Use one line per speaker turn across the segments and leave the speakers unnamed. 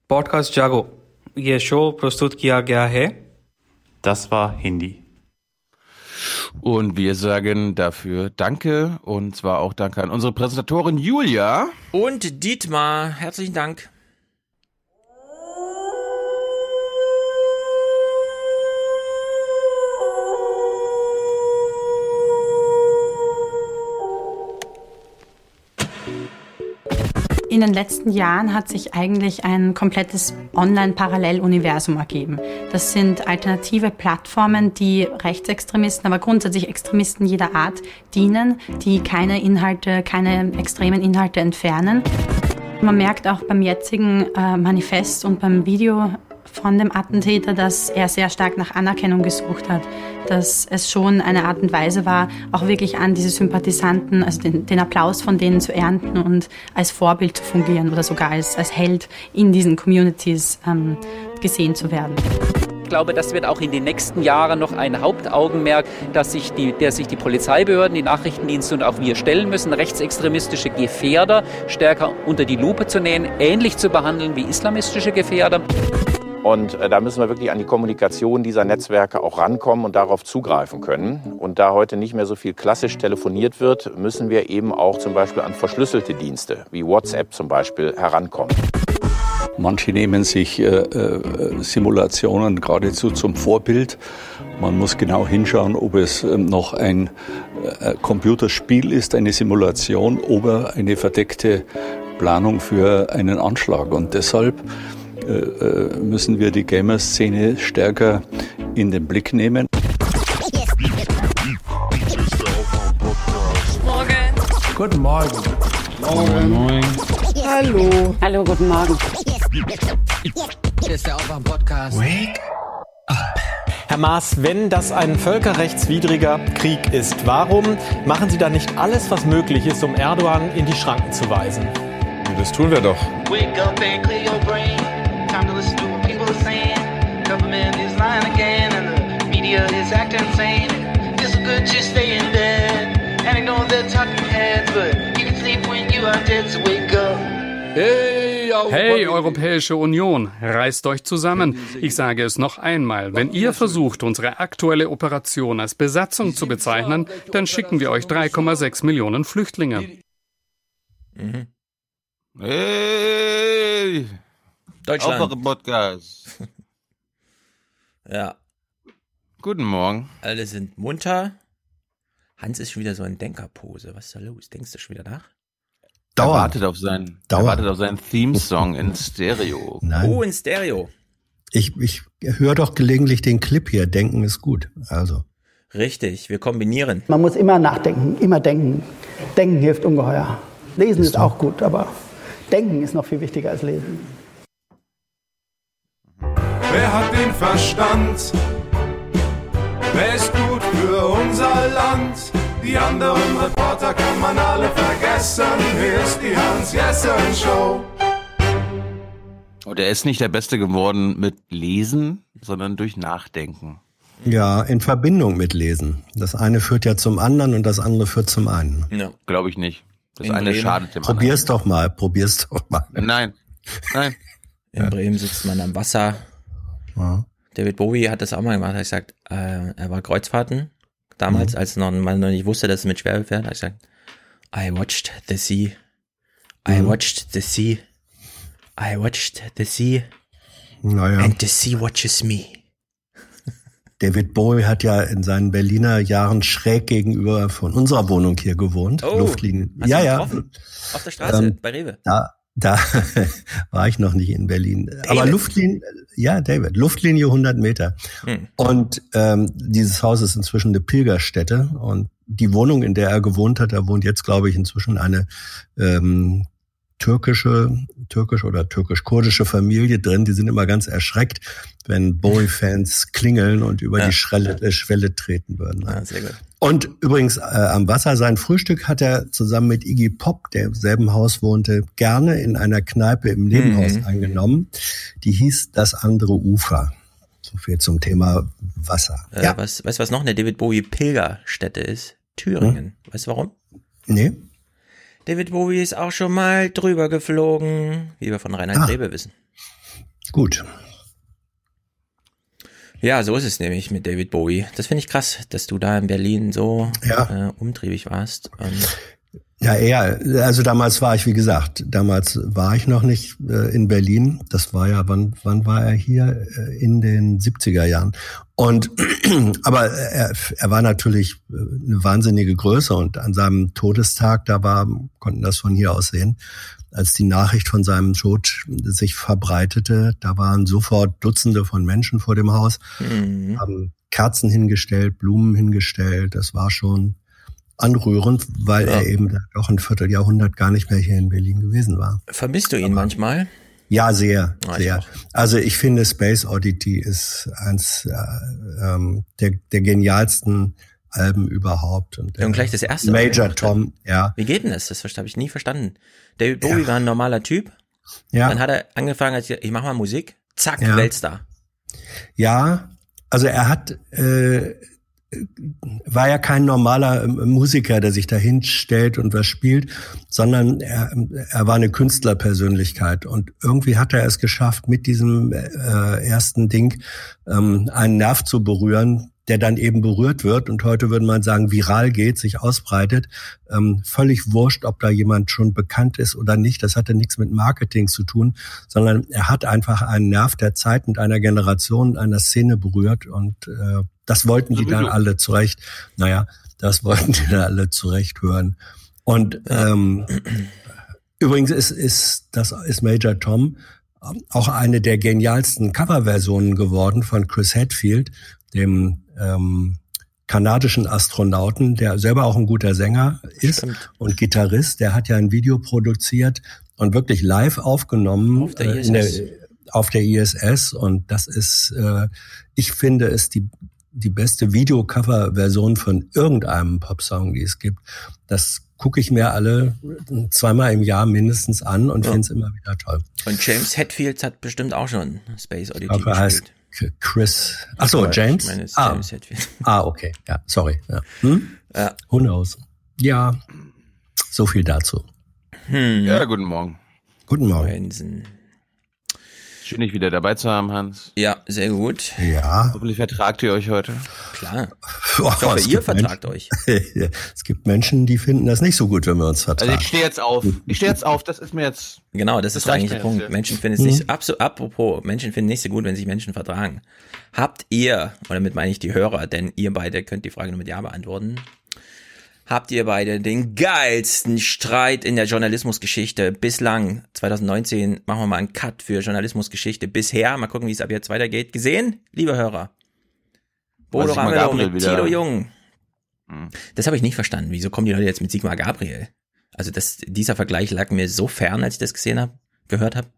पॉडकास्ट जागो ये शो प्रस्तुत किया गया है.
Das war Hindi. Und wir sagen dafür Danke, und zwar auch Danke an unsere Präsentatorin Julia.
Und Dietmar, herzlichen Dank.
In den letzten Jahren hat sich eigentlich ein komplettes Online-Paralleluniversum ergeben. Das sind alternative Plattformen, die Rechtsextremisten, aber grundsätzlich Extremisten jeder Art dienen, die keine extremen Inhalte entfernen. Man merkt auch beim jetzigen Manifest und beim Video von dem Attentäter, dass er sehr stark nach Anerkennung gesucht hat, dass es schon eine Art und Weise war, auch wirklich an diese Sympathisanten, also den Applaus von denen zu ernten und als Vorbild zu fungieren oder sogar als Held in diesen Communities gesehen zu werden.
Ich glaube, das wird auch in den nächsten Jahren noch ein Hauptaugenmerk, der sich die Polizeibehörden, die Nachrichtendienste und auch wir stellen müssen, rechtsextremistische Gefährder stärker unter die Lupe zu nehmen, ähnlich zu behandeln wie islamistische Gefährder.
Und da müssen wir wirklich an die Kommunikation dieser Netzwerke auch rankommen und darauf zugreifen können. Und da heute nicht mehr so viel klassisch telefoniert wird, müssen wir eben auch zum Beispiel an verschlüsselte Dienste, wie WhatsApp zum Beispiel, herankommen.
Manche nehmen sich Simulationen geradezu zum Vorbild. Man muss genau hinschauen, ob es noch ein Computerspiel ist, eine Simulation oder eine verdeckte Planung für einen Anschlag. Und deshalb müssen wir die Gamer-Szene stärker in den Blick nehmen.
Morgen.
Guten Morgen.
Morgen.
Morgen.
Hallo.
Hallo, guten Morgen.
Hier ist der Aufwach-Podcast.
Wake up.
Herr Maas, wenn das ein völkerrechtswidriger Krieg ist, warum machen Sie da nicht alles, was möglich ist, um Erdogan in die Schranken zu weisen?
Das tun wir doch.
Wake up and clear your brain. Time to listen to what people are saying. Government is lying again and the media is acting insane. It's good to stay in bed and ignore their talking heads, but you can sleep when you are dead, so wake up.
Hey, Europäische Union, reißt euch zusammen. Ich sage es noch einmal, wenn ihr versucht, unsere aktuelle Operation als Besatzung zu bezeichnen, dann schicken wir euch 3,6 Millionen Flüchtlinge.
Hey!
Deutschland.
Aufwache-Podcast.
Ja.
Guten Morgen.
Alle sind munter. Hans ist schon wieder so in Denkerpose. Was ist da los? Denkst du schon wieder nach?
Er wartet auf seinen Theme-Song in Stereo.
Nein.
Oh, in Stereo.
Ich höre doch gelegentlich den Clip hier. Denken ist gut. Also.
Richtig, wir kombinieren.
Man muss immer nachdenken, immer denken. Denken hilft ungeheuer. Lesen ist auch gut, aber denken ist noch viel wichtiger als lesen.
Wer hat den Verstand? Wer ist gut für unser Land? Die anderen Reporter kann man alle vergessen. Hier ist die Hans-Jessen-Show.
Und er ist nicht der Beste geworden mit Lesen, sondern durch Nachdenken.
Ja, in Verbindung mit Lesen. Das eine führt ja zum anderen und das andere führt zum einen.
Ja. Glaube ich nicht. Das
In
eine
Bremen.
schadet dem
Probier's doch mal.
Nein.
In Bremen sitzt man am Wasser.
Ja.
David Bowie hat das auch mal gemacht. Er hat gesagt, er war Kreuzfahrten. Damals, als man noch nicht wusste, dass es mit Schweröl fährt. Er hat gesagt, I watched the sea. I watched the sea. I watched the sea.
Naja.
And the sea watches me.
David Bowie hat ja in seinen Berliner Jahren schräg gegenüber von unserer Wohnung hier gewohnt.
Oh,
Luftlinie.
hast du ihn getroffen? Auf der Straße, bei Rewe.
Da war ich noch nicht in Berlin. David. Aber Luftlinie, ja, David, Luftlinie 100 Meter. Und dieses Haus ist inzwischen eine Pilgerstätte. Und die Wohnung, in der er gewohnt hat, da wohnt jetzt, glaube ich, inzwischen eine türkisch- oder türkisch-kurdische Familie drin. Die sind immer ganz erschreckt, wenn Bowie-Fans klingeln und über die Schwelle treten würden.
Ja, sehr gut.
Und übrigens am Wasser, sein Frühstück hat er zusammen mit Iggy Pop, der im selben Haus wohnte, gerne in einer Kneipe im Nebenhaus eingenommen. Die hieß Das andere Ufer. So viel zum Thema Wasser.
Weißt du, was noch eine David Bowie Pilgerstätte ist? Thüringen. Weißt du warum?
Nee.
David Bowie ist auch schon mal drüber geflogen, wie wir von Reinhard Grebe wissen.
Gut.
Ja, so ist es nämlich mit David Bowie. Das finde ich krass, dass du da in Berlin so umtriebig warst.
Ja, eher. Also damals war ich, wie gesagt, noch nicht in Berlin. Das war ja, wann war er hier? In den 70er Jahren. Und aber er war natürlich eine wahnsinnige Größe und an seinem Todestag, konnten das von hier aus sehen, als die Nachricht von seinem Tod sich verbreitete, da waren sofort Dutzende von Menschen vor dem Haus, haben Kerzen hingestellt, Blumen hingestellt. Das war schon anrührend, weil er eben doch ein Vierteljahrhundert gar nicht mehr hier in Berlin gewesen war.
Vermisst du ihn manchmal?
Ja, sehr, sehr. Also ich finde, Space Oddity ist eins der genialsten Alben überhaupt. Und
gleich das erste.
Major Tom, ja.
Wie geht denn das? Das habe ich nie verstanden. David Bowie war ein normaler Typ.
Ja.
Dann hat er angefangen, als ich mache mal Musik. Zack, Weltstar.
Ja, also er war ja kein normaler Musiker, der sich da hinstellt und was spielt, sondern er war eine Künstlerpersönlichkeit und irgendwie hat er es geschafft, mit diesem ersten Ding einen Nerv zu berühren, der dann eben berührt wird und heute würde man sagen, viral geht, sich ausbreitet. Völlig wurscht, ob da jemand schon bekannt ist oder nicht. Das hatte nichts mit Marketing zu tun, sondern er hat einfach einen Nerv der Zeit und einer Generation, einer Szene berührt und das wollten die dann alle zurecht. Das wollten die dann alle zurecht hören. Und übrigens ist Major Tom auch eine der genialsten Coverversionen geworden von Chris Hadfield, dem kanadischen Astronauten, der selber auch ein guter Sänger ist und Gitarrist. Der hat ja ein Video produziert und wirklich live aufgenommen auf der ISS. Und das ist, ich finde, es die beste Videocover-Version von irgendeinem Popsong, die es gibt. Das gucke ich mir alle zweimal im Jahr mindestens an und finde es immer wieder toll.
Und James Hetfield hat bestimmt auch schon Space Oddity
gespielt. Heißt Chris. Ach so, James?
Ich meine, es ist James Hetfield.
Okay. Ja, sorry. Ja. Who knows? Ja, so viel dazu.
Ja, guten Morgen.
Guten Morgen.
Schön, dich wieder dabei zu haben, Hans.
Ja, sehr gut.
Ja.
Hoffentlich vertragt ihr euch heute.
Klar. Ich hoffe, ihr vertragt euch.
Es gibt Menschen, die finden das nicht so gut, wenn wir uns vertragen.
Also ich stehe jetzt auf. Das ist mir jetzt...
Genau, das ist eigentlich der Punkt. Menschen finden es nicht... Apropos, Menschen finden nicht so gut, wenn sich Menschen vertragen. Habt ihr, und damit meine ich die Hörer, denn ihr beide könnt die Frage nur mit Ja beantworten, habt ihr beide den geilsten Streit in der Journalismusgeschichte bislang, 2019, machen wir mal einen Cut für Journalismusgeschichte bisher, mal gucken, wie es ab jetzt weitergeht, gesehen, liebe Hörer? Bodo Ramelow mit Tilo Jung. Das habe ich nicht verstanden. Wieso kommen die Leute jetzt mit Sigmar Gabriel? Also dieser Vergleich lag mir so fern, als ich das gehört habe.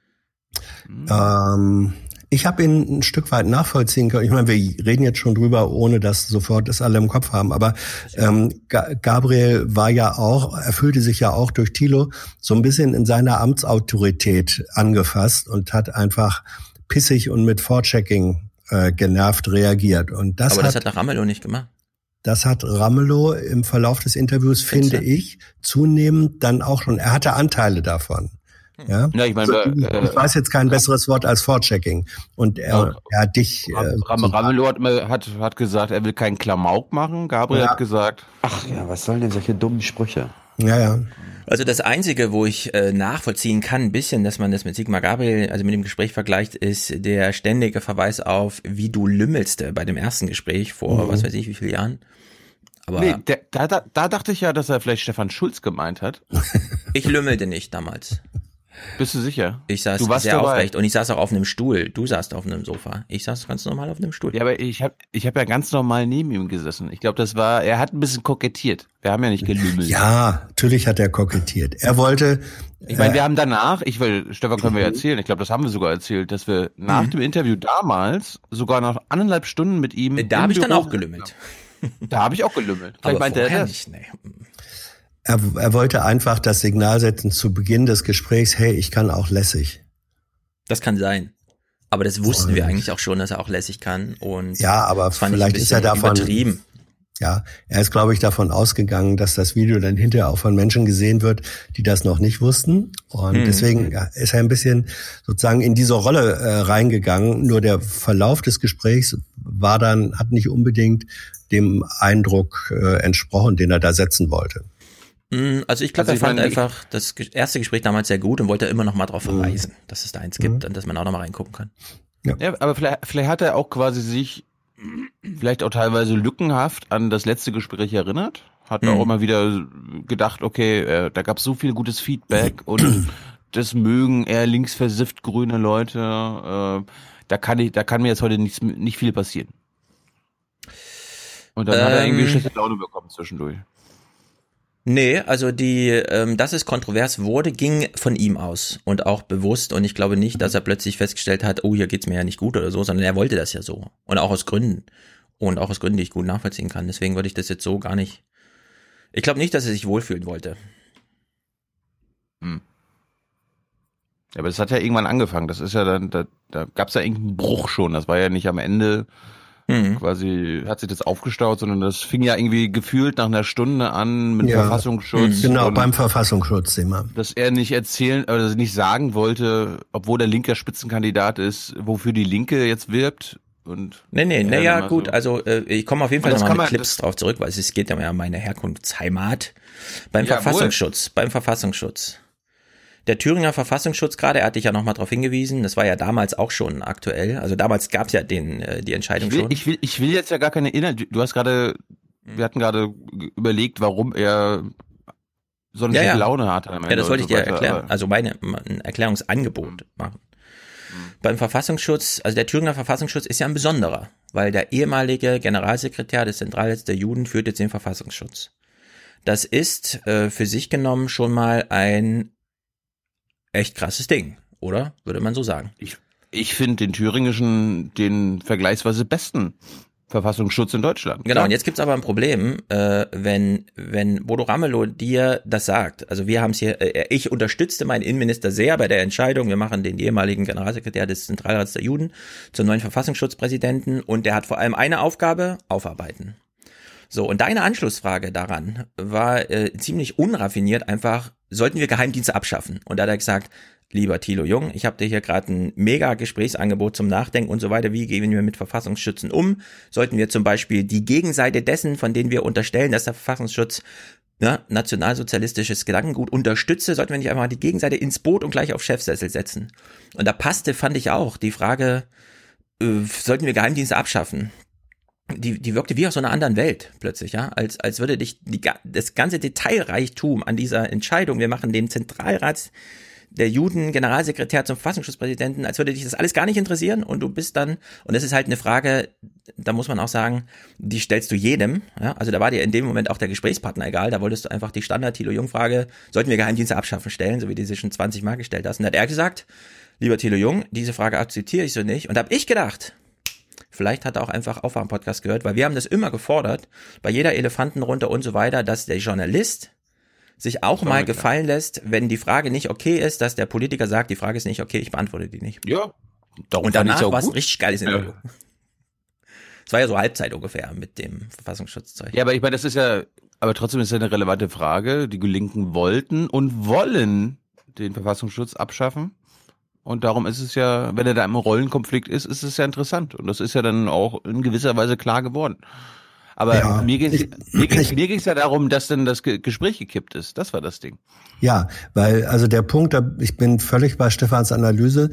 Ich habe ihn ein Stück weit nachvollziehen können. Ich meine, wir reden jetzt schon drüber, ohne dass sofort das alle im Kopf haben. Aber Gabriel war ja auch, erfüllte sich ja auch durch Thilo so ein bisschen in seiner Amtsautorität angefasst und hat einfach pissig und mit Vorchecking genervt reagiert. Und das hat
doch Ramelow nicht gemacht.
Das hat Ramelow im Verlauf des Interviews, finde ich, zunehmend dann auch schon, er hatte Anteile davon. Ja,
ich meine,
ich weiß jetzt kein besseres Wort als Vorchecking. Und er hat dich...
Ramelow hat gesagt, er will keinen Klamauk machen. Gabriel hat gesagt...
Ach ja, was sollen denn solche dummen Sprüche?
Ja.
Also das Einzige, wo ich nachvollziehen kann, ein bisschen, dass man das mit Sigmar Gabriel, also mit dem Gespräch vergleicht, ist der ständige Verweis auf, wie du lümmelst bei dem ersten Gespräch vor, was weiß ich, wie vielen Jahren. Aber
da dachte ich ja, dass er vielleicht Stefan Schulz gemeint hat.
Ich lümmelte nicht damals.
Bist du sicher?
Ich saß sehr aufrecht und ich saß auch auf einem Stuhl. Du saßt auf einem Sofa. Ich saß ganz normal auf einem Stuhl.
Ja, aber ich hab ja ganz normal neben ihm gesessen. Ich glaube, er hat ein bisschen kokettiert. Wir haben ja nicht gelümmelt.
Ja, natürlich hat er kokettiert. Er wollte...
Ich meine, wir haben danach, Stefan können wir erzählen, ich glaube, das haben wir sogar erzählt, dass wir nach dem Interview damals sogar noch 1,5 Stunden mit ihm...
Da habe ich dann auch gelümmelt.
Da habe ich auch gelümmelt.
Aber vorher nicht, nee.
Er wollte einfach das Signal setzen zu Beginn des Gesprächs, hey, ich kann auch lässig.
Das kann sein. Aber das wussten wir eigentlich auch schon, dass er auch lässig kann. Und
ja, aber vielleicht ist er davon
übertrieben.
Ja, er ist, glaube ich, davon ausgegangen, dass das Video dann hinterher auch von Menschen gesehen wird, die das noch nicht wussten. Und deswegen ist er ein bisschen sozusagen in diese Rolle reingegangen. Nur der Verlauf des Gesprächs hat nicht unbedingt dem Eindruck entsprochen, den er da setzen wollte.
Also ich glaube, er fand einfach das erste Gespräch damals sehr gut und wollte immer noch mal darauf verweisen, dass es da eins gibt und dass man auch noch mal reingucken kann.
Ja, aber vielleicht hat er auch quasi sich vielleicht auch teilweise lückenhaft an das letzte Gespräch erinnert. Hat auch immer wieder gedacht, okay, da gab es so viel gutes Feedback und das mögen eher linksversifft grüne Leute. Da kann mir jetzt heute nicht viel passieren. Und dann hat er irgendwie schlechte Laune bekommen zwischendurch.
Nee, also dass es kontrovers wurde, ging von ihm aus und auch bewusst, und ich glaube nicht, dass er plötzlich festgestellt hat, oh, hier geht's mir ja nicht gut oder so, sondern er wollte das ja so. Und auch aus Gründen. Und auch aus Gründen, die ich gut nachvollziehen kann. Deswegen würde ich das jetzt so gar nicht. Ich glaube nicht, dass er sich wohlfühlen wollte.
Ja, aber das hat ja irgendwann angefangen. Das ist ja dann, da gab's ja irgendeinen Bruch schon. Das war ja nicht am Ende quasi, hat sich das aufgestaut, sondern das fing ja irgendwie gefühlt nach einer Stunde an mit Verfassungsschutz.
Genau, beim Verfassungsschutz-Thema.
Dass er nicht nicht sagen wollte, obwohl der linker Spitzenkandidat ist, wofür die Linke jetzt wirbt. Und
ja, gut, so. Also ich komme auf jeden Fall nochmal mit Clips drauf zurück, weil es geht ja um meine Herkunftsheimat. Beim Verfassungsschutz. Der Thüringer Verfassungsschutz gerade, er hat dich ja nochmal darauf hingewiesen, das war ja damals auch schon aktuell, also damals gab es ja die Entscheidung schon.
Ich will jetzt ja gar keine Inhalte, wir hatten gerade überlegt, warum er so eine schlechte Laune hatte.
Ja, das wollte ich dir erklären, also ein Erklärungsangebot machen. Beim Verfassungsschutz, also der Thüringer Verfassungsschutz ist ja ein besonderer, weil der ehemalige Generalsekretär des Zentralrats der Juden führt jetzt den Verfassungsschutz. Das ist für sich genommen schon mal ein echt krasses Ding, oder? Würde man so sagen.
Ich finde den thüringischen den vergleichsweise besten Verfassungsschutz in Deutschland.
Genau, und jetzt gibt's aber ein Problem, wenn Bodo Ramelow dir das sagt. Also wir haben es hier, ich unterstützte meinen Innenminister sehr bei der Entscheidung, wir machen den ehemaligen Generalsekretär des Zentralrats der Juden zum neuen Verfassungsschutzpräsidenten und der hat vor allem eine Aufgabe, aufarbeiten. So, und deine Anschlussfrage daran war ziemlich unraffiniert einfach, sollten wir Geheimdienste abschaffen? Und da hat er gesagt, lieber Thilo Jung, ich habe dir hier gerade ein mega Gesprächsangebot zum Nachdenken und so weiter. Wie gehen wir mit Verfassungsschützen um? Sollten wir zum Beispiel die Gegenseite dessen, von denen wir unterstellen, dass der Verfassungsschutz nationalsozialistisches Gedankengut unterstütze, sollten wir nicht einfach die Gegenseite ins Boot und gleich auf Chefsessel setzen? Und da passte, fand ich auch, die Frage, sollten wir Geheimdienste abschaffen? Die wirkte wie aus so einer anderen Welt plötzlich, ja, als würde dich das ganze Detailreichtum an dieser Entscheidung, wir machen den Zentralrat der Juden Generalsekretär zum Verfassungsschutzpräsidenten, als würde dich das alles gar nicht interessieren und du bist dann, und das ist halt eine Frage, da muss man auch sagen, die stellst du jedem, ja, also da war dir in dem Moment auch der Gesprächspartner egal, da wolltest du einfach die Standard-Thilo-Jung-Frage, sollten wir Geheimdienste abschaffen, stellen, so wie du sie schon 20 Mal gestellt hast, und da hat er gesagt, lieber Thilo Jung, diese Frage akzeptiere ich so nicht, und da habe ich gedacht, vielleicht hat er auch einfach Aufwachen-Podcast gehört, weil wir haben das immer gefordert, bei jeder Elefantenrunde und so weiter, dass der Journalist sich auch mal gefallen lässt, wenn die Frage nicht okay ist, dass der Politiker sagt, die Frage ist nicht okay, ich beantworte die nicht.
Ja.
Und danach war es ein richtig geiles Interview. Es war ja so Halbzeit ungefähr mit dem Verfassungsschutzzeug.
Ja, aber ich meine, das ist ja, aber trotzdem ist ja eine relevante Frage. Die Linken wollten und wollen den Verfassungsschutz abschaffen. Und darum ist es ja, wenn er da im Rollenkonflikt ist es ja interessant. Und das ist ja dann auch in gewisser Weise klar geworden. Aber ja, mir ging's ja darum, dass dann das Gespräch gekippt ist. Das war das Ding.
Ja, weil, also der Punkt, ich bin völlig bei Stefans Analyse,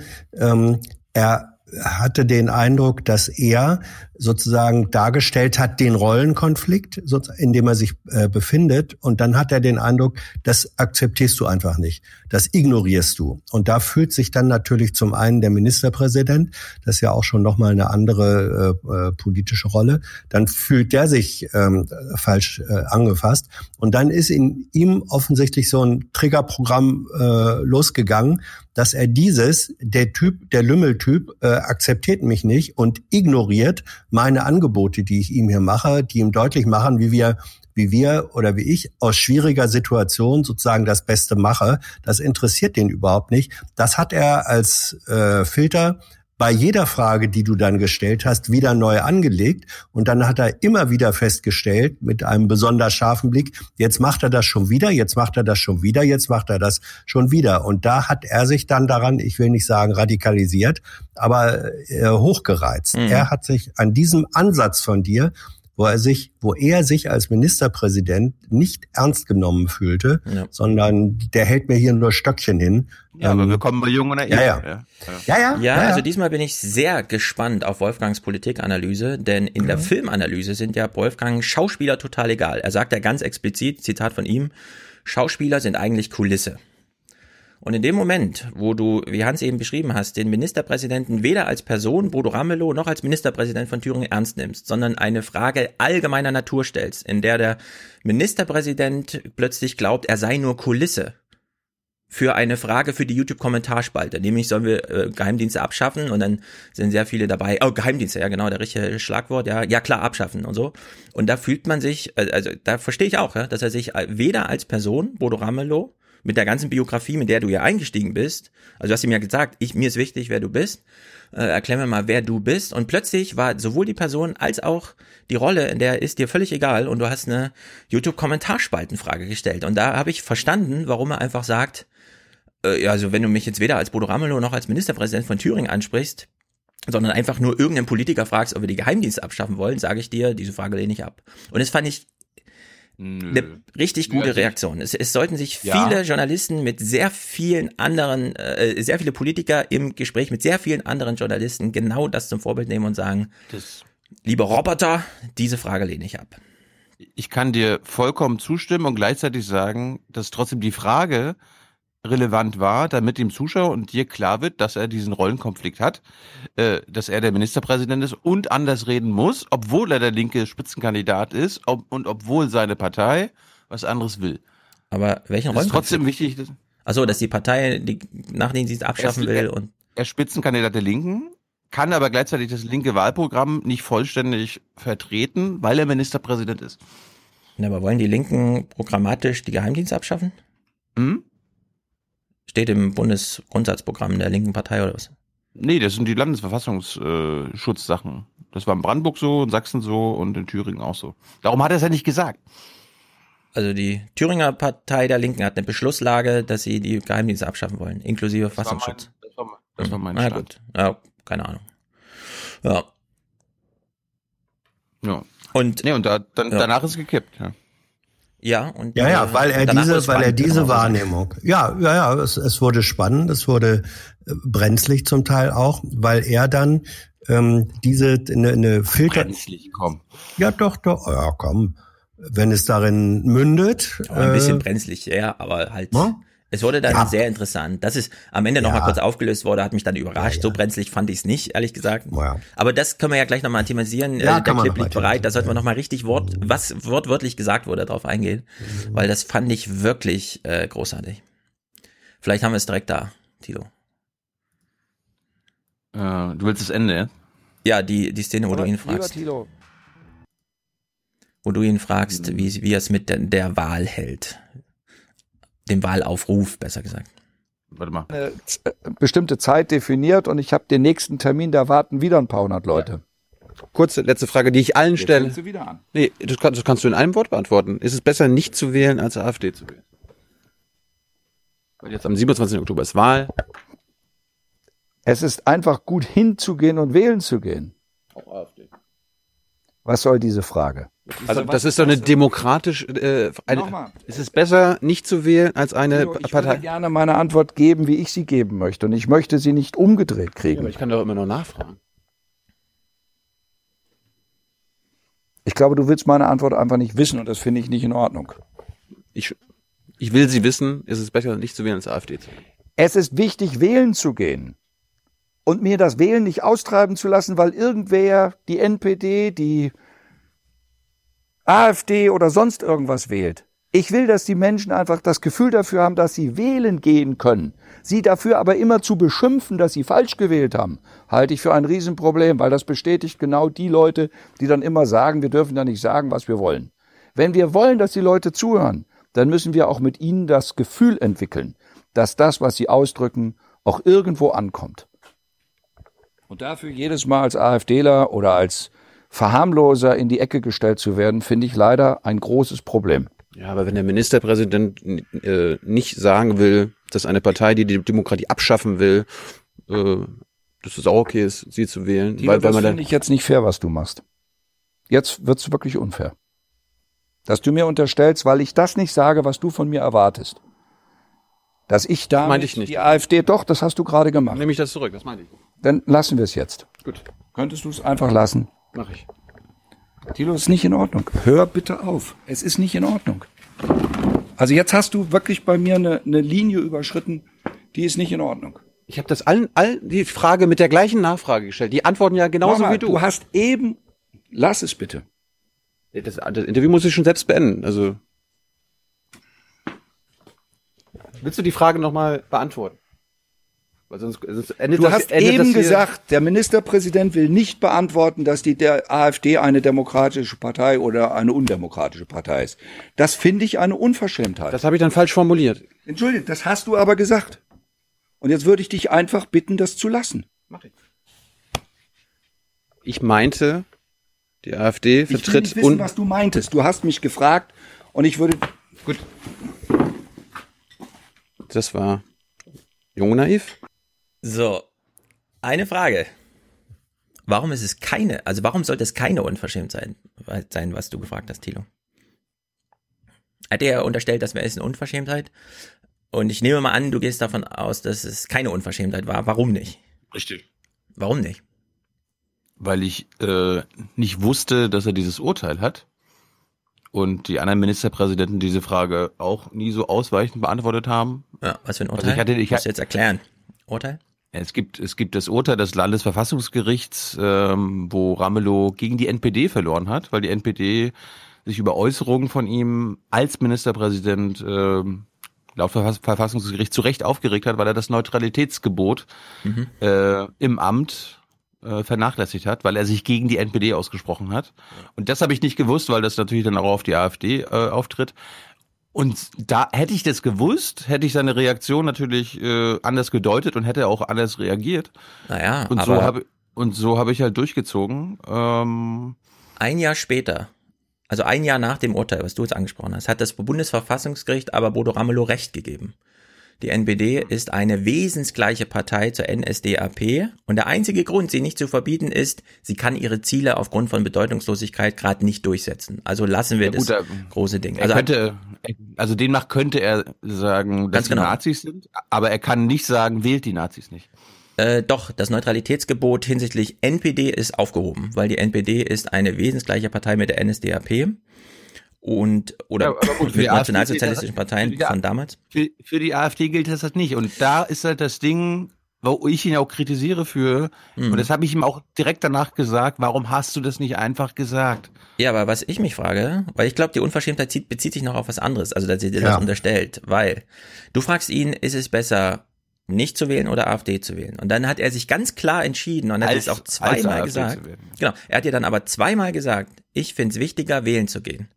er hatte den Eindruck, dass er sozusagen dargestellt hat den Rollenkonflikt, in dem er sich befindet. Und dann hat er den Eindruck, das akzeptierst du einfach nicht. Das ignorierst du. Und da fühlt sich dann natürlich zum einen der Ministerpräsident, das ist ja auch schon nochmal eine andere politische Rolle, dann fühlt der sich falsch angefasst. Und dann ist in ihm offensichtlich so ein Triggerprogramm losgegangen, dass er der Lümmeltyp, akzeptiert mich nicht und ignoriert meine Angebote, die ich ihm hier mache, die ihm deutlich machen, wie wir oder wie ich aus schwieriger Situation sozusagen das Beste mache. Das interessiert den überhaupt nicht. Das hat er als Filter bei jeder Frage, die du dann gestellt hast, wieder neu angelegt. Und dann hat er immer wieder festgestellt, mit einem besonders scharfen Blick, jetzt macht er das schon wieder, jetzt macht er das schon wieder, jetzt macht er das schon wieder. Und da hat er sich dann daran, ich will nicht sagen radikalisiert, aber hochgereizt. Er hat sich an diesem Ansatz von dir, wo er sich als Ministerpräsident nicht ernst genommen fühlte, sondern der hält mir hier nur Stöckchen hin.
Ja, aber willkommen bei Jung und Naiv.
Ja, also diesmal bin ich sehr gespannt auf Wolfgangs Politikanalyse, denn in der Filmanalyse sind ja Wolfgang Schauspieler total egal. Er sagt ja ganz explizit, Zitat von ihm, Schauspieler sind eigentlich Kulisse. Und in dem Moment, wo du, wie Hans eben beschrieben hast, den Ministerpräsidenten weder als Person, Bodo Ramelow, noch als Ministerpräsident von Thüringen ernst nimmst, sondern eine Frage allgemeiner Natur stellst, in der der Ministerpräsident plötzlich glaubt, er sei nur Kulisse für eine Frage für die YouTube-Kommentarspalte, nämlich sollen wir Geheimdienste abschaffen, und dann sind sehr viele dabei, Geheimdienste, ja genau, der richtige Schlagwort, ja klar, abschaffen und so. Und da fühlt man sich, also da verstehe ich auch, dass er sich weder als Person, Bodo Ramelow, mit der ganzen Biografie, mit der du ja eingestiegen bist, also du hast ihm ja gesagt, mir ist wichtig, wer du bist, erklär mir mal, wer du bist, und plötzlich war sowohl die Person als auch die Rolle, in der er ist, dir völlig egal, und du hast eine YouTube-Kommentarspaltenfrage gestellt, und da habe ich verstanden, warum er einfach sagt, also wenn du mich jetzt weder als Bodo Ramelow noch als Ministerpräsident von Thüringen ansprichst, sondern einfach nur irgendeinen Politiker fragst, ob wir die Geheimdienste abschaffen wollen, sage ich dir, diese Frage lehne ich ab. Und das fand ich eine richtig gute Reaktion. Es sollten sich viele Journalisten mit sehr vielen anderen, sehr viele Politiker im Gespräch mit sehr vielen anderen Journalisten genau das zum Vorbild nehmen und sagen, lieber Roboter, diese Frage lehne ich ab.
Ich kann dir vollkommen zustimmen und gleichzeitig sagen, dass trotzdem die Frage relevant war, damit dem Zuschauer und dir klar wird, dass er diesen Rollenkonflikt hat, dass er der Ministerpräsident ist und anders reden muss, obwohl er der linke Spitzenkandidat ist und obwohl seine Partei was anderes will.
Aber welchen
Rollenkonflikt? Ist trotzdem wichtig.
Achso, dass die Partei, nachdem sie es abschaffen will und...
Er ist Spitzenkandidat der Linken, kann aber gleichzeitig das linke Wahlprogramm nicht vollständig vertreten, weil er Ministerpräsident ist.
Ja, aber wollen die Linken programmatisch die Geheimdienste abschaffen? Steht im Bundesgrundsatzprogramm der linken Partei oder was?
Nee, das sind die Landesverfassungsschutzsachen. Das war in Brandenburg so, in Sachsen so und in Thüringen auch so. Darum hat er es ja nicht gesagt.
Also die Thüringer Partei der Linken hat eine Beschlusslage, dass sie die Geheimdienste abschaffen wollen, inklusive Verfassungsschutz.
Das war mein Stand.
Gut. Ja, keine Ahnung. Ja.
Und danach ist es gekippt, ja.
Ja, und
weil er diese Wahrnehmung. Es wurde spannend, es wurde brenzlig zum Teil auch, weil er dann eine Filter.
Brenzlig, komm.
Ja, doch, ja, komm. Wenn es darin mündet.
Ein bisschen brenzlig, ja, aber halt. Es wurde dann sehr interessant. Dass es am Ende nochmal kurz aufgelöst wurde, hat mich dann überrascht. So brenzlig fand ich es nicht, ehrlich gesagt.
Ja.
Aber das können wir ja gleich nochmal thematisieren. Der Clip liegt bereit. Da sollten wir nochmal richtig was wortwörtlich gesagt wurde, darauf eingehen. Weil das fand ich wirklich großartig. Vielleicht haben wir es direkt da, Tilo.
Du willst das Ende, ja?
Ja, die Szene, wo du ihn fragst.
Tilo.
Wo du ihn fragst, wie er es mit der Wahl hält. Dem Wahlaufruf, besser gesagt.
Warte mal.
Eine bestimmte Zeit definiert und ich habe den nächsten Termin, da warten wieder ein paar hundert Leute.
Kurze letzte Frage, die ich allen stelle.
Jetzt fängst du wieder an.
Nee, das kannst du in einem Wort beantworten. Ist es besser, nicht zu wählen, als AfD zu wählen? Weil jetzt am 27. Oktober ist Wahl.
Es ist einfach gut hinzugehen und wählen zu gehen.
Auch AfD.
Was soll diese Frage?
Also das ist doch eine demokratisch. Ist es besser, nicht zu wählen, als eine Partei?
Ich würde gerne meine Antwort geben, wie ich sie geben möchte. Und ich möchte sie nicht umgedreht kriegen.
Ja, aber ich kann doch immer noch nachfragen.
Ich glaube, du willst meine Antwort einfach nicht wissen und das finde ich nicht in Ordnung.
Ich will sie wissen, ist es besser, nicht zu wählen, als AfD zu wählen?
Es ist wichtig, wählen zu gehen. Und mir das Wählen nicht austreiben zu lassen, weil irgendwer die NPD, die AfD oder sonst irgendwas wählt. Ich will, dass die Menschen einfach das Gefühl dafür haben, dass sie wählen gehen können. Sie dafür aber immer zu beschimpfen, dass sie falsch gewählt haben, halte ich für ein Riesenproblem, weil das bestätigt genau die Leute, die dann immer sagen, wir dürfen ja nicht sagen, was wir wollen. Wenn wir wollen, dass die Leute zuhören, dann müssen wir auch mit ihnen das Gefühl entwickeln, dass das, was sie ausdrücken, auch irgendwo ankommt. Und dafür jedes Mal als AfDler oder als Verharmloser in die Ecke gestellt zu werden, finde ich leider ein großes Problem.
Ja, aber wenn der Ministerpräsident nicht sagen will, dass eine Partei, die die Demokratie abschaffen will, dass es auch okay ist, sie zu wählen.
Tilo, das finde ich jetzt nicht fair, was du machst. Jetzt wird's wirklich unfair. Dass du mir unterstellst, weil ich das nicht sage, was du von mir erwartest. Dass ich da
meinte ich nicht.
Die AfD, doch, das hast du gerade gemacht.
Nehme ich das zurück, das meinte ich.
Dann lassen wir es jetzt.
Gut.
Könntest du es einfach lassen?
Mach ich.
Tilo, ist nicht in Ordnung. Hör bitte auf. Es ist nicht in Ordnung. Also jetzt hast du wirklich bei mir eine Linie überschritten, die ist nicht in Ordnung.
Ich habe das all die Frage mit der gleichen Nachfrage gestellt. Die antworten ja genauso
Mama,
wie du.
Du hast eben, lass es bitte.
Das Interview muss ich schon selbst beenden. Also willst du die Frage nochmal beantworten? Weil sonst endet
du hast eben gesagt, der Ministerpräsident will nicht beantworten, dass der AfD eine demokratische Partei oder eine undemokratische Partei ist. Das finde ich eine Unverschämtheit.
Das habe ich dann falsch formuliert.
Entschuldigung, das hast du aber gesagt. Und jetzt würde ich dich einfach bitten, das zu lassen.
Mach ich. Ich meinte, die AfD vertritt...
Ich will nicht wissen, was du meintest. Du hast mich gefragt und ich würde...
Gut. Das war Jung und Naiv.
So, eine Frage. Warum sollte es keine Unverschämtheit sein, was du gefragt hast, Thilo? Hat er unterstellt, das wäre eine Unverschämtheit? Und ich nehme mal an, du gehst davon aus, dass es keine Unverschämtheit war. Warum nicht?
Richtig.
Warum nicht?
Weil ich nicht wusste, dass er dieses Urteil hat. Und die anderen Ministerpräsidenten diese Frage auch nie so ausweichend beantwortet haben.
Ja, was für ein Urteil?
Also
ich musst du jetzt erklären. Urteil?
Es gibt das Urteil des Landesverfassungsgerichts, wo Ramelow gegen die NPD verloren hat, weil die NPD sich über Äußerungen von ihm als Ministerpräsident laut Verfassungsgericht zu Recht aufgeregt hat, weil er das Neutralitätsgebot im Amt vernachlässigt hat, weil er sich gegen die NPD ausgesprochen hat. Und das habe ich nicht gewusst, weil das natürlich dann auch auf die AfD auftritt. Und da hätte ich das gewusst, hätte ich seine Reaktion natürlich anders gedeutet und hätte auch anders reagiert.
Naja,
und so habe ich halt durchgezogen.
Ein Jahr später, also ein Jahr nach dem Urteil, was du jetzt angesprochen hast, hat das Bundesverfassungsgericht aber Bodo Ramelow Recht gegeben. Die NPD ist eine wesensgleiche Partei zur NSDAP und der einzige Grund, sie nicht zu verbieten, ist, sie kann ihre Ziele aufgrund von Bedeutungslosigkeit gerade nicht durchsetzen. Also lassen wir das große Ding.
Also demnach könnte er sagen, dass die Nazis sind, aber er kann nicht sagen, wählt die Nazis nicht.
Doch, das Neutralitätsgebot hinsichtlich NPD ist aufgehoben, weil die NPD ist eine wesensgleiche Partei mit der NSDAP. Mit nationalsozialistischen Parteien von damals.
Für die AfD gilt das halt nicht. Und da ist halt das Ding, wo ich ihn auch kritisiere für, und das habe ich ihm auch direkt danach gesagt, warum hast du das nicht einfach gesagt?
Ja, aber was ich mich frage, weil ich glaube, die Unverschämtheit bezieht sich noch auf was anderes, also dass ihr dir das unterstellt, weil du fragst ihn, ist es besser, nicht zu wählen oder AfD zu wählen? Und dann hat er sich ganz klar entschieden und hat es auch zweimal gesagt. Genau, er hat dir dann aber zweimal gesagt, ich finde es wichtiger, wählen zu gehen.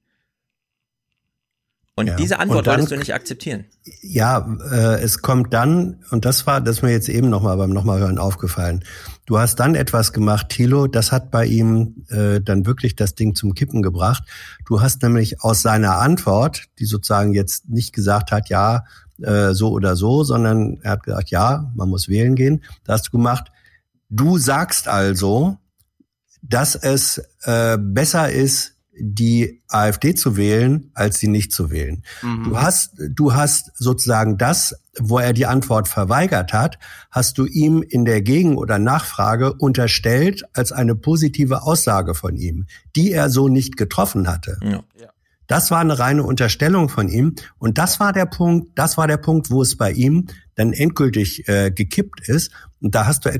Und diese Antwort wolltest du nicht akzeptieren.
Ja, es kommt dann, und das ist mir jetzt eben beim Nochmalhören aufgefallen. Du hast dann etwas gemacht, Thilo, das hat bei ihm dann wirklich das Ding zum Kippen gebracht. Du hast nämlich aus seiner Antwort, die sozusagen jetzt nicht gesagt hat, ja, so oder so, sondern er hat gesagt, ja, man muss wählen gehen. Da hast du gemacht, du sagst also, dass es besser ist, die AfD zu wählen, als sie nicht zu wählen. Mhm. Du hast sozusagen das, wo er die Antwort verweigert hat, hast du ihm in der Gegen- oder Nachfrage unterstellt als eine positive Aussage von ihm, die er so nicht getroffen hatte. Ja. Das war eine reine Unterstellung von ihm und das war der Punkt, wo es bei ihm dann endgültig gekippt ist. Und da hast du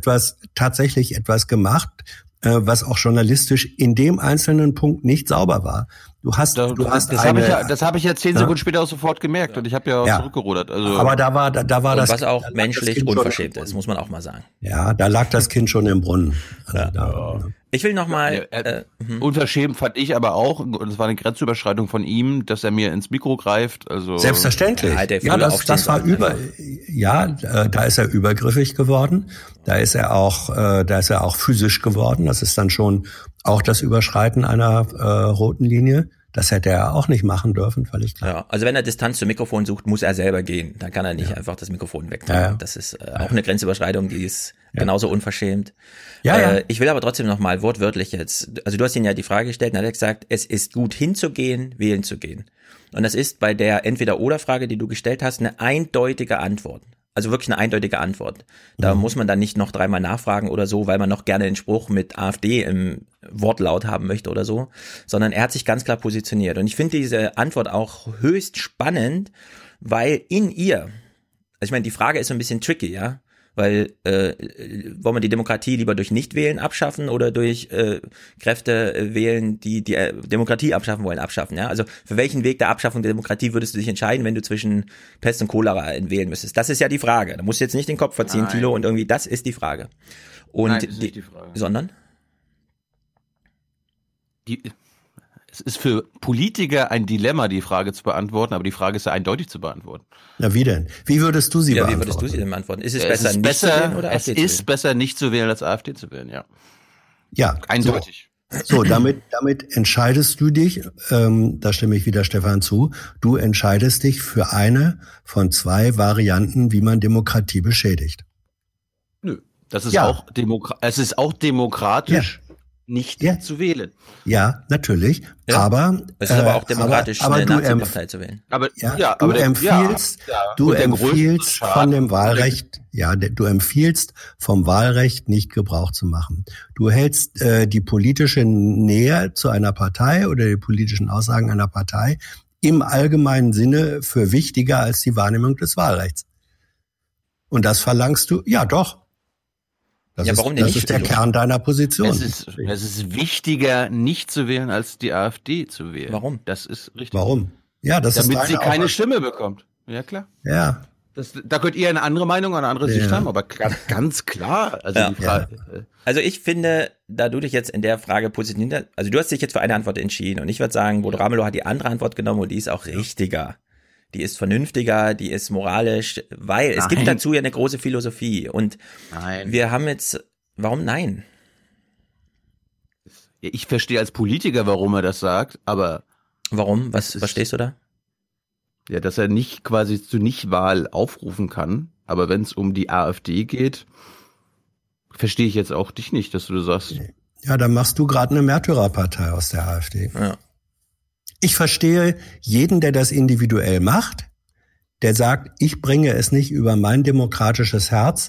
tatsächlich etwas gemacht, was auch journalistisch in dem einzelnen Punkt nicht sauber war.
Das habe ich ja 10 Sekunden später auch sofort gemerkt und ich habe ja zurückgerudert. Also
aber da war das,
was auch menschlich unverschämt ist, muss man auch mal sagen.
Ja, da lag das Kind schon im Brunnen.
Ich will nochmal...
unverschämt fand ich aber auch, und es war eine Grenzüberschreitung von ihm, dass er mir ins Mikro greift. Also
selbstverständlich. Ja, das war da ist er übergriffig geworden. Da ist er auch physisch geworden. Das ist dann schon auch das Überschreiten einer roten Linie. Das hätte er auch nicht machen dürfen, völlig klar.
Ja, also wenn er Distanz zum Mikrofon sucht, muss er selber gehen. Dann kann er nicht einfach das Mikrofon wegnehmen. Ja. Das ist auch eine Grenzüberschreitung, die ist genauso unverschämt. Ich will aber trotzdem nochmal wortwörtlich jetzt, also du hast ihn ja die Frage gestellt und er hat gesagt, es ist gut hinzugehen, wählen zu gehen. Und das ist bei der Entweder-Oder-Frage, die du gestellt hast, eine eindeutige Antwort. Also wirklich eine eindeutige Antwort. Da muss man dann nicht noch 3-mal nachfragen oder so, weil man noch gerne den Spruch mit AfD im Wortlaut haben möchte oder so, sondern er hat sich ganz klar positioniert. Und ich finde diese Antwort auch höchst spannend, weil in ihr, also ich meine, die Frage ist so ein bisschen tricky, ja, weil wollen wir die Demokratie lieber durch Nichtwählen abschaffen oder durch Kräfte wählen, die Demokratie abschaffen wollen, abschaffen, ja? Also für welchen Weg der Abschaffung der Demokratie würdest du dich entscheiden, wenn du zwischen Pest und Cholera wählen müsstest? Das ist ja die Frage. Da musst du jetzt nicht den Kopf verziehen, Thilo, und irgendwie, das ist die Frage. Und
nein, das ist nicht die Frage.
Sondern?
Es ist für Politiker ein Dilemma, die Frage zu beantworten, aber die Frage ist ja eindeutig zu beantworten.
Na, wie denn? Wie würdest du sie beantworten?
Wie würdest du sie denn beantworten? Ist es besser, nicht zu wählen oder AfD zu wählen?
Es ist besser, nicht zu wählen, als AfD zu wählen, ja.
Ja.
Eindeutig.
So, damit entscheidest du dich, da stimme ich wieder Stefan zu, du entscheidest dich für eine von 2 Varianten, wie man Demokratie beschädigt.
Nö. Das ist es ist auch demokratisch. Ja. Nicht zu wählen.
Ja, natürlich. Ja. Aber
es ist aber auch demokratisch, eine Nazi-Partei zu wählen.
Du empfiehlst von dem Wahlrecht, du empfiehlst vom Wahlrecht nicht Gebrauch zu machen. Du hältst die politische Nähe zu einer Partei oder die politischen Aussagen einer Partei im allgemeinen Sinne für wichtiger als die Wahrnehmung des Wahlrechts. Und das verlangst du, ja doch.
Warum denn nicht?
Das ist der Kern deiner Position.
Es ist wichtiger, nicht zu wählen, als die AfD zu wählen.
Warum?
Das ist richtig.
Warum? Ja,
damit sie keine Stimme bekommt. Ja, klar.
Ja.
Da könnt ihr eine andere Meinung, eine andere Sicht haben, aber ganz klar. Also die Frage.
Also ich finde, da du dich jetzt in der Frage positioniert hast, also du hast dich jetzt für eine Antwort entschieden und ich würde sagen, Bodo Ramelow hat die andere Antwort genommen und die ist auch richtiger. Die ist vernünftiger, die ist moralisch, weil es gibt dazu ja eine große Philosophie und wir haben jetzt, warum nein?
Ich verstehe als Politiker, warum er das sagt, aber...
Warum? Was verstehst du da?
Ja, dass er nicht quasi zu Nichtwahl aufrufen kann, aber wenn es um die AfD geht, verstehe ich jetzt auch dich nicht, dass du sagst...
Ja, dann machst du gerade eine Märtyrerpartei aus der AfD. Ja. Ich verstehe jeden, der das individuell macht, der sagt, ich bringe es nicht über mein demokratisches Herz,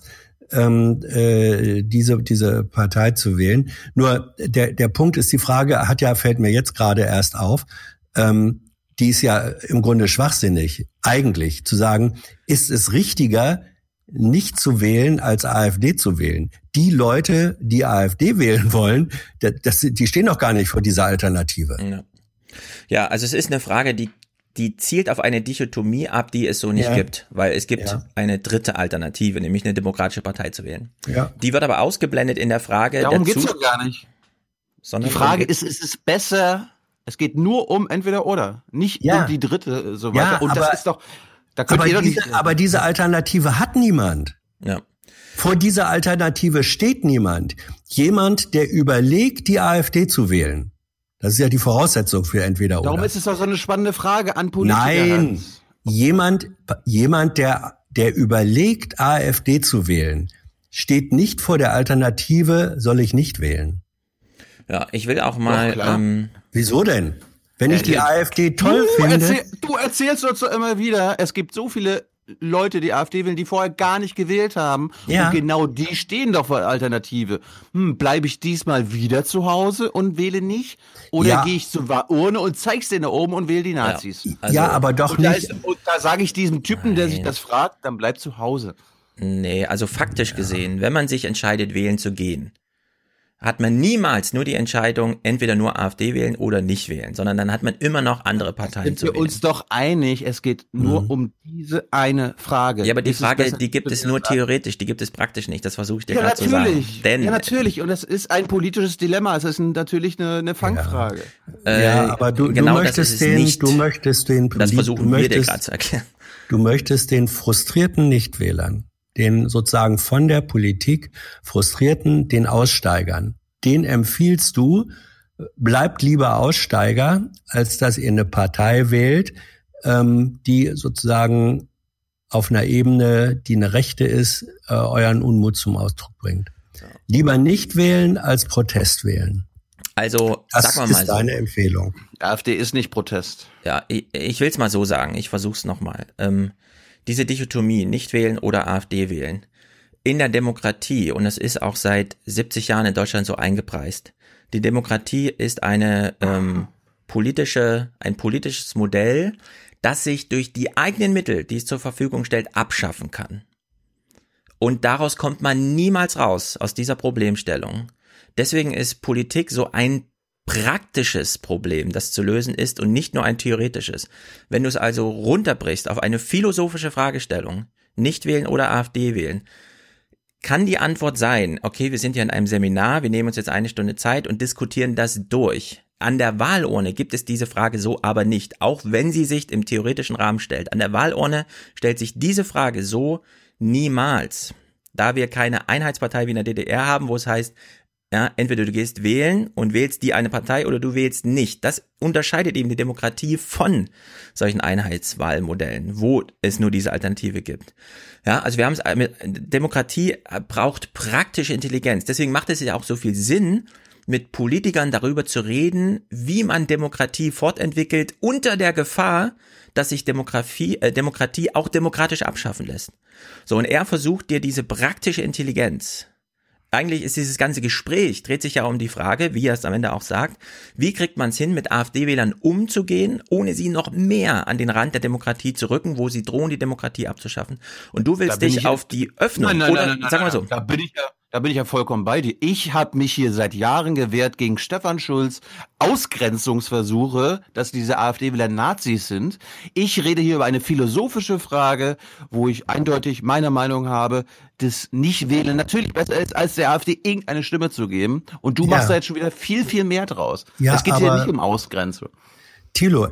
diese Partei zu wählen. Nur der Punkt ist, die Frage fällt mir jetzt gerade erst auf, die ist ja im Grunde schwachsinnig, eigentlich zu sagen, ist es richtiger, nicht zu wählen, als AfD zu wählen. Die Leute, die AfD wählen wollen, die stehen doch gar nicht vor dieser Alternative.
Ja, also es ist eine Frage, die zielt auf eine Dichotomie ab, die es so nicht gibt, weil es gibt eine dritte Alternative, nämlich eine demokratische Partei zu wählen. Ja. Die wird aber ausgeblendet in der Frage.
Darum geht's ja gar nicht. Die Frage ist es besser, es geht nur um entweder oder, nicht um die dritte, so weiter.
Ja, und das ist doch, da könnt ihr doch nicht. Aber diese Alternative hat niemand.
Ja.
Vor dieser Alternative steht niemand. Jemand, der überlegt, die AfD zu wählen. Das ist ja die Voraussetzung für entweder oder.
Darum ist es doch so eine spannende Frage an Politiker.
Nein, jemand, der überlegt, AfD zu wählen, steht nicht vor der Alternative, soll ich nicht wählen.
Ja, ich will auch mal...
Wieso denn? Wenn ich die AfD toll finde...
Du erzählst uns doch immer wieder, es gibt so viele Leute, die AfD wählen, die vorher gar nicht gewählt haben. Ja. Und genau die stehen doch vor der Alternative. Bleibe ich diesmal wieder zu Hause und wähle nicht? Oder gehe ich zur Urne und zeig's denen da oben und wähle die Nazis?
Ja, also, aber doch nicht.
Und da sage ich diesem Typen, der sich das fragt, dann bleib zu Hause.
Nee, also faktisch gesehen, wenn man sich entscheidet, wählen zu gehen, hat man niemals nur die Entscheidung, entweder nur AfD wählen oder nicht wählen, sondern dann hat man immer noch andere Parteien zu wählen.
Sind wir uns doch einig, es geht nur um diese eine Frage.
Ja, aber die Frage, die gibt es nur theoretisch, die gibt es praktisch nicht, das versuche ich dir gerade zu sagen. Denn,
ja, natürlich, und das ist ein politisches Dilemma, es ist natürlich eine Fangfrage.
Ja, aber du möchtest
das versuchen wir dir gerade zu erklären.
Du möchtest den frustrierten Nichtwählern, den sozusagen von der Politik frustrierten, den Aussteigern, den empfiehlst du, bleibt lieber Aussteiger, als dass ihr eine Partei wählt, die sozusagen auf einer Ebene, die eine rechte ist, euren Unmut zum Ausdruck bringt. Lieber nicht wählen, als Protest wählen.
Also,
das
sagen wir mal
ist deine Empfehlung.
AfD ist nicht Protest.
Ja, ich will es mal so sagen, ich versuch's nochmal. Diese Dichotomie, nicht wählen oder AfD wählen, in der Demokratie, und das ist auch seit 70 Jahren in Deutschland so eingepreist, die Demokratie ist ein politisches Modell, das sich durch die eigenen Mittel, die es zur Verfügung stellt, abschaffen kann. Und daraus kommt man niemals raus, aus dieser Problemstellung. Deswegen ist Politik so ein praktisches Problem, das zu lösen ist und nicht nur ein theoretisches. Wenn du es also runterbrichst auf eine philosophische Fragestellung, nicht wählen oder AfD wählen, kann die Antwort sein, okay, wir sind ja in einem Seminar, wir nehmen uns jetzt 1 Stunde Zeit und diskutieren das durch. An der Wahlurne gibt es diese Frage so aber nicht, auch wenn sie sich im theoretischen Rahmen stellt. An der Wahlurne stellt sich diese Frage so niemals, da wir keine Einheitspartei wie in der DDR haben, wo es heißt, ja, entweder du gehst wählen und wählst die eine Partei oder du wählst nicht. Das unterscheidet eben die Demokratie von solchen Einheitswahlmodellen, wo es nur diese Alternative gibt. Ja, also wir haben es mit Demokratie braucht praktische Intelligenz. Deswegen macht es ja auch so viel Sinn, mit Politikern darüber zu reden, wie man Demokratie fortentwickelt unter der Gefahr, dass sich Demokratie auch demokratisch abschaffen lässt. So, und er versucht dir diese praktische Intelligenz. Eigentlich ist dieses ganze Gespräch, dreht sich ja um die Frage, wie er es am Ende auch sagt, wie kriegt man es hin, mit AfD-Wählern umzugehen, ohne sie noch mehr an den Rand der Demokratie zu rücken, wo sie drohen, die Demokratie abzuschaffen. Und du willst dich auf die Öffnung,
nein,
sag mal so.
Da bin ich ja vollkommen bei dir. Ich habe mich hier seit Jahren gewehrt gegen Stefan Schulz, Ausgrenzungsversuche, dass diese AfD-Wähler Nazis sind. Ich rede hier über eine philosophische Frage, wo ich eindeutig meine Meinung habe, das Nicht-Wählen natürlich besser ist, als der AfD irgendeine Stimme zu geben. Und du machst da jetzt schon wieder viel, viel mehr draus.
Ja,
es geht hier nicht um Ausgrenzung.
Thilo,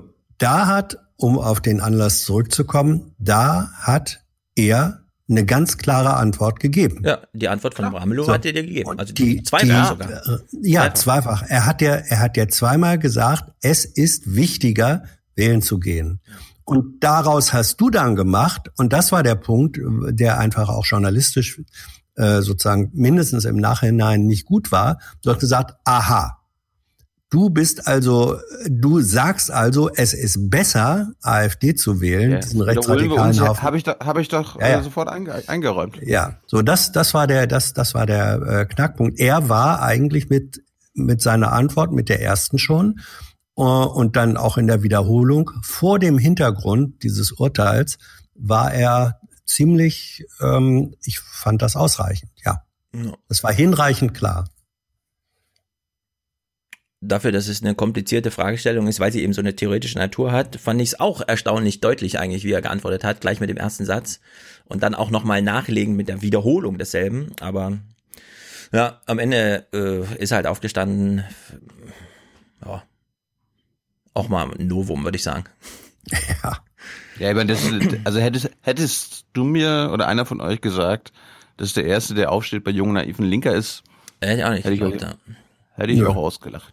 um auf den Anlass zurückzukommen, da hat er eine ganz klare Antwort gegeben.
Ja, die Antwort von Ramelow hat er dir gegeben. Also
zweifach sogar. Ja, zweifach. Er hat ja zweimal gesagt, es ist wichtiger, wählen zu gehen. Und daraus hast du dann gemacht, und das war der Punkt, der einfach auch journalistisch sozusagen mindestens im Nachhinein nicht gut war. Du hast gesagt, aha, du sagst also, es ist besser, AfD zu wählen, diesen rechtsradikalen Haufen.
Habe ich doch sofort eingeräumt.
Ja, so das war der Knackpunkt. Er war eigentlich mit seiner Antwort, mit der ersten schon, und dann auch in der Wiederholung vor dem Hintergrund dieses Urteils war er ziemlich, ich fand das ausreichend, ja. Das war hinreichend klar.
Dafür, dass es eine komplizierte Fragestellung ist, weil sie eben so eine theoretische Natur hat, fand ich es auch erstaunlich deutlich eigentlich, wie er geantwortet hat, gleich mit dem ersten Satz und dann auch nochmal nachlegen mit der Wiederholung desselben. Aber ja, am Ende ist halt aufgestanden, ja, auch mal ein Novum, würde ich sagen.
Ja, aber also hättest du mir oder einer von euch gesagt, dass der Erste, der aufsteht, bei Jungen Naiven Linker ist,
hätte ich auch nicht
hätte ich auch ausgelacht.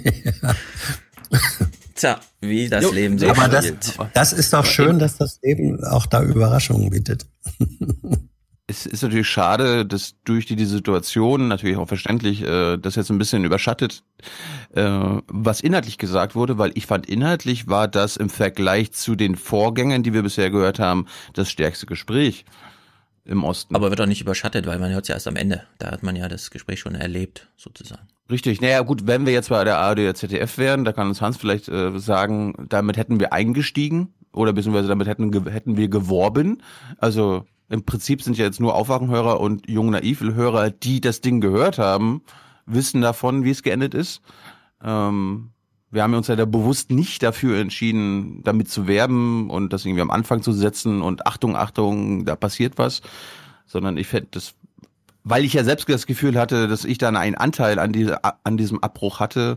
Tja, wie das Leben so spielt.
Das ist doch schön, dass das Leben auch da Überraschungen bietet.
Es ist natürlich schade, dass durch die Situation, natürlich auch verständlich, das jetzt ein bisschen überschattet, was inhaltlich gesagt wurde, weil ich fand, inhaltlich war das im Vergleich zu den Vorgängern, die wir bisher gehört haben, das stärkste Gespräch im Osten.
Aber wird doch nicht überschattet, weil man hört es ja erst am Ende. Da hat man ja das Gespräch schon erlebt, sozusagen.
Richtig. Naja, gut, wenn wir jetzt bei der ARD oder ZDF wären, da kann uns Hans vielleicht sagen, damit hätten wir eingestiegen oder beziehungsweise damit hätten wir geworben. Also im Prinzip sind ja jetzt nur Aufwachenhörer und Jung Naiv-Hörer, die das Ding gehört haben. wissen davon, wie es geendet ist. Wir haben uns ja da bewusst nicht dafür entschieden, damit zu werben und das irgendwie am Anfang zu setzen und Achtung, Achtung, da passiert was, sondern ich fände das, weil ich ja selbst das Gefühl hatte, dass ich dann einen Anteil an diesem Abbruch hatte,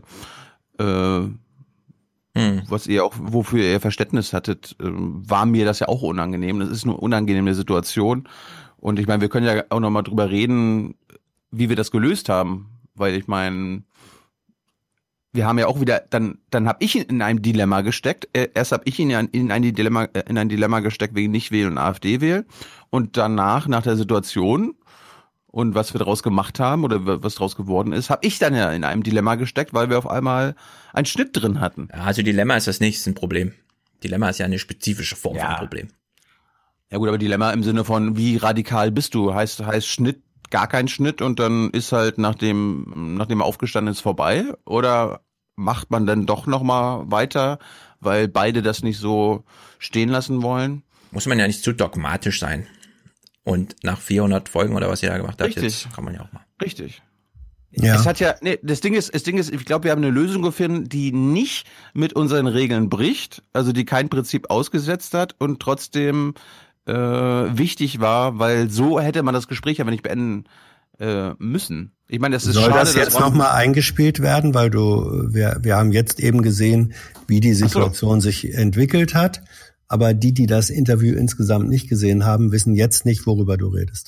was ihr auch, wofür ihr Verständnis hattet, war mir das ja auch unangenehm. Das ist eine unangenehme Situation. Und ich meine, wir können ja auch nochmal drüber reden, wie wir das gelöst haben. Weil ich meine, wir haben ja auch wieder, dann habe ich ihn in einem Dilemma gesteckt. Erst habe ich ihn ja in ein Dilemma gesteckt wegen Nicht-Wählen und AfD wählen. Und danach, nach der Situation und was wir daraus gemacht haben oder was daraus geworden ist, habe ich dann ja in einem Dilemma gesteckt, weil wir auf einmal einen Schnitt drin hatten.
Ja, also Dilemma ist das nicht, ist ein Problem. Dilemma ist ja eine spezifische Form von Problem.
Ja gut, aber Dilemma im Sinne von, wie radikal bist du? Heißt Schnitt, gar kein Schnitt und dann ist halt nachdem aufgestanden ist vorbei? Oder macht man dann doch nochmal weiter, weil beide das nicht so stehen lassen wollen?
Muss man ja nicht zu dogmatisch sein. Und nach 400 Folgen oder was ihr da gemacht habt, jetzt kann man ja auch mal.
Richtig.
Ja.
Es hat ja, nee, das Ding ist, ich glaube, wir haben eine Lösung gefunden, die nicht mit unseren Regeln bricht, also die kein Prinzip ausgesetzt hat und trotzdem wichtig war, weil so hätte man das Gespräch aber nicht beenden müssen. Ich meine, das ist
Soll
schade,
das jetzt nochmal eingespielt werden, weil wir haben jetzt eben gesehen, wie die Situation sich entwickelt hat. Aber die das Interview insgesamt nicht gesehen haben, wissen jetzt nicht, worüber du redest.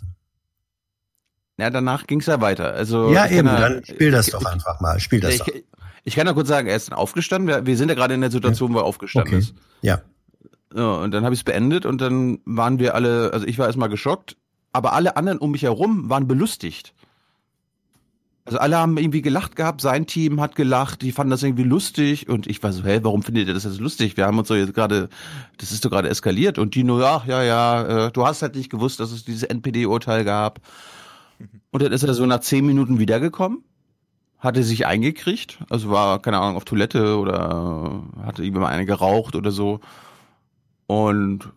Ja, danach ging's ja weiter. Also
ja, eben, dann spiel das doch einfach mal. Spiel das doch.
Ich kann ja kurz sagen, er ist dann aufgestanden. Wir sind ja gerade in der Situation, wo er aufgestanden ist.
Ja.
Und dann habe ich es beendet und dann waren wir alle, also ich war erstmal geschockt, aber alle anderen um mich herum waren belustigt. Also alle haben irgendwie gelacht gehabt, sein Team hat gelacht, die fanden das irgendwie lustig und ich war so, warum findet ihr das jetzt lustig? Wir haben uns doch jetzt gerade, das ist doch gerade eskaliert und die nur, du hast halt nicht gewusst, dass es dieses NPD-Urteil gab. Und dann ist er so nach 10 Minuten wiedergekommen, hatte sich eingekriegt, also war, keine Ahnung, auf Toilette oder hatte irgendwie mal eine geraucht oder so und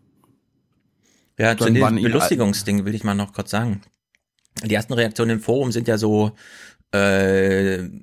ja, zu dem Belustigungsding will ich mal noch kurz sagen. Die ersten Reaktionen im Forum sind ja so, keine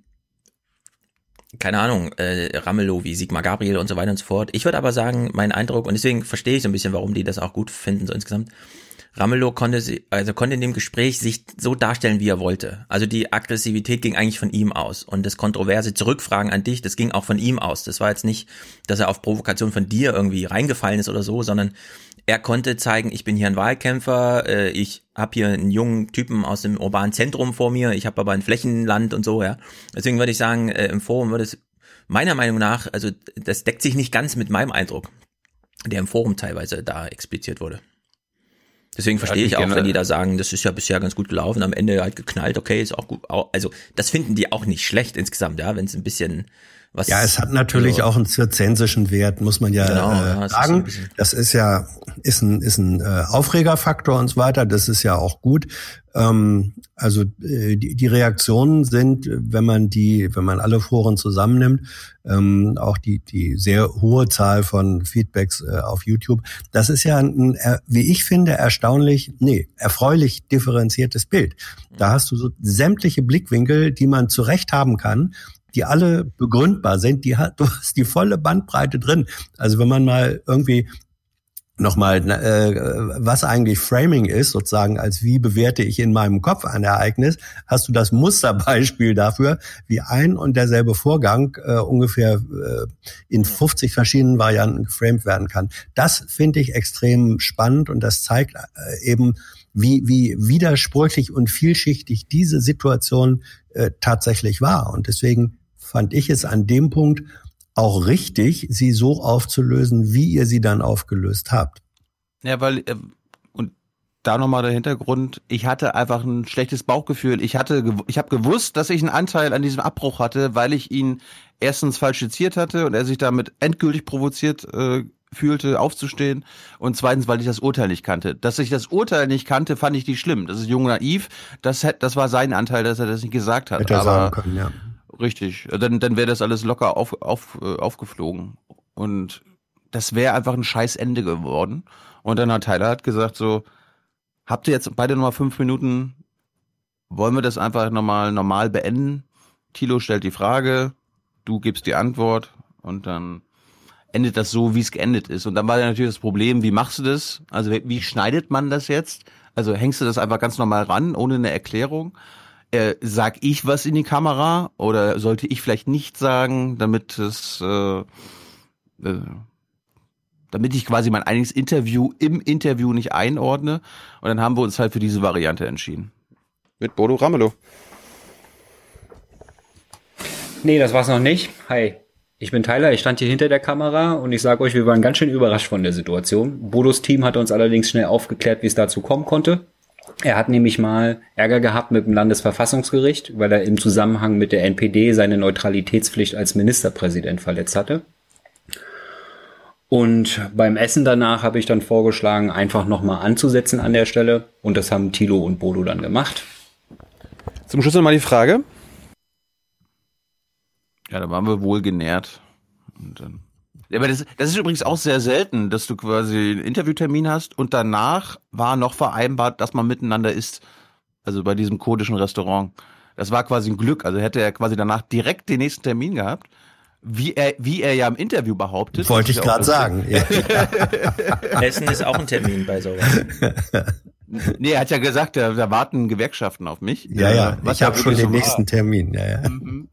Ahnung, Ramelow wie Sigmar Gabriel und so weiter und so fort. Ich würde aber sagen, mein Eindruck, und deswegen verstehe ich so ein bisschen, warum die das auch gut finden, so insgesamt. Ramelow konnte in dem Gespräch sich so darstellen, wie er wollte. Also die Aggressivität ging eigentlich von ihm aus. Und das kontroverse Zurückfragen an dich, das ging auch von ihm aus. Das war jetzt nicht, dass er auf Provokation von dir irgendwie reingefallen ist oder so, sondern er konnte zeigen, ich bin hier ein Wahlkämpfer, ich habe hier einen jungen Typen aus dem urbanen Zentrum vor mir, ich habe aber ein Flächenland und so, ja. Deswegen würde ich sagen, im Forum würde es meiner Meinung nach, also das deckt sich nicht ganz mit meinem Eindruck, der im Forum teilweise da expliziert wurde. Deswegen verstehe ich auch, wenn die da sagen, das ist ja bisher ganz gut gelaufen, am Ende halt geknallt, okay, ist auch gut. Also das finden die auch nicht schlecht insgesamt, ja, wenn es ein bisschen was.
Ja, es hat natürlich auch einen zirzensischen Wert, muss man ja sagen. Das ist ja ein Aufregerfaktor und so weiter. Das ist ja auch gut. Also die Reaktionen sind, wenn man alle Foren zusammennimmt, auch die sehr hohe Zahl von Feedbacks auf YouTube, das ist ja ein, wie ich finde, erfreulich differenziertes Bild. Da hast du so sämtliche Blickwinkel, die man zurecht haben kann, die alle begründbar sind. Du hast die volle Bandbreite drin. Also wenn man mal irgendwie nochmal, was eigentlich Framing ist, sozusagen, als wie bewerte ich in meinem Kopf ein Ereignis, hast du das Musterbeispiel dafür, wie ein und derselbe Vorgang ungefähr in 50 verschiedenen Varianten geframed werden kann. Das finde ich extrem spannend und das zeigt eben, wie widersprüchlich und vielschichtig diese Situation tatsächlich war. Und deswegen fand ich es an dem Punkt auch richtig, sie so aufzulösen, wie ihr sie dann aufgelöst habt.
Ja, weil, und da nochmal der Hintergrund, ich hatte einfach ein schlechtes Bauchgefühl. Ich habe gewusst, dass ich einen Anteil an diesem Abbruch hatte, weil ich ihn erstens falsch zitiert hatte und er sich damit endgültig provoziert fühlte, aufzustehen, und zweitens, weil ich das Urteil nicht kannte. Dass ich das Urteil nicht kannte, fand ich nicht schlimm. Das ist jung naiv, das war sein Anteil, dass er das nicht gesagt hat.
Hätte er sagen können, ja.
Richtig, dann wäre das alles locker aufgeflogen. Und das wäre einfach ein scheiß Ende geworden. Und dann hat Tyler gesagt so, habt ihr jetzt beide nochmal 5 Minuten, wollen wir das einfach nochmal normal beenden? Thilo stellt die Frage, du gibst die Antwort und dann endet das so, wie es geendet ist. Und dann war ja natürlich das Problem, wie machst du das? Also wie schneidet man das jetzt? Also hängst du das einfach ganz normal ran, ohne eine Erklärung? Sag ich was in die Kamera oder sollte ich vielleicht nicht sagen, damit ich quasi mein eigenes Interview im Interview nicht einordne? Und dann haben wir uns halt für diese Variante entschieden.
Mit Bodo Ramelow.
Nee, das war's noch nicht. Hi, ich bin Tyler, ich stand hier hinter der Kamera und ich sage euch, wir waren ganz schön überrascht von der Situation. Bodos Team hat uns allerdings schnell aufgeklärt, wie es dazu kommen konnte. Er hat nämlich mal Ärger gehabt mit dem Landesverfassungsgericht, weil er im Zusammenhang mit der NPD seine Neutralitätspflicht als Ministerpräsident verletzt hatte. Und beim Essen danach habe ich dann vorgeschlagen, einfach nochmal anzusetzen an der Stelle. Und das haben Thilo und Bodo dann gemacht.
Zum Schluss nochmal die Frage.
Ja, da waren wir wohl genährt. Und dann aber das ist übrigens auch sehr selten, dass du quasi einen Interviewtermin hast und danach war noch vereinbart, dass man miteinander isst. Also bei diesem kurdischen Restaurant. Das war quasi ein Glück. Also hätte er quasi danach direkt den nächsten Termin gehabt. Wie er ja im Interview behauptet.
Wollte ich gerade sagen. Ja.
Essen ist auch ein Termin bei sowas.
Nee, er hat ja gesagt, da warten Gewerkschaften auf mich.
Ja, ich habe schon den nächsten Termin. Ja.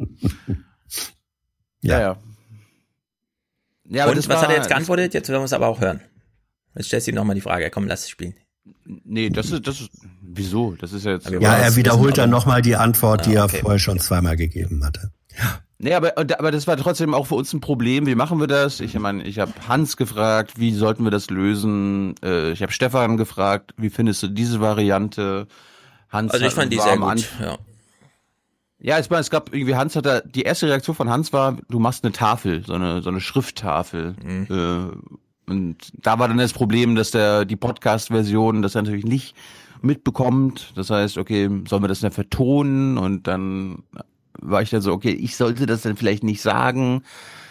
Ja. Ja, aber
und was hat er jetzt geantwortet? Jetzt werden wir es aber auch hören. Jetzt stellst du ihm nochmal die Frage. Komm, lass es spielen.
Nee, das ist, wieso? Das ist ja jetzt.
Ja, er wiederholt dann nochmal die Antwort, die er vorher schon zweimal gegeben hatte.
Nee, aber das war trotzdem auch für uns ein Problem. Wie machen wir das? Ich meine, ich habe Hans gefragt, wie sollten wir das lösen? Ich habe Stefan gefragt, wie findest du diese Variante? Hans
also ich fand die sehr gut, ja.
Ja, es gab irgendwie, die erste Reaktion von Hans war, du machst eine Tafel, so eine Schrifttafel. Und da war dann das Problem, dass die Podcast-Version das natürlich nicht mitbekommt. Das heißt, okay, sollen wir das dann vertonen? Und dann war ich dann so, okay, ich sollte das dann vielleicht nicht sagen.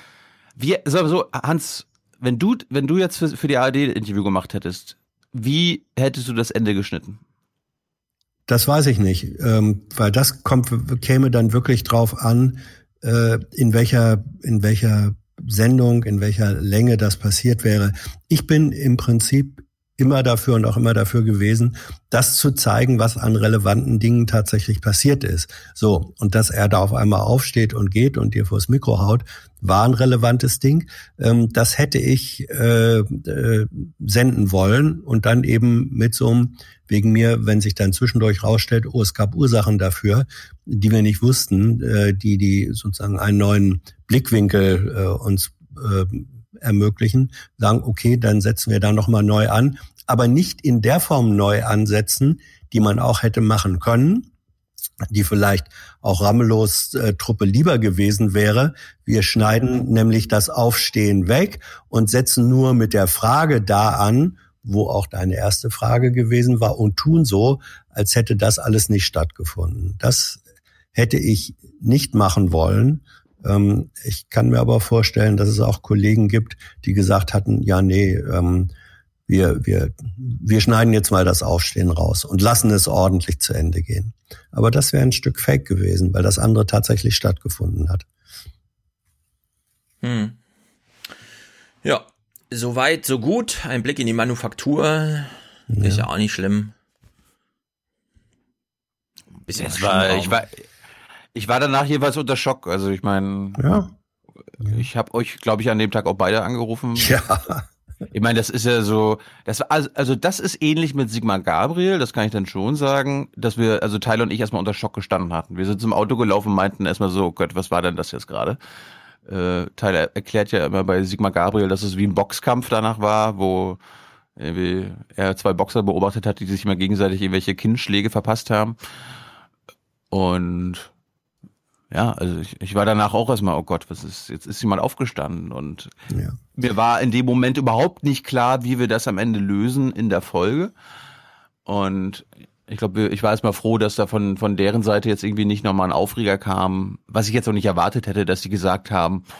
Hans, wenn du jetzt für die ARD ein Interview gemacht hättest, wie hättest du das Ende geschnitten?
Das weiß ich nicht, weil das käme dann wirklich drauf an, in welcher Sendung, in welcher Länge das passiert wäre. Ich bin im Prinzip immer dafür und auch immer dafür gewesen, das zu zeigen, was an relevanten Dingen tatsächlich passiert ist. So, und dass er da auf einmal aufsteht und geht und dir vors Mikro haut, war ein relevantes Ding. Das hätte ich senden wollen und dann eben mit so einem, wegen mir, wenn sich dann zwischendurch rausstellt, es gab Ursachen dafür, die wir nicht wussten, die sozusagen einen neuen Blickwinkel uns ermöglichen, sagen, okay, dann setzen wir da nochmal neu an, aber nicht in der Form neu ansetzen, die man auch hätte machen können, die vielleicht auch Ramelows Truppe lieber gewesen wäre. Wir schneiden nämlich das Aufstehen weg und setzen nur mit der Frage da an, wo auch deine erste Frage gewesen war, und tun so, als hätte das alles nicht stattgefunden. Das hätte ich nicht machen wollen. Ich kann mir aber vorstellen, dass es auch Kollegen gibt, die gesagt hatten, ja, nee, wir schneiden jetzt mal das Aufstehen raus und lassen es ordentlich zu Ende gehen. Aber das wäre ein Stück Fake gewesen, weil das andere tatsächlich stattgefunden hat.
Ja, soweit, so gut. Ein Blick in die Manufaktur. Ist ja auch nicht schlimm. Bisschen
Ich war danach jeweils unter Schock. Also ich meine, ich habe euch, glaube ich, an dem Tag auch beide angerufen.
Ja.
Ich meine, das ist ja so, das ist ähnlich mit Sigmar Gabriel, das kann ich dann schon sagen, dass wir, also Tyler und ich erstmal unter Schock gestanden hatten. Wir sind zum Auto gelaufen und meinten erstmal so, oh Gott, was war denn das jetzt gerade? Tyler erklärt ja immer bei Sigmar Gabriel, dass es wie ein Boxkampf danach war, wo irgendwie er zwei Boxer beobachtet hat, die sich immer gegenseitig irgendwelche Kinnschläge verpasst haben. Und ja, also ich war danach auch erstmal, oh Gott, jetzt ist jemand aufgestanden, und mir war in dem Moment überhaupt nicht klar, wie wir das am Ende lösen in der Folge. Und ich glaube, ich war erstmal froh, dass da von deren Seite jetzt irgendwie nicht nochmal ein Aufreger kam, was ich jetzt auch nicht erwartet hätte, dass die gesagt haben,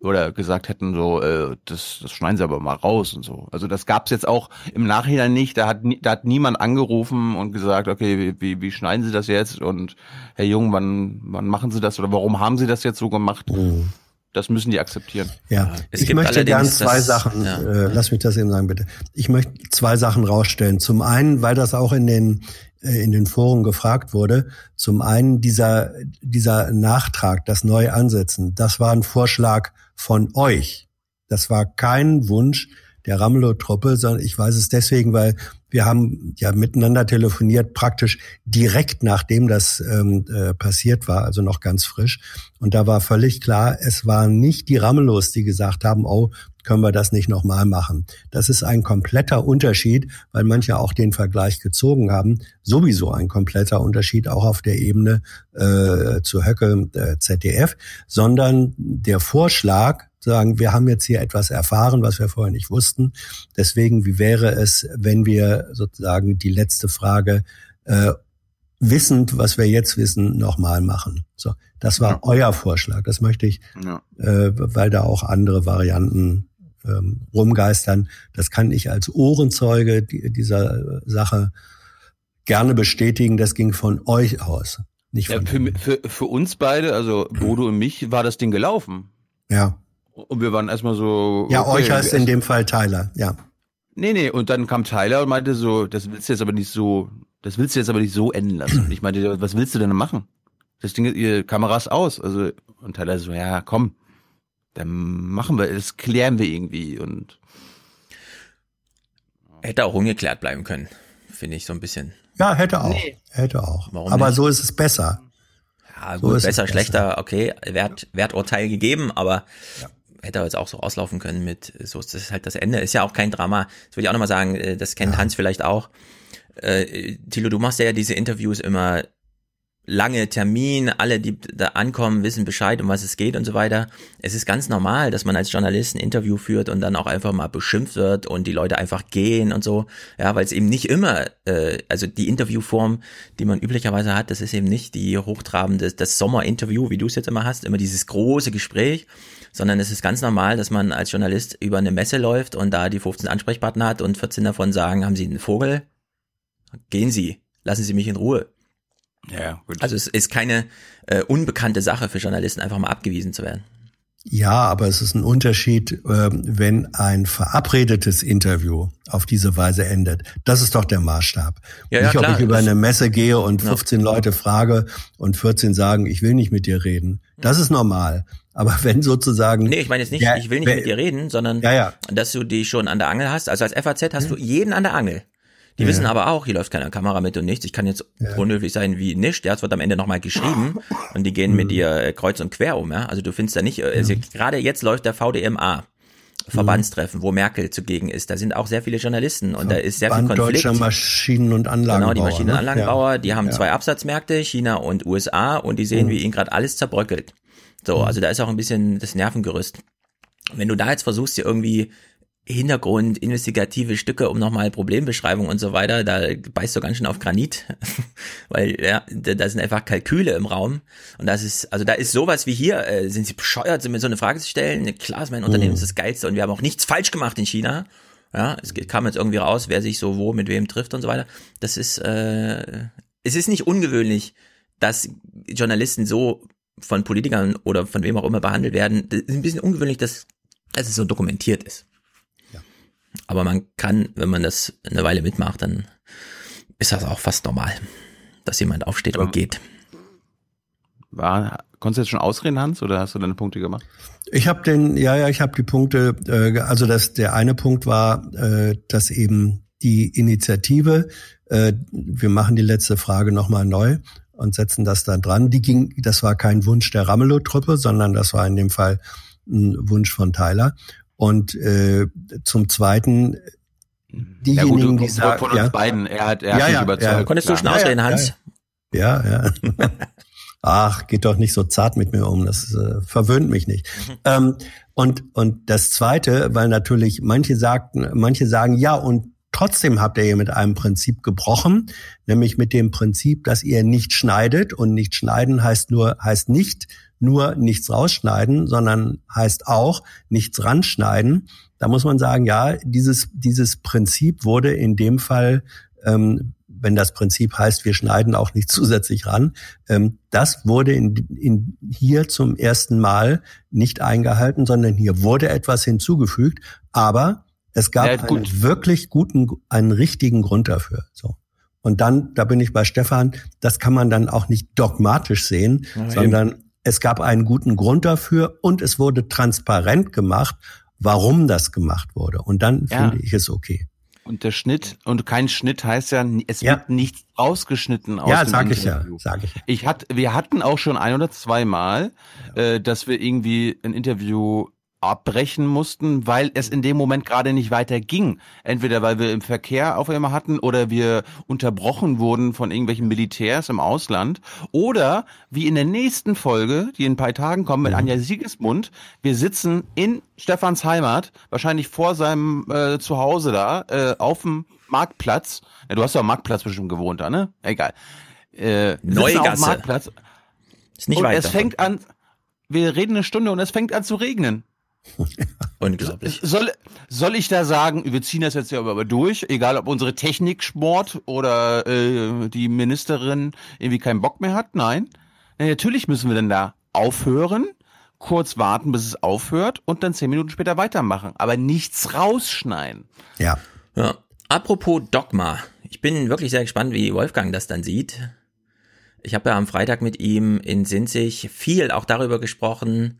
oder gesagt hätten, so, das schneiden sie aber mal raus und so. Also das gab's jetzt auch im Nachhinein nicht. Da hat niemand angerufen und gesagt, okay, wie schneiden Sie das jetzt? Und Herr Jung, wann machen Sie das oder warum haben Sie das jetzt so gemacht? Das müssen die akzeptieren.
Ja, ich möchte gern zwei Sachen, lass mich das eben sagen, bitte. Ich möchte zwei Sachen rausstellen. Zum einen, weil das auch in den Foren gefragt wurde, zum einen dieser Nachtrag, das neue Ansetzen, das war ein Vorschlag von euch. Das war kein Wunsch der Ramelow-Truppe, sondern ich weiß es deswegen, weil wir haben ja miteinander telefoniert, praktisch direkt nachdem das passiert war, also noch ganz frisch. Und da war völlig klar, es waren nicht die Ramelows, die gesagt haben, oh, können wir das nicht nochmal machen. Das ist ein kompletter Unterschied, weil manche auch den Vergleich gezogen haben. Sowieso ein kompletter Unterschied auch auf der Ebene zu Höcke ZDF, sondern der Vorschlag, sagen, wir haben jetzt hier etwas erfahren, was wir vorher nicht wussten. Deswegen, wie wäre es, wenn wir sozusagen die letzte Frage wissend, was wir jetzt wissen, nochmal machen? So, das war euer Vorschlag. Das möchte ich, weil da auch andere Varianten rumgeistern. Das kann ich als Ohrenzeuge dieser Sache gerne bestätigen. Das ging von euch aus, nicht von
für uns beide, also Bodo und mich, war das Ding gelaufen.
Ja.
Und wir waren erstmal so...
Ja, okay, euch heißt in dem Fall Tyler, ja.
Nee, und dann kam Tyler und meinte so, das willst du jetzt aber nicht so enden lassen. Und ich meinte, was willst du denn machen? Das Ding, ihr Kameras aus. Also, und Tyler so, ja, komm, dann machen wir, das klären wir irgendwie und...
Hätte auch ungeklärt bleiben können, finde ich so ein bisschen.
Ja, hätte auch.
Warum
aber
nicht?
So ist es besser.
Ja, gut, so besser, schlechter, okay, Werturteil gegeben, aber hätte er jetzt auch so auslaufen können mit, so ist das halt das Ende, ist ja auch kein Drama. Das würde ich auch nochmal sagen, das kennt Hans vielleicht auch. Thilo, du machst ja diese Interviews immer lange Termin, alle, die da ankommen, wissen Bescheid, um was es geht und so weiter. Es ist ganz normal, dass man als Journalist ein Interview führt und dann auch einfach mal beschimpft wird und die Leute einfach gehen und so. Ja, weil es eben nicht immer, also die Interviewform, die man üblicherweise hat, das ist eben nicht die hochtrabende, das Sommerinterview, wie du es jetzt immer hast, immer dieses große Gespräch, sondern es ist ganz normal, dass man als Journalist über eine Messe läuft und da die 15 Ansprechpartner hat und 14 davon sagen, haben Sie einen Vogel? Gehen Sie, lassen Sie mich in Ruhe.
Ja, gut.
Also es ist keine unbekannte Sache für Journalisten, einfach mal abgewiesen zu werden.
Ja, aber es ist ein Unterschied, wenn ein verabredetes Interview auf diese Weise endet. Das ist doch der Maßstab.
Ja,
nicht,
klar,
ob ich über eine Messe gehe und 15 Leute frage und 14 sagen, ich will nicht mit dir reden. Das ist normal. Aber wenn sozusagen...
Nee, ich meine jetzt nicht, ich will nicht mit dir reden, sondern dass du die schon an der Angel hast. Also als FAZ hast du jeden an der Angel. Die wissen aber auch, hier läuft keine Kamera mit und nichts. Ich kann jetzt unhöflich sein wie nicht. Ja, es wird am Ende nochmal geschrieben und die gehen mit dir kreuz und quer um. Ja, also du findest da nicht. Also gerade jetzt läuft der VDMA Verbandstreffen, wo Merkel zugegen ist. Da sind auch sehr viele Journalisten und da ist sehr viel Konflikt.
Deutscher Maschinen- und Anlagenbauer.
Genau, die Maschinen- und Anlagenbauer, die haben zwei Absatzmärkte, China und USA, und die sehen, wie ihnen gerade alles zerbröckelt. So, also da ist auch ein bisschen das Nervengerüst. Wenn du da jetzt versuchst, dir irgendwie Hintergrund, investigative Stücke, um nochmal Problembeschreibung und so weiter, da beißt du ganz schön auf Granit, weil da sind einfach Kalküle im Raum und da ist sowas wie hier, sind sie bescheuert, mir so eine Frage zu stellen? Klar ist mein Unternehmen ist das Geilste und wir haben auch nichts falsch gemacht in China. Ja, es kam jetzt irgendwie raus, wer sich so wo mit wem trifft und so weiter. Das ist, es ist nicht ungewöhnlich, dass Journalisten so von Politikern oder von wem auch immer behandelt werden. Das ist ein bisschen ungewöhnlich, dass es so dokumentiert ist. Aber man kann, wenn man das eine Weile mitmacht, dann ist das auch fast normal, dass jemand aufsteht und geht.
Konntest du jetzt schon ausreden, Hans, oder hast du deine Punkte gemacht?
Ich habe die Punkte, also der eine Punkt war, dass eben die Initiative, wir machen die letzte Frage nochmal neu und setzen das dann dran, das war kein Wunsch der Ramelow-Truppe, sondern das war in dem Fall ein Wunsch von Tyler. Und zum Zweiten, diejenigen, die sagen...
Von uns beiden, er hat mich überzeugt.
Ja. Konntest du schon ausreden, Hans?
Ja. Ach, geht doch nicht so zart mit mir um, das verwöhnt mich nicht. Und das Zweite, weil natürlich manche sagen, ja, und Trotzdem habt ihr hier mit einem Prinzip gebrochen, nämlich mit dem Prinzip, dass ihr nicht schneidet. Und nicht schneiden heißt nicht nur nichts rausschneiden, sondern heißt auch nichts ranschneiden. Da muss man sagen, ja, dieses Prinzip wurde in dem Fall, wenn das Prinzip heißt, wir schneiden auch nicht zusätzlich ran, das wurde hier zum ersten Mal nicht eingehalten, sondern hier wurde etwas hinzugefügt, aber es gab einen richtigen Grund dafür. So. Und dann, da bin ich bei Stefan, das kann man dann auch nicht dogmatisch sehen, sondern es gab einen guten Grund dafür und es wurde transparent gemacht, warum das gemacht wurde. Und dann finde ich es okay.
Und der Schnitt, und kein Schnitt heißt ja, es wird nichts rausgeschnitten aus dem Interview.
Sag ich.
Wir hatten auch schon 1 oder 2 Mal, dass wir irgendwie ein Interview abbrechen mussten, weil es in dem Moment gerade nicht weiter ging. Entweder weil wir im Verkehr auf einmal hatten oder wir unterbrochen wurden von irgendwelchen Militärs im Ausland oder wie in der nächsten Folge, die in ein paar Tagen kommt mit Anja Siegesmund, wir sitzen in Stefans Heimat, wahrscheinlich vor seinem Zuhause da, auf dem Marktplatz. Ja, du hast ja am Marktplatz bestimmt gewohnt da, ne? Egal.
Neugasse.
Marktplatz.
Ist nicht
und
weit
es
davon.
fängt an, wir reden eine Stunde und es fängt an zu regnen.
Unglaublich.
Soll ich da sagen, wir ziehen das jetzt ja aber durch, egal ob unsere Technik schmort oder die Ministerin irgendwie keinen Bock mehr hat? Nein. Natürlich müssen wir dann da aufhören, kurz warten, bis es aufhört und dann 10 Minuten später weitermachen, aber nichts rausschneiden.
Ja.
Apropos Dogma. Ich bin wirklich sehr gespannt, wie Wolfgang das dann sieht. Ich habe ja am Freitag mit ihm in Sinzig viel auch darüber gesprochen,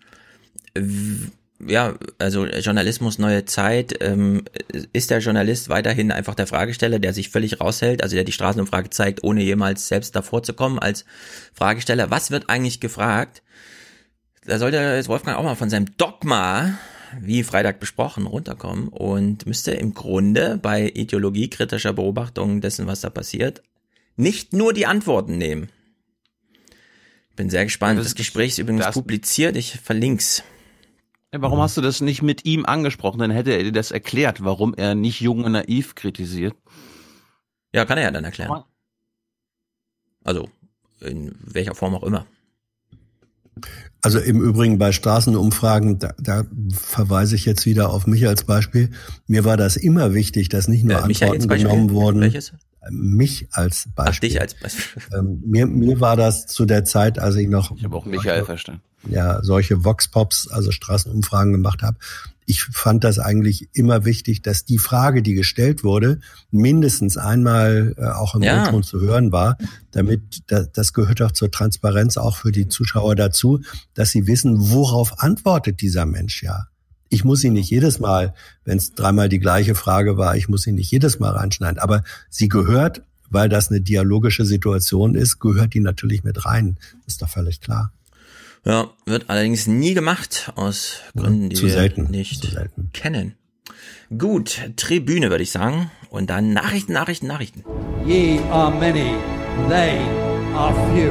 also Journalismus, neue Zeit, ist der Journalist weiterhin einfach der Fragesteller, der sich völlig raushält, also der die Straßenumfrage zeigt, ohne jemals selbst davor zu kommen als Fragesteller. Was wird eigentlich gefragt? Da sollte jetzt Wolfgang auch mal von seinem Dogma, wie Freitag besprochen, runterkommen und müsste im Grunde bei ideologiekritischer Beobachtung dessen, was da passiert, nicht nur die Antworten nehmen. Ich bin sehr gespannt. Das Gespräch ist übrigens publiziert, ich verlink's.
Warum hast du das nicht mit ihm angesprochen? Dann hätte er dir das erklärt, warum er nicht Jung und Naiv kritisiert.
Ja, kann er ja dann erklären. Also, in welcher Form auch immer.
Also im Übrigen bei Straßenumfragen, da verweise ich jetzt wieder auf mich als Beispiel. Mir war das immer wichtig, dass nicht nur Antworten genommen wurden.
Welches?
Mich als Beispiel.
Ach, dich als Beispiel.
Mir war das zu der Zeit, als ich noch...
Ich habe auch Michael verstanden.
Ja, solche Vox-Pops, also Straßenumfragen gemacht habe. Ich fand das eigentlich immer wichtig, dass die Frage, die gestellt wurde, mindestens einmal auch im O-Ton zu hören war, damit, das gehört auch zur Transparenz auch für die Zuschauer dazu, dass sie wissen, worauf antwortet dieser Mensch ja. Ich muss ihn nicht jedes Mal, wenn es 3-mal die gleiche Frage war, ich muss ihn nicht jedes Mal reinschneiden, aber sie gehört, weil das eine dialogische Situation ist, gehört die natürlich mit rein. Ist doch völlig klar.
Ja, wird allerdings nie gemacht, aus Gründen, die wir nicht kennen. Gut, Tribüne würde ich sagen. Und dann Nachrichten.
Ye are many, they are few.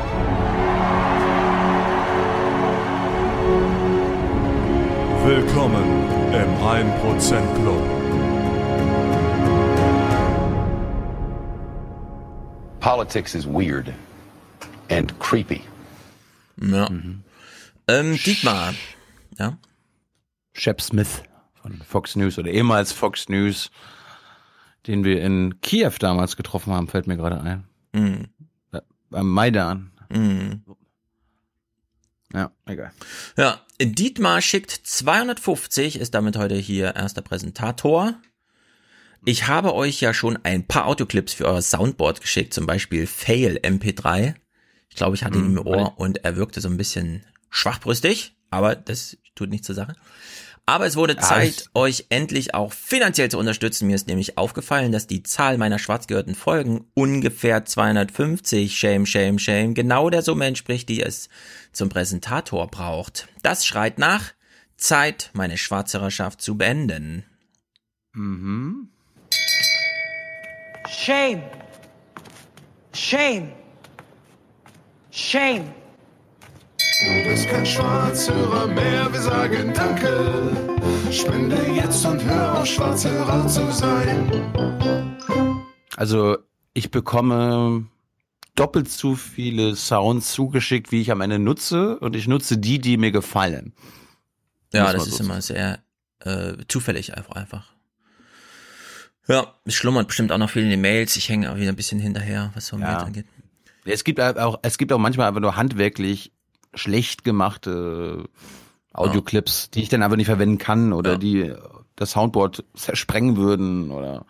Willkommen im 1% Club.
Politics is weird and creepy.
Ja. Dietmar. Ja.
Shep Smith von Fox News oder ehemals Fox News, den wir in Kiew damals getroffen haben, fällt mir gerade ein.
Mhm.
Beim Maidan.
Mhm.
Ja, egal.
Ja, Dietmar schickt 250, ist damit heute hier erster Präsentator. Ich habe euch ja schon ein paar Autoclips für euer Soundboard geschickt, zum Beispiel Fail MP3. Ich glaube, ich hatte ihn im Ohr und er wirkte so ein bisschen schwachbrüstig, aber das tut nichts zur Sache. Aber es wurde Zeit, euch endlich auch finanziell zu unterstützen. Mir ist nämlich aufgefallen, dass die Zahl meiner schwarz gehörten Folgen ungefähr 250, shame, genau der Summe entspricht, die es zum Präsentator braucht. Das schreit nach Zeit, meine Schwarzhörerschaft zu beenden.
Mhm.
Shame. Shame. Shame.
Du bist kein Schwarzhörer mehr, wir sagen Danke. Spende jetzt und hör auf, Schwarzhörer zu sein.
Also ich bekomme doppelt so viele Sounds zugeschickt, wie ich am Ende nutze, und ich nutze die mir gefallen.
Ja, das ist immer sehr zufällig einfach. Ja, es schlummert bestimmt auch noch viel in den Mails. Ich hänge auch wieder ein bisschen hinterher, was so Mails angeht.
Es gibt auch manchmal einfach nur handwerklich schlecht gemachte Audioclips, die ich dann aber nicht verwenden kann oder die das Soundboard zersprengen würden oder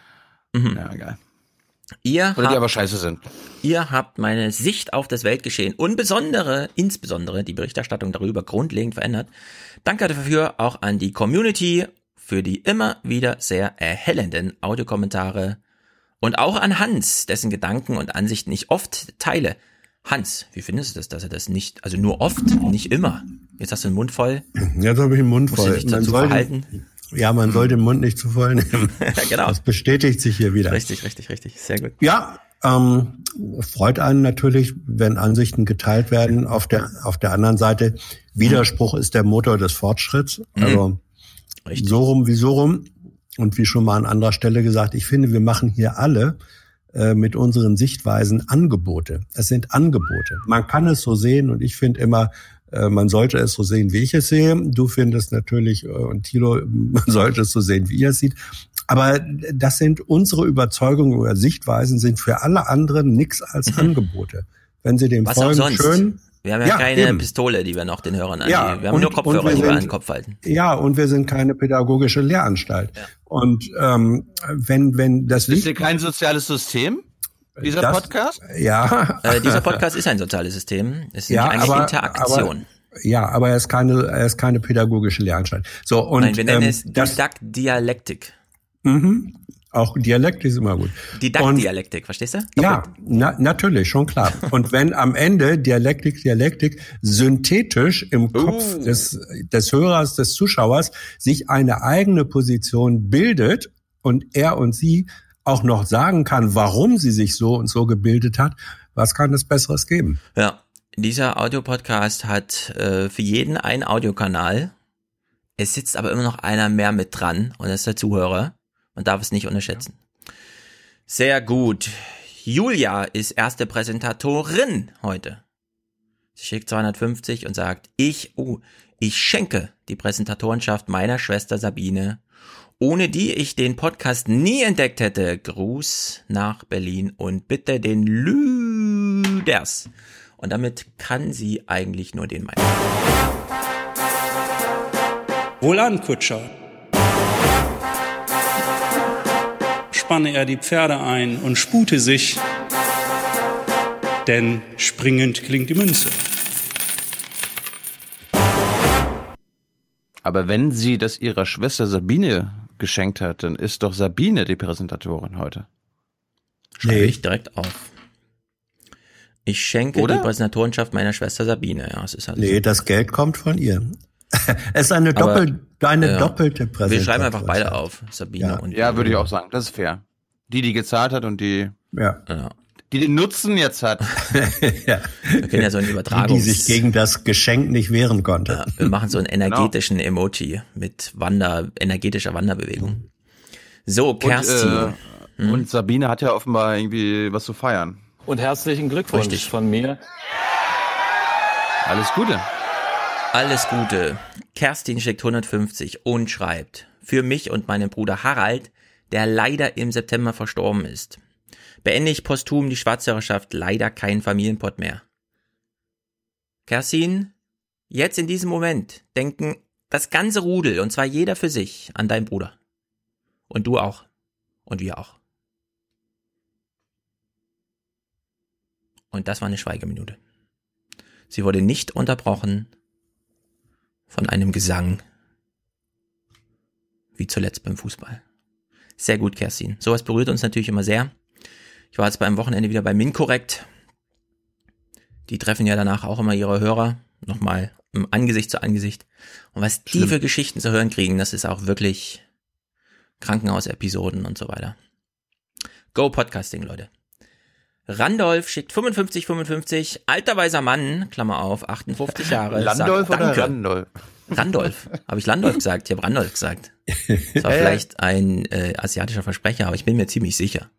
ja, egal. Die aber scheiße sind.
Ihr habt meine Sicht auf das Weltgeschehen und insbesondere die Berichterstattung darüber grundlegend verändert. Danke dafür auch an die Community für die immer wieder sehr erhellenden Audiokommentare und auch an Hans, dessen Gedanken und Ansichten ich oft teile. Hans, wie findest du das, dass er das nicht, also nur oft, nicht immer? Jetzt hast du den Mund voll.
Jetzt habe ich den Mund voll.
Musst du dich dazu verhalten?
Ja, man soll den Mund nicht zu voll nehmen.
Genau.
Das bestätigt sich hier wieder.
Richtig. Sehr gut.
Ja, freut einen natürlich, wenn Ansichten geteilt werden. Auf der anderen Seite, Widerspruch ist der Motor des Fortschritts. Also so rum wie so rum. Und wie schon mal an anderer Stelle gesagt, ich finde, wir machen hier alle mit unseren Sichtweisen Angebote. Es sind Angebote. Man kann es so sehen und ich finde immer, man sollte es so sehen, wie ich es sehe. Du findest natürlich, und Thilo, man sollte es so sehen, wie ihr es sieht. Aber das sind unsere Überzeugungen oder Sichtweisen, sind für alle anderen nichts als Angebote. Wenn sie dem
was
folgen,
auch sonst.
schön.
Wir haben ja keine Pistole, die wir noch den Hörern angeben. Wir haben nur Kopfhörer, die wir an den Kopf halten.
Ja, und wir sind keine pädagogische Lehranstalt. Ja. Und wenn das
ist hier kein soziales System? Dieser Podcast?
Ja.
Dieser Podcast ist ein soziales System. Es ist eine Interaktion.
Aber er ist keine pädagogische Lehranstalt. So, und
nein, wir nennen es Dialektik.
Auch Dialektik ist immer gut.
Dialektik, verstehst du?
Ja, natürlich, schon klar. Und wenn am Ende Dialektik synthetisch im Kopf des Hörers, des Zuschauers sich eine eigene Position bildet und er und sie auch noch sagen kann, warum sie sich so und so gebildet hat, was kann es Besseres geben?
Ja, dieser Audiopodcast hat für jeden einen Audiokanal. Es sitzt aber immer noch einer mehr mit dran und das ist der Zuhörer. Man darf es nicht unterschätzen. Sehr gut. Julia ist erste Präsentatorin heute. Sie schickt 250 und sagt, ich schenke die Präsentatorenschaft meiner Schwester Sabine, ohne die ich den Podcast nie entdeckt hätte. Gruß nach Berlin und bitte den Lüders. Und damit kann sie eigentlich nur den meinen.
Wohlan, Kutscher. Spanne er die Pferde ein und spute sich, denn springend klingt die Münze.
Aber wenn sie das ihrer Schwester Sabine geschenkt hat, dann ist doch Sabine die Präsentatorin heute.
Schreibe ich direkt auf. Ich schenke die Präsentatorenschaft meiner Schwester Sabine. Ja, es ist halt so.
Das Geld kommt von ihr. Es ist eine doppelte Präsentation.
Wir schreiben einfach beide auf, Sabine und...
Ja, würde ich auch sagen, das ist fair. Die gezahlt hat und die den Nutzen jetzt hat.
Wir können ja so einen
die sich gegen das Geschenk nicht wehren konnte.
Ja, wir machen so einen energetischen Emoji mit energetischer Wanderbewegung. So, Kerstin.
Und Sabine hat ja offenbar irgendwie was zu feiern.
Und herzlichen Glückwunsch von mir.
Alles Gute.
Alles Gute. Kerstin schickt 150 und schreibt, für mich und meinen Bruder Harald, der leider im September verstorben ist, beende ich posthum die Schwarzhörerschaft, leider kein Familienpod mehr. Kerstin, jetzt in diesem Moment denken das ganze Rudel, und zwar jeder für sich, an deinen Bruder. Und du auch. Und wir auch. Und das war eine Schweigeminute. Sie wurde nicht unterbrochen von einem Gesang, wie zuletzt beim Fußball. Sehr gut, Kerstin. Sowas berührt uns natürlich immer sehr. Ich war jetzt beim Wochenende wieder bei Minkorrekt. Die treffen ja danach auch immer ihre Hörer, nochmal im Angesicht zu Angesicht. Und was die für Geschichten zu hören kriegen, das ist auch wirklich Krankenhausepisoden und so weiter. Go Podcasting, Leute. Randolph schickt 55, alter weiser Mann, Klammer auf, 58 Jahre.
Landolf oder Randolph?
Randolph. Habe ich Landolf gesagt? Ich habe Randolph gesagt. Das war vielleicht ein asiatischer Versprecher, aber ich bin mir ziemlich sicher.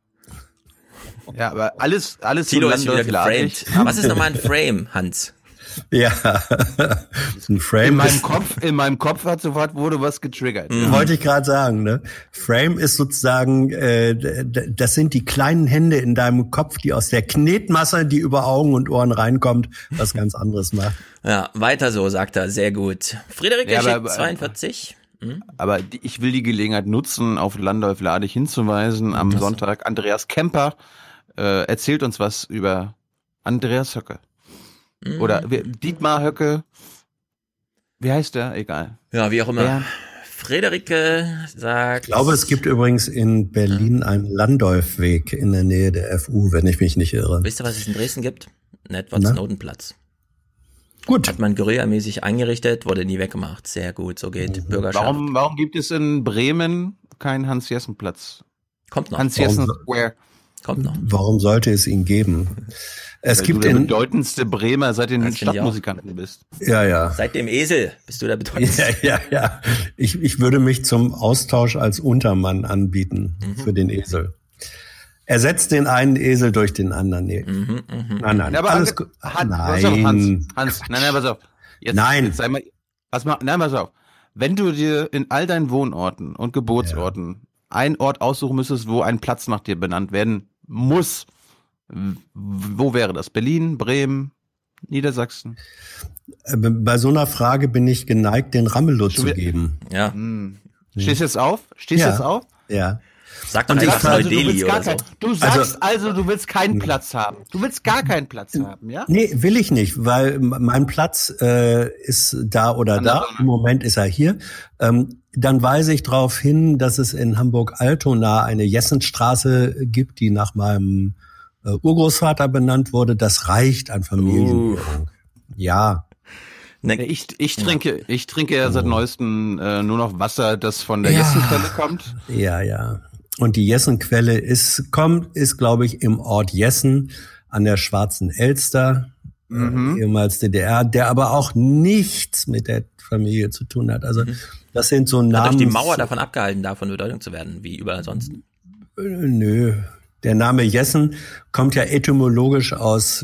Ja, aber alles
Tilo ist wieder geframed. Was ist nochmal ein Frame, Hans?
Ja, ein Frame.
In meinem Kopf wurde was getriggert.
Wollte ich gerade sagen, ne? Frame ist sozusagen, das sind die kleinen Hände in deinem Kopf, die aus der Knetmasse, die über Augen und Ohren reinkommt, was ganz anderes macht.
Ja, weiter so, sagt er, sehr gut. Friederike schickt 42.
Aber ich will die Gelegenheit nutzen, auf Landolf Ladig hinzuweisen. Am Sonntag Andreas Kemper erzählt uns was über Andreas Höcke. Oder Dietmar Höcke. Wie heißt der? Egal.
Ja, wie auch immer. Ja. Friederike sagt...
Ich glaube, es gibt übrigens in Berlin einen Landolfweg in der Nähe der FU, wenn ich mich nicht irre.
Wisst ihr, was es in Dresden gibt? Ein Edward-Snowden-Platz.
Gut.
Hat man guerillamäßig eingerichtet, wurde nie weggemacht. Sehr gut, so geht Bürgerschaft.
Warum gibt es in Bremen keinen Hans-Jessen-Platz?
Kommt noch.
Hans-Jessen Square.
Kommt noch.
Warum sollte es ihn geben? Es gibt
der bedeutendste Bremer, seit du Stadtmusikanten bist.
Ja.
Seit dem Esel bist du der bedeutendste.
Ja. Ich würde mich zum Austausch als Untermann anbieten für den Esel. Ersetzt den einen Esel durch den anderen. Nee. Nein.
Aber
alles
nein. Hans, pass auf.
Nein.
Pass auf. Wenn du dir in all deinen Wohnorten und Geburtsorten einen Ort aussuchen müsstest, wo ein Platz nach dir benannt werden muss, wo wäre das? Berlin, Bremen, Niedersachsen?
Bei so einer Frage bin ich geneigt, den Ramelow zu geben.
Ja.
Stehst du jetzt auf? Jetzt auf?
Ja.
Sag doch einfach Neu-Delhi oder so.
Du sagst also, du willst keinen Platz haben. Du willst gar keinen Platz haben, ja?
Nee, will ich nicht, weil mein Platz ist da oder da. Im Moment ist er hier. Dann weise ich darauf hin, dass es in Hamburg-Altona eine Jessenstraße gibt, die nach meinem Urgroßvater benannt wurde. Das reicht an Familienführung. Ja.
Ich trinke ja seit neuestem nur noch Wasser, das von der Jessenquelle kommt.
Ja. Und die Jessenquelle ist, glaube ich, im Ort Jessen an der Schwarzen Elster, ehemals DDR, der aber auch nichts mit der Familie zu tun hat. Also das sind so Namen.
Hat euch die Mauer davon abgehalten, davon Bedeutung zu werden, wie überall sonst?
Nö. Der Name Jessen kommt ja etymologisch aus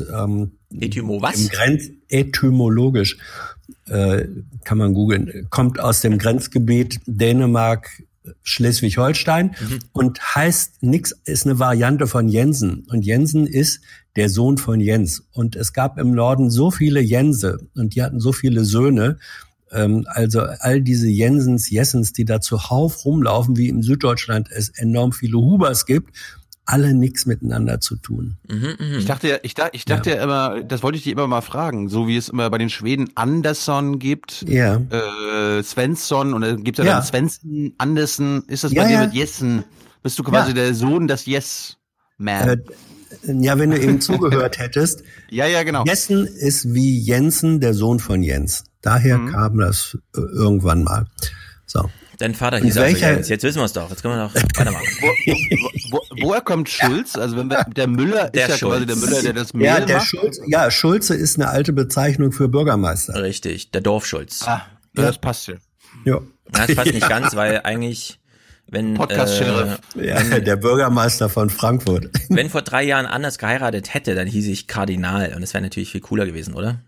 etymologisch kann man googeln, kommt aus dem Grenzgebiet Dänemark, Schleswig-Holstein und heißt nix, ist eine Variante von Jensen. Und Jensen ist der Sohn von Jens. Und es gab im Norden so viele Jense und die hatten so viele Söhne. Also all diese Jessens, die da zuhauf rumlaufen, wie in Süddeutschland es enorm viele Hubers gibt, alle nichts miteinander zu tun.
Ich dachte ja immer, das wollte ich dich immer mal fragen, so wie es immer bei den Schweden Andersson gibt, Svensson und dann gibt es dann Svensson, Andersen. Ist das bei dir mit Jessen? Bist du quasi der Sohn des Yes-Man?
Ja, wenn du eben zugehört hättest.
Ja, genau.
Jessen ist wie Jensen, der Sohn von Jens. Daher kam das irgendwann mal. So.
Dein Vater hieß also Jens. Jetzt wissen wir es doch. Jetzt können wir noch weitermachen.
Woher kommt Schulz? Also wenn der Müller ist ja quasi der Müller, der das Mehl macht.
Schulze ist eine alte Bezeichnung für Bürgermeister.
Richtig, der Dorfschulz.
Das passt ja.
Ja.
Das passt nicht ganz, weil eigentlich, wenn
Podcast-Sheriff.
Der Bürgermeister von Frankfurt.
Wenn vor 3 Jahren anders geheiratet hätte, dann hieß ich Kardinal und das wäre natürlich viel cooler gewesen, oder?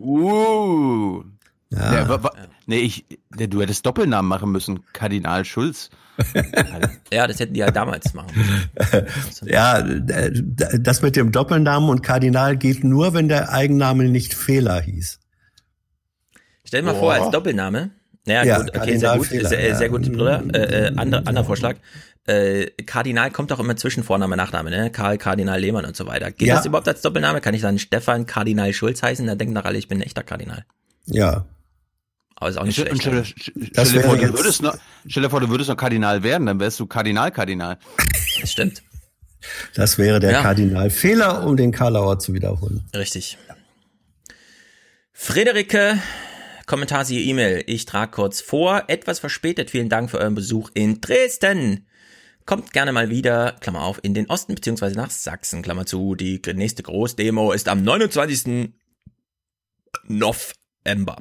Ja.
Du hättest Doppelnamen machen müssen. Kardinal Schulz.
Ja, das hätten die ja damals machen müssen.
Ja, das mit dem Doppelnamen und Kardinal geht nur, wenn der Eigenname nicht Fehler hieß.
Stell dir mal vor, als Doppelname. Ja, gut, okay, sehr gut.
Fehler,
sehr gut, Bruder. Anderer Vorschlag. Kardinal kommt auch immer zwischen Vorname, Nachname, ne? Karl Kardinal Lehmann und so weiter. Geht das überhaupt als Doppelname? Kann ich dann Stefan Kardinal Schulz heißen? Da denken doch alle, ich bin ein echter Kardinal.
Ja.
Aber ist auch nicht schlecht.
Stell dir vor, du würdest noch Kardinal werden, dann wärst du Kardinal.
Das stimmt.
Das wäre der Kardinalfehler, um den Karlauer zu wiederholen.
Richtig. Friederike, Kommentar siehe E-Mail. Ich trage kurz vor. Etwas verspätet. Vielen Dank für euren Besuch in Dresden. Kommt gerne mal wieder, Klammer auf, in den Osten beziehungsweise nach Sachsen, Klammer zu. Die nächste Großdemo ist am 29. November.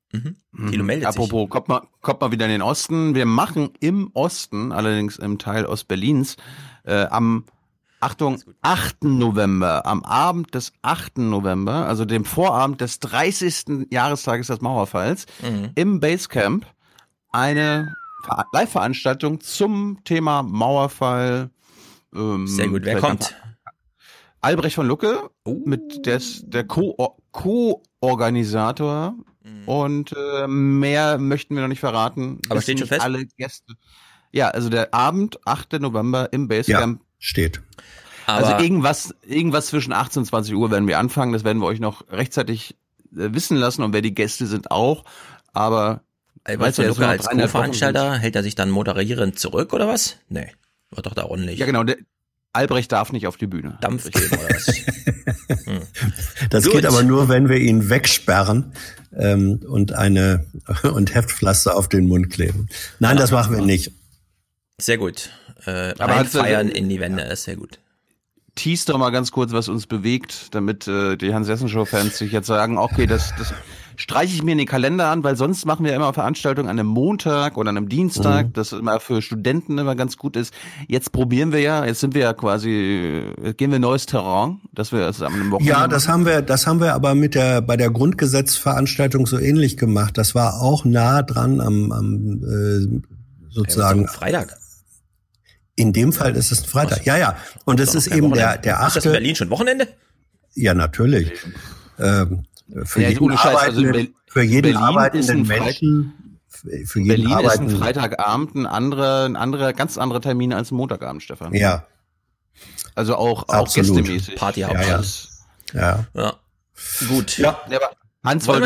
Thilo meldet sich.
Apropos, kommt mal wieder in den Osten. Wir machen im Osten, allerdings im Teil Ostberlins, am 8. November, am Abend des 8. November, also dem Vorabend des 30. Jahrestages des Mauerfalls, im Basecamp eine Live-Veranstaltung zum Thema Mauerfall.
Sehr gut, wer kommt?
Albrecht von Lucke, mit der Co-Organisator und mehr möchten wir noch nicht verraten.
Aber steht schon fest?
Alle Gäste. Ja, also der Abend, 8. November im Basecamp.
Ja, steht.
Also irgendwas zwischen 18 und 20 Uhr werden wir anfangen. Das werden wir euch noch rechtzeitig wissen lassen und wer die Gäste sind auch. Aber
Albrecht von Lucke als Co-Veranstalter, hält er sich dann moderierend zurück oder was? Nee, wird doch da ordentlich.
Ja genau, Albrecht darf nicht auf die Bühne.
Dampf geben oder was?
Das geht aber nur, wenn wir ihn wegsperren und Heftpflaster auf den Mund kleben. Nein, das machen wir nicht.
Sehr gut. Aber feiern in die Wände ist sehr gut.
Tease doch mal ganz kurz, was uns bewegt, damit die Hans-Jessen-Show-Fans sich jetzt sagen, okay, das streiche ich mir in den Kalender an, weil sonst machen wir immer Veranstaltungen an einem Montag oder an einem Dienstag, das immer für Studenten immer ganz gut ist. Jetzt probieren wir jetzt sind wir ja quasi, gehen wir neues Terrain, dass wir es am Wochenende
Ja, das haben wir aber bei der Grundgesetzveranstaltung so ähnlich gemacht. Das war auch nah dran am sozusagen
Freitag.
In dem Fall ist es ein Freitag. Ja. Und es ist eben der 8.
Ist das in Berlin schon Wochenende?
Ja, natürlich. Für jeden arbeitenden Menschen. Für jeden
Berlin ist ein Freitagabend ein ganz anderer Termin als ein Montagabend, Stefan.
Ja.
Also auch gästemäßig.
Partyhauptstadt.
Ja.
Gut.
Ja.
Aber Hans wollte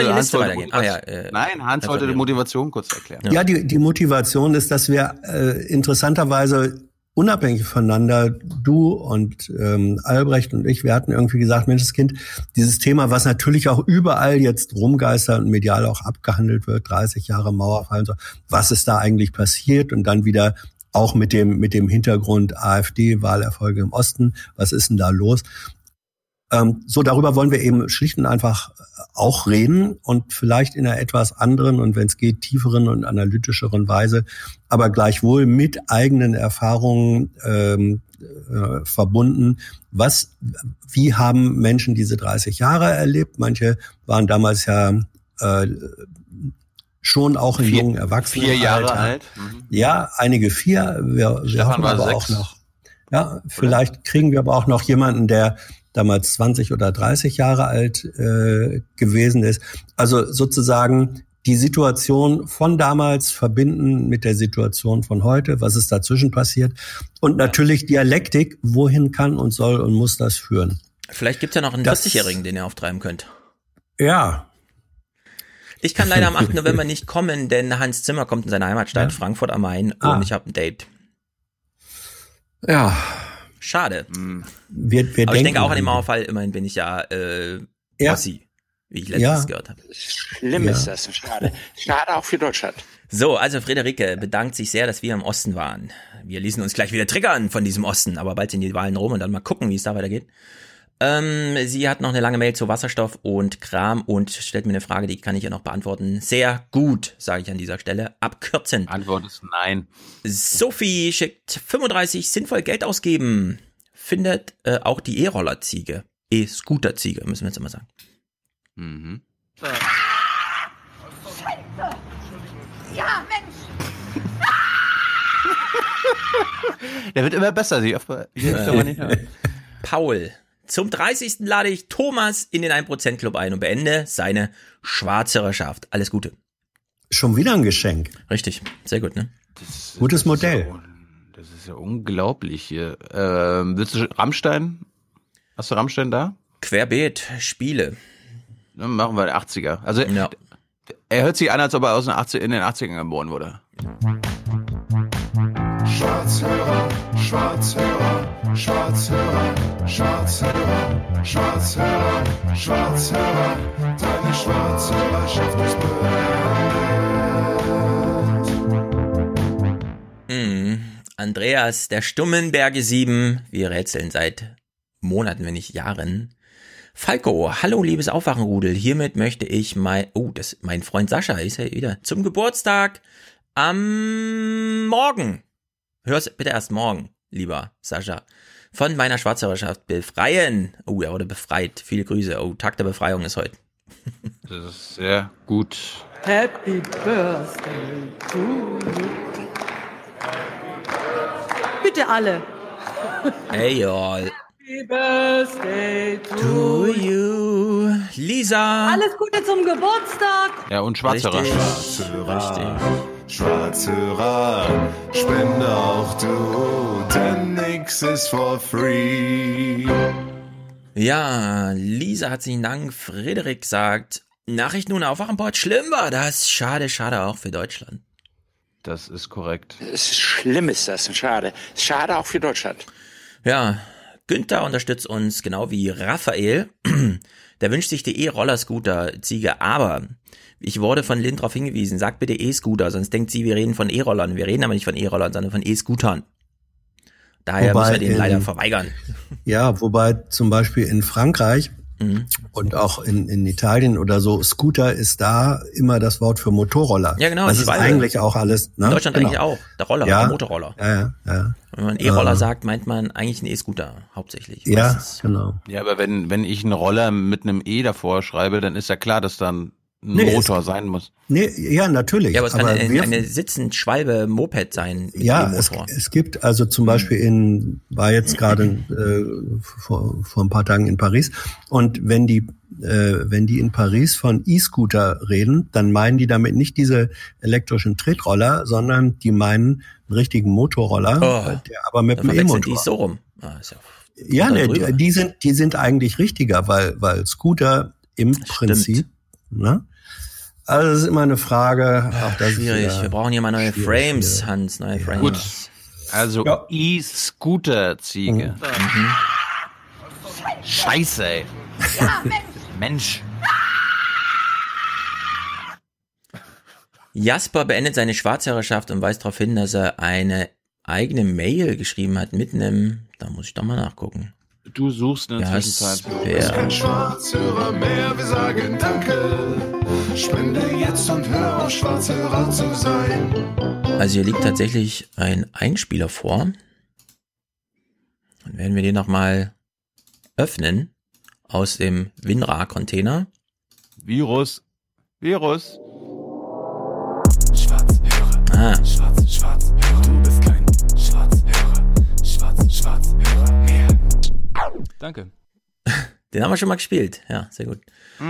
die Motivation kurz erklären.
Ja, die Motivation ist, dass wir interessanterweise unabhängig voneinander, du und Albrecht und ich, wir hatten irgendwie gesagt, Mensch, das Kind, dieses Thema, was natürlich auch überall jetzt rumgeistert und medial auch abgehandelt wird, 30 Jahre Mauerfall und so, was ist da eigentlich passiert? Und dann wieder auch mit dem Hintergrund AfD-Wahlerfolge im Osten, was ist denn da los? So, darüber wollen wir eben schlicht und einfach auch reden und vielleicht in einer etwas anderen und wenn es geht, tieferen und analytischeren Weise, aber gleichwohl mit eigenen Erfahrungen verbunden. Wie haben Menschen diese 30 Jahre erlebt? Manche waren damals ja schon auch in jungen Erwachsenen.
4 Jahre alt.
Ja, einige 4. Wir hoffen aber
6.
auch noch. Ja, vielleicht kriegen wir aber auch noch jemanden, der damals 20 oder 30 Jahre alt gewesen ist. Also sozusagen die Situation von damals verbinden mit der Situation von heute, was ist dazwischen passiert. Und natürlich Dialektik, wohin kann und soll und muss das führen.
Vielleicht gibt's ja noch einen 40-Jährigen, den ihr auftreiben könnt.
Ja.
Ich kann leider am 8. November nicht kommen, denn Hans Zimmer kommt in seine Heimatstadt Frankfurt am Main und ich habe ein Date.
Ja.
Schade.
Aber
ich denke auch an den Mauerfall, immerhin bin ich ja Ossi, wie ich letztens gehört habe.
Schlimm ist das, schade. Schade auch für Deutschland.
So, also Friederike bedankt sich sehr, dass wir im Osten waren. Wir ließen uns gleich wieder triggern von diesem Osten, aber bald sind die Wahlen rum und dann mal gucken, wie es da weitergeht. Sie hat noch eine lange Mail zu Wasserstoff und Kram und stellt mir eine Frage, die kann ich ja noch beantworten. Sehr gut, sage ich an dieser Stelle. Abkürzen.
Antwort ist nein.
Sophie schickt 35, sinnvoll Geld ausgeben. Findet auch die E-Roller-Ziege. E-Scooter-Ziege, müssen wir jetzt immer sagen.
Mhm.
Scheiße! Ja, Mensch!
Der wird immer besser, ich aber nicht hören.
Paul. Zum 30. lade ich Thomas in den 1% Club ein und beende seine Schwarzhörerschaft. Alles Gute.
Schon wieder ein Geschenk.
Richtig, sehr gut, ne?
Gutes Modell.
Das ist ja unglaublich hier. Willst du Rammstein? Hast du Rammstein da?
Querbeet, Spiele.
Dann machen wir 80er. Also er hört sich an, als ob er in den 80ern geboren wurde.
Schwarzhörer, Schwarzhörer, Schwarzhörer, Schwarzhörer, Schwarzhörer, Schwarzhörer, deine Schwarzhörerschaft ist beendet.
Andreas, der Stummenberge 7, wir rätseln seit Monaten, wenn nicht Jahren. Falco, hallo liebes Aufwachenrudel, hiermit möchte ich mein Freund Sascha ist ja wieder zum Geburtstag am Morgen. Hör's bitte erst morgen, lieber Sascha. Von meiner Schwarzhörerschaft befreien. Oh, er wurde befreit. Viele Grüße. Oh, Tag der Befreiung ist heute.
Das ist sehr gut.
Happy Birthday to you. Bitte alle.
Hey, y'all.
Happy Birthday
To you. Lisa.
Alles Gute zum Geburtstag.
Ja, und Schwarzhörer.
Schwarzhörer, spende auch du, denn nix ist for free.
Ja, Lisa hat sich Dank. Frederik sagt, Nachrichten nun Aufwachenbord, schlimm war das. Schade auch für Deutschland.
Das ist korrekt.
Schlimm ist das, schade. Schade auch für Deutschland.
Ja, Günther unterstützt uns genau wie Raphael. Der wünscht sich die E-Roller-Scooter-Ziege, aber ich wurde von Lynn darauf hingewiesen, sagt bitte E-Scooter, sonst denkt sie, wir reden von E-Rollern. Wir reden aber nicht von E-Rollern, sondern von E-Scootern. Daher müssen wir den leider verweigern.
Ja, wobei zum Beispiel in Frankreich und auch in Italien oder so, Scooter ist da immer das Wort für Motorroller.
Ja, genau.
Das ist eigentlich auch alles. Ne?
In Deutschland eigentlich auch. Der Roller, der Motorroller.
Ja.
Wenn man E-Roller sagt, meint man eigentlich einen E-Scooter hauptsächlich.
Ja, genau.
Ja, aber wenn ich einen Roller mit einem E davor schreibe, dann ist ja klar, dass dann ein Motor sein muss.
Nee, ja, natürlich.
Ja, aber es kann eine sitzend Schwalbe Moped sein mit
E-Motor. Es gibt also zum Beispiel war jetzt gerade vor ein paar Tagen in Paris, und wenn die in Paris von E-Scooter reden, dann meinen die damit nicht diese elektrischen Tretroller, sondern die meinen einen richtigen Motorroller, der aber mit einem E-Motor.
Die so rum.
Die sind eigentlich richtiger, weil Scooter im Prinzip, ne? Also es ist immer eine Frage. Auch das
schwierig. Wir brauchen hier mal neue Frames, Hans. Neue Frames.
Gut. Also E-Scooter-Ziege. Scheiße, ey.
Ja,
Mensch.
Jasper beendet seine Schwarzhörerschaft und weist darauf hin, dass er eine eigene Mail geschrieben hat mit einem, da muss ich doch mal nachgucken.
Du suchst in der Zwischenzeit.
Kein Schwarzhörer mehr, wir sagen Danke. Spende jetzt und hör auf, Schwarzhörer zu sein.
Also hier liegt tatsächlich ein Einspieler vor. Dann werden wir den nochmal öffnen aus dem WinRAR-Container.
Virus.
Schwarzhörer. Schwarzhörer. Du bist kein Schwarzhörer mehr.
Danke.
Den haben wir schon mal gespielt. Ja, sehr gut.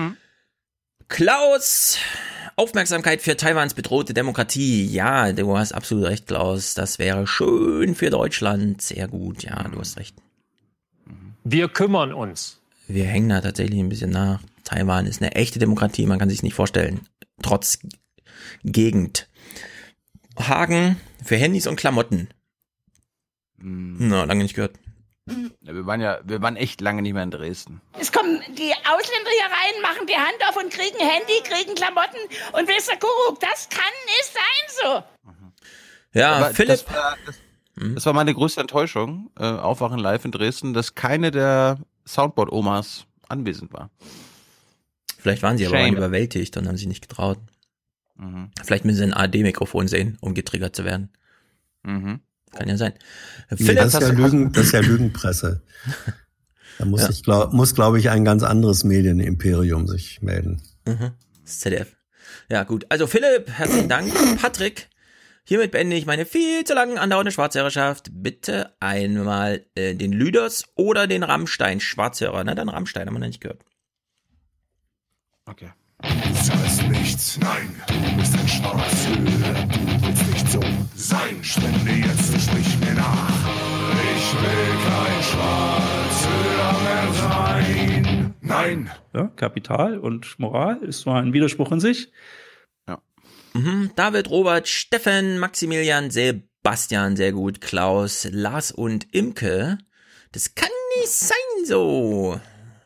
Klaus, Aufmerksamkeit für Taiwans bedrohte Demokratie. Ja, du hast absolut recht, Klaus. Das wäre schön für Deutschland. Sehr gut. Ja, du hast recht.
Wir kümmern uns.
Wir hängen da tatsächlich ein bisschen nach. Taiwan ist eine echte Demokratie. Man kann sich nicht vorstellen. Trotz Gegend. Hagen für Handys und Klamotten. Na, lange nicht gehört.
Ja, wir waren echt lange nicht mehr in Dresden.
Es kommen die Ausländer hier rein, machen die Hand auf und kriegen Handy, kriegen Klamotten und wisst ihr, Kuckuck, das kann nicht sein so.
Ja,
aber
Philipp.
Das war meine größte Enttäuschung, Aufwachen live in Dresden, dass keine der Soundboard-Omas anwesend war.
Vielleicht waren sie aber überwältigt und haben sich nicht getraut. Vielleicht müssen sie ein ARD-Mikrofon sehen, um getriggert zu werden. Kann ja sein.
Philipp, das ist ja Lügenpresse. Da muss, glaube ich, ein ganz anderes Medienimperium sich melden.
Das ZDF. Ja, gut. Also Philipp, herzlichen Dank. Patrick, hiermit beende ich meine viel zu lang andauernde Schwarzhörerschaft. Bitte einmal den Lüders oder den Rammstein Schwarzhörer. Na, dann Rammstein, haben wir noch nicht gehört.
Okay.
Das heißt nichts, nein, du bist ein Schwarzhörer, du willst nicht so sein. Spende jetzt und sprich mir nach. Ich will kein Schwarzhörer mehr sein. Nein.
Ja, Kapital und Moral ist zwar ein Widerspruch in sich.
Ja.
David, Robert, Steffen, Maximilian, Sebastian, sehr gut, Klaus, Lars und Imke. Das kann nicht sein so.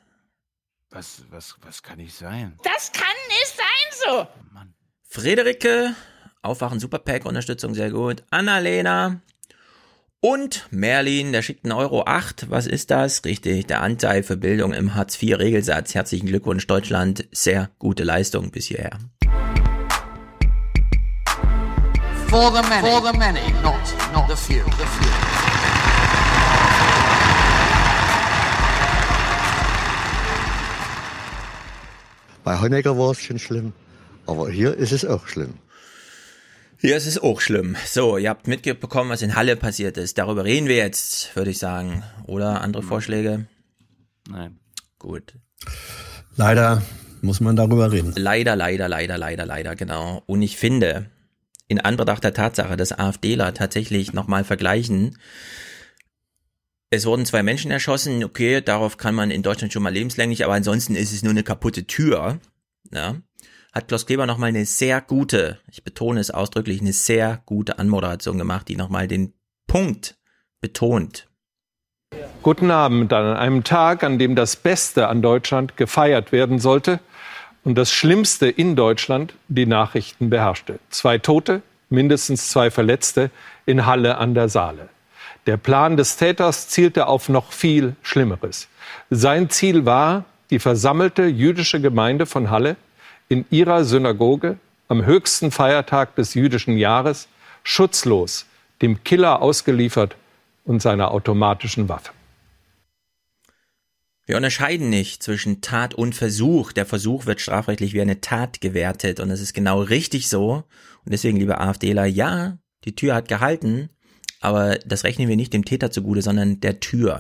Was kann nicht sein?
Das kann nicht sein so.
Mann.
Friederike, Aufwachen Superpack, Unterstützung, sehr gut. Annalena Und Merlin, der schickt 1,08 Euro. Was ist das? Richtig, der Anteil für Bildung im Hartz-IV-Regelsatz. Herzlichen Glückwunsch, Deutschland. Sehr gute Leistung bis hierher.
For the many, not the few.
Bei Honecker war es schon schlimm, aber hier ist es auch schlimm.
Hier ist es auch schlimm. So, ihr habt mitbekommen, was in Halle passiert ist. Darüber reden wir jetzt, würde ich sagen. Oder andere Vorschläge?
Nein.
Gut.
Leider muss man darüber reden.
Leider, genau. Und ich finde, in Anbetracht der Tatsache, dass AfDler tatsächlich nochmal vergleichen, es wurden 2 Menschen erschossen, okay, darauf kann man in Deutschland schon mal lebenslänglich, aber ansonsten ist es nur eine kaputte Tür, ja. Hat Klaus Kleber nochmal eine sehr gute, ich betone es ausdrücklich, eine sehr gute Anmoderation gemacht, die nochmal den Punkt betont.
Guten Abend an einem Tag, an dem das Beste an Deutschland gefeiert werden sollte und das Schlimmste in Deutschland die Nachrichten beherrschte. 2 Tote, mindestens 2 Verletzte in Halle an der Saale. Der Plan des Täters zielte auf noch viel Schlimmeres. Sein Ziel war, die versammelte jüdische Gemeinde von Halle in ihrer Synagoge am höchsten Feiertag des jüdischen Jahres schutzlos dem Killer ausgeliefert und seiner automatischen Waffe.
Wir unterscheiden nicht zwischen Tat und Versuch. Der Versuch wird strafrechtlich wie eine Tat gewertet und das ist genau richtig so. Und deswegen, liebe AfDler, ja, die Tür hat gehalten, aber das rechnen wir nicht dem Täter zugute, sondern der Tür.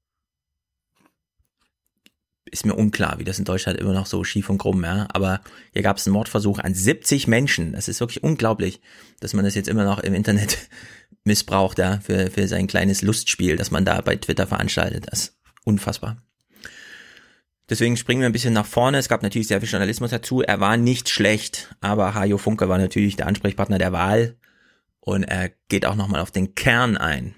Ist mir unklar, wie das in Deutschland immer noch so schief und krumm, ja. Aber hier gab es einen Mordversuch an 70 Menschen. Das ist wirklich unglaublich, dass man das jetzt immer noch im Internet missbraucht, ja, für sein kleines Lustspiel, das man da bei Twitter veranstaltet. Das ist unfassbar. Deswegen springen wir ein bisschen nach vorne. Es gab natürlich sehr viel Journalismus dazu. Er war nicht schlecht, aber Hajo Funke war natürlich der Ansprechpartner der Wahl. Und er geht auch nochmal auf den Kern ein.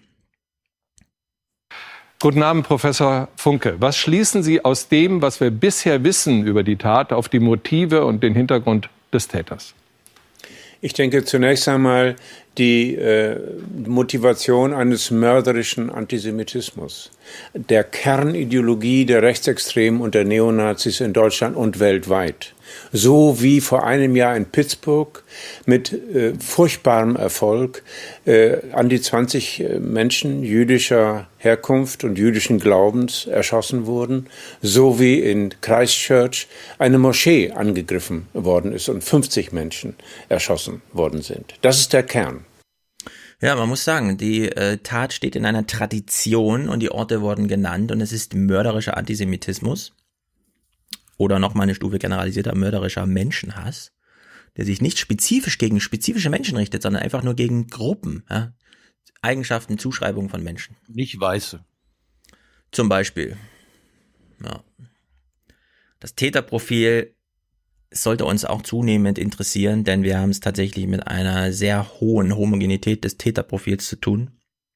Guten Abend, Professor Funke. Was schließen Sie aus dem, was wir bisher wissen über die Tat, auf die Motive und den Hintergrund des Täters?
Ich denke zunächst einmal die Motivation eines mörderischen Antisemitismus, der Kernideologie der Rechtsextremen und der Neonazis in Deutschland und weltweit. So wie vor einem Jahr in Pittsburgh mit furchtbarem Erfolg an die 20 Menschen jüdischer Herkunft und jüdischen Glaubens erschossen wurden, so wie in Christchurch eine Moschee angegriffen worden ist und 50 Menschen erschossen worden sind. Das ist der Kern.
Ja, man muss sagen, die Tat steht in einer Tradition und die Orte wurden genannt und es ist mörderischer Antisemitismus. Oder nochmal eine Stufe generalisierter mörderischer Menschenhass, der sich nicht spezifisch gegen spezifische Menschen richtet, sondern einfach nur gegen Gruppen, ja? Eigenschaften, Zuschreibungen von Menschen.
Nicht Weiße.
Zum Beispiel. Ja. Das Täterprofil sollte uns auch zunehmend interessieren, denn wir haben es tatsächlich mit einer sehr hohen Homogenität des Täterprofils zu tun.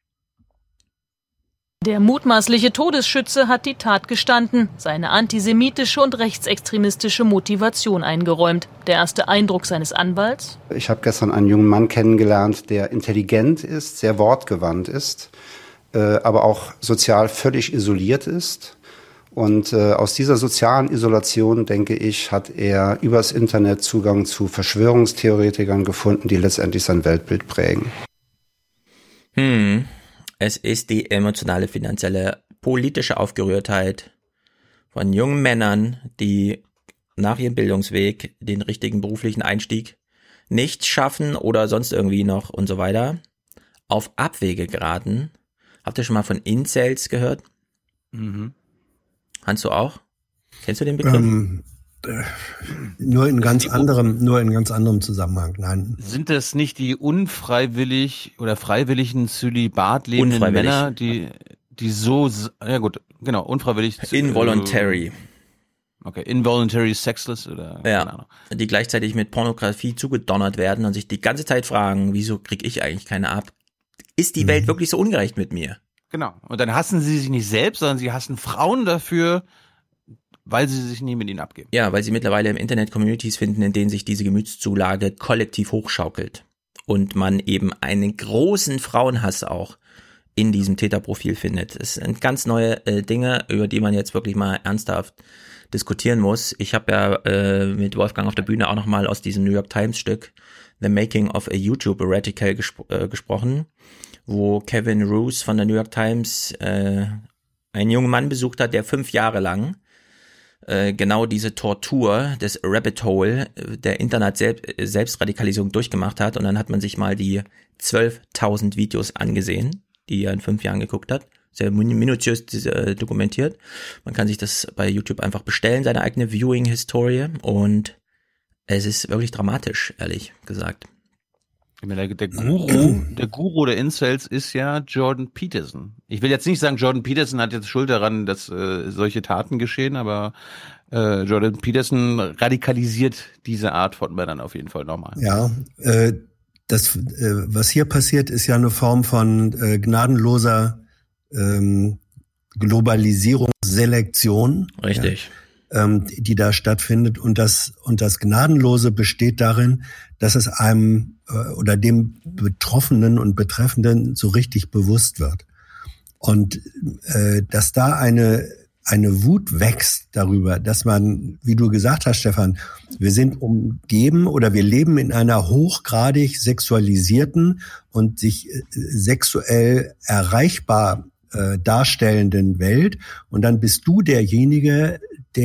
Der mutmaßliche Todesschütze hat die Tat gestanden, seine antisemitische und rechtsextremistische Motivation eingeräumt. Der erste Eindruck seines Anwalts?
Ich habe gestern einen jungen Mann kennengelernt, der intelligent ist, sehr wortgewandt ist, aber auch sozial völlig isoliert ist. Und aus dieser sozialen Isolation, denke ich, hat er übers Internet Zugang zu Verschwörungstheoretikern gefunden, die letztendlich sein Weltbild prägen.
Es ist die emotionale, finanzielle, politische Aufgerührtheit von jungen Männern, die nach ihrem Bildungsweg den richtigen beruflichen Einstieg nicht schaffen oder sonst irgendwie noch und so weiter, auf Abwege geraten. Habt ihr schon mal von Incels gehört?
Mhm.
Hans, du auch? Kennst du den Begriff?
Nur in ganz anderem Zusammenhang, nein.
Sind das nicht die unfreiwillig oder freiwilligen Zölibat lebenden Männer, die so, ja gut, genau, unfreiwillig.
Involuntary.
Okay, involuntary sexless oder
ja,
keine Ahnung.
Die gleichzeitig mit Pornografie zugedonnert werden und sich die ganze Zeit fragen, wieso krieg ich eigentlich keine ab? Ist die Welt wirklich so ungerecht mit mir?
Genau. Und dann hassen sie sich nicht selbst, sondern sie hassen Frauen dafür, weil sie sich nie mit ihnen abgeben.
Ja, weil sie mittlerweile im Internet Communities finden, in denen sich diese Gemütszulage kollektiv hochschaukelt. Und man eben einen großen Frauenhass auch in diesem Täterprofil findet. Es sind ganz neue Dinge, über die man jetzt wirklich mal ernsthaft diskutieren muss. Ich habe ja mit Wolfgang auf der Bühne auch nochmal aus diesem New York Times Stück The Making of a YouTube Radical gesprochen, wo Kevin Roose von der New York Times einen jungen Mann besucht hat, der 5 Jahre lang genau diese Tortur des Rabbit Hole der Internet-Selbstradikalisierung durchgemacht hat. Und dann hat man sich mal die 12.000 Videos angesehen, die er in 5 Jahren geguckt hat. Sehr minutiös dokumentiert. Man kann sich das bei YouTube einfach bestellen, seine eigene Viewing-Historie. Und es ist wirklich dramatisch, ehrlich gesagt.
Ich meine, der Guru der Incels ist ja Jordan Peterson. Ich will jetzt nicht sagen, Jordan Peterson hat jetzt Schuld daran, dass solche Taten geschehen, aber Jordan Peterson radikalisiert diese Art von Männern auf jeden Fall nochmal.
Ja, was hier passiert, ist ja eine Form von gnadenloser Globalisierungsselektion.
Richtig.
Ja, die da stattfindet. Und das Gnadenlose besteht darin, dass es einem oder dem Betroffenen und Betreffenden so richtig bewusst wird. Und dass da eine Wut wächst darüber, dass man, wie du gesagt hast, Stefan, wir sind umgeben oder wir leben in einer hochgradig sexualisierten und sich sexuell erreichbar darstellenden Welt. Und dann bist du derjenige,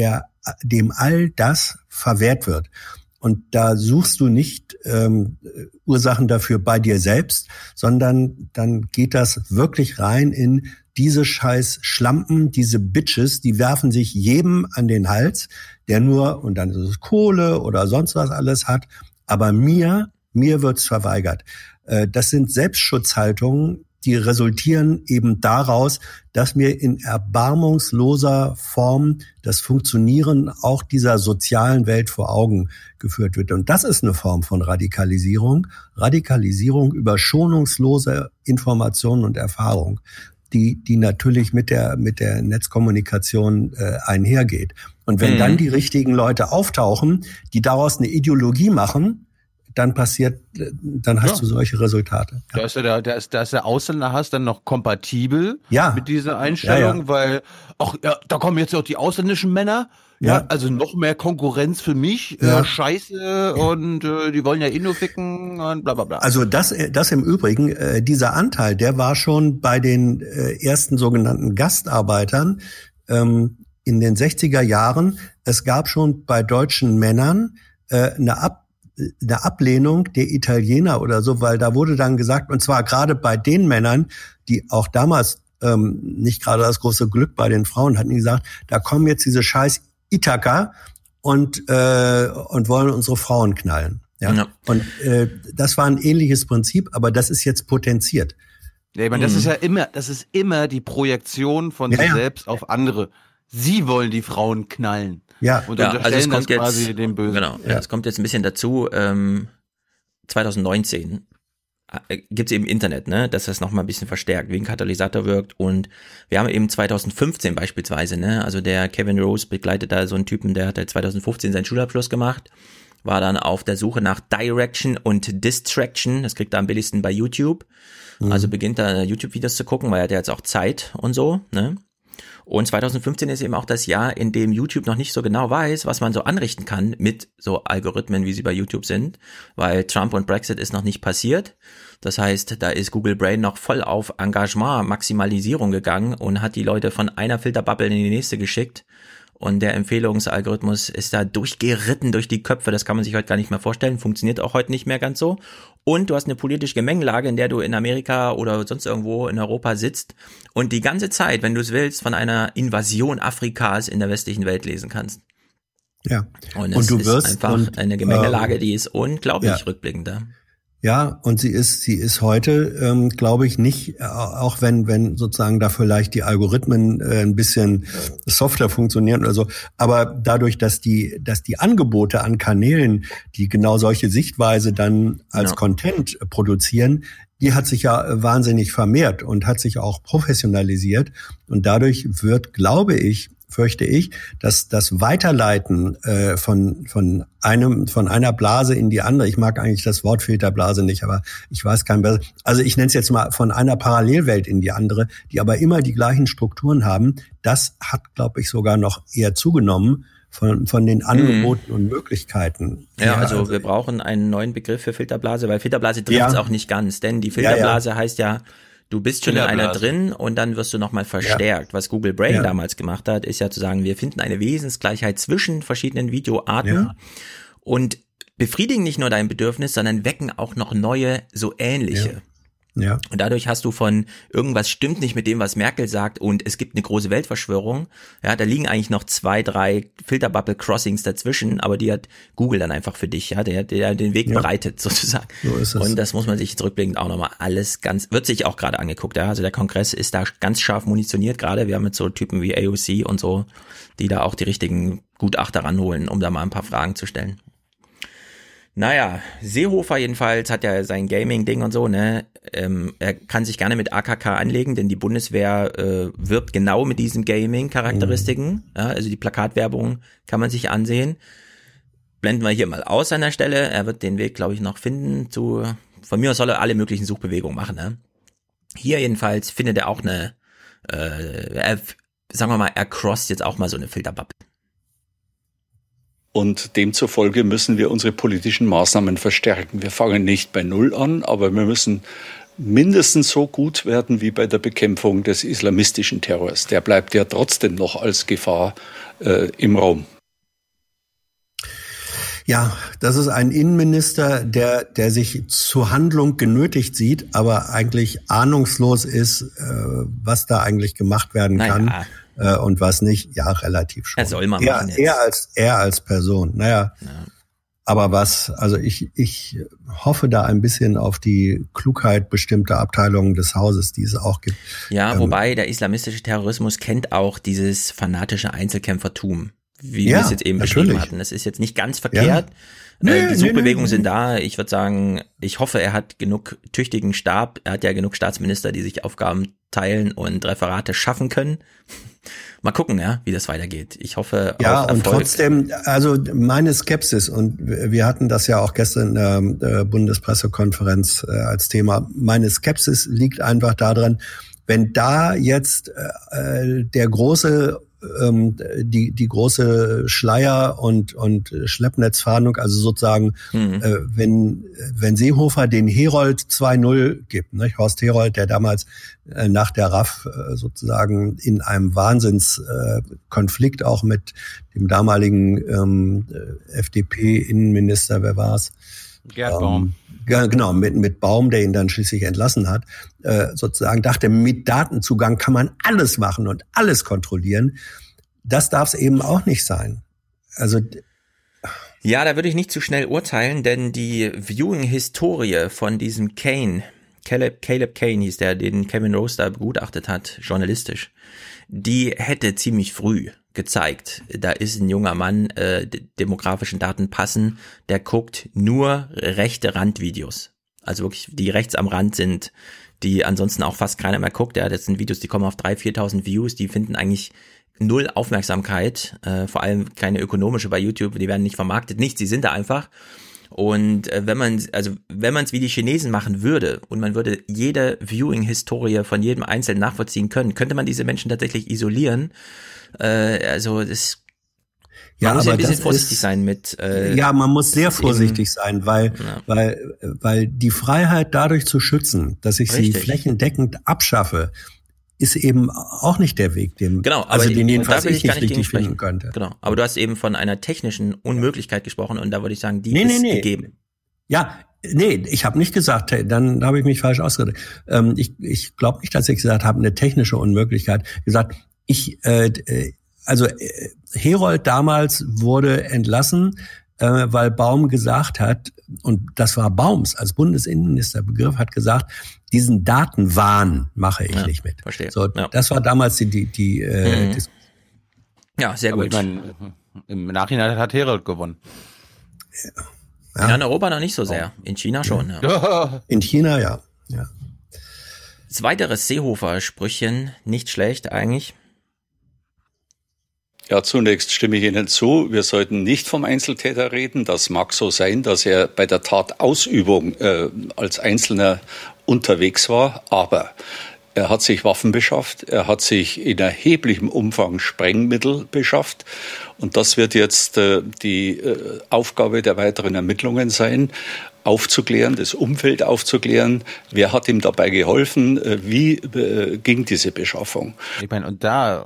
dem all das verwehrt wird. Und da suchst du nicht Ursachen dafür bei dir selbst, sondern dann geht das wirklich rein in diese scheiß Schlampen, diese Bitches, die werfen sich jedem an den Hals, der nur, und dann ist es Kohle oder sonst was alles hat, aber mir wird's verweigert. Das sind Selbstschutzhaltungen, die resultieren eben daraus, dass mir in erbarmungsloser Form das Funktionieren auch dieser sozialen Welt vor Augen geführt wird. Und das ist eine Form von Radikalisierung. Radikalisierung über schonungslose Information und Erfahrung, die natürlich mit der Netzkommunikation einhergeht. Und wenn dann die richtigen Leute auftauchen, die daraus eine Ideologie machen, dann hast du solche Resultate. Ja.
Da ist der Ausländerhass dann noch kompatibel mit dieser Einstellung,
Ja.
weil, da kommen jetzt auch die ausländischen Männer, also noch mehr Konkurrenz für mich, scheiße, und die wollen ja nur ficken und bla bla bla.
Also das im Übrigen, dieser Anteil, der war schon bei den ersten sogenannten Gastarbeitern in den 60er Jahren. Es gab schon bei deutschen Männern eine Ablehnung der Italiener oder so, weil da wurde dann gesagt, und zwar gerade bei den Männern, die auch damals nicht gerade das große Glück bei den Frauen hatten, die gesagt, da kommen jetzt diese scheiß Ithaka und wollen unsere Frauen knallen. Ja? Und das war ein ähnliches Prinzip, aber das ist jetzt potenziert.
Ja, ich meine, das ist immer die Projektion von sich selbst auf andere. Sie wollen die Frauen knallen.
Ja,
und
also es kommt jetzt
quasi den Bösen.
Genau, es kommt jetzt ein bisschen dazu. 2019 gibt's eben Internet, ne, dass das nochmal ein bisschen verstärkt, wie ein Katalysator wirkt. Und wir haben eben 2015 beispielsweise, ne, also der Kevin Rose begleitet da so einen Typen, der hat halt 2015 seinen Schulabschluss gemacht, war dann auf der Suche nach Direction und Distraction. Das kriegt er am billigsten bei YouTube. Also beginnt da YouTube-Videos zu gucken, weil er hat ja jetzt auch Zeit und so, ne. Und 2015 ist eben auch das Jahr, in dem YouTube noch nicht so genau weiß, was man so anrichten kann mit so Algorithmen, wie sie bei YouTube sind, weil Trump und Brexit ist noch nicht passiert. Das heißt, da ist Google Brain noch voll auf Engagement, Maximalisierung gegangen und hat die Leute von einer Filterbubble in die nächste geschickt. Und der Empfehlungsalgorithmus ist da durchgeritten durch die Köpfe. Das kann man sich heute gar nicht mehr vorstellen. Funktioniert auch heute nicht mehr ganz so. Und du hast eine politische Gemengelage, in der du in Amerika oder sonst irgendwo in Europa sitzt und die ganze Zeit, wenn du es willst, von einer Invasion Afrikas in der westlichen Welt lesen kannst.
Ja.
Und es ist einfach eine Gemengelage, die ist unglaublich rückblickend da.
Ja, und sie ist heute, glaube ich, nicht, auch wenn sozusagen da vielleicht die Algorithmen ein bisschen softer funktionieren oder so, aber dadurch, dass die Angebote an Kanälen, die genau solche Sichtweise dann als Content produzieren, die hat sich ja wahnsinnig vermehrt und hat sich auch professionalisiert und dadurch wird, glaube ich, fürchte ich, dass das Weiterleiten von einer Blase in die andere, ich mag eigentlich das Wort Filterblase nicht, aber ich weiß kein besser. Also ich nenne es jetzt mal von einer Parallelwelt in die andere, die aber immer die gleichen Strukturen haben. Das hat, glaube ich, sogar noch eher zugenommen von den Angeboten und Möglichkeiten.
Ja, also wir brauchen einen neuen Begriff für Filterblase, weil Filterblase trifft es auch nicht ganz, denn die Filterblase heißt ja, du bist schon in einer drin und dann wirst du nochmal verstärkt. Was Google Brain damals gemacht hat, ist ja zu sagen, wir finden eine Wesensgleichheit zwischen verschiedenen Videoarten und befriedigen nicht nur dein Bedürfnis, sondern wecken auch noch neue, so ähnliche. Ja. Und dadurch hast du von irgendwas stimmt nicht mit dem, was Merkel sagt und es gibt eine große Weltverschwörung. Ja, da liegen eigentlich noch 2, 3 Filterbubble-Crossings dazwischen, aber die hat Google dann einfach für dich, ja, der den Weg bereitet sozusagen. So ist es. Und das muss man sich zurückblickend auch nochmal alles wird sich auch gerade angeguckt, ja. Also der Kongress ist da ganz scharf munitioniert gerade. Wir haben jetzt so Typen wie AOC und so, die da auch die richtigen Gutachter ranholen, um da mal ein paar Fragen zu stellen. Naja, Seehofer jedenfalls hat ja sein Gaming-Ding und so, ne? Er kann sich gerne mit AKK anlegen, denn die Bundeswehr wirbt genau mit diesen Gaming-Charakteristiken. Ja, also die Plakatwerbung kann man sich ansehen. Blenden wir hier mal aus an der Stelle. Er wird den Weg, glaube ich, noch finden von mir aus soll er alle möglichen Suchbewegungen machen, ne? Hier jedenfalls findet er auch er crosst jetzt auch mal so eine Filterbubble.
Und demzufolge müssen wir unsere politischen Maßnahmen verstärken. Wir fangen nicht bei Null an, aber wir müssen mindestens so gut werden wie bei der Bekämpfung des islamistischen Terrors. Der bleibt ja trotzdem noch als Gefahr im Raum.
Ja, das ist ein Innenminister, der sich zur Handlung genötigt sieht, aber eigentlich ahnungslos ist, was da eigentlich gemacht werden kann. Und was nicht, ja, relativ schon.
Er soll man machen jetzt.
Er als Person. Naja, aber also ich hoffe da ein bisschen auf die Klugheit bestimmter Abteilungen des Hauses, die es auch gibt.
Ja, wobei der islamistische Terrorismus kennt auch dieses fanatische Einzelkämpfertum, wie wir es jetzt eben beschrieben hatten. Das ist jetzt nicht ganz verkehrt. Die Suchbewegungen sind da. Ich würde sagen, ich hoffe, er hat genug tüchtigen Stab. Er hat ja genug Staatsminister, die sich Aufgaben teilen und Referate schaffen können. Mal gucken, ja, wie das weitergeht. Ich hoffe auf Erfolg. Und
trotzdem, also meine Skepsis, und wir hatten das ja auch gestern in der Bundespressekonferenz als Thema, meine Skepsis liegt einfach darin, wenn da jetzt der große die große Schleier- und Schleppnetzfahndung, also sozusagen, wenn Seehofer den Herold 2.0 gibt, ne? Horst Herold, der damals nach der RAF sozusagen in einem Wahnsinnskonflikt auch mit dem damaligen FDP-Innenminister, wer war's?
Gerd Baum.
Genau, mit Baum, der ihn dann schließlich entlassen hat, sozusagen dachte, mit Datenzugang kann man alles machen und alles kontrollieren. Das darf es eben auch nicht sein. Also
ja, da würde ich nicht zu schnell urteilen, denn die Viewing-Historie von diesem Caleb Kane hieß der, den Kevin Rose da begutachtet hat, journalistisch, die hätte ziemlich früh gezeigt, da ist ein junger Mann, demografischen Daten passen, der guckt nur rechte Randvideos. Also wirklich, die rechts am Rand sind, die ansonsten auch fast keiner mehr guckt. Ja, das sind Videos, die kommen auf 3.000, 4.000 Views, die finden eigentlich null Aufmerksamkeit, vor allem keine ökonomische bei YouTube, die werden nicht vermarktet, nichts, die sind da einfach. Und wenn man es wie die Chinesen machen würde und man würde jede Viewing-Historie von jedem Einzelnen nachvollziehen können, könnte man diese Menschen tatsächlich isolieren. Also das man muss ja ein bisschen vorsichtig sein mit
man muss sehr vorsichtig sein, weil die Freiheit dadurch zu schützen, dass ich sie flächendeckend abschaffe, ist eben auch nicht der Weg, den jedenfalls ich nicht richtig finden könnte.
Genau, aber du hast eben von einer technischen Unmöglichkeit gesprochen und da würde ich sagen, die ist gegeben.
Ja, ich habe nicht gesagt, dann habe ich mich falsch ausgedrückt. Ich glaube nicht, dass ich gesagt habe, eine technische Unmöglichkeit. Gesagt, Herold damals wurde entlassen, weil Baum gesagt hat, und das war Baums als Bundesinnenministerbegriff, hat gesagt, diesen Datenwahn mache ich nicht mit.
Verstehe.
So, das war damals die
ja, sehr gut.
Ich meine, im Nachhinein hat Herold gewonnen.
Ja, in Europa noch nicht so sehr. In China schon. Ja.
In China, ja.
Das weitere Seehofer-Sprüchchen, nicht schlecht eigentlich.
Ja, zunächst stimme ich Ihnen zu. Wir sollten nicht vom Einzeltäter reden. Das mag so sein, dass er bei der Tatausübung als Einzelner unterwegs war, aber er hat sich Waffen beschafft, er hat sich in erheblichem Umfang Sprengmittel beschafft und das wird jetzt die Aufgabe der weiteren Ermittlungen sein, aufzuklären, das Umfeld aufzuklären. Wer hat ihm dabei geholfen? Wie ging diese Beschaffung?
Ich meine,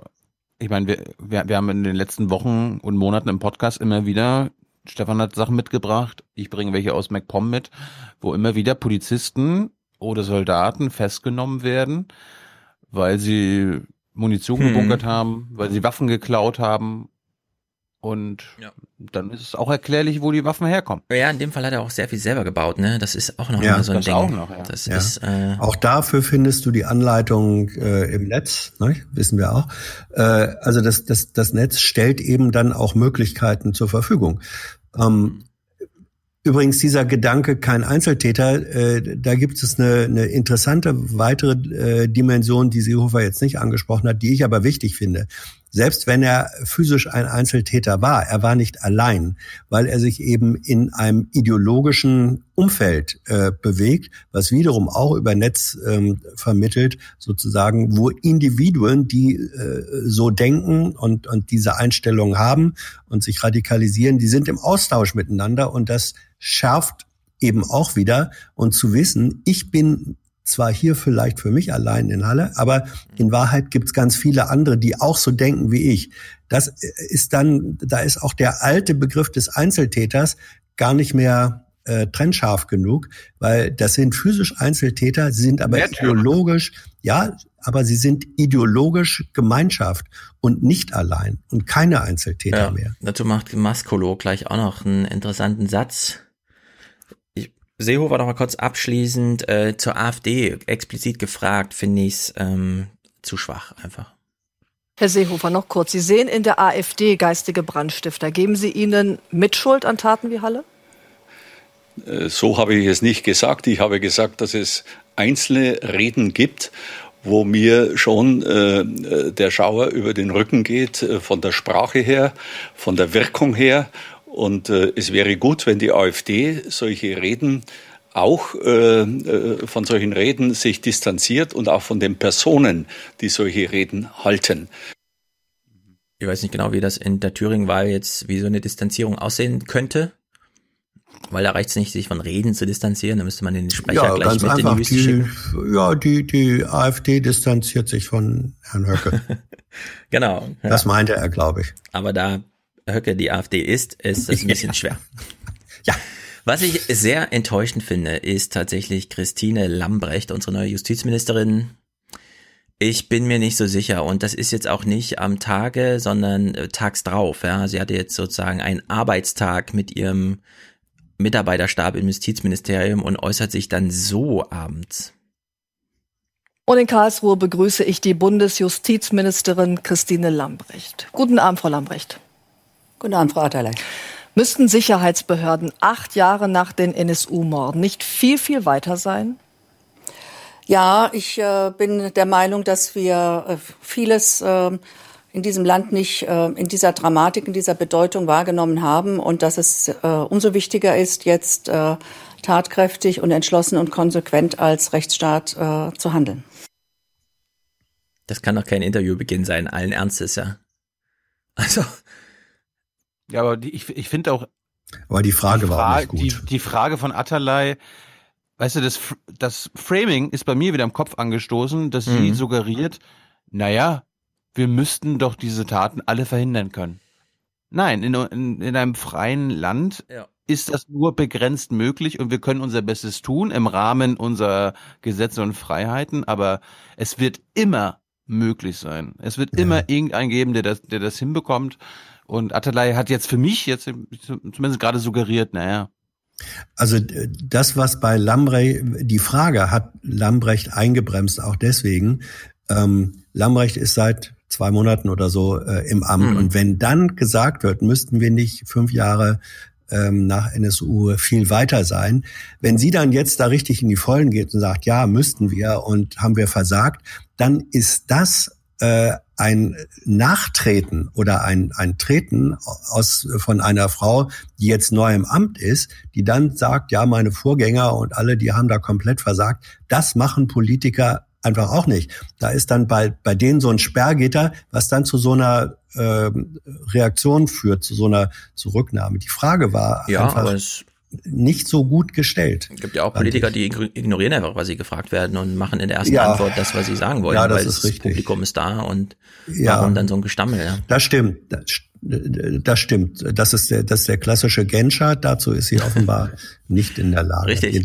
wir haben in den letzten Wochen und Monaten im Podcast immer wieder, Stefan hat Sachen mitgebracht, ich bringe welche aus MacPom mit, wo immer wieder Polizisten oder Soldaten festgenommen werden, weil sie Munition gebunkert haben, weil sie Waffen geklaut haben. Und dann ist es auch erklärlich, wo die Waffen herkommen.
Ja, in dem Fall hat er auch sehr viel selber gebaut, ne? Das ist auch noch mal so ein Ding. Auch noch,
Das ist, auch dafür findest du die Anleitung im Netz, ne? Wissen wir auch. Also das Netz stellt eben dann auch Möglichkeiten zur Verfügung. Übrigens, dieser Gedanke, kein Einzeltäter, da gibt es eine interessante weitere Dimension, die Seehofer jetzt nicht angesprochen hat, die ich aber wichtig finde. Selbst wenn er physisch ein Einzeltäter war, er war nicht allein, weil er sich eben in einem ideologischen Umfeld bewegt, was wiederum auch über Netz vermittelt, sozusagen, wo Individuen, die so denken und diese Einstellung haben und sich radikalisieren, die sind im Austausch miteinander und das schärft eben auch wieder. Und zu wissen, ich bin zwar hier vielleicht für mich allein in Halle, aber in Wahrheit gibt's ganz viele andere, die auch so denken wie ich. Das ist dann, da ist auch der alte Begriff des Einzeltäters gar nicht mehr trennscharf genug, weil das sind physisch Einzeltäter, sie sind aber ideologisch, aber sie sind ideologisch Gemeinschaft und nicht allein und keine Einzeltäter mehr.
Dazu macht Maskolo gleich auch noch einen interessanten Satz. Seehofer noch mal kurz abschließend zur AfD explizit gefragt, finde ich es zu schwach einfach.
Herr Seehofer, noch kurz. Sie sehen in der AfD geistige Brandstifter. Geben Sie ihnen Mitschuld an Taten wie Halle?
So habe ich es nicht gesagt. Ich habe gesagt, dass es einzelne Reden gibt, wo mir schon der Schauer über den Rücken geht, von der Sprache her, von der Wirkung her. Und es wäre gut, wenn die AfD solche Reden auch von solchen Reden sich distanziert und auch von den Personen, die solche Reden halten.
Ich weiß nicht genau, wie das in der Thüringen-Wahl jetzt, wie so eine Distanzierung aussehen könnte. Weil da reicht es nicht, sich von Reden zu distanzieren, da müsste man den Sprecher gleich
ganz
mit
einfach,
in die Wüste schicken.
Die AfD distanziert sich von Herrn Höcke.
Genau.
Das meinte er, glaube ich.
Aber da Höcke die AfD ist das ein bisschen schwer.
Ja.
Was ich sehr enttäuschend finde, ist tatsächlich Christine Lambrecht, unsere neue Justizministerin. Ich bin mir nicht so sicher und das ist jetzt auch nicht am Tage, sondern tags drauf. Ja. Sie hatte jetzt sozusagen einen Arbeitstag mit ihrem Mitarbeiterstab im Justizministerium und äußert sich dann so abends.
Und in Karlsruhe begrüße ich die Bundesjustizministerin Christine Lambrecht. Guten Abend, Frau Lambrecht.
Guten Abend, Frau Atterlei.
Müssten Sicherheitsbehörden 8 Jahre nach den NSU-Morden nicht viel, viel weiter sein?
Ja, ich bin der Meinung, dass wir vieles in diesem Land nicht in dieser Dramatik, in dieser Bedeutung wahrgenommen haben und dass es umso wichtiger ist, jetzt tatkräftig und entschlossen und konsequent als Rechtsstaat zu handeln.
Das kann doch kein Interviewbeginn sein, allen Ernstes, ja. Also.
Ja, aber ich finde auch.
Aber die Frage war auch nicht gut.
Die Frage von Atterlei, weißt du, das Framing ist bei mir wieder im Kopf angestoßen, dass sie suggeriert, naja, wir müssten doch diese Taten alle verhindern können. Nein, in einem freien Land ist das nur begrenzt möglich und wir können unser Bestes tun im Rahmen unserer Gesetze und Freiheiten, aber es wird immer möglich sein. Es wird immer irgendeinen geben, der das hinbekommt. Und Atterlei hat jetzt für mich zumindest gerade suggeriert, naja.
Also das, was bei Lambrecht, die Frage hat Lambrecht eingebremst, auch deswegen. Lambrecht ist seit 2 Monaten oder so im Amt. Und wenn dann gesagt wird, müssten wir nicht 5 Jahre nach NSU viel weiter sein, wenn sie dann jetzt da richtig in die Vollen geht und sagt, ja, müssten wir und haben wir versagt, dann ist das ein Nachtreten oder ein Treten von einer Frau, die jetzt neu im Amt ist, die dann sagt, ja, meine Vorgänger und alle, die haben da komplett versagt. Das machen Politiker einfach auch nicht. Da ist dann bei denen so ein Sperrgitter, was dann zu so einer Reaktion führt, zu so einer Zurücknahme. Die Frage war einfach nicht so gut gestellt.
Es gibt ja auch Politiker, die ignorieren einfach, was sie gefragt werden und machen in der ersten Antwort das, was sie sagen wollen, weil das Publikum ist da und warum dann so ein Gestammel. Ja.
Das stimmt. Das stimmt. Das ist der klassische Genscher. Dazu ist sie offenbar nicht in der Lage.
Richtig.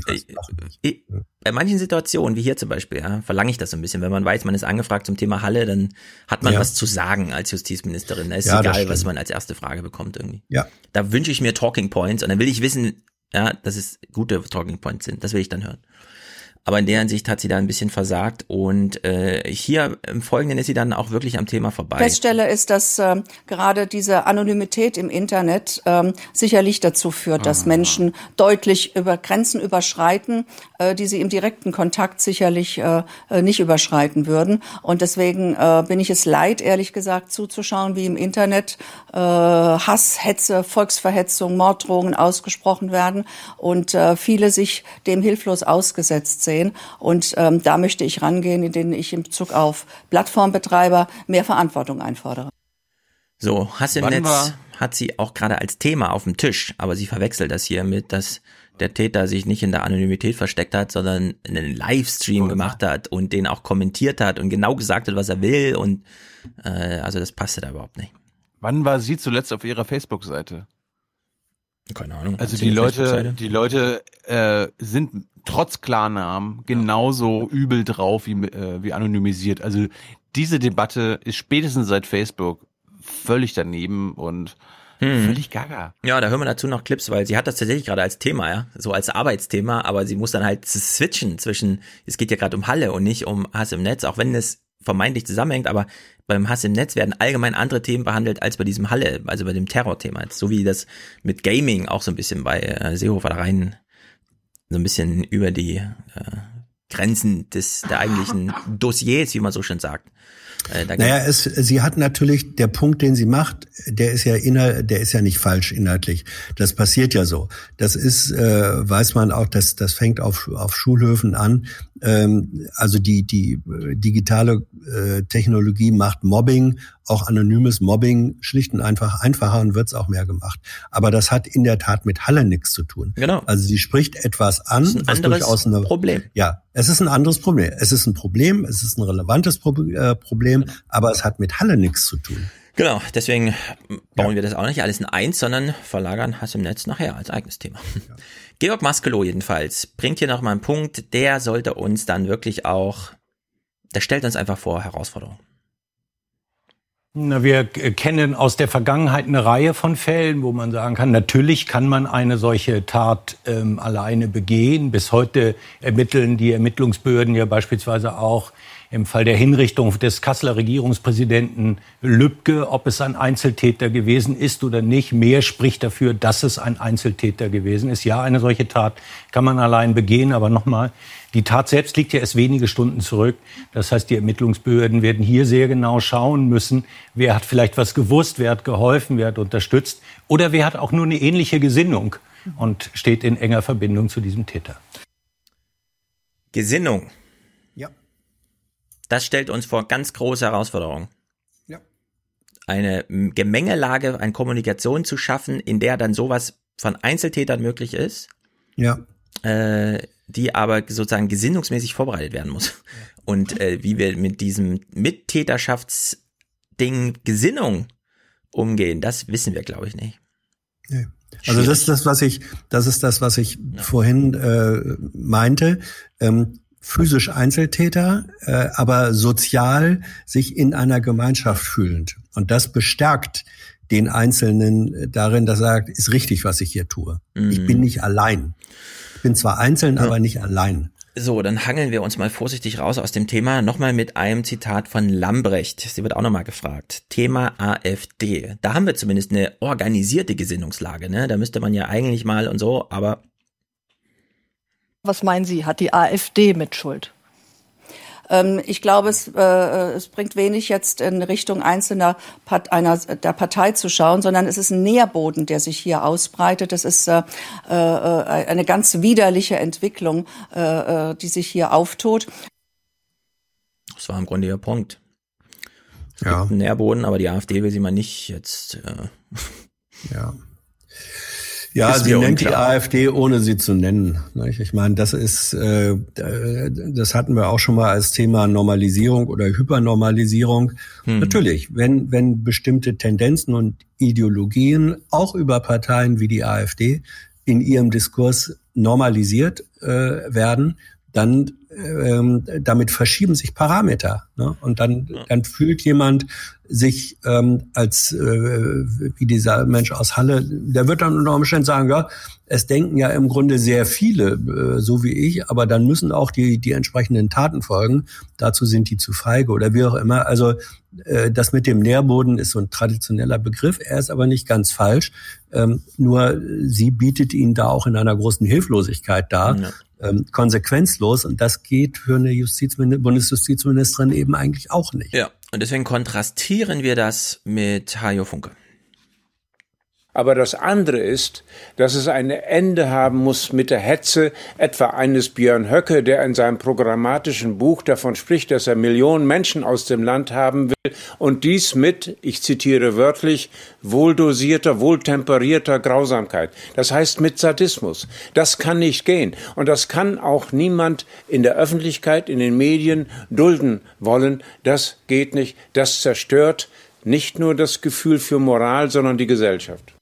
Bei manchen Situationen, wie hier zum Beispiel, verlange ich das so ein bisschen. Wenn man weiß, man ist angefragt zum Thema Halle, dann hat man was zu sagen als Justizministerin. Da ist egal, was man als erste Frage bekommt irgendwie. Ja. Da wünsche ich mir Talking Points und dann will ich wissen, dass es gute Talking Points sind. Das will ich dann hören. Aber in der Hinsicht hat sie da ein bisschen versagt und hier im Folgenden ist sie dann auch wirklich am Thema vorbei.
Feststelle ist, dass gerade diese Anonymität im Internet sicherlich dazu führt, dass Menschen deutlich über Grenzen überschreiten, die sie im direkten Kontakt sicherlich nicht überschreiten würden. Und deswegen bin ich es leid, ehrlich gesagt, zuzuschauen, wie im Internet Hass, Hetze, Volksverhetzung, Morddrohungen ausgesprochen werden und viele sich dem hilflos ausgesetzt sehen. Und da möchte ich rangehen, indem ich in Bezug auf Plattformbetreiber mehr Verantwortung einfordere.
So, Hass im Netz hat sie auch gerade als Thema auf dem Tisch, aber sie verwechselt das hier mit, dass der Täter sich nicht in der Anonymität versteckt hat, sondern einen Livestream gemacht hat und den auch kommentiert hat und genau gesagt hat, was er will und also das passte da überhaupt nicht.
Wann war sie zuletzt auf ihrer Facebook-Seite?
Keine Ahnung.
Also die Leute sind trotz Klarnamen genauso übel drauf wie anonymisiert. Also diese Debatte ist spätestens seit Facebook völlig daneben und völlig gaga.
Ja, da hören wir dazu noch Clips, weil sie hat das tatsächlich gerade als Thema, so als Arbeitsthema, aber sie muss dann halt switchen zwischen, es geht ja gerade um Halle und nicht um Hass im Netz, auch wenn es vermeintlich zusammenhängt, aber beim Hass im Netz werden allgemein andere Themen behandelt als bei diesem Halle, also bei dem Terrorthema. So wie das mit Gaming auch so ein bisschen bei Seehofer da rein so ein bisschen über die Grenzen der eigentlichen Dossiers, wie man so schön sagt.
Sie hat natürlich, der Punkt, den sie macht, der ist ja nicht falsch inhaltlich. Das passiert ja so. Das ist, weiß man auch, das fängt auf Schulhöfen an. Also die digitale Technologie macht Mobbing, auch anonymes Mobbing, schlicht und einfach einfacher und wird's auch mehr gemacht. Aber das hat in der Tat mit Halle nichts zu tun.
Genau.
Also sie spricht etwas an,
was durchaus ein
Problem. Ja, es ist ein anderes Problem. Es ist ein Problem, es ist ein relevantes Problem, aber es hat mit Halle nichts zu tun.
Genau, deswegen bauen wir das auch nicht alles in eins, sondern verlagern Hass im Netz nachher als eigenes Thema. Ja. Georg Maskelow jedenfalls bringt hier nochmal einen Punkt, der sollte uns dann wirklich auch, der stellt uns einfach vor Herausforderungen.
Na, wir kennen aus der Vergangenheit eine Reihe von Fällen, wo man sagen kann, natürlich kann man eine solche Tat alleine begehen. Bis heute ermitteln die Ermittlungsbehörden ja beispielsweise auch im Fall der Hinrichtung des Kasseler Regierungspräsidenten Lübcke, ob es ein Einzeltäter gewesen ist oder nicht. Mehr spricht dafür, dass es ein Einzeltäter gewesen ist. Ja, eine solche Tat kann man allein begehen, aber nochmal, die Tat selbst liegt ja erst wenige Stunden zurück. Das heißt, die Ermittlungsbehörden werden hier sehr genau schauen müssen, wer hat vielleicht was gewusst, wer hat geholfen, wer hat unterstützt oder wer hat auch nur eine ähnliche Gesinnung und steht in enger Verbindung zu diesem Täter.
Gesinnung.
Ja.
Das stellt uns vor ganz große Herausforderungen.
Ja.
Eine Gemengelage, eine Kommunikation zu schaffen, in der dann sowas von Einzeltätern möglich ist.
Ja.
Die aber sozusagen gesinnungsmäßig vorbereitet werden muss. Ja. Und wie wir mit diesem Mittäterschaftsding Gesinnung umgehen, das wissen wir, glaube ich, nicht.
Nee. Also das ist das, was ich vorhin meinte. Physisch Einzeltäter, aber sozial sich in einer Gemeinschaft fühlend. Und das bestärkt den Einzelnen darin, dass er sagt, ist richtig, was ich hier tue. Ich bin nicht allein. Ich bin zwar einzeln, aber nicht allein.
So, dann hangeln wir uns mal vorsichtig raus aus dem Thema. Nochmal mit einem Zitat von Lambrecht. Sie wird auch nochmal gefragt. Thema AfD. Da haben wir zumindest eine organisierte Gesinnungslage, ne? Da müsste man ja eigentlich mal und so, aber...
Was meinen Sie, hat die AfD mit Schuld?
Ich glaube, es bringt wenig, jetzt in Richtung einzelner der Partei zu schauen, sondern es ist ein Nährboden, der sich hier ausbreitet. Es ist eine ganz widerliche Entwicklung, die sich hier auftut.
Das war im Grunde Ihr Punkt. Es gibt einen Nährboden, aber die AfD will sie mal nicht jetzt.
Ja, sie nennt die AfD, ohne sie zu nennen. Ich meine, das ist, das hatten wir auch schon mal als Thema Normalisierung oder Hypernormalisierung. Natürlich, wenn bestimmte Tendenzen und Ideologien auch über Parteien wie die AfD in ihrem Diskurs normalisiert werden, dann damit verschieben sich Parameter, ne? Und dann fühlt jemand sich als wie dieser Mensch aus Halle, der wird dann unter Umständen sagen, ja, es denken ja im Grunde sehr viele, so wie ich, aber dann müssen auch die entsprechenden Taten folgen. Dazu sind die zu feige oder wie auch immer. Also das mit dem Nährboden ist so ein traditioneller Begriff. Er ist aber nicht ganz falsch. Nur sie bietet ihn da auch in einer großen Hilflosigkeit dar. Ja. Konsequenzlos, und das geht für eine Bundesjustizministerin eben eigentlich auch nicht.
Ja, und deswegen kontrastieren wir das mit Hajo Funke.
Aber das andere ist, dass es ein Ende haben muss mit der Hetze, etwa eines Björn Höcke, der in seinem programmatischen Buch davon spricht, dass er Millionen Menschen aus dem Land haben will und dies mit, ich zitiere wörtlich, wohldosierter, wohltemperierter Grausamkeit. Das heißt mit Sadismus. Das kann nicht gehen. Und das kann auch niemand in der Öffentlichkeit, in den Medien dulden wollen. Das geht nicht. Das zerstört nicht nur das Gefühl für Moral, sondern die Gesellschaft.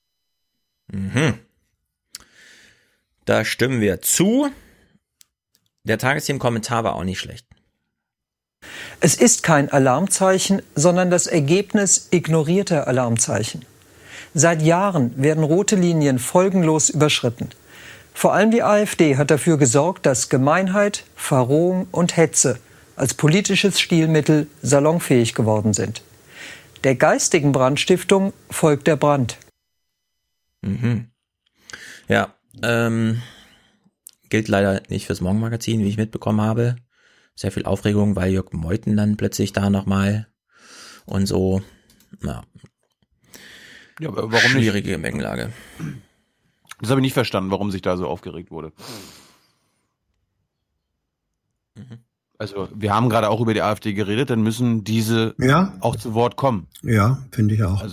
Da stimmen wir zu. Der Tagesthemen-Kommentar war auch nicht schlecht.
Es ist kein Alarmzeichen, sondern das Ergebnis ignorierter Alarmzeichen. Seit Jahren werden rote Linien folgenlos überschritten. Vor allem die AfD hat dafür gesorgt, dass Gemeinheit, Verrohung und Hetze als politisches Stilmittel salonfähig geworden sind. Der geistigen Brandstiftung folgt der Brand.
Ja, gilt leider nicht fürs Morgenmagazin, wie ich mitbekommen habe. Sehr viel Aufregung, weil Jörg Meuthen dann plötzlich da nochmal und so, ja aber warum schwierige Mengenlage.
Das habe ich nicht verstanden, warum sich da so aufgeregt wurde. Also wir haben gerade auch über die AfD geredet, dann müssen diese auch zu Wort kommen.
Ja, finde ich auch.
Also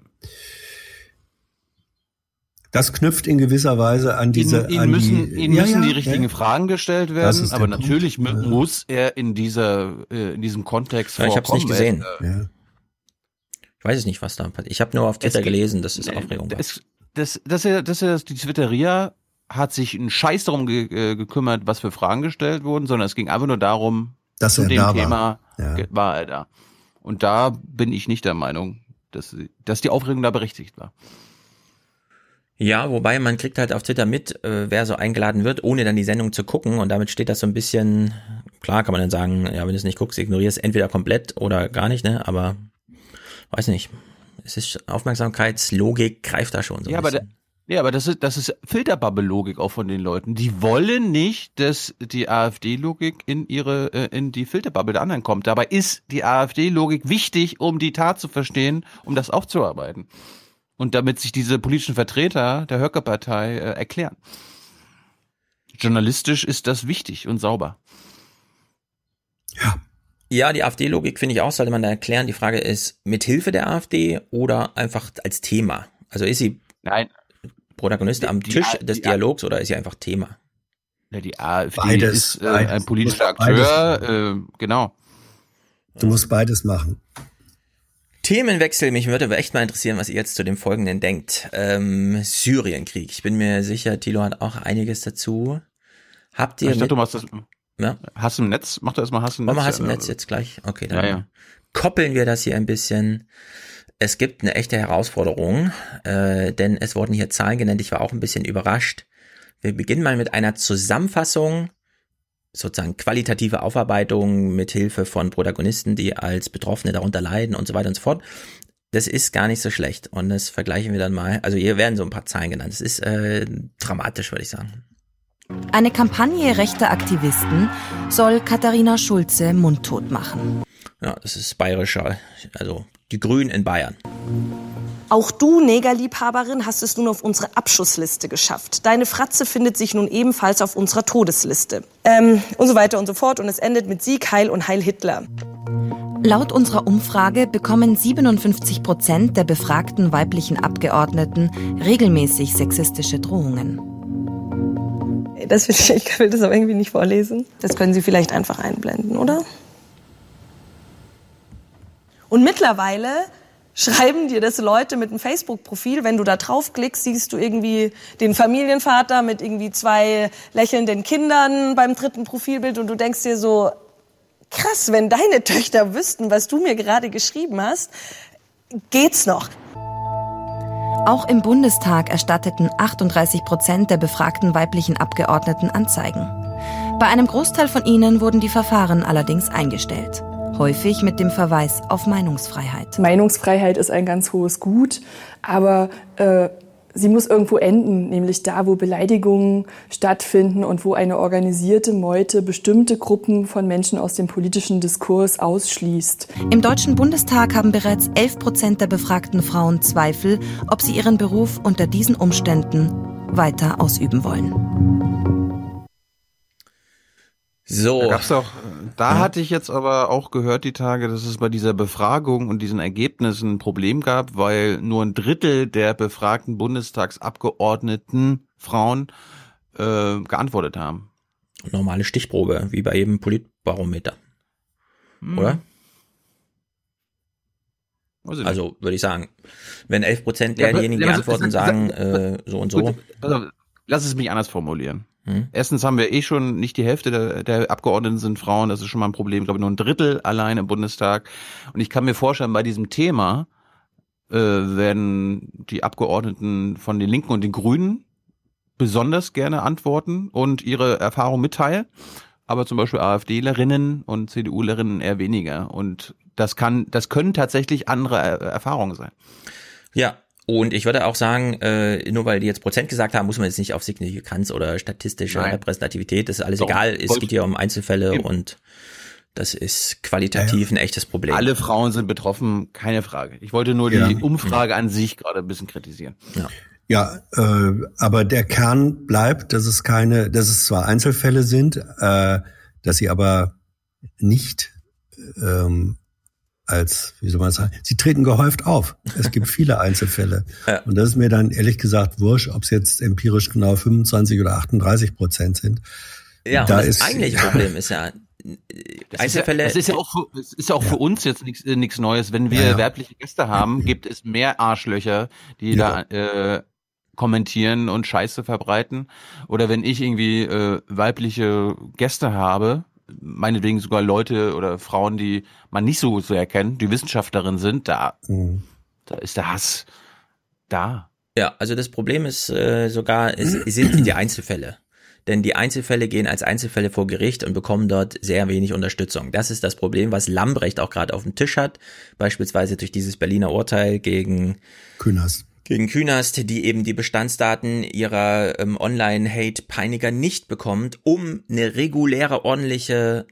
das knüpft in gewisser Weise an diese...
Ihnen müssen die richtigen Fragen gestellt werden, aber natürlich muss er in diesem Kontext vorkommen.
Ich habe es nicht gesehen. Ich weiß es nicht, was da passiert. Ich habe nur auf Twitter gelesen, dass es Aufregung war.
Die Twitteria hat sich einen Scheiß darum gekümmert, was für Fragen gestellt wurden, sondern es ging einfach nur darum,
dass
zu
er
dem
da
Thema
war.
War er da. Und da bin ich nicht der Meinung, dass die Aufregung da berechtigt war.
Ja, wobei man kriegt halt auf Twitter mit, wer so eingeladen wird, ohne dann die Sendung zu gucken, und damit steht das so ein bisschen, klar kann man dann sagen, ja, wenn du es nicht guckst, ignorierst es entweder komplett oder gar nicht, ne, aber weiß nicht, es ist Aufmerksamkeitslogik greift da schon so ein bisschen.
Aber das ist Filterbubble-Logik auch von den Leuten. Die wollen nicht, dass die AfD-Logik in die Filterbubble der anderen kommt. Dabei ist die AfD-Logik wichtig, um die Tat zu verstehen, um das aufzuarbeiten. Und damit sich diese politischen Vertreter der Höcke-Partei erklären. Journalistisch ist das wichtig und sauber.
Ja, die AfD-Logik finde ich auch, sollte man da erklären. Die Frage ist, mit Hilfe der AfD oder einfach als Thema? Also ist sie Protagonist am Tisch des Dialogs oder ist sie einfach Thema?
Ja, die AfD ist ein politischer Akteur, genau.
Du musst beides machen.
Themenwechsel, mich würde aber echt mal interessieren, was ihr jetzt zu dem Folgenden denkt. Syrienkrieg. Ich bin mir sicher, Thilo hat auch einiges dazu. Habt ihr...
Ich dachte, du machst das... Ja? Hass im Netz? Mach doch erstmal Hass im Netz.
Machen wir Hass im Netz jetzt gleich? Okay, dann koppeln wir das hier ein bisschen. Es gibt eine echte Herausforderung, denn es wurden hier Zahlen genannt. Ich war auch ein bisschen überrascht. Wir beginnen mal mit einer Zusammenfassung, sozusagen qualitative Aufarbeitung mit Hilfe von Protagonisten, die als Betroffene darunter leiden und so weiter und so fort. Das ist gar nicht so schlecht und das vergleichen wir dann mal. Also hier werden so ein paar Zahlen genannt. Das ist dramatisch, würde ich sagen.
Eine Kampagne rechter Aktivisten soll Katharina Schulze mundtot machen.
Ja, das ist bayerischer, also die Grünen in Bayern.
Auch du, Negerliebhaberin, hast es nun auf unsere Abschussliste geschafft. Deine Fratze findet sich nun ebenfalls auf unserer Todesliste. Und so weiter und so fort. Und es endet mit Sieg, Heil und Heil Hitler.
Laut unserer Umfrage bekommen 57% der befragten weiblichen Abgeordneten regelmäßig sexistische Drohungen.
Ich will das aber irgendwie nicht vorlesen. Das können Sie vielleicht einfach einblenden, oder? Und mittlerweile schreiben dir das Leute mit einem Facebook-Profil, wenn du da draufklickst, siehst du irgendwie den Familienvater mit irgendwie 2 lächelnden Kindern beim 3. Profilbild und du denkst dir so, krass, wenn deine Töchter wüssten, was du mir gerade geschrieben hast, geht's noch.
Auch im Bundestag erstatteten 38% der befragten weiblichen Abgeordneten Anzeigen. Bei einem Großteil von ihnen wurden die Verfahren allerdings eingestellt. Häufig mit dem Verweis auf Meinungsfreiheit.
Meinungsfreiheit ist ein ganz hohes Gut, aber sie muss irgendwo enden, nämlich da, wo Beleidigungen stattfinden und wo eine organisierte Meute bestimmte Gruppen von Menschen aus dem politischen Diskurs ausschließt.
Im Deutschen Bundestag haben bereits 11% der befragten Frauen Zweifel, ob sie ihren Beruf unter diesen Umständen weiter ausüben wollen.
So.
Da hatte ich jetzt aber auch gehört die Tage, dass es bei dieser Befragung und diesen Ergebnissen ein Problem gab, weil nur 1/3 der befragten Bundestagsabgeordneten Frauen geantwortet haben.
Normale Stichprobe, wie bei jedem Politbarometer. Oder? Also würde ich sagen, wenn 11% derjenigen, die antworten, sagen so und so.
Gut, lass es mich anders formulieren. Erstens haben wir schon nicht die Hälfte der Abgeordneten sind Frauen, das ist schon mal ein Problem, ich glaube nur 1/3 allein im Bundestag. Und ich kann mir vorstellen, bei diesem Thema werden die Abgeordneten von den Linken und den Grünen besonders gerne antworten und ihre Erfahrung mitteilen, aber zum Beispiel AfDlerinnen und CDUlerinnen eher weniger. Und das können tatsächlich andere Erfahrungen sein.
Ja. Und ich würde auch sagen, nur weil die jetzt Prozent gesagt haben, muss man jetzt nicht auf Signifikanz oder statistische Repräsentativität, das ist alles egal. Es geht hier um Einzelfälle und das ist qualitativ ein echtes Problem.
Alle Frauen sind betroffen, keine Frage. Ich wollte nur die Umfrage an sich gerade ein bisschen kritisieren.
Ja, aber der Kern bleibt, dass es zwar Einzelfälle sind, dass sie aber nicht sie treten gehäuft auf. Es gibt viele Einzelfälle. Und das ist mir dann ehrlich gesagt wurscht, ob es jetzt empirisch genau 25 oder 38% sind.
Ja,
da
und das eigentliche Problem ist ja, Einzelfälle.
Es ist ja auch für uns jetzt nichts Neues. Wenn wir weibliche Gäste haben, gibt es mehr Arschlöcher, die da kommentieren und Scheiße verbreiten. Oder wenn ich irgendwie weibliche Gäste habe, meinetwegen sogar Leute oder Frauen, die man nicht so gut so erkennt, die Wissenschaftlerin sind, da ist der Hass da.
Ja, also das Problem ist sind die Einzelfälle. Denn die Einzelfälle gehen als Einzelfälle vor Gericht und bekommen dort sehr wenig Unterstützung. Das ist das Problem, was Lambrecht auch gerade auf dem Tisch hat, beispielsweise durch dieses Berliner Urteil gegen Künast, die eben die Bestandsdaten ihrer Online-Hate-Peiniger nicht bekommt, um eine reguläre, ordentliche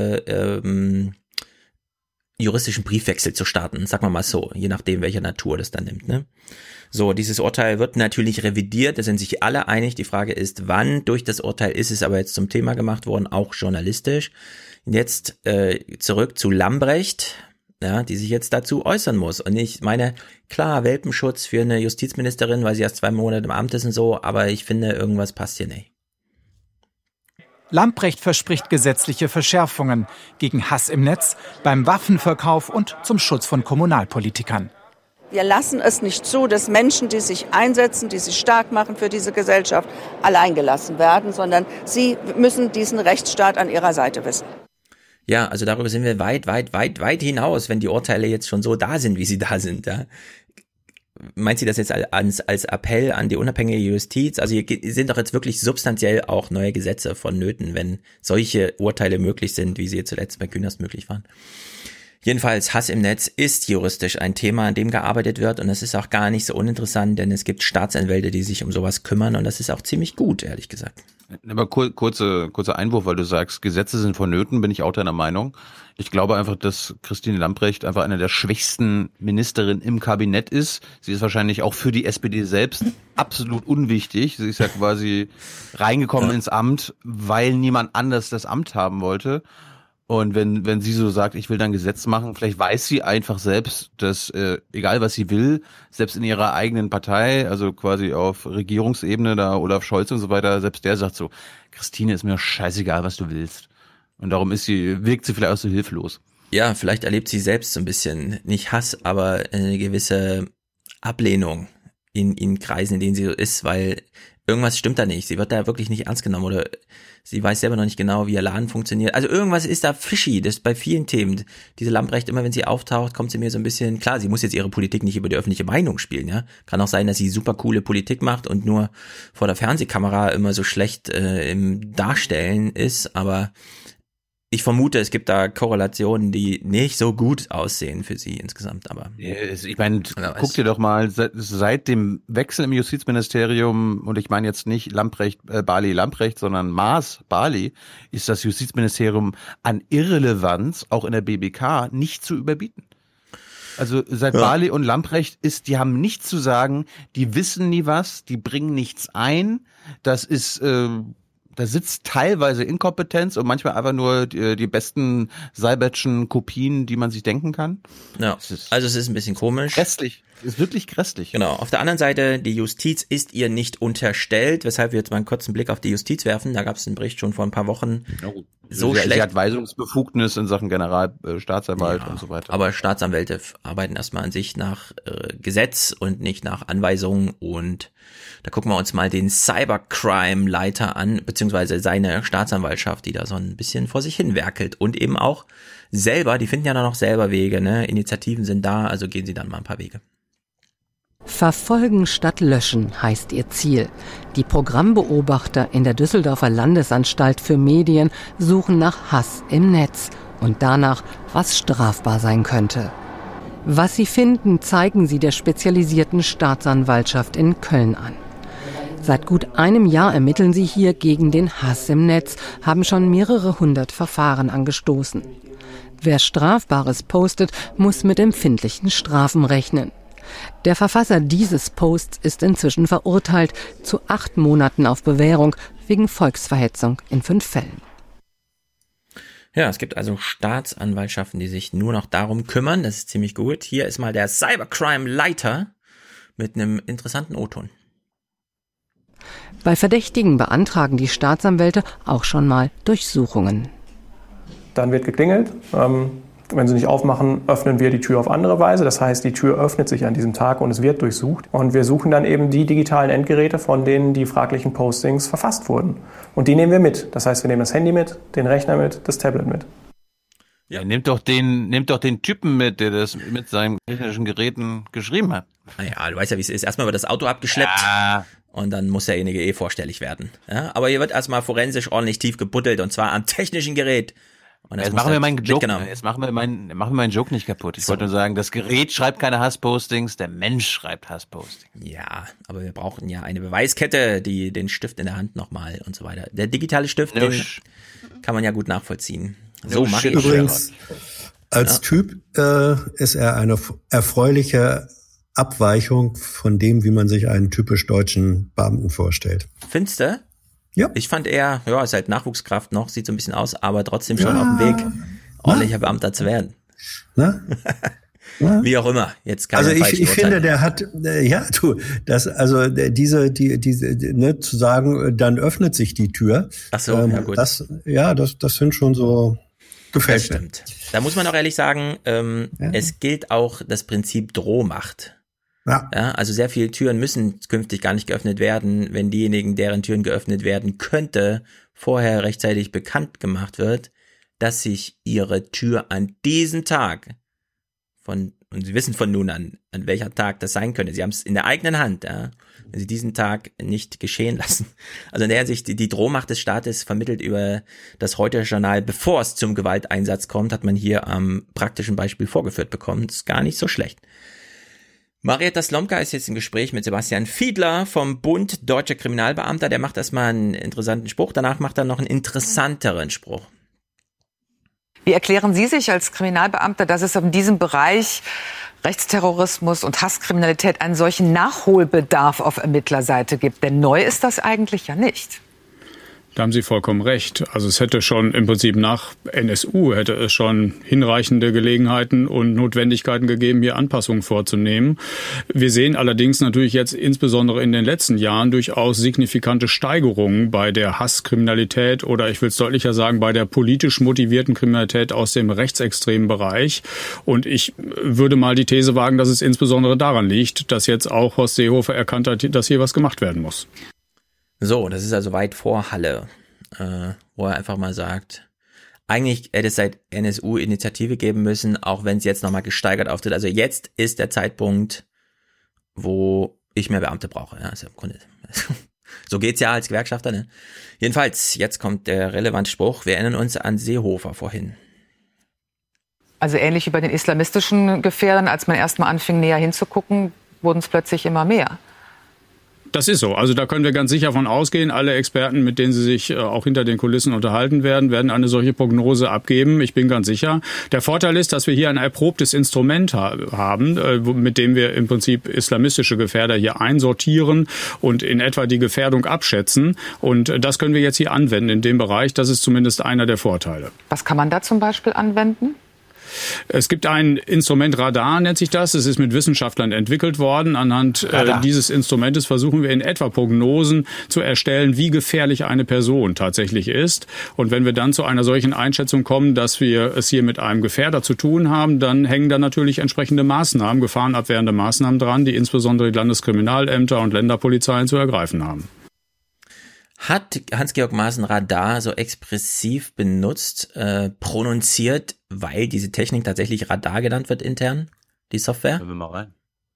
juristischen Briefwechsel zu starten, sagen wir mal so, je nachdem, welcher Natur das dann nimmt, ne? So, dieses Urteil wird natürlich revidiert, da sind sich alle einig. Die Frage ist, wann durch das Urteil ist es aber jetzt zum Thema gemacht worden, auch journalistisch. Und jetzt zurück zu Lambrecht, ja, die sich jetzt dazu äußern muss. Und ich meine, klar, Welpenschutz für eine Justizministerin, weil sie erst 2 Monate im Amt ist und so, aber ich finde, irgendwas passt hier nicht.
Lambrecht verspricht gesetzliche Verschärfungen gegen Hass im Netz, beim Waffenverkauf und zum Schutz von Kommunalpolitikern.
Wir lassen es nicht zu, dass Menschen, die sich einsetzen, die sich stark machen für diese Gesellschaft, alleingelassen werden, sondern sie müssen diesen Rechtsstaat an ihrer Seite wissen.
Ja, also darüber sind wir weit hinaus, wenn die Urteile jetzt schon so da sind, wie sie da sind. Ja. Meint sie das jetzt als Appell an die unabhängige Justiz? Also hier sind doch jetzt wirklich substanziell auch neue Gesetze vonnöten, wenn solche Urteile möglich sind, wie sie jetzt zuletzt bei Künast möglich waren. Jedenfalls, Hass im Netz ist juristisch ein Thema, an dem gearbeitet wird und das ist auch gar nicht so uninteressant, denn es gibt Staatsanwälte, die sich um sowas kümmern und das ist auch ziemlich gut, ehrlich gesagt.
Aber kurzer Einwurf, weil du sagst, Gesetze sind vonnöten, bin ich auch deiner Meinung. Ich glaube einfach, dass Christine Lambrecht einfach eine der schwächsten Ministerinnen im Kabinett ist. Sie ist wahrscheinlich auch für die SPD selbst absolut unwichtig. Sie ist ja quasi reingekommen ins Amt, weil niemand anders das Amt haben wollte. Und wenn sie so sagt, ich will dann Gesetz machen, vielleicht weiß sie einfach selbst, dass egal was sie will, selbst in ihrer eigenen Partei, also quasi auf Regierungsebene, da Olaf Scholz und so weiter, selbst der sagt so, Christine, ist mir scheißegal, was du willst. Und darum wirkt sie vielleicht auch so hilflos.
Ja, vielleicht erlebt sie selbst so ein bisschen, nicht Hass, aber eine gewisse Ablehnung in Kreisen, in denen sie so ist, weil irgendwas stimmt da nicht. Sie wird da wirklich nicht ernst genommen oder sie weiß selber noch nicht genau, wie ihr Laden funktioniert. Also irgendwas ist da fishy, das ist bei vielen Themen. Diese Lambrecht, immer wenn sie auftaucht, kommt sie mir so ein bisschen, klar, sie muss jetzt ihre Politik nicht über die öffentliche Meinung spielen, ja. Kann auch sein, dass sie super coole Politik macht und nur vor der Fernsehkamera immer so schlecht im Darstellen ist, aber ich vermute, es gibt da Korrelationen, die nicht so gut aussehen für sie insgesamt, aber.
Ich meine, guck dir doch mal, seit dem Wechsel im Justizministerium, und ich meine jetzt nicht Barley-Lamprecht, sondern Maas-Barley, ist das Justizministerium an Irrelevanz, auch in der BBK, nicht zu überbieten. Also seit Barley und Lamprecht die haben nichts zu sagen, die wissen nie was, die bringen nichts ein, das ist, da sitzt teilweise Inkompetenz und manchmal einfach nur die besten Seibertschen Kopien, die man sich denken kann.
Ja, also es ist ein bisschen komisch.
Grässlich. Ist wirklich grässlich.
Genau. Auf der anderen Seite, die Justiz ist ihr nicht unterstellt, weshalb wir jetzt mal einen kurzen Blick auf die Justiz werfen. Da gab es einen Bericht schon vor ein paar Wochen. So schlecht.
Sie hat Weisungsbefugnis in Sachen Generalstaatsanwalt und so weiter.
Aber Staatsanwälte arbeiten erstmal an sich nach Gesetz und nicht nach Anweisungen. Und da gucken wir uns mal den Cybercrime-Leiter an, beziehungsweise seine Staatsanwaltschaft, die da so ein bisschen vor sich hin werkelt. Und eben auch selber, die finden ja dann noch selber Wege, ne? Initiativen sind da, also gehen sie dann mal ein paar Wege.
Verfolgen statt löschen heißt ihr Ziel. Die Programmbeobachter in der Düsseldorfer Landesanstalt für Medien suchen nach Hass im Netz und danach, was strafbar sein könnte. Was sie finden, zeigen sie der spezialisierten Staatsanwaltschaft in Köln an. Seit gut einem Jahr ermitteln sie hier gegen den Hass im Netz, haben schon mehrere hundert Verfahren angestoßen. Wer Strafbares postet, muss mit empfindlichen Strafen rechnen. Der Verfasser dieses Posts ist inzwischen verurteilt zu 8 Monaten auf Bewährung wegen Volksverhetzung in 5 Fällen.
Ja, es gibt also Staatsanwaltschaften, die sich nur noch darum kümmern. Das ist ziemlich gut. Hier ist mal der Cybercrime-Leiter mit einem interessanten O-Ton.
Bei Verdächtigen beantragen die Staatsanwälte auch schon mal Durchsuchungen.
Dann wird geklingelt. Wenn sie nicht aufmachen, öffnen wir die Tür auf andere Weise. Das heißt, die Tür öffnet sich an diesem Tag und es wird durchsucht. Und wir suchen dann eben die digitalen Endgeräte, von denen die fraglichen Postings verfasst wurden. Und die nehmen wir mit. Das heißt, wir nehmen das Handy mit, den Rechner mit, das Tablet mit.
Ja, nehmt doch den Typen mit, der das mit seinen technischen Geräten geschrieben hat.
Naja, du weißt ja, wie es ist. Erstmal wird das Auto abgeschleppt und dann muss derjenige vorstellig werden. Ja, aber hier wird erstmal forensisch ordentlich tief gebuddelt und zwar am technischen Gerät. Und
jetzt machen wir meinen Joke. Jetzt machen wir meinen Joke nicht kaputt. Ich wollte nur sagen, das Gerät schreibt keine Hasspostings, der Mensch schreibt Hasspostings.
Ja, aber wir brauchen ja eine Beweiskette, die den Stift in der Hand nochmal und so weiter. Der digitale Stift, den kann man ja gut nachvollziehen. So mache ich
übrigens. Als Typ ist er eine erfreuliche Abweichung von dem, wie man sich einen typisch deutschen Beamten vorstellt.
Findest du?
Ja.
Ich fand er, ist halt Nachwuchskraft noch, sieht so ein bisschen aus, aber trotzdem schon auf dem Weg, ordentlicher Beamter zu werden.
Na?
Wie auch immer, jetzt kann
ich finde, der hat, zu sagen, dann öffnet sich die Tür.
Ach so, ja gut.
Das sind schon so, gefällt mir.
Stimmt. Da muss man auch ehrlich sagen, es gilt auch das Prinzip Drohmacht. Ja, also sehr viele Türen müssen künftig gar nicht geöffnet werden, wenn diejenigen, deren Türen geöffnet werden könnte, vorher rechtzeitig bekannt gemacht wird, dass sich ihre Tür an diesem Tag von Und sie wissen von nun an welcher Tag das sein könnte. Sie haben es in der eigenen Hand, ja, wenn sie diesen Tag nicht geschehen lassen. Also in der Hinsicht, die Drohmacht des Staates vermittelt über das Heute-Journal, bevor es zum Gewalteinsatz kommt, hat man hier am praktischen Beispiel vorgeführt bekommen. Das ist gar nicht so schlecht. Marietta Slomka ist jetzt im Gespräch mit Sebastian Fiedler vom Bund Deutscher Kriminalbeamter. Der macht erstmal einen interessanten Spruch, danach macht er noch einen interessanteren Spruch.
Wie erklären Sie sich als Kriminalbeamter, dass es in diesem Bereich Rechtsterrorismus und Hasskriminalität einen solchen Nachholbedarf auf Ermittlerseite gibt? Denn neu ist das eigentlich ja nicht.
Da haben Sie vollkommen recht. Also es hätte schon im Prinzip nach NSU hätte es schon hinreichende Gelegenheiten und Notwendigkeiten gegeben, hier Anpassungen vorzunehmen. Wir sehen allerdings natürlich jetzt insbesondere in den letzten Jahren durchaus signifikante Steigerungen bei der Hasskriminalität oder ich will es deutlicher sagen, bei der politisch motivierten Kriminalität aus dem rechtsextremen Bereich. Und ich würde mal die These wagen, dass es insbesondere daran liegt, dass jetzt auch Horst Seehofer erkannt hat, dass hier was gemacht werden muss.
So, das ist also weit vor Halle, wo er einfach mal sagt, eigentlich hätte es seit NSU Initiative geben müssen, auch wenn es jetzt nochmal gesteigert auftritt. Also jetzt ist der Zeitpunkt, wo ich mehr Beamte brauche. Ja, ist ja im Grunde. So geht's ja als Gewerkschafter, ne? Jedenfalls, jetzt kommt der relevante Spruch. Wir erinnern uns an Seehofer vorhin.
Also ähnlich wie bei den islamistischen Gefährdern, als man erst mal anfing, näher hinzugucken, wurden es plötzlich immer mehr.
Das ist so. Also da können wir ganz sicher von ausgehen. Alle Experten, mit denen Sie sich auch hinter den Kulissen unterhalten werden, werden eine solche Prognose abgeben. Ich bin ganz sicher. Der Vorteil ist, dass wir hier ein erprobtes Instrument haben, mit dem wir im Prinzip islamistische Gefährder hier einsortieren und in etwa die Gefährdung abschätzen. Und das können wir jetzt hier anwenden in dem Bereich. Das ist zumindest einer der Vorteile.
Was kann man da zum Beispiel anwenden?
Es gibt ein Instrument, Radar nennt sich das. Es ist mit Wissenschaftlern entwickelt worden. Anhand dieses Instrumentes versuchen wir in etwa Prognosen zu erstellen, wie gefährlich eine Person tatsächlich ist. Und wenn wir dann zu einer solchen Einschätzung kommen, dass wir es hier mit einem Gefährder zu tun haben, dann hängen da natürlich entsprechende Maßnahmen, gefahrenabwehrende Maßnahmen dran, die insbesondere die Landeskriminalämter und Länderpolizeien zu ergreifen haben.
Hat Hans-Georg Maaßen Radar so expressiv benutzt, pronunziert, weil diese Technik tatsächlich Radar genannt wird intern, die Software?
Hören wir mal rein.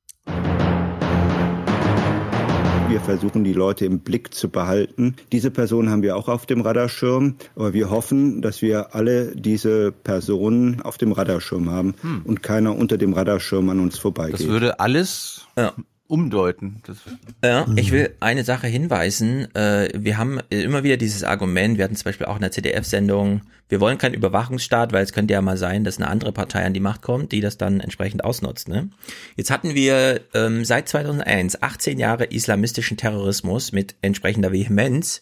Wir versuchen, die Leute im Blick zu behalten. Diese Personen haben wir auch auf dem Radarschirm, aber wir hoffen, dass wir alle diese Personen auf dem Radarschirm haben und keiner unter dem Radarschirm an uns vorbeigeht.
Das würde alles umdeuten.
Ich will eine Sache hinweisen. Wir haben immer wieder dieses Argument, wir hatten zum Beispiel auch in der ZDF-Sendung, wir wollen keinen Überwachungsstaat, weil es könnte ja mal sein, dass eine andere Partei an die Macht kommt, die das dann entsprechend ausnutzt. Ne? Jetzt hatten wir seit 2001 18 Jahre islamistischen Terrorismus mit entsprechender Vehemenz.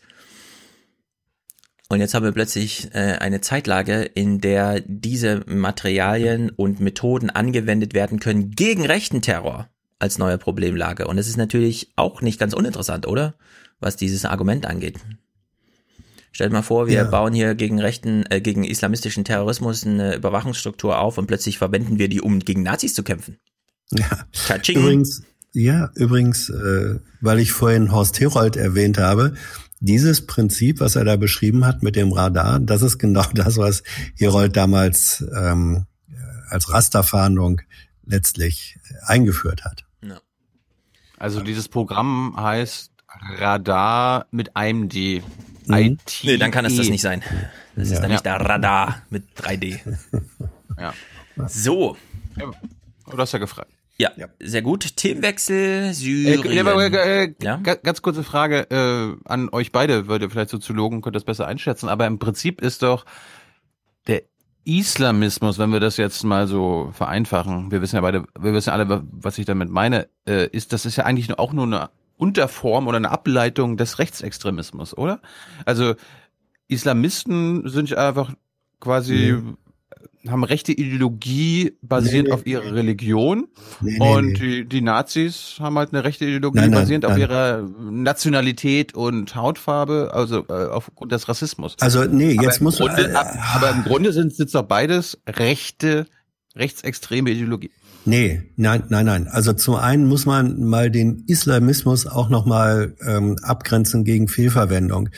Und jetzt haben wir plötzlich eine Zeitlage, in der diese Materialien und Methoden angewendet werden können gegen rechten Terror als neue Problemlage. Und es ist natürlich auch nicht ganz uninteressant, oder? Was dieses Argument angeht. Stellt mal vor, wir bauen hier gegen islamistischen Terrorismus eine Überwachungsstruktur auf und plötzlich verwenden wir die, um gegen Nazis zu kämpfen.
Ja. Übrigens, weil ich vorhin Horst Herold erwähnt habe, dieses Prinzip, was er da beschrieben hat mit dem Radar, das ist genau das, was Herold damals als Rasterfahndung letztlich eingeführt hat.
Ja. Also dieses Programm heißt Radar mit einem D. IT.
Nee, dann kann es das nicht sein. Das ist dann nicht der Radar mit 3D.
Ja.
So.
Ja, du hast ja gefragt.
Ja, sehr gut. Themenwechsel, Syrien.
Ganz kurze Frage an euch beide, weil ihr vielleicht Soziologen könnt das besser einschätzen, aber im Prinzip ist doch der Islamismus, wenn wir das jetzt mal so vereinfachen, wir wissen ja alle, was ich damit meine, das ist ja eigentlich auch nur eine Unterform oder eine Ableitung des Rechtsextremismus, oder? Also Islamisten sind einfach quasi, haben rechte Ideologie basierend auf ihrer Religion und die Nazis haben halt eine rechte Ideologie basierend auf ihrer Nationalität und Hautfarbe, also aufgrund des Rassismus.
Also
aber im Grunde sind doch beides rechtsextreme Ideologie.
Nein. Also zum einen muss man mal den Islamismus auch nochmal abgrenzen gegen Fehlverwendung.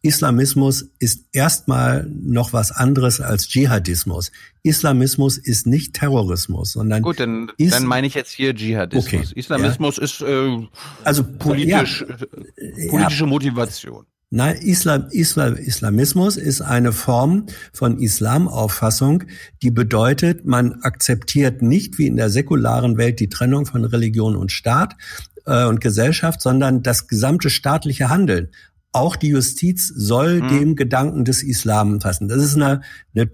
Islamismus ist erstmal noch was anderes als Dschihadismus. Islamismus ist nicht Terrorismus, sondern...
Gut, dann meine ich jetzt hier Dschihadismus. Okay, Islamismus ist
also
politische Motivation.
Nein, Islamismus ist eine Form von Islamauffassung, die bedeutet, man akzeptiert nicht wie in der säkularen Welt die Trennung von Religion und Staat und Gesellschaft, sondern das gesamte staatliche Handeln. Auch die Justiz soll dem Gedanken des Islam fassen. Das ist eine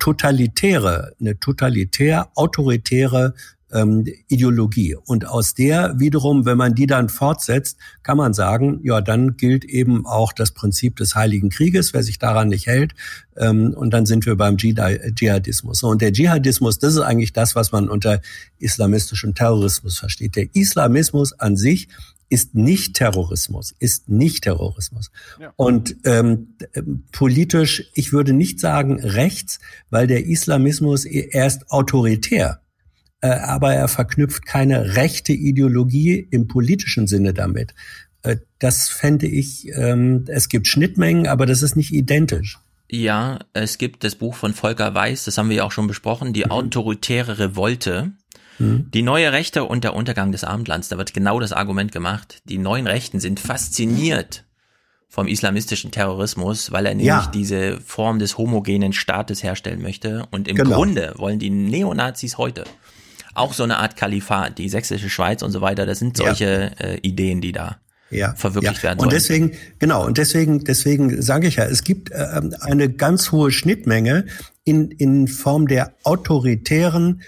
autoritäre Ideologie. Und aus der wiederum, wenn man die dann fortsetzt, kann man sagen, ja, dann gilt eben auch das Prinzip des Heiligen Krieges, wer sich daran nicht hält. Und dann sind wir beim Dschihadismus. Und der Dschihadismus, das ist eigentlich das, was man unter islamistischem Terrorismus versteht. Der Islamismus an sich ist nicht Terrorismus. Ja. Und politisch, ich würde nicht sagen rechts, weil der Islamismus erst autoritär, aber er verknüpft keine rechte Ideologie im politischen Sinne damit. Das fände ich, es gibt Schnittmengen, aber das ist nicht identisch.
Ja, es gibt das Buch von Volker Weiß, das haben wir ja auch schon besprochen, die autoritäre Revolte. Die neue Rechte und der Untergang des Abendlands, da wird genau das Argument gemacht. Die neuen Rechten sind fasziniert vom islamistischen Terrorismus, weil er nämlich diese Form des homogenen Staates herstellen möchte. Und im Grunde wollen die Neonazis heute auch so eine Art Kalifat, die sächsische Schweiz und so weiter. Das sind solche Ideen, die da verwirklicht werden sollen.
Und deswegen sage ich ja, es gibt eine ganz hohe Schnittmenge in Form der autoritären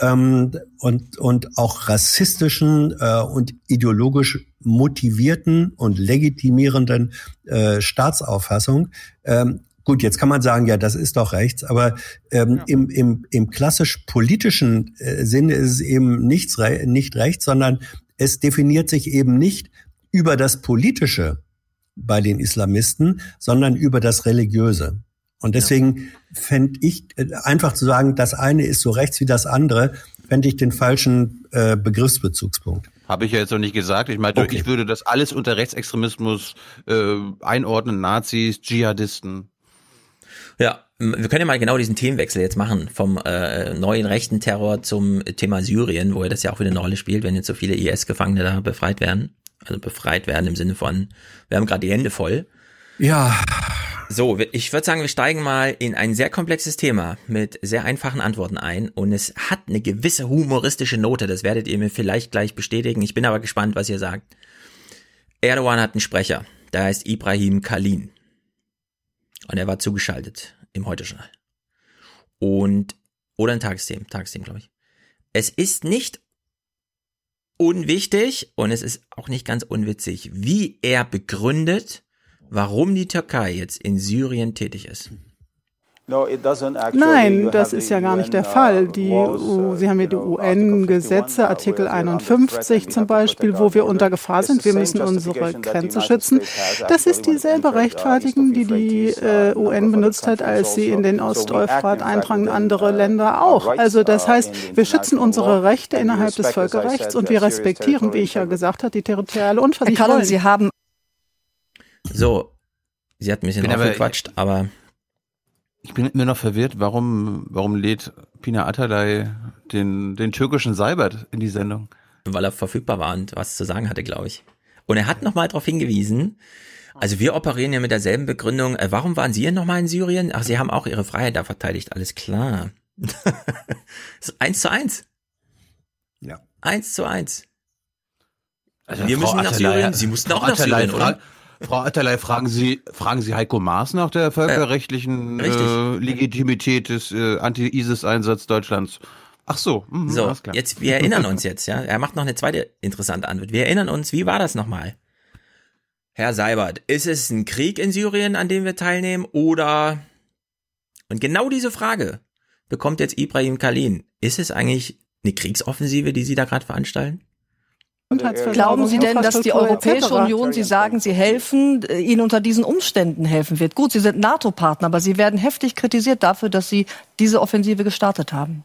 und auch rassistischen und ideologisch motivierten und legitimierenden Staatsauffassung. Gut, jetzt kann man sagen, ja, das ist doch rechts, aber im klassisch politischen Sinne ist es eben nicht rechts, sondern es definiert sich eben nicht über das Politische bei den Islamisten, sondern über das Religiöse. Und deswegen fände ich, einfach zu sagen, das eine ist so rechts wie das andere, fände ich den falschen Begriffsbezugspunkt.
Habe ich ja jetzt noch nicht gesagt. Ich meinte, ich würde das alles unter Rechtsextremismus einordnen, Nazis, Dschihadisten.
Ja, wir können ja mal genau diesen Themenwechsel jetzt machen, vom neuen rechten Terror zum Thema Syrien, wo ja das ja auch wieder eine Rolle spielt, wenn jetzt so viele IS-Gefangene da befreit werden. Also befreit werden im Sinne von, wir haben gerade die Hände voll.
Ja.
So, ich würde sagen, wir steigen mal in ein sehr komplexes Thema mit sehr einfachen Antworten ein und es hat eine gewisse humoristische Note, das werdet ihr mir vielleicht gleich bestätigen. Ich bin aber gespannt, was ihr sagt. Erdogan hat einen Sprecher, der heißt Ibrahim Kalin und er war zugeschaltet im Heute-Journal. Oder ein Tagesthemen, glaube ich. Es ist nicht unwichtig und es ist auch nicht ganz unwitzig, wie er begründet, warum die Türkei jetzt in Syrien tätig ist.
Nein, das ist ja gar nicht der Fall. Sie haben ja die UN-Gesetze, Artikel 51 zum Beispiel, wo wir unter Gefahr sind. Wir müssen unsere Grenze schützen. Das ist dieselbe Rechtfertigung, die UN benutzt hat, als sie in den Osteuphrat eindrang, andere Länder auch. Also das heißt, wir schützen unsere Rechte innerhalb des Völkerrechts und wir respektieren, wie ich ja gesagt habe, die territoriale Unversehrtheit.
Sie haben So, sie hat ein bisschen aufgequatscht, aber
ich bin immer noch verwirrt, warum lädt Pina Atalay den türkischen Seibert in die Sendung?
Weil er verfügbar war und was zu sagen hatte, glaube ich. Und er hat nochmal darauf hingewiesen, also wir operieren ja mit derselben Begründung, warum waren Sie denn nochmal in Syrien? Ach, Sie haben auch Ihre Freiheit da verteidigt, alles klar. Das ist 1:1.
Ja.
1:1.
Also
wir müssen nach Syrien, Sie mussten auch nach Syrien, oder?
Frau Atalay, fragen Sie Heiko Maas nach der völkerrechtlichen Legitimität des Anti-ISIS-Einsatzes Deutschlands. Ach so.
So, jetzt, wir erinnern uns jetzt, ja. Er macht noch eine zweite interessante Antwort. Wir erinnern uns, wie war das nochmal? Herr Seibert, ist es ein Krieg in Syrien, an dem wir teilnehmen, oder? Und genau diese Frage bekommt jetzt Ibrahim Kalin. Ist es eigentlich eine Kriegsoffensive, die Sie da gerade veranstalten?
Glauben Sie denn, dass die Europäische Union, Sie sagen, Sie helfen, Ihnen unter diesen Umständen helfen wird? Gut, Sie sind NATO-Partner, aber Sie werden heftig kritisiert dafür, dass Sie diese Offensive gestartet haben.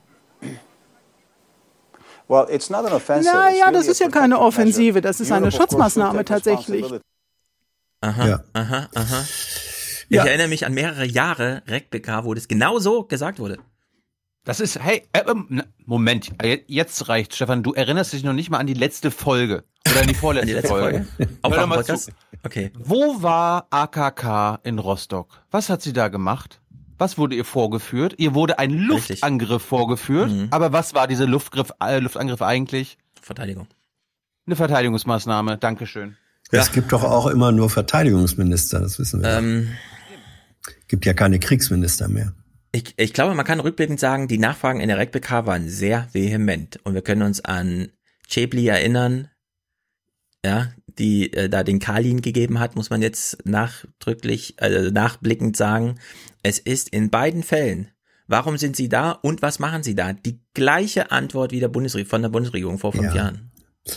Naja, das ist ja keine Offensive, das ist eine Schutzmaßnahme tatsächlich.
Aha. Ich erinnere mich an mehrere Jahre RecBK, wo das genau so gesagt wurde.
Das ist, hey, Moment, jetzt reicht, Stefan, du erinnerst dich noch nicht mal an die letzte Folge oder an die vorletzte
die letzte
Folge.
Auch
Hör doch mal
Podcast?
zu.
Okay.
Wo war AKK in Rostock? Was hat sie da gemacht? Was wurde ihr vorgeführt? Ihr wurde ein Luftangriff vorgeführt, aber was war dieser Luftangriff eigentlich?
Verteidigung.
Eine Verteidigungsmaßnahme, Dankeschön.
Es gibt doch auch immer nur Verteidigungsminister, das wissen wir. Gibt ja keine Kriegsminister mehr.
Ich glaube, man kann rückblickend sagen, die Nachfragen in der RecBK waren sehr vehement. Und wir können uns an Schäbli erinnern, ja, die da den Kalin gegeben hat, muss man jetzt nachblickend sagen. Es ist in beiden Fällen, warum sind sie da und was machen sie da? Die gleiche Antwort wie von der Bundesregierung vor 5 Jahren.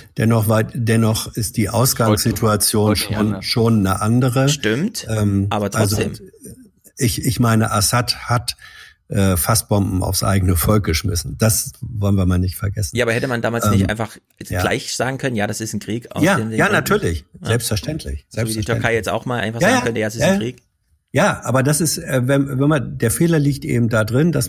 Dennoch ist die Ausgangssituation schon eine andere.
Stimmt, aber trotzdem.
Also, ich meine, Assad hat Fassbomben aufs eigene Volk geschmissen. Das wollen wir mal nicht vergessen.
Ja, aber hätte man damals nicht einfach gleich sagen können, ja, das ist ein Krieg?
Natürlich. Ja. Selbstverständlich.
So wie die Türkei jetzt auch mal einfach sagen könnte, ja, es ist ein Krieg.
Ja, aber das ist, wenn man, der Fehler liegt eben da drin, dass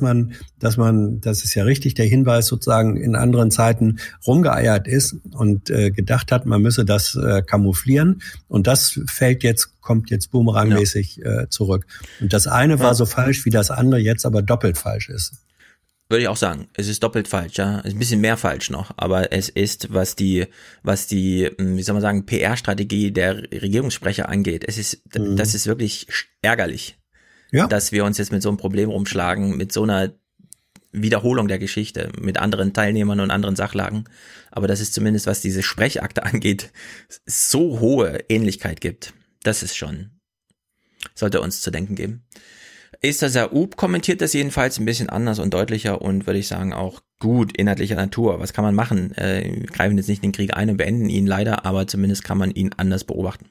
das ist ja richtig, der Hinweis sozusagen in anderen Zeiten rumgeeiert ist und gedacht hat, man müsse das kamouflieren, und das kommt jetzt boomerangmäßig zurück. Und das eine war so falsch, wie das andere jetzt aber doppelt falsch ist.
Würde ich auch sagen. Es ist doppelt falsch, ja. Es ist ein bisschen mehr falsch noch. Aber es ist, was die, wie soll man sagen, PR-Strategie der Regierungssprecher angeht. Das ist wirklich ärgerlich. Ja. Dass wir uns jetzt mit so einem Problem rumschlagen, mit so einer Wiederholung der Geschichte, mit anderen Teilnehmern und anderen Sachlagen. Aber dass es zumindest, was diese Sprechakte angeht, so hohe Ähnlichkeit gibt. Das ist schon, sollte uns zu denken geben. Esther Saub kommentiert das jedenfalls ein bisschen anders und deutlicher und würde ich sagen auch gut inhaltlicher Natur. Was kann man machen? Wir greifen jetzt nicht in den Krieg ein und beenden ihn leider, aber zumindest kann man ihn anders beobachten.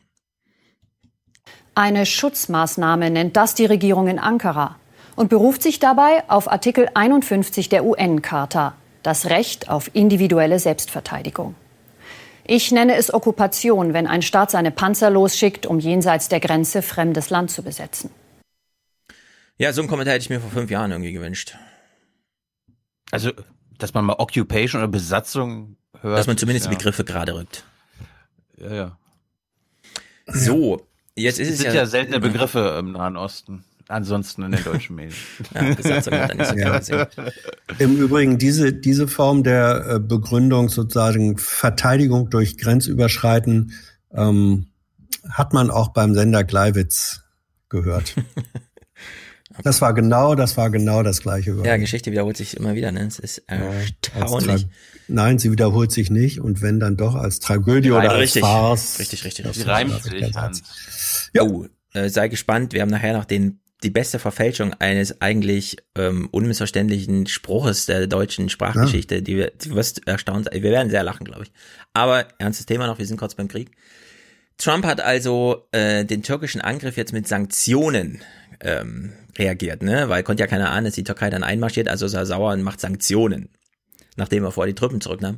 Eine Schutzmaßnahme nennt das die Regierung in Ankara und beruft sich dabei auf Artikel 51 der UN-Charta, das Recht auf individuelle Selbstverteidigung. Ich nenne es Okkupation, wenn ein Staat seine Panzer losschickt, um jenseits der Grenze fremdes Land zu besetzen.
Ja, so einen Kommentar hätte ich mir vor 5 Jahren irgendwie gewünscht.
Also, dass man mal Occupation oder Besatzung hört.
Dass man zumindest die Begriffe gerade rückt.
Ja.
So, jetzt ist es
sind ja seltene Begriffe im Nahen Osten. Ansonsten in den deutschen Medien.
Ja, Besatzung hat da nicht so gerne gesehen.
Im Übrigen, diese Form der Begründung, sozusagen Verteidigung durch Grenzüberschreiten, hat man auch beim Sender Gleiwitz gehört. Das war genau das gleiche.
Ja, Geschichte wiederholt sich immer wieder, ne? Es ist erstaunlich.
Nein, sie wiederholt sich nicht, und wenn dann doch als Tragödie oder als Farce.
Richtig.
Sie reimt sich, Hans.
Ja. Sei gespannt, wir haben nachher noch die beste Verfälschung eines eigentlich unmissverständlichen Spruches der deutschen Sprachgeschichte. Ja. Du wirst erstaunt sein. Wir werden sehr lachen, glaube ich. Aber ernstes Thema noch, wir sind kurz beim Krieg. Trump hat also den türkischen Angriff jetzt mit Sanktionen reagiert, ne? Weil konnte ja keiner ahnen, dass die Türkei dann einmarschiert, also ist er sauer und macht Sanktionen, nachdem er vorher die Truppen zurücknahm.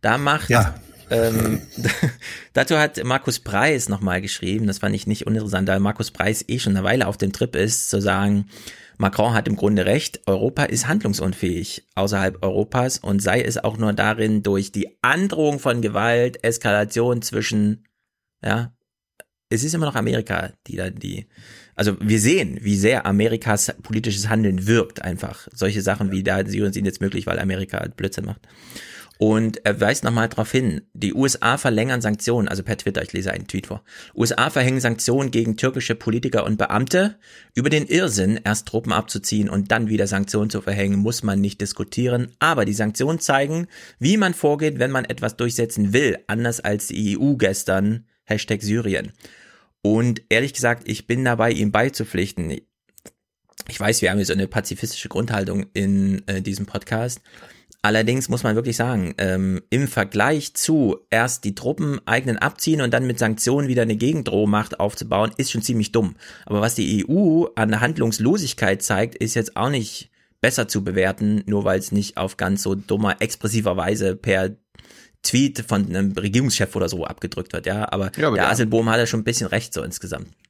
Dazu hat Markus Preis nochmal geschrieben, das fand ich nicht uninteressant, da Markus Preis schon eine Weile auf dem Trip ist, zu sagen, Macron hat im Grunde recht, Europa ist handlungsunfähig außerhalb Europas, und sei es auch nur darin, durch die Androhung von Gewalt, Eskalation zwischen, es ist immer noch Amerika, also wir sehen, wie sehr Amerikas politisches Handeln wirkt einfach. Solche Sachen wie da Syrien sind jetzt möglich, weil Amerika Blödsinn macht. Und er weist nochmal darauf hin, die USA verlängern Sanktionen, also per Twitter, ich lese einen Tweet vor. USA verhängen Sanktionen gegen türkische Politiker und Beamte. Über den Irrsinn, erst Truppen abzuziehen und dann wieder Sanktionen zu verhängen, muss man nicht diskutieren. Aber die Sanktionen zeigen, wie man vorgeht, wenn man etwas durchsetzen will, anders als die EU gestern, #Syrien. Und ehrlich gesagt, ich bin dabei, ihm beizupflichten. Ich weiß, wir haben hier so eine pazifistische Grundhaltung in diesem Podcast. Allerdings muss man wirklich sagen, im Vergleich zu erst die Truppen eigenen abziehen und dann mit Sanktionen wieder eine Gegendrohmacht aufzubauen, ist schon ziemlich dumm. Aber was die EU an Handlungslosigkeit zeigt, ist jetzt auch nicht besser zu bewerten, nur weil es nicht auf ganz so dummer, expressiver Weise per Tweet von einem Regierungschef oder so abgedrückt wird, ja. Aber der Asselbohm hat ja schon ein bisschen recht so insgesamt.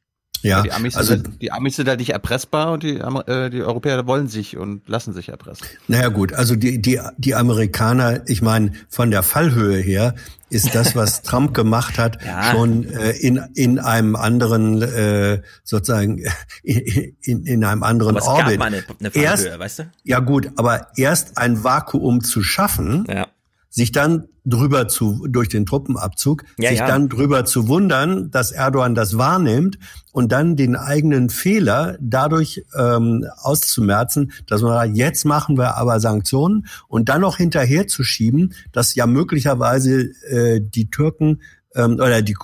Ja, die Amis sind halt nicht erpressbar und die Europäer wollen sich und lassen sich erpressen.
Naja gut, also die Amerikaner, ich meine, von der Fallhöhe her ist das, was Trump gemacht hat, schon in einem anderen sozusagen in einem anderen Orbit. Aber es gab mal eine Fallhöhe, weißt du? Ja gut, aber erst ein Vakuum zu schaffen, sich dann durch den Truppenabzug, dann drüber zu wundern, dass Erdogan das wahrnimmt und dann den eigenen Fehler dadurch auszumerzen, dass man sagt, jetzt machen wir aber Sanktionen und dann noch hinterher zu schieben, dass ja möglicherweise die Türken oder die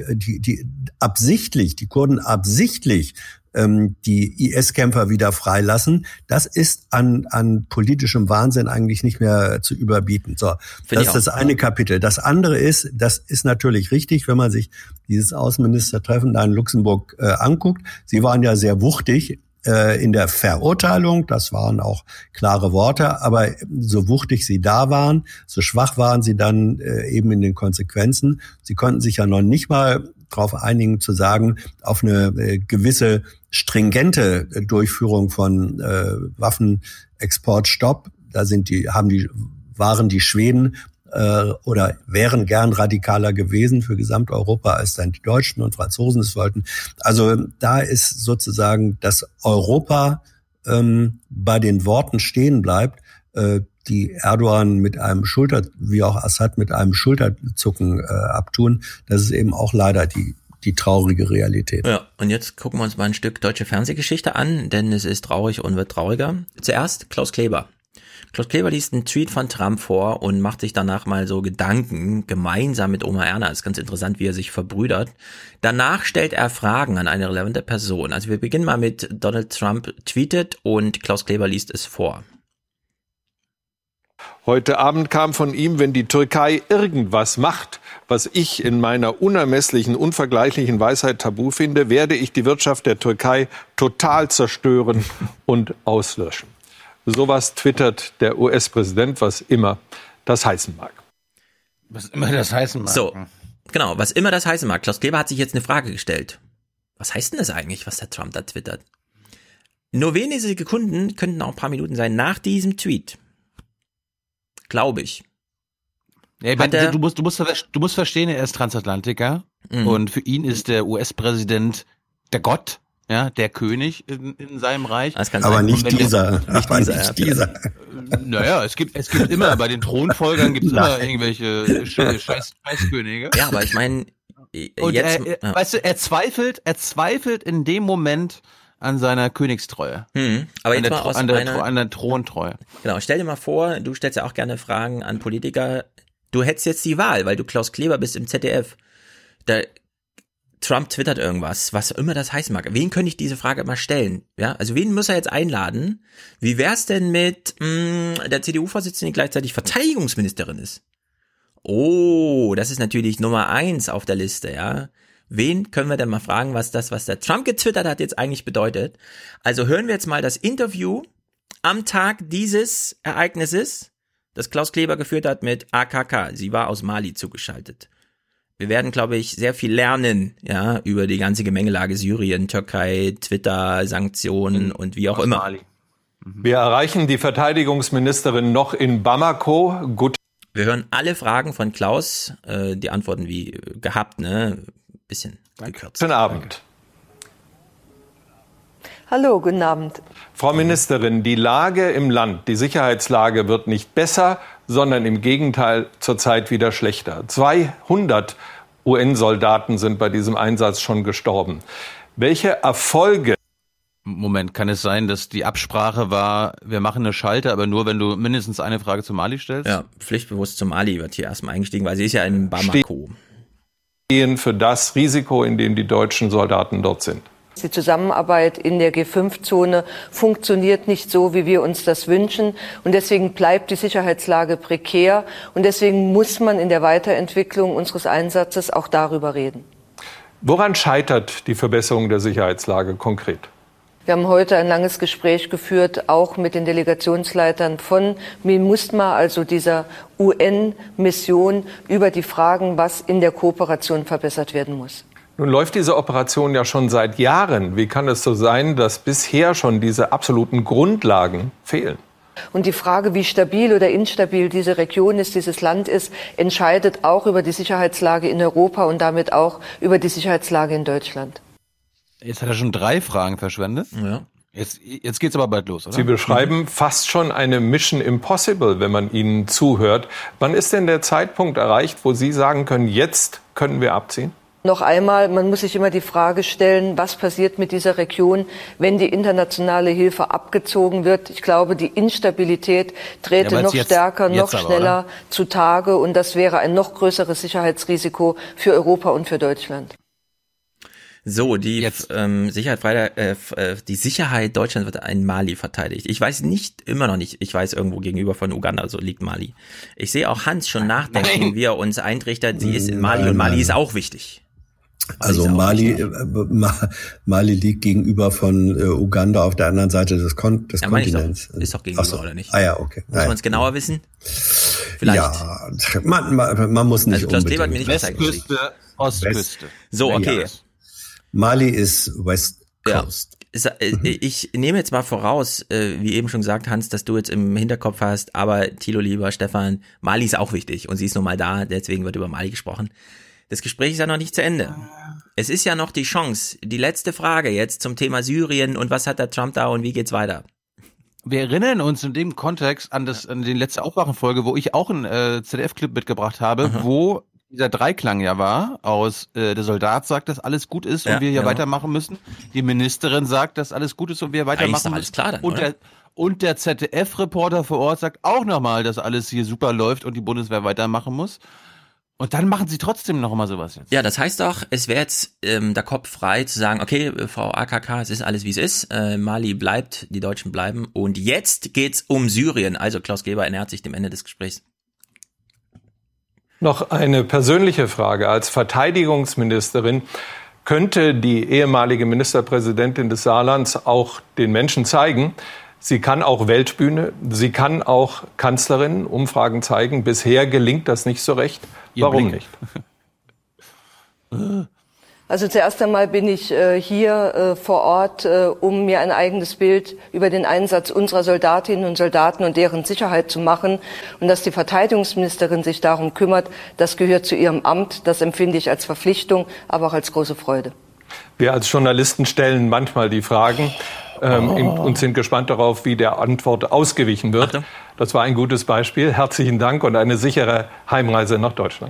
Kurden absichtlich die IS-Kämpfer wieder freilassen, das ist an politischem Wahnsinn eigentlich nicht mehr zu überbieten. So, das ist das eine Kapitel. Das andere ist, das ist natürlich richtig, wenn man sich dieses Außenministertreffen da in Luxemburg anguckt. Sie waren ja sehr wuchtig in der Verurteilung, das waren auch klare Worte, aber so wuchtig sie da waren, so schwach waren sie dann eben in den Konsequenzen. Sie konnten sich ja noch nicht mal darauf einigen zu sagen, auf eine gewisse stringente Durchführung von Waffenexportstopp. Da waren die Schweden oder wären gern radikaler gewesen für Gesamteuropa, als dann die Deutschen und Franzosen es wollten. Also da ist sozusagen, dass Europa bei den Worten stehen bleibt, die Erdogan mit einem wie auch Assad mit einem Schulterzucken abtun. Das ist eben auch leider die traurige Realität.
Ja, und jetzt gucken wir uns mal ein Stück deutsche Fernsehgeschichte an, denn es ist traurig und wird trauriger. Zuerst Klaus Kleber. Klaus Kleber liest einen Tweet von Trump vor und macht sich danach mal so Gedanken, gemeinsam mit Oma Erna. Ist ganz interessant, wie er sich verbrüdert. Danach stellt er Fragen an eine relevante Person. Also wir beginnen mal mit Donald Trump tweetet und Klaus Kleber liest es vor.
Heute Abend kam von ihm, wenn die Türkei irgendwas macht, was ich in meiner unermesslichen, unvergleichlichen Weisheit tabu finde, werde ich die Wirtschaft der Türkei total zerstören und auslöschen. Sowas twittert der US-Präsident, was immer das heißen mag.
Was immer das heißen mag.
So, genau, was immer das heißen mag. Klaus Kleber hat sich jetzt eine Frage gestellt. Was heißt denn das eigentlich, was der Trump da twittert? Nur wenige Sekunden, könnten auch ein paar Minuten sein, nach diesem Tweet. Glaube ich.
Ja, du musst verstehen, er ist Transatlantiker und für ihn ist der US-Präsident der Gott, ja, der König in seinem Reich.
Aber nicht dieser.
Naja, es gibt immer, bei den Thronfolgern gibt es immer irgendwelche Scheißkönige.
Ja, aber ich meine,
weißt du, er zweifelt in dem Moment an seiner Königstreue.
Aber
an der Throntreue.
Genau, stell dir mal vor, du stellst ja auch gerne Fragen an Politiker. Du hättest jetzt die Wahl, weil du Klaus Kleber bist im ZDF. Trump twittert irgendwas, was immer das heißen mag. Wen könnte ich diese Frage mal stellen? Ja, also wen muss er jetzt einladen? Wie wär's denn mit der CDU-Vorsitzenden, die gleichzeitig Verteidigungsministerin ist? Oh, das ist natürlich Nummer 1 auf der Liste, ja. Wen können wir denn mal fragen, was der Trump getwittert hat, jetzt eigentlich bedeutet? Also hören wir jetzt mal das Interview am Tag dieses Ereignisses, das Klaus Kleber geführt hat mit AKK. Sie war aus Mali zugeschaltet. Wir werden, glaube ich, sehr viel lernen, ja, über die ganze Gemengelage Syrien, Türkei, Twitter, Sanktionen und wie auch immer. Mali.
Wir erreichen die Verteidigungsministerin noch in Bamako. Gut.
Wir hören alle Fragen von Klaus, die Antworten wie gehabt, ne? Bisschen gekürzt.
Guten Abend.
Hallo, guten Abend.
Frau Ministerin, die Lage im Land, die Sicherheitslage wird nicht besser, sondern im Gegenteil zurzeit wieder schlechter. 200 UN-Soldaten sind bei diesem Einsatz schon gestorben. Welche Erfolge?
Moment, kann es sein, dass die Absprache war, wir machen eine Schalte, aber nur, wenn du mindestens eine Frage zu Mali stellst?
Ja, pflichtbewusst zu Mali wird hier erstmal eingestiegen, weil sie ist ja in Bamako.
Für das Risiko, in dem die deutschen Soldaten dort sind.
Die Zusammenarbeit in der G5-Zone funktioniert nicht so, wie wir uns das wünschen. Und deswegen bleibt die Sicherheitslage prekär. Und deswegen muss man in der Weiterentwicklung unseres Einsatzes auch darüber reden.
Woran scheitert die Verbesserung der Sicherheitslage konkret?
Wir haben heute ein langes Gespräch geführt, auch mit den Delegationsleitern von MINUSMA, also dieser UN-Mission, über die Fragen, was in der Kooperation verbessert werden muss.
Nun läuft diese Operation ja schon seit Jahren. Wie kann es so sein, dass bisher schon diese absoluten Grundlagen fehlen?
Und die Frage, wie stabil oder instabil diese Region ist, dieses Land ist, entscheidet auch über die Sicherheitslage in Europa und damit auch über die Sicherheitslage in Deutschland.
Jetzt hat er schon 3 Fragen verschwendet.
Ja.
Jetzt geht's aber bald los, oder?
Sie beschreiben fast schon eine Mission Impossible, wenn man Ihnen zuhört. Wann ist denn der Zeitpunkt erreicht, wo Sie sagen können, jetzt können wir abziehen?
Noch einmal, man muss sich immer die Frage stellen, was passiert mit dieser Region, wenn die internationale Hilfe abgezogen wird. Ich glaube, die Instabilität trete noch stärker, noch schneller zutage und das wäre ein noch größeres Sicherheitsrisiko für Europa und für Deutschland.
So, die Sicherheit Deutschlands wird in Mali verteidigt. Ich weiß immer noch nicht, ich weiß irgendwo gegenüber von Uganda, also liegt Mali. Ich sehe auch Hans schon nachdenken, wie er uns eintrichtert, sie ist in Mali und Mali ist auch wichtig.
Also Mali liegt gegenüber von Uganda auf der anderen Seite des Kontinents.
Ist doch gegenüber, oder nicht?
Ah ja, okay.
Muss man es genauer wissen? Vielleicht.
Ja, man muss nicht
also unbedingt. Hat mir nicht
Westküste, Ostküste.
So, okay.
Ja. Mali ist West Coast.
Ja. Ich nehme jetzt mal voraus, wie eben schon gesagt, Hans, dass du jetzt im Hinterkopf hast, aber Thilo, lieber Stefan, Mali ist auch wichtig und sie ist nun mal da, deswegen wird über Mali gesprochen. Das Gespräch ist ja noch nicht zu Ende. Es ist ja noch die Chance, die letzte Frage jetzt zum Thema Syrien und was hat der Trump da und wie geht's weiter?
Wir erinnern uns in dem Kontext an die letzte Aufwachenfolge, wo ich auch einen ZDF-Clip mitgebracht habe, wo dieser Dreiklang ja war, der Soldat sagt, dass alles gut ist und wir hier weitermachen müssen. Die Ministerin sagt, dass alles gut ist und wir weitermachen müssen. Klar dann, und der ZDF-Reporter vor Ort sagt auch nochmal, dass alles hier super läuft und die Bundeswehr weitermachen muss. Und dann machen sie trotzdem noch mal sowas jetzt.
Ja, das heißt doch, es wäre jetzt der Kopf frei zu sagen, okay, Frau AKK, es ist alles wie es ist, Mali bleibt, die Deutschen bleiben und jetzt geht's um Syrien. Also Klaus Geber ernährt sich dem Ende des Gesprächs.
Noch eine persönliche Frage. Als Verteidigungsministerin könnte die ehemalige Ministerpräsidentin des Saarlands auch den Menschen zeigen, sie kann auch Weltbühne, sie kann auch Kanzlerin, Umfragen zeigen. Bisher gelingt das nicht so recht. Warum nicht?
Also zuerst einmal bin ich hier vor Ort, um mir ein eigenes Bild über den Einsatz unserer Soldatinnen und Soldaten und deren Sicherheit zu machen. Und dass die Verteidigungsministerin sich darum kümmert, das gehört zu ihrem Amt. Das empfinde ich als Verpflichtung, aber auch als große Freude.
Wir als Journalisten stellen manchmal die Fragen und sind gespannt darauf, wie der Antwort ausgewichen wird. Das war ein gutes Beispiel. Herzlichen Dank und eine sichere Heimreise nach Deutschland.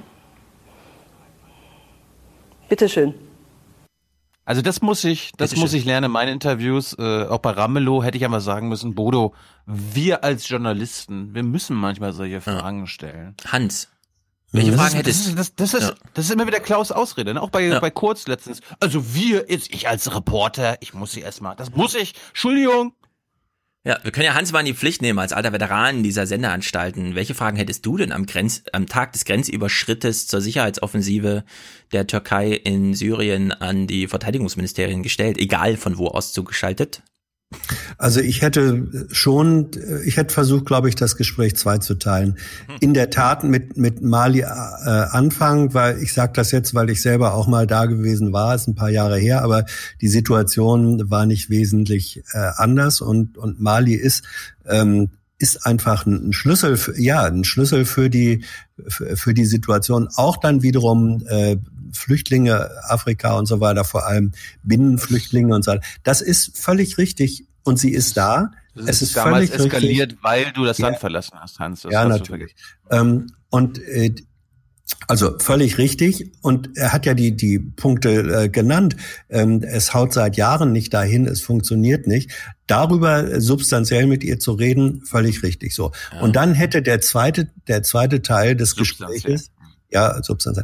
Bitte schön.
Also das muss ich lernen in meinen Interviews. Auch bei Ramelow hätte ich einmal sagen müssen, Bodo, wir als Journalisten, wir müssen manchmal solche Fragen stellen.
Hans, welche Fragen hättest du?
Das ist immer wieder Klaus' Ausrede, ne? Auch bei Kurz letztens. Also ich als Reporter, Entschuldigung.
Ja, wir können ja Hans mal in die Pflicht nehmen als alter Veteran dieser Sendeanstalten. Welche Fragen hättest du denn am Tag des Grenzüberschrittes zur Sicherheitsoffensive der Türkei in Syrien an die Verteidigungsministerien gestellt, egal von wo aus zugeschaltet?
Also ich hätte versucht, glaube ich, das Gespräch zweizuteilen. In der Tat mit Mali anfangen, weil ich sage das jetzt, weil ich selber auch mal da gewesen war, ist ein paar Jahre her, aber die Situation war nicht wesentlich anders und Mali ist einfach ein Schlüssel für die Situation, auch dann wiederum Flüchtlinge, Afrika und so weiter, vor allem Binnenflüchtlinge und so weiter. Das ist völlig richtig und sie ist da.
Es ist damals völlig eskaliert, richtig, weil du das Land verlassen hast, Hans. Das
natürlich. Also völlig richtig. Und er hat ja die Punkte genannt. Es haut seit Jahren nicht dahin, es funktioniert nicht. Darüber substanziell mit ihr zu reden, völlig richtig so. Ja. Und dann hätte der zweite Teil des Gespräches, substanziell.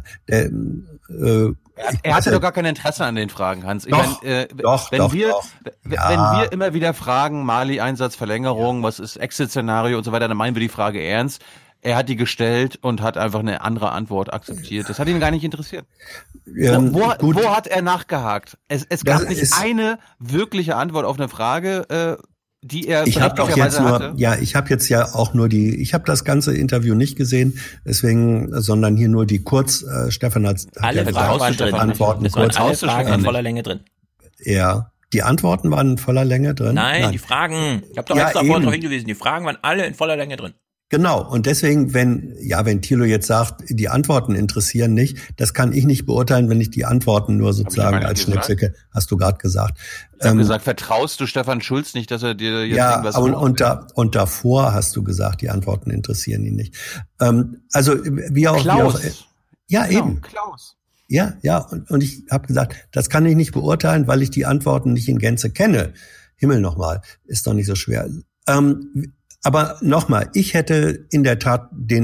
Er hatte doch gar kein Interesse an den Fragen, Hans. Wenn wir immer wieder fragen, Mali-Einsatzverlängerung, was ist Exit-Szenario und so weiter, dann meinen wir die Frage ernst. Er hat die gestellt und hat einfach eine andere Antwort akzeptiert. Das hat ihn gar nicht interessiert. Wo hat er nachgehakt? Es gab nicht eine wirkliche Antwort auf eine Frage. die er
ich habe
hatte.
Ich habe jetzt ja auch nur ich habe das ganze Interview nicht gesehen, deswegen, sondern hier nur die Stefan hat
alle Fragen waren drin.
Antworten kurz.
Alle Fragen in voller Länge drin.
Ja, die Antworten waren in voller Länge drin.
Nein, die Fragen. Ich habe doch extra vorhin darauf hingewiesen. Die Fragen waren alle in voller Länge drin.
Genau, und deswegen, wenn Thilo jetzt sagt, die Antworten interessieren nicht, das kann ich nicht beurteilen, wenn ich die Antworten nur sozusagen als Schnipselke, hast du gerade gesagt.
Ich habe gesagt, vertraust du Stefan Schulz nicht, dass er dir jetzt irgendwas
und davor hast du gesagt, die Antworten interessieren ihn nicht. Also wie auch
Klaus.
Eben.
Klaus.
Ja, und ich habe gesagt, das kann ich nicht beurteilen, weil ich die Antworten nicht in Gänze kenne. Himmel nochmal, ist doch nicht so schwer. Aber nochmal, ich hätte in der Tat die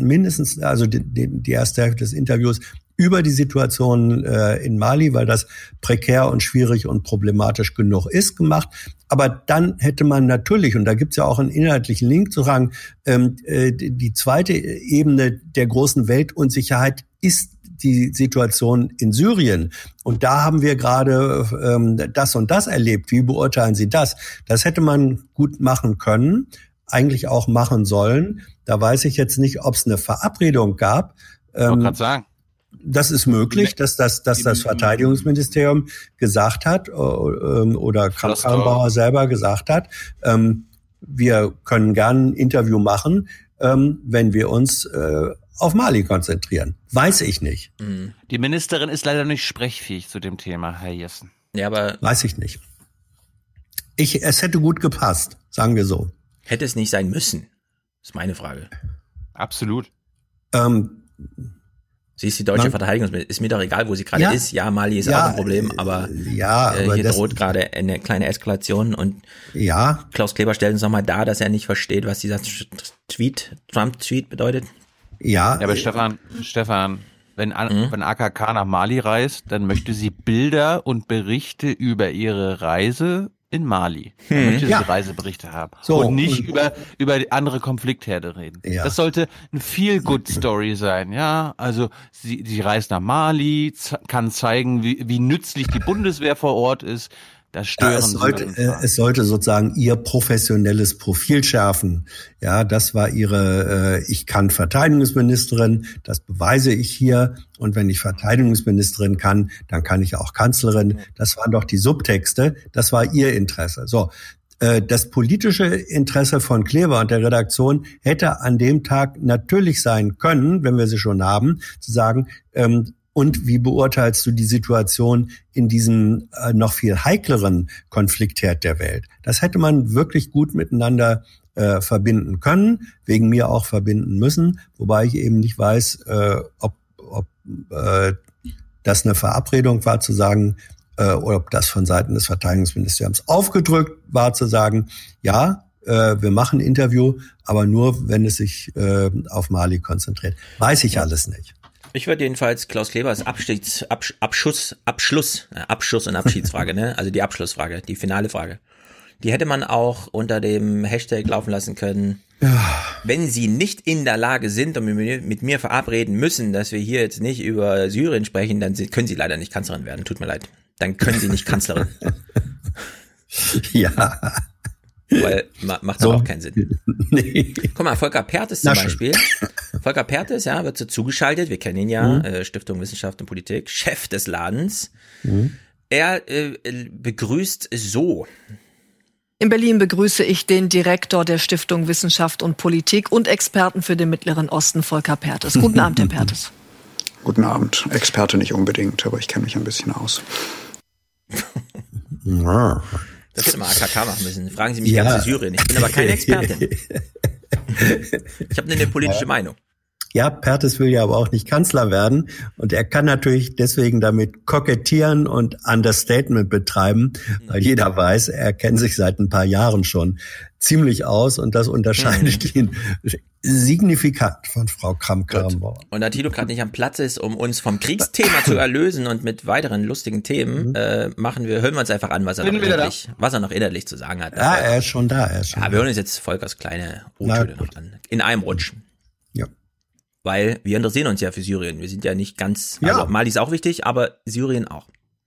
erste Hälfte des Interviews über die Situation in Mali, weil das prekär und schwierig und problematisch genug ist, gemacht. Aber dann hätte man natürlich, und da gibt's ja auch einen inhaltlichen Link zu sagen, die zweite Ebene der großen Weltunsicherheit ist die Situation in Syrien. Und da haben wir gerade das und das erlebt. Wie beurteilen Sie das? Das hätte man gut machen können, eigentlich auch machen sollen. Da weiß ich jetzt nicht, ob es eine Verabredung gab.
Ich wollte gerade sagen.
Das ist möglich, dass das Verteidigungsministerium gesagt hat oder Kramp-Karrenbauer selber gesagt hat, wir können gern ein Interview machen, wenn wir uns auf Mali konzentrieren. Weiß ich nicht.
Die Ministerin ist leider nicht sprechfähig zu dem Thema, Herr Jessen.
Ja, aber
weiß ich nicht. Es hätte gut gepasst, sagen wir so.
Hätte es nicht sein müssen, ist meine Frage.
Absolut.
Sie ist die deutsche Verteidigungsministerin. Ist mir doch egal, wo sie gerade ist. Ja, Mali ist auch ein Problem, aber hier droht gerade eine kleine Eskalation und Klaus Kleber stellt uns nochmal dar, dass er nicht versteht, was dieser Trump-Tweet bedeutet.
Ja, aber Stefan, wenn AKK nach Mali reist, dann möchte sie Bilder und Berichte über ihre Reise in Mali. Dann möchte sie Reiseberichte haben. Und nicht über andere Konfliktherde reden. Ja. Das sollte eine Feel-Good-Story sein. Ja, also sie reist nach Mali, kann zeigen, wie nützlich die Bundeswehr vor Ort ist. Das
es sollte sozusagen ihr professionelles Profil schärfen. Ja, das war ihre, ich kann Verteidigungsministerin, das beweise ich hier. Und wenn ich Verteidigungsministerin kann, dann kann ich auch Kanzlerin. Das waren doch die Subtexte. Das war ihr Interesse. So. Das politische Interesse von Kleber und der Redaktion hätte an dem Tag natürlich sein können, wenn wir sie schon haben, zu sagen, und wie beurteilst du die Situation in diesem noch viel heikleren Konfliktherd der Welt? Das hätte man wirklich gut miteinander verbinden können, wegen mir auch verbinden müssen, wobei ich eben nicht weiß, ob das eine Verabredung war zu sagen, oder ob das von Seiten des Verteidigungsministeriums aufgedrückt war zu sagen, ja, wir machen ein Interview, aber nur, wenn es sich auf Mali konzentriert. Weiß ich alles nicht.
Ich würde jedenfalls Klaus Klebers Abschluss- und Abschiedsfrage, ne? Also die Abschlussfrage, die finale Frage. Die hätte man auch unter dem Hashtag laufen lassen können. Wenn Sie nicht in der Lage sind und mit mir verabreden müssen, dass wir hier jetzt nicht über Syrien sprechen, dann können Sie leider nicht Kanzlerin werden. Tut mir leid. Dann können Sie nicht Kanzlerin.
Ja.
Weil macht aber auch keinen Sinn. Nee. Guck mal, Volker Perthes zum Beispiel. Volker Perthes, wird so zugeschaltet. Wir kennen ihn ja, Stiftung Wissenschaft und Politik, Chef des Ladens. Er begrüßt so.
In Berlin begrüße ich den Direktor der Stiftung Wissenschaft und Politik und Experten für den Mittleren Osten, Volker Perthes. Guten Abend, Herr Perthes.
Guten Abend. Experte nicht unbedingt, aber ich kenne mich ein bisschen aus.
Das hätte man AKK machen müssen. Fragen Sie mich gerne zu Syrien. Ich bin aber keine Expertin. Ich habe eine politische Meinung.
Ja, Perthes will ja aber auch nicht Kanzler werden. Und er kann natürlich deswegen damit kokettieren und Understatement betreiben, weil jeder weiß, er kennt sich seit ein paar Jahren schon ziemlich aus und das unterscheidet ihn signifikant von Frau Kramp-Karrenbauer.
Und da Thilo gerade nicht am Platz ist, um uns vom Kriegsthema zu erlösen und mit weiteren lustigen Themen, hören wir uns einfach an, was er noch inhaltlich zu sagen hat.
Ja, er ist schon da.
Wir hören uns jetzt Volkers kleine O-Töne noch an. In einem Rutsch.
Ja.
Weil wir interessieren uns ja für Syrien. Wir sind ja nicht ganz, also Mali ist auch wichtig, aber Syrien auch.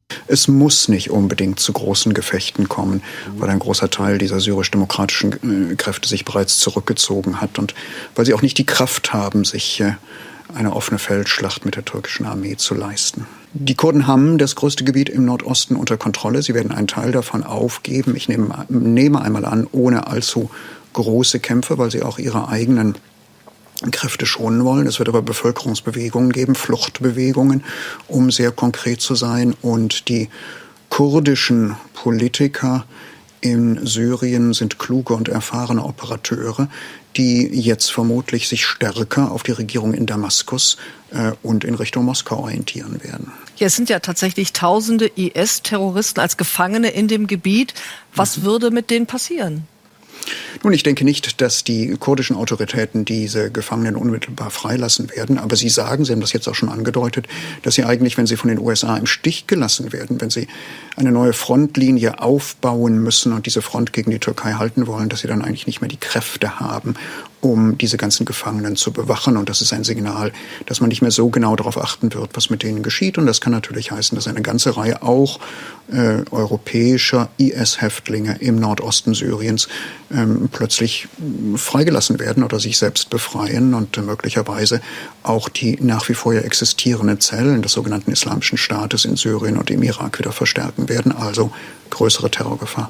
Es muss nicht unbedingt zu großen Gefechten kommen, weil ein großer Teil dieser syrisch-demokratischen Kräfte sich bereits zurückgezogen hat und weil sie auch nicht die Kraft haben, sich eine offene Feldschlacht mit der türkischen Armee zu leisten. Die Kurden haben das größte Gebiet im Nordosten unter Kontrolle. Sie werden einen Teil davon aufgeben. Ich nehme einmal an, ohne allzu große Kämpfe, weil sie auch ihre eigenen Kräfte schonen wollen. Es wird aber Bevölkerungsbewegungen geben, Fluchtbewegungen, um sehr konkret zu sein. Und die kurdischen Politiker in Syrien sind kluge und erfahrene Operateure, die jetzt vermutlich sich stärker auf die Regierung in Damaskus und in Richtung Moskau orientieren werden.
Ja, es sind ja tatsächlich tausende IS-Terroristen als Gefangene in dem Gebiet. Was würde mit denen passieren?
Nun, ich denke nicht, dass die kurdischen Autoritäten diese Gefangenen unmittelbar freilassen werden. Aber sie sagen, Sie haben das jetzt auch schon angedeutet, dass sie eigentlich, wenn sie von den USA im Stich gelassen werden, wenn sie eine neue Frontlinie aufbauen müssen und diese Front gegen die Türkei halten wollen, dass sie dann eigentlich nicht mehr die Kräfte haben, um diese ganzen Gefangenen zu bewachen. Und das ist ein Signal, dass man nicht mehr so genau darauf achten wird, was mit denen geschieht. Und das kann natürlich heißen, dass eine ganze Reihe auch europäischer IS-Häftlinge im Nordosten Syriens plötzlich freigelassen werden oder sich selbst befreien und möglicherweise auch die nach wie vor ja existierenden Zellen des sogenannten Islamischen Staates in Syrien und im Irak wieder verstärken werden. Also größere Terrorgefahr.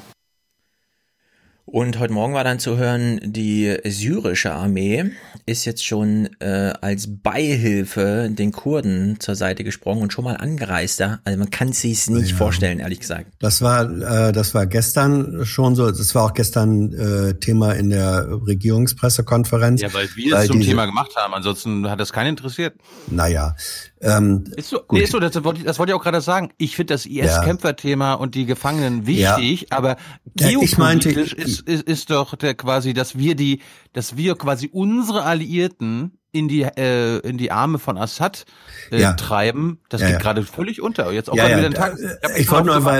Und heute Morgen war dann zu hören, die syrische Armee ist jetzt schon als Beihilfe den Kurden zur Seite gesprungen und schon mal angereist. Ja? Also man kann es sich nicht vorstellen, ehrlich gesagt.
Das war gestern schon so. Das war auch gestern Thema in der Regierungspressekonferenz.
Ja, weil wir es zum Thema gemacht haben. Ansonsten hat das keinen interessiert.
Naja.
Ist so, das wollte ich auch gerade sagen. Ich finde das IS-Kämpferthema und die Gefangenen wichtig, aber geopolitisch ist doch quasi, dass wir quasi unsere Alliierten in die Arme von Assad treiben. Das geht gerade völlig unter. Jetzt auch gerade wieder einen Tag.
Ich wollte nur,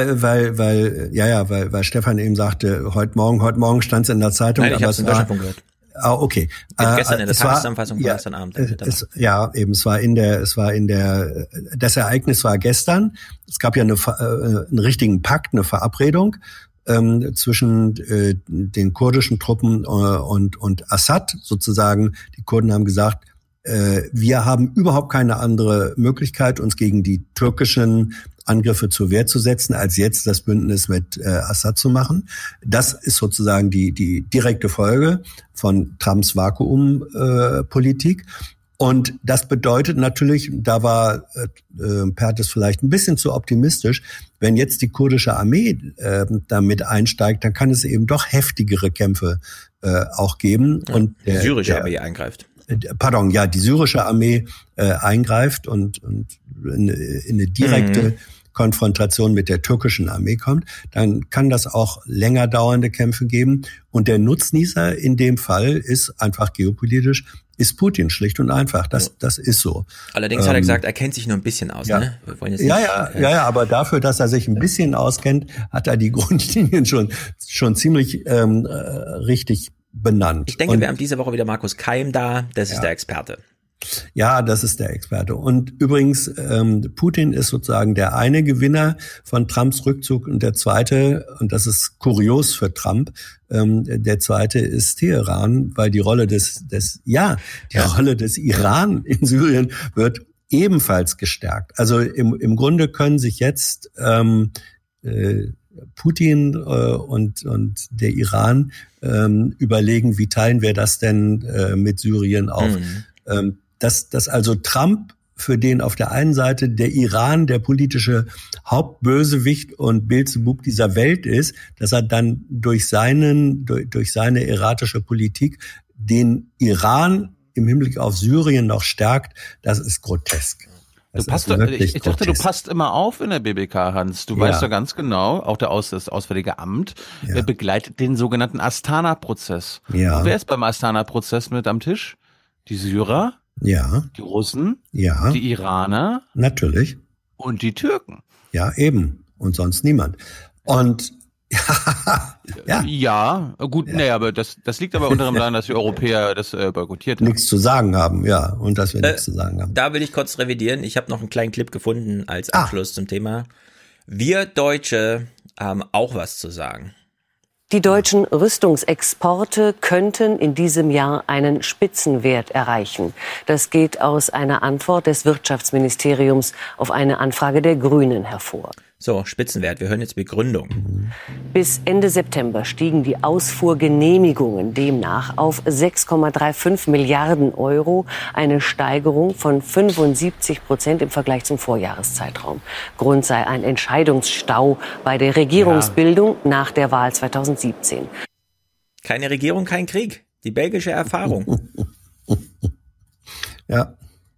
weil Stefan eben sagte, heute Morgen stand es in der Zeitung.
Nein, ich habe es in Deutschlandfunk gehört.
Ah, okay.
Gestern in der Tageszusammenfassung war gestern Abend.
Das Ereignis war gestern. Es gab ja einen richtigen Pakt, eine Verabredung zwischen den kurdischen Truppen und Assad sozusagen. Die Kurden haben gesagt, wir haben überhaupt keine andere Möglichkeit, uns gegen die türkischen Angriffe zur Wehr zu setzen, als jetzt das Bündnis mit Assad zu machen. Das ist sozusagen die direkte Folge von Trumps Vakuumpolitik. Und das bedeutet natürlich, da war Perthes vielleicht ein bisschen zu optimistisch, wenn jetzt die kurdische Armee damit einsteigt, dann kann es eben doch heftigere Kämpfe auch geben.
Ja,
und
die syrische Armee eingreift.
Die syrische Armee eingreift und in eine direkte Konfrontation mit der türkischen Armee kommt, dann kann das auch länger dauernde Kämpfe geben. Und der Nutznießer in dem Fall ist einfach geopolitisch, ist Putin, schlicht und einfach. Das ist so.
Allerdings hat er gesagt, er kennt sich nur ein bisschen aus.
Ja.
Ne? Wir wollen jetzt
aber dafür, dass er sich ein bisschen auskennt, hat er die Grundlinien schon ziemlich richtig benannt.
Ich denke, wir haben diese Woche wieder Markus Keim da. Das ist der Experte.
Ja, das ist der Experte. Und übrigens, Putin ist sozusagen der eine Gewinner von Trumps Rückzug und der zweite, und das ist kurios für Trump, der zweite ist Teheran, weil die Rolle des Iran in Syrien wird ebenfalls gestärkt. Also im Grunde können sich jetzt Putin und der Iran überlegen, wie teilen wir das denn mit Syrien auf. Dass also Trump, für den auf der einen Seite der Iran der politische Hauptbösewicht und Beelzebub dieser Welt ist, dass er dann durch seine erratische Politik den Iran im Hinblick auf Syrien noch stärkt, das ist grotesk.
Ich dachte, du passt immer auf in der BBK, Hans. Du weißt ja ganz genau, auch das Auswärtige Amt begleitet den sogenannten Astana-Prozess.
Ja.
Und wer ist beim Astana-Prozess mit am Tisch? Die Syrer, die Russen, die Iraner,
natürlich,
und die Türken.
Ja, eben. Und sonst niemand. Und
aber das liegt aber unter anderem daran, dass die Europäer das boykottiert haben.
Nichts zu sagen haben, und dass wir nichts zu sagen haben.
Da will ich kurz revidieren. Ich habe noch einen kleinen Clip gefunden als Abschluss zum Thema. Wir Deutsche haben auch was zu sagen.
Die deutschen Rüstungsexporte könnten in diesem Jahr einen Spitzenwert erreichen. Das geht aus einer Antwort des Wirtschaftsministeriums auf eine Anfrage der Grünen hervor.
So, Spitzenwert, wir hören jetzt Begründung.
Bis Ende September stiegen die Ausfuhrgenehmigungen demnach auf 6,35 Milliarden Euro, eine Steigerung von 75% im Vergleich zum Vorjahreszeitraum. Grund sei ein Entscheidungsstau bei der Regierungsbildung nach der Wahl 2017.
Keine Regierung, kein Krieg. Die belgische Erfahrung.
Ja.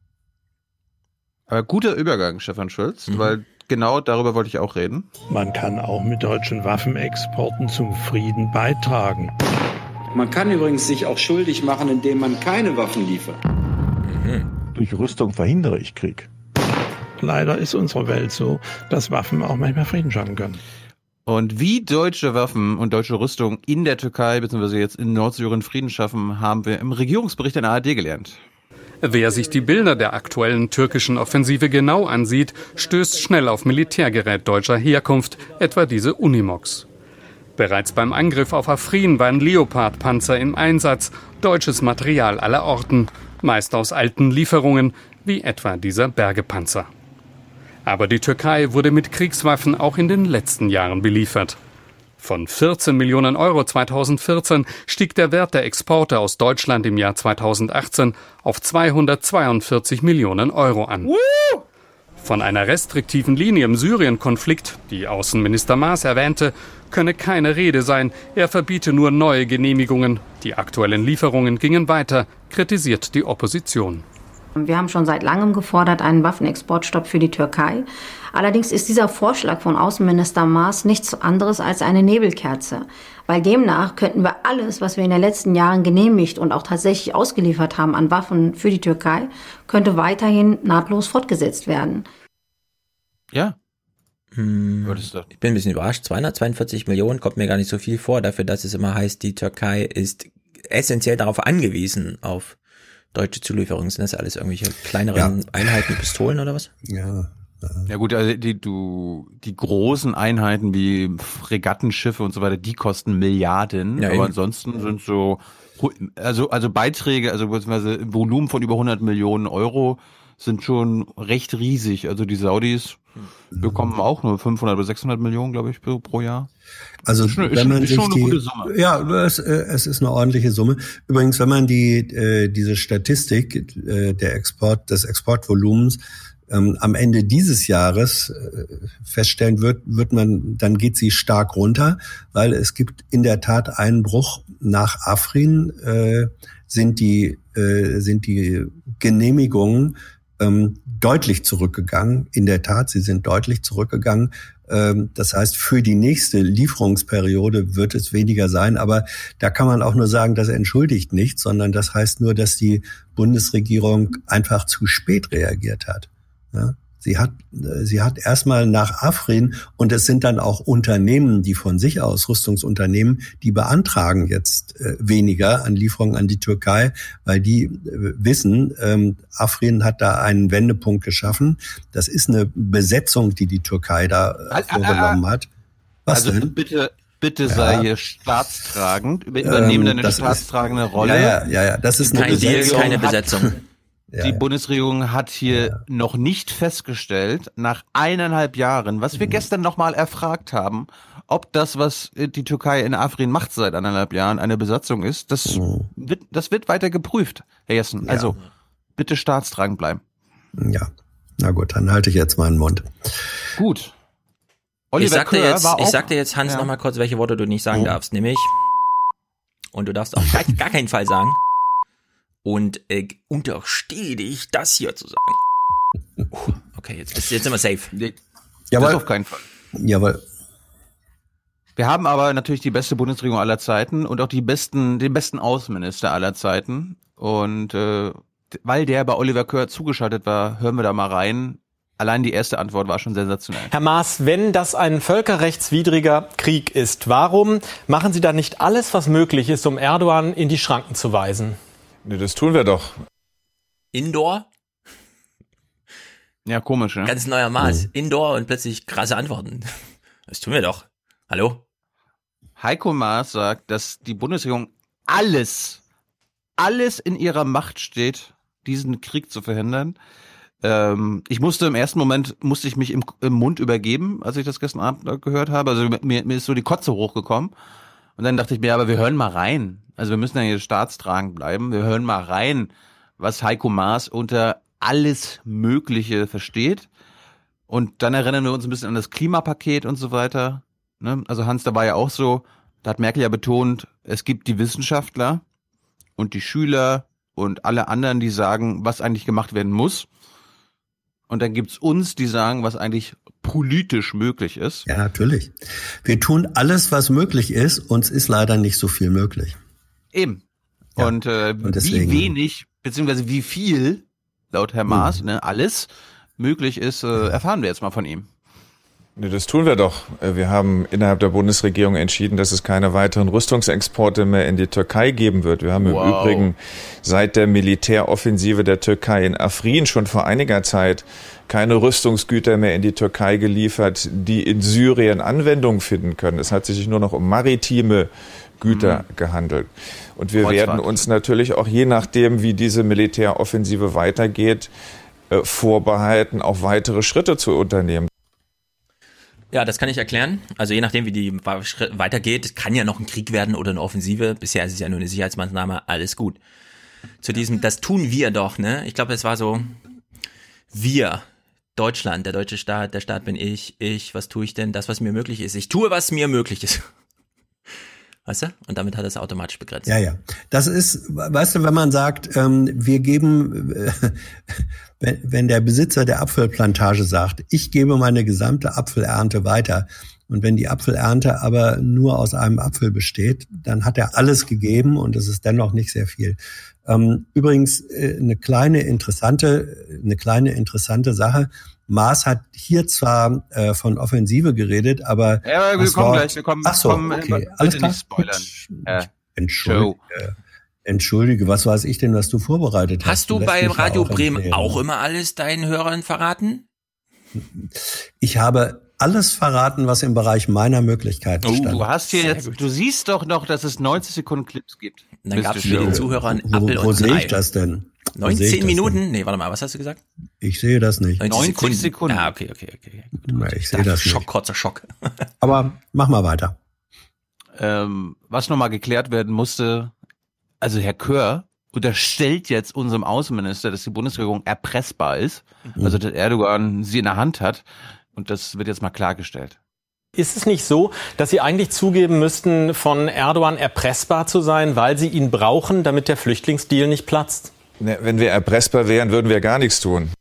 Aber guter Übergang, Stefan Schulz, weil genau darüber wollte ich auch reden.
Man kann auch mit deutschen Waffenexporten zum Frieden beitragen.
Man kann übrigens sich auch schuldig machen, indem man keine Waffen liefert.
Durch Rüstung verhindere ich Krieg. Leider ist unsere Welt so, dass Waffen auch manchmal Frieden schaffen können.
Und wie deutsche Waffen und deutsche Rüstung in der Türkei bzw. jetzt in Nordsyrien Frieden schaffen, haben wir im Regierungsbericht der ARD gelernt.
Wer sich die Bilder der aktuellen türkischen Offensive genau ansieht, stößt schnell auf Militärgerät deutscher Herkunft, etwa diese Unimox. Bereits beim Angriff auf Afrin waren Leopard-Panzer im Einsatz, deutsches Material aller Orten, meist aus alten Lieferungen, wie etwa dieser Bergepanzer. Aber die Türkei wurde mit Kriegswaffen auch in den letzten Jahren beliefert. Von 14 Millionen Euro 2014 stieg der Wert der Exporte aus Deutschland im Jahr 2018 auf 242 Millionen Euro an. Von einer restriktiven Linie im Syrien-Konflikt, die Außenminister Maas erwähnte, könne keine Rede sein. Er verbiete nur neue Genehmigungen. Die aktuellen Lieferungen gingen weiter, kritisiert die Opposition.
Wir haben schon seit langem gefordert, einen Waffenexportstopp für die Türkei. Allerdings ist dieser Vorschlag von Außenminister Maas nichts anderes als eine Nebelkerze. Weil demnach könnten wir alles, was wir in den letzten Jahren genehmigt und auch tatsächlich ausgeliefert haben an Waffen für die Türkei, könnte weiterhin nahtlos fortgesetzt werden.
Ja.
Ich bin ein bisschen überrascht. 242 Millionen kommt mir gar nicht so viel vor, dafür, dass es immer heißt, die Türkei ist essentiell darauf angewiesen, auf deutsche Zulieferungen. Sind das alles irgendwelche kleineren Einheiten, Pistolen oder was?
Ja gut, also die großen Einheiten wie Fregattenschiffe und so weiter, die kosten Milliarden. Aber ansonsten sind so, also Beiträge, also beziehungsweise im Volumen von über 100 Millionen Euro sind schon recht riesig. Also die Saudis bekommen auch nur 500 oder 600 Millionen, glaube ich, pro Jahr.
Also wenn man sich
schon eine gute Summe.
Ja, es ist eine ordentliche Summe. Übrigens, wenn man diese Statistik des Exportvolumens am Ende dieses Jahres feststellen dann geht sie stark runter, weil es gibt in der Tat einen Bruch. Nach Afrin sind die Genehmigungen deutlich zurückgegangen. In der Tat, sie sind deutlich zurückgegangen. Das heißt, für die nächste Lieferungsperiode wird es weniger sein. Aber da kann man auch nur sagen, das entschuldigt nichts, sondern das heißt nur, dass die Bundesregierung einfach zu spät reagiert hat. Ja? Sie hat erstmal nach Afrin, und es sind dann auch Unternehmen, die von sich aus, Rüstungsunternehmen, die beantragen jetzt weniger an Lieferungen an die Türkei, weil die wissen, Afrin hat da einen Wendepunkt geschaffen. Das ist eine Besetzung, die die Türkei da vorgenommen hat. Was
also
denn?
Bitte sei hier staatstragend, übernehmen eine staatstragende Rolle.
Ja, das ist
kein Deal, keine Besetzung.
Die Bundesregierung hat hier noch nicht festgestellt, nach 1,5 Jahren, was wir gestern nochmal erfragt haben, ob das, was die Türkei in Afrin macht seit 1,5 Jahren, eine Besatzung ist. Das wird weiter geprüft, Herr Jessen.
Ja.
Also bitte staatstragend bleiben.
Ja, na gut, dann halte ich jetzt meinen Mund.
Gut.
Ich sag dir jetzt, Hans, noch mal kurz, welche Worte du nicht sagen darfst, nämlich, und du darfst auch gar keinen Fall sagen, und unterstehe dich, das hier zu sagen. Okay, jetzt sind wir safe.
Ja, das auf keinen Fall.
Jawohl.
Wir haben aber natürlich die beste Bundesregierung aller Zeiten und auch den besten Außenminister aller Zeiten. Und weil der bei Oliver Köhr zugeschaltet war, hören wir da mal rein. Allein die erste Antwort war schon sensationell.
Herr Maas, wenn das ein völkerrechtswidriger Krieg ist, warum machen Sie da nicht alles, was möglich ist, um Erdogan in die Schranken zu weisen?
Nee, das tun wir doch.
Indoor?
Ja, komisch, ne?
Ganz neuer Maß. Indoor und plötzlich krasse Antworten. Das tun wir doch. Hallo?
Heiko Maas sagt, dass die Bundesregierung alles in ihrer Macht steht, diesen Krieg zu verhindern. Ich musste im ersten Moment, mich im Mund übergeben, als ich das gestern Abend gehört habe. Also mir ist so die Kotze hochgekommen. Und dann dachte ich mir, aber wir hören mal rein. Also wir müssen ja hier staatstragend bleiben. Wir hören mal rein, was Heiko Maas unter alles Mögliche versteht. Und dann erinnern wir uns ein bisschen an das Klimapaket und so weiter. Ne? Also Hans, da war ja auch so, da hat Merkel ja betont, es gibt die Wissenschaftler und die Schüler und alle anderen, die sagen, was eigentlich gemacht werden muss. Und dann gibt's uns, die sagen, was eigentlich politisch möglich ist.
Ja, natürlich. Wir tun alles, was möglich ist. Uns ist leider nicht so viel möglich.
Eben. Ja. Und deswegen, wie wenig, beziehungsweise wie viel, laut Herr Maas, alles möglich ist, erfahren wir jetzt mal von ihm.
Das tun wir doch. Wir haben innerhalb der Bundesregierung entschieden, dass es keine weiteren Rüstungsexporte mehr in die Türkei geben wird. Wir haben im Übrigen seit der Militäroffensive der Türkei in Afrin schon vor einiger Zeit keine Rüstungsgüter mehr in die Türkei geliefert, die in Syrien Anwendung finden können. Es hat sich nur noch um maritime Güter gehandelt. Und wir werden uns natürlich auch je nachdem, wie diese Militäroffensive weitergeht, vorbehalten, auch weitere Schritte zu unternehmen.
Ja, das kann ich erklären. Also je nachdem, wie die weitergeht, kann ja noch ein Krieg werden oder eine Offensive. Bisher ist es ja nur eine Sicherheitsmaßnahme, alles gut. Zu diesem, das tun wir doch, ne? Ich glaube, es war so, wir, Deutschland, der deutsche Staat, der Staat bin ich, was tue ich denn? Das, was mir möglich ist. Ich tue, was mir möglich ist. Weißt du? Und damit hat er es automatisch begrenzt.
Ja. Das ist, weißt du, wenn man sagt, wir geben, wenn der Besitzer der Apfelplantage sagt, ich gebe meine gesamte Apfelernte weiter, und wenn die Apfelernte aber nur aus einem Apfel besteht, dann hat er alles gegeben und es ist dennoch nicht sehr viel. Übrigens eine kleine interessante Sache. Maas hat hier zwar von Offensive geredet, aber
ja, wir kommen gleich. Wir kommen.
Ach so, okay, alles klar.
Nicht spoilern.
Entschuldige, was weiß ich denn, was du vorbereitet hast?
Hast du bei Radio Bremen auch immer alles deinen Hörern verraten?
Ich habe alles verraten, was im Bereich meiner Möglichkeiten stand.
Du hast hier du siehst doch noch, dass es 90 Sekunden Clips gibt.
Und dann gab es für den Zuhörern Appel und
Wo sehe ich das denn?
19 Minuten? Nee, warte mal, was hast du gesagt?
Ich sehe das nicht.
90 Sekunden.
Ah, okay.
Ja, ich sehe das nicht.
Kurzer Schock.
Aber mach mal weiter.
Was nochmal geklärt werden musste, also Herr Kör unterstellt jetzt unserem Außenminister, dass die Bundesregierung erpressbar ist, also dass Erdogan sie in der Hand hat, und das wird jetzt mal klargestellt.
Ist es nicht so, dass Sie eigentlich zugeben müssten, von Erdogan erpressbar zu sein, weil Sie ihn brauchen, damit der Flüchtlingsdeal nicht platzt?
Ne, wenn wir erpressbar wären, würden wir gar nichts tun.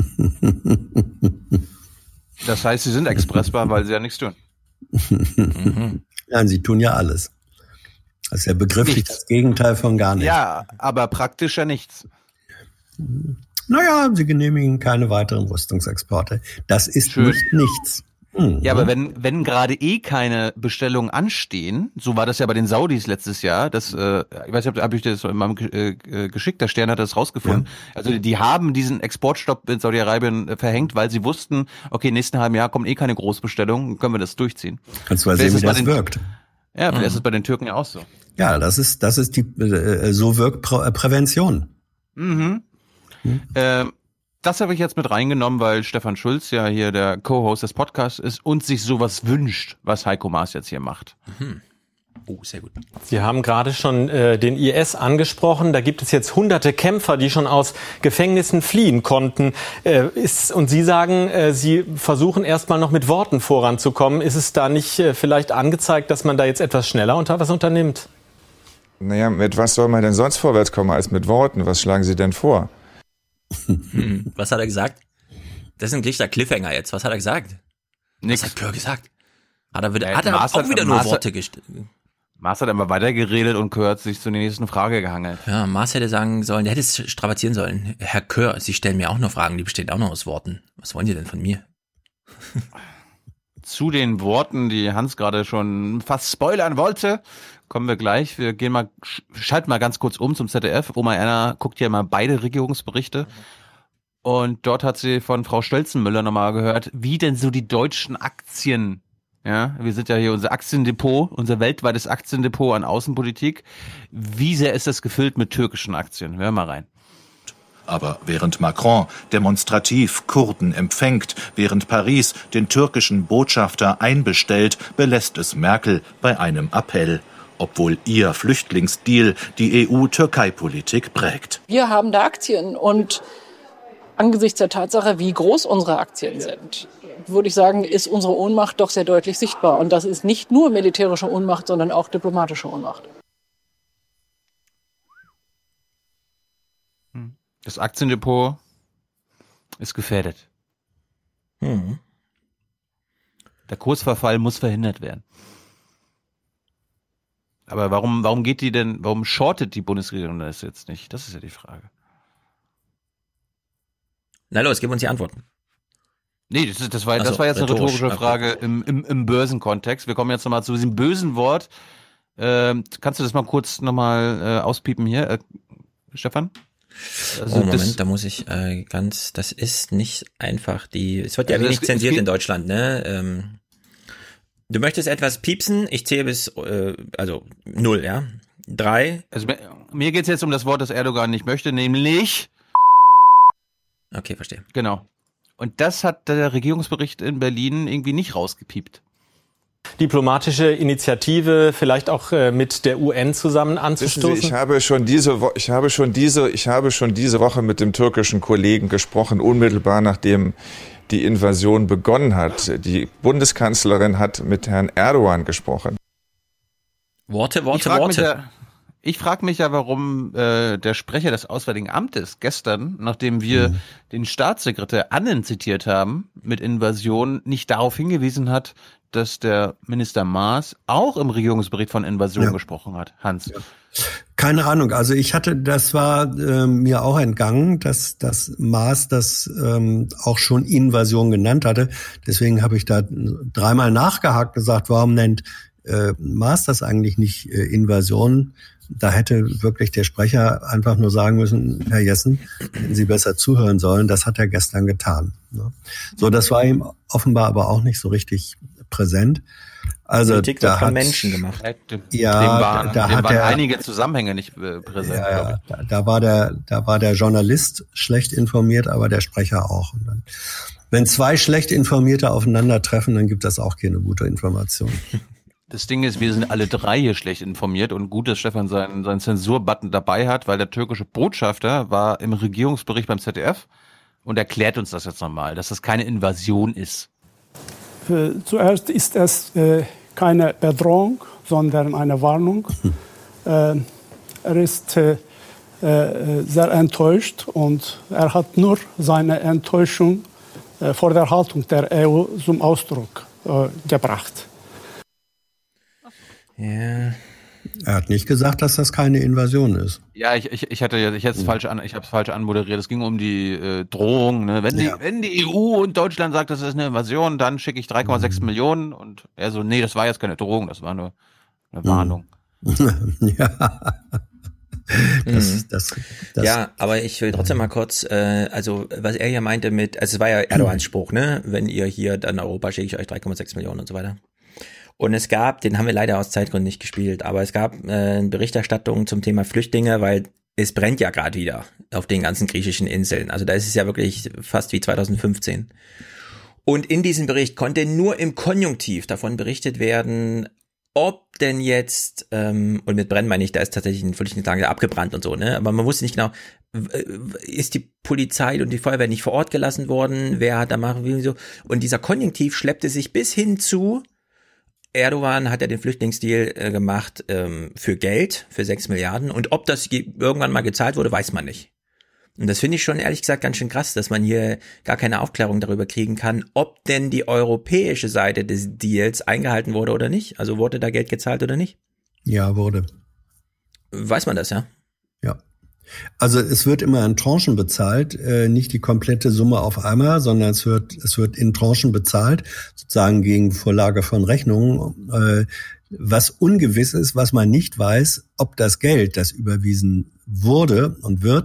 Das heißt, Sie sind erpressbar, weil Sie ja nichts tun.
Nein, Sie tun ja alles. Das ist ja begrifflich das Gegenteil von gar nichts.
Ja, aber praktisch ja nichts.
Naja, Sie genehmigen keine weiteren Rüstungsexporte. Das ist nicht nichts.
Ja, aber wenn gerade keine Bestellungen anstehen, so war das ja bei den Saudis letztes Jahr, ich weiß nicht, ob ich das in meinem geschickt, der Stern hat das rausgefunden. Ja. Also die haben diesen Exportstopp in Saudi-Arabien verhängt, weil sie wussten, okay, nächsten halben Jahr kommen keine Großbestellungen, können wir das durchziehen.
Kannst du mal sehen, wie das wirkt.
Ja, vielleicht ist es bei den Türken ja auch so.
Ja, das ist die, so wirkt Prävention.
Das habe ich jetzt mit reingenommen, weil Stefan Schulz ja hier der Co-Host des Podcasts ist und sich sowas wünscht, was Heiko Maas jetzt hier macht.
Oh, sehr gut.
Sie haben gerade schon den IS angesprochen. Da gibt es jetzt hunderte Kämpfer, die schon aus Gefängnissen fliehen konnten. Und Sie sagen, Sie versuchen erstmal noch mit Worten voranzukommen. Ist es da nicht vielleicht angezeigt, dass man da jetzt etwas schneller was unternimmt?
Naja, mit was soll man denn sonst vorwärts kommen als mit Worten? Was schlagen Sie denn vor?
Was hat er gesagt? Das ist ein richtiger Cliffhanger jetzt. Was hat er gesagt?
Nix.
Was hat Kör gesagt? Hat er auch wieder nur Worte gestellt?
Maas hat einmal weitergeredet und Kör hat sich zur nächsten Frage gehangelt.
Ja, Maas hätte sagen sollen, der hätte es strapazieren sollen. Herr Kör, Sie stellen mir auch noch Fragen, die bestehen auch noch aus Worten. Was wollen Sie denn von mir?
Zu den Worten, die Hans gerade schon fast spoilern wollte, kommen wir gleich. Wir schalten mal ganz kurz um zum ZDF. Oma Erna guckt ja mal beide Regierungsberichte. Und dort hat sie von Frau Stölzenmüller nochmal gehört, wie denn so die deutschen Aktien, ja, wir sind ja hier unser Aktiendepot, unser weltweites Aktiendepot an Außenpolitik. Wie sehr ist das gefüllt mit türkischen Aktien? Hören wir mal rein.
Aber während Macron demonstrativ Kurden empfängt, während Paris den türkischen Botschafter einbestellt, belässt es Merkel bei einem Appell, obwohl ihr Flüchtlingsdeal die EU-Türkei-Politik prägt.
Wir haben da Aktien und angesichts der Tatsache, wie groß unsere Aktien sind, würde ich sagen, ist unsere Ohnmacht doch sehr deutlich sichtbar. Und das ist nicht nur militärische Ohnmacht, sondern auch diplomatische Ohnmacht.
Das Aktiendepot ist gefährdet. Der Kursverfall muss verhindert werden. Aber warum shortet die Bundesregierung das jetzt nicht? Das ist ja die Frage.
Na los, gib uns die Antworten.
Nee, das war jetzt eine rhetorische Frage im Börsenkontext. Wir kommen jetzt nochmal zu diesem bösen Wort. Kannst du das mal kurz nochmal auspiepen hier, Stefan?
Also Moment, da muss ich das ist nicht einfach es wird ja wenig zensiert in Deutschland, ne? Du möchtest etwas piepsen, ich zähle bis 0, ja? 3.
Also mir geht's jetzt um das Wort, das Erdogan nicht möchte, nämlich...
Okay, verstehe.
Genau. Und das hat der Regierungsbericht in Berlin irgendwie nicht rausgepiept.
Diplomatische Initiative vielleicht auch mit der UN zusammen anzustoßen?
Ich habe schon diese Woche mit dem türkischen Kollegen gesprochen, unmittelbar nachdem die Invasion begonnen hat. Die Bundeskanzlerin hat mit Herrn Erdogan gesprochen.
Worte.
Ich frage mich ja, warum der Sprecher des Auswärtigen Amtes gestern, nachdem wir den Staatssekretär Annen zitiert haben mit Invasion, nicht darauf hingewiesen hat, dass der Minister Maas auch im Regierungsbericht von Invasion gesprochen hat. Hans?
Ja. Keine Ahnung. Also das war mir auch entgangen, dass Maas das auch schon Invasion genannt hatte. Deswegen habe ich da dreimal nachgehakt, gesagt, warum nennt Maas das eigentlich nicht Invasion? Da hätte wirklich der Sprecher einfach nur sagen müssen, Herr Jessen, hätten Sie besser zuhören sollen. Das hat er gestern getan. So, das war ihm offenbar aber auch nicht so richtig präsent. Also
Politik wird von Menschen gemacht.
Ja, da waren einige Zusammenhänge nicht präsent.
Ja, da war der Journalist schlecht informiert, aber der Sprecher auch. Und dann, wenn zwei schlecht Informierte aufeinandertreffen, dann gibt das auch keine gute Information.
Das Ding ist, wir sind alle drei hier schlecht informiert und gut, dass Stefan seinen Zensurbutton dabei hat, weil der türkische Botschafter war im Regierungsbericht beim ZDF und erklärt uns das jetzt nochmal, dass das keine Invasion ist.
Zuerst ist es keine Bedrohung, sondern eine Warnung. Er ist sehr enttäuscht und er hat nur seine Enttäuschung vor der Haltung der EU zum Ausdruck gebracht.
Ja.
Er hat nicht gesagt, dass das keine Invasion ist.
Ja, ich hätte es falsch anmoderiert. Es ging um die Drohung. Ne? Wenn die EU und Deutschland sagt, das ist eine Invasion, dann schicke ich 3,6 Millionen. Und er so, nee, das war jetzt keine Drohung, das war nur eine Warnung.
Ja.
Ja, aber ich will trotzdem mal kurz, was er hier meinte es war ja Erdogans Spruch, ne? Wenn ihr hier dann Europa, schicke ich euch 3,6 Millionen und so weiter. Und es gab, den haben wir leider aus Zeitgründen nicht gespielt, aber es gab Berichterstattungen zum Thema Flüchtlinge, weil es brennt ja gerade wieder auf den ganzen griechischen Inseln. Also da ist es ja wirklich fast wie 2015. Und in diesem Bericht konnte nur im Konjunktiv davon berichtet werden, ob denn jetzt, und mit brennen meine ich, da ist tatsächlich ein Flüchtlingslager abgebrannt und so, ne? Aber man wusste nicht genau, ist die Polizei und die Feuerwehr nicht vor Ort gelassen worden, wer hat da machen, wie so. Und dieser Konjunktiv schleppte sich bis hin zu, Erdogan hat ja den Flüchtlingsdeal gemacht für Geld, für 6 Milliarden. Und ob das irgendwann mal gezahlt wurde, weiß man nicht. Und das finde ich schon ehrlich gesagt ganz schön krass, dass man hier gar keine Aufklärung darüber kriegen kann, ob denn die europäische Seite des Deals eingehalten wurde oder nicht. Also wurde da Geld gezahlt oder nicht?
Ja, wurde.
Weiß man das, ja?
Ja. Also es wird immer in Tranchen bezahlt, nicht die komplette Summe auf einmal, sondern es wird in Tranchen bezahlt, sozusagen gegen Vorlage von Rechnungen. Was ungewiss ist, was man nicht weiß, ob das Geld, das überwiesen wurde und wird,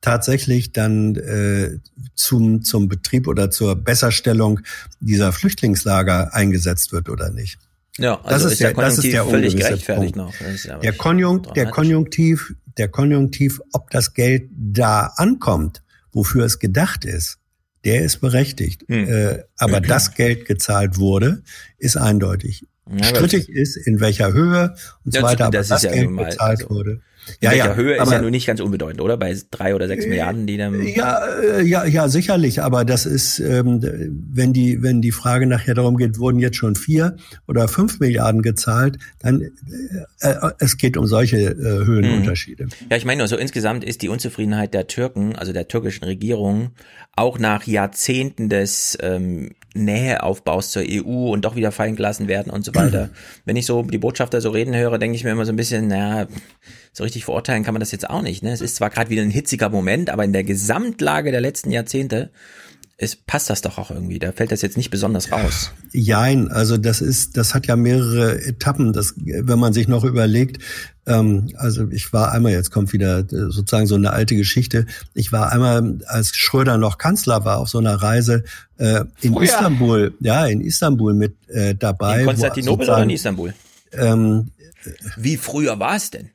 tatsächlich dann zum Betrieb oder zur Besserstellung dieser Flüchtlingslager eingesetzt wird oder nicht.
Ja, also
das ist der
völlig
ungewisse
gerechtfertigt
Punkt.
noch.
Der Konjunktiv, ob das Geld da ankommt, wofür es gedacht ist, der ist berechtigt. Aber das Geld gezahlt wurde, ist eindeutig.
Ja,
strittig ist, in welcher Höhe und so weiter, aber das Geld gezahlt wurde.
In welcher Höhe ist ja nun nicht ganz unbedeutend, oder? Bei 3 oder 6 Milliarden, die dann...
Ja, sicherlich. Aber das ist, wenn die Frage nachher darum geht, wurden jetzt schon 4 oder 5 Milliarden gezahlt, dann es geht um solche Höhenunterschiede.
Ja, ich meine nur, so insgesamt ist die Unzufriedenheit der Türken, also der türkischen Regierung, auch nach Jahrzehnten des Näheaufbaus zur EU und doch wieder fallen gelassen werden und so weiter. Wenn ich so die Botschafter so reden höre, denke ich mir immer so ein bisschen, naja, so richtig verurteilen kann man das jetzt auch nicht. Ne? Es ist zwar gerade wieder ein hitziger Moment, aber in der Gesamtlage der letzten Jahrzehnte passt das doch auch irgendwie. Da fällt das jetzt nicht besonders raus.
Jein, also das hat ja mehrere Etappen. Wenn man sich noch überlegt, also ich war einmal, jetzt kommt wieder sozusagen so eine alte Geschichte. Ich war einmal, als Schröder noch Kanzler war, auf so einer Reise in Istanbul, in Istanbul mit dabei.
In Konstantinopel oder in Istanbul? Wie früher war es denn?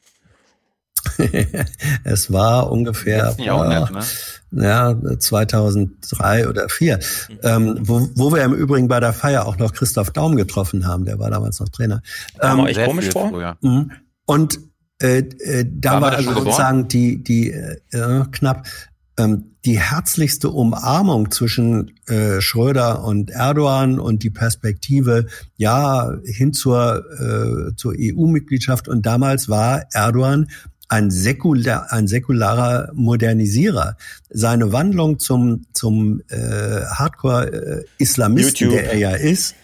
Es war ungefähr 2003 oder 2004, wo wir im Übrigen bei der Feier auch noch Christoph Daum getroffen haben, der war damals noch Trainer.
Kam euch komisch vor?
Und da war also sozusagen die knapp die herzlichste Umarmung zwischen Schröder und Erdogan und die Perspektive hin zur EU-Mitgliedschaft. Und damals war Erdogan ein säkularer Modernisierer. Seine Wandlung zum Hardcore-Islamisten, der er ja ist,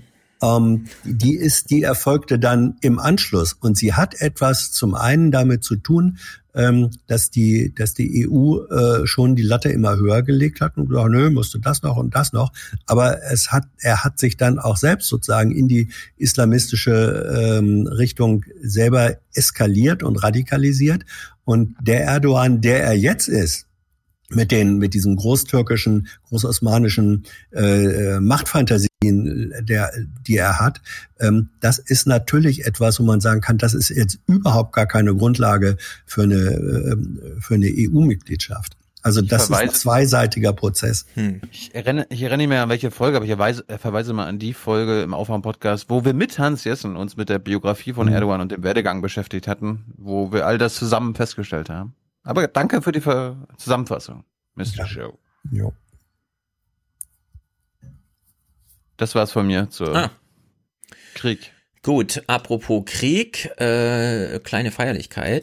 die erfolgte dann im Anschluss. Und sie hat etwas zum einen damit zu tun, dass die EU schon die Latte immer höher gelegt hat und gesagt, nö, musste das noch und das noch. Aber er hat sich dann auch selbst sozusagen in die islamistische Richtung selber eskaliert und radikalisiert. Und der Erdogan, der er jetzt ist, mit diesen großtürkischen, großosmanischen Machtfantasien, die er hat, das ist natürlich etwas, wo man sagen kann, das ist jetzt überhaupt gar keine Grundlage für eine EU-Mitgliedschaft. Also das ist ein zweiseitiger Prozess.
Ich erinnere nicht mehr an welche Folge, aber ich verweise mal an die Folge im Aufwärm-Podcast, wo wir mit Hans Jessen uns mit der Biografie von Erdogan und dem Werdegang beschäftigt hatten, wo wir all das zusammen festgestellt haben. Aber danke für die Zusammenfassung, Mr. Show.
Jo.
Das war's von mir zur Krieg.
Gut, apropos Krieg, kleine Feierlichkeit.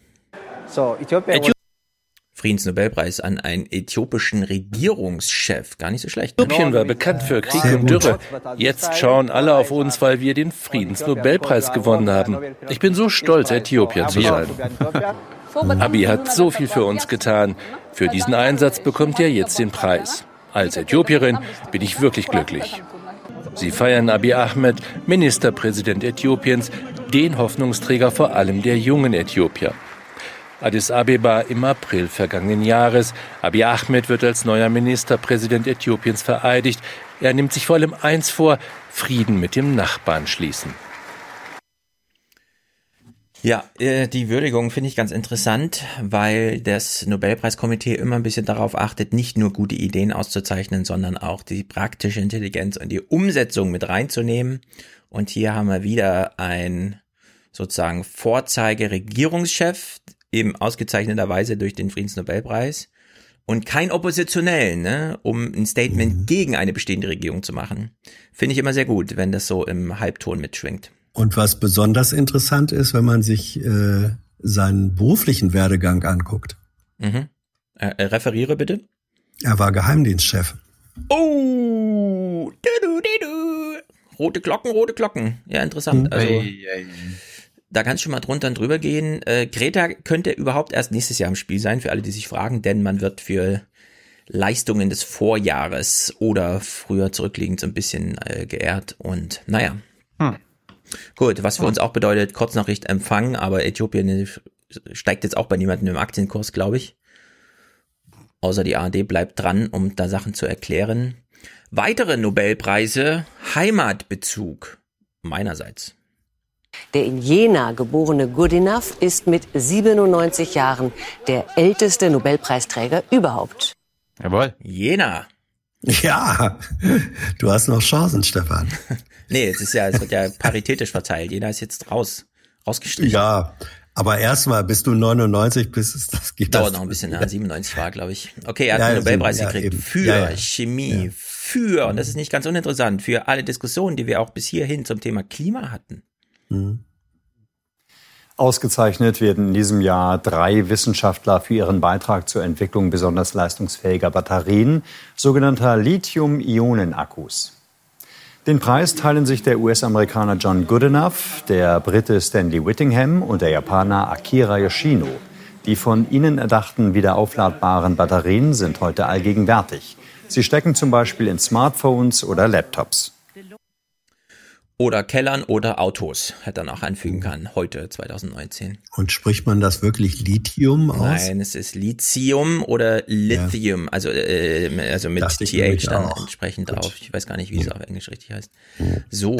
Friedensnobelpreis an einen äthiopischen Regierungschef. Gar nicht so schlecht.
Äthiopien war bekannt für Krieg und Dürre. Jetzt schauen alle auf uns, weil wir den Friedensnobelpreis gewonnen haben. Ich bin so stolz, Äthiopier zu sein. Abiy hat so viel für uns getan. Für diesen Einsatz bekommt er jetzt den Preis. Als Äthiopierin bin ich wirklich glücklich. Sie feiern Abiy Ahmed, Ministerpräsident Äthiopiens, den Hoffnungsträger vor allem der jungen Äthiopier. Addis Abeba im April vergangenen Jahres. Abiy Ahmed wird als neuer Ministerpräsident Äthiopiens vereidigt. Er nimmt sich vor allem eins vor: Frieden mit dem Nachbarn schließen.
Ja, die Würdigung finde ich ganz interessant, weil das Nobelpreiskomitee immer ein bisschen darauf achtet, nicht nur gute Ideen auszuzeichnen, sondern auch die praktische Intelligenz und die Umsetzung mit reinzunehmen. Und hier haben wir wieder einen sozusagen Vorzeige-Regierungschef, eben ausgezeichneterweise durch den Friedensnobelpreis, und kein Oppositionellen, ne, um ein Statement gegen eine bestehende Regierung zu machen. Finde ich immer sehr gut, wenn das so im Halbton mitschwingt.
Und was besonders interessant ist, wenn man sich seinen beruflichen Werdegang anguckt.
Referiere bitte.
Er war Geheimdienstchef.
Oh, rote Glocken. Ja, interessant. Also da kannst du schon mal drunter und drüber gehen. Greta könnte überhaupt erst nächstes Jahr im Spiel sein, für alle, die sich fragen, denn man wird für Leistungen des Vorjahres oder früher zurückliegend so ein bisschen geehrt. Und naja. Gut, was für uns auch bedeutet, Kurznachricht empfangen, aber Äthiopien steigt jetzt auch bei niemandem im Aktienkurs, glaube ich. Außer die ARD bleibt dran, um da Sachen zu erklären. Weitere Nobelpreise, Heimatbezug meinerseits.
Der in Jena geborene Goodenough ist mit 97 Jahren der älteste Nobelpreisträger überhaupt.
Jawohl.
Jena.
Ja, du hast noch Chancen, Stefan.
Nee, es wird ja paritätisch verteilt. Jena ist jetzt rausgestrichen.
Ja, aber erstmal, bis du 99 bist, das geht
dauert noch ein bisschen. 97 war, glaube ich. Okay, er hat den Nobelpreis gekriegt für Chemie, und das ist nicht ganz uninteressant, für alle Diskussionen, die wir auch bis hierhin zum Thema Klima hatten.
Mhm.
Ausgezeichnet werden in diesem Jahr 3 Wissenschaftler für ihren Beitrag zur Entwicklung besonders leistungsfähiger Batterien, sogenannter Lithium-Ionen-Akkus. Den Preis teilen sich der US-Amerikaner John Goodenough, der Brite Stanley Whittingham und der Japaner Akira Yoshino. Die von ihnen erdachten wiederaufladbaren Batterien sind heute allgegenwärtig. Sie stecken zum Beispiel in Smartphones oder Laptops.
Oder Kellern oder Autos, hätte er noch anfügen können, heute 2019.
Und spricht man das wirklich Lithium aus?
Nein, es ist Lithium oder Lithium, also mit TH dann auch entsprechend auf. Ich weiß gar nicht, wie es auf Englisch richtig heißt. So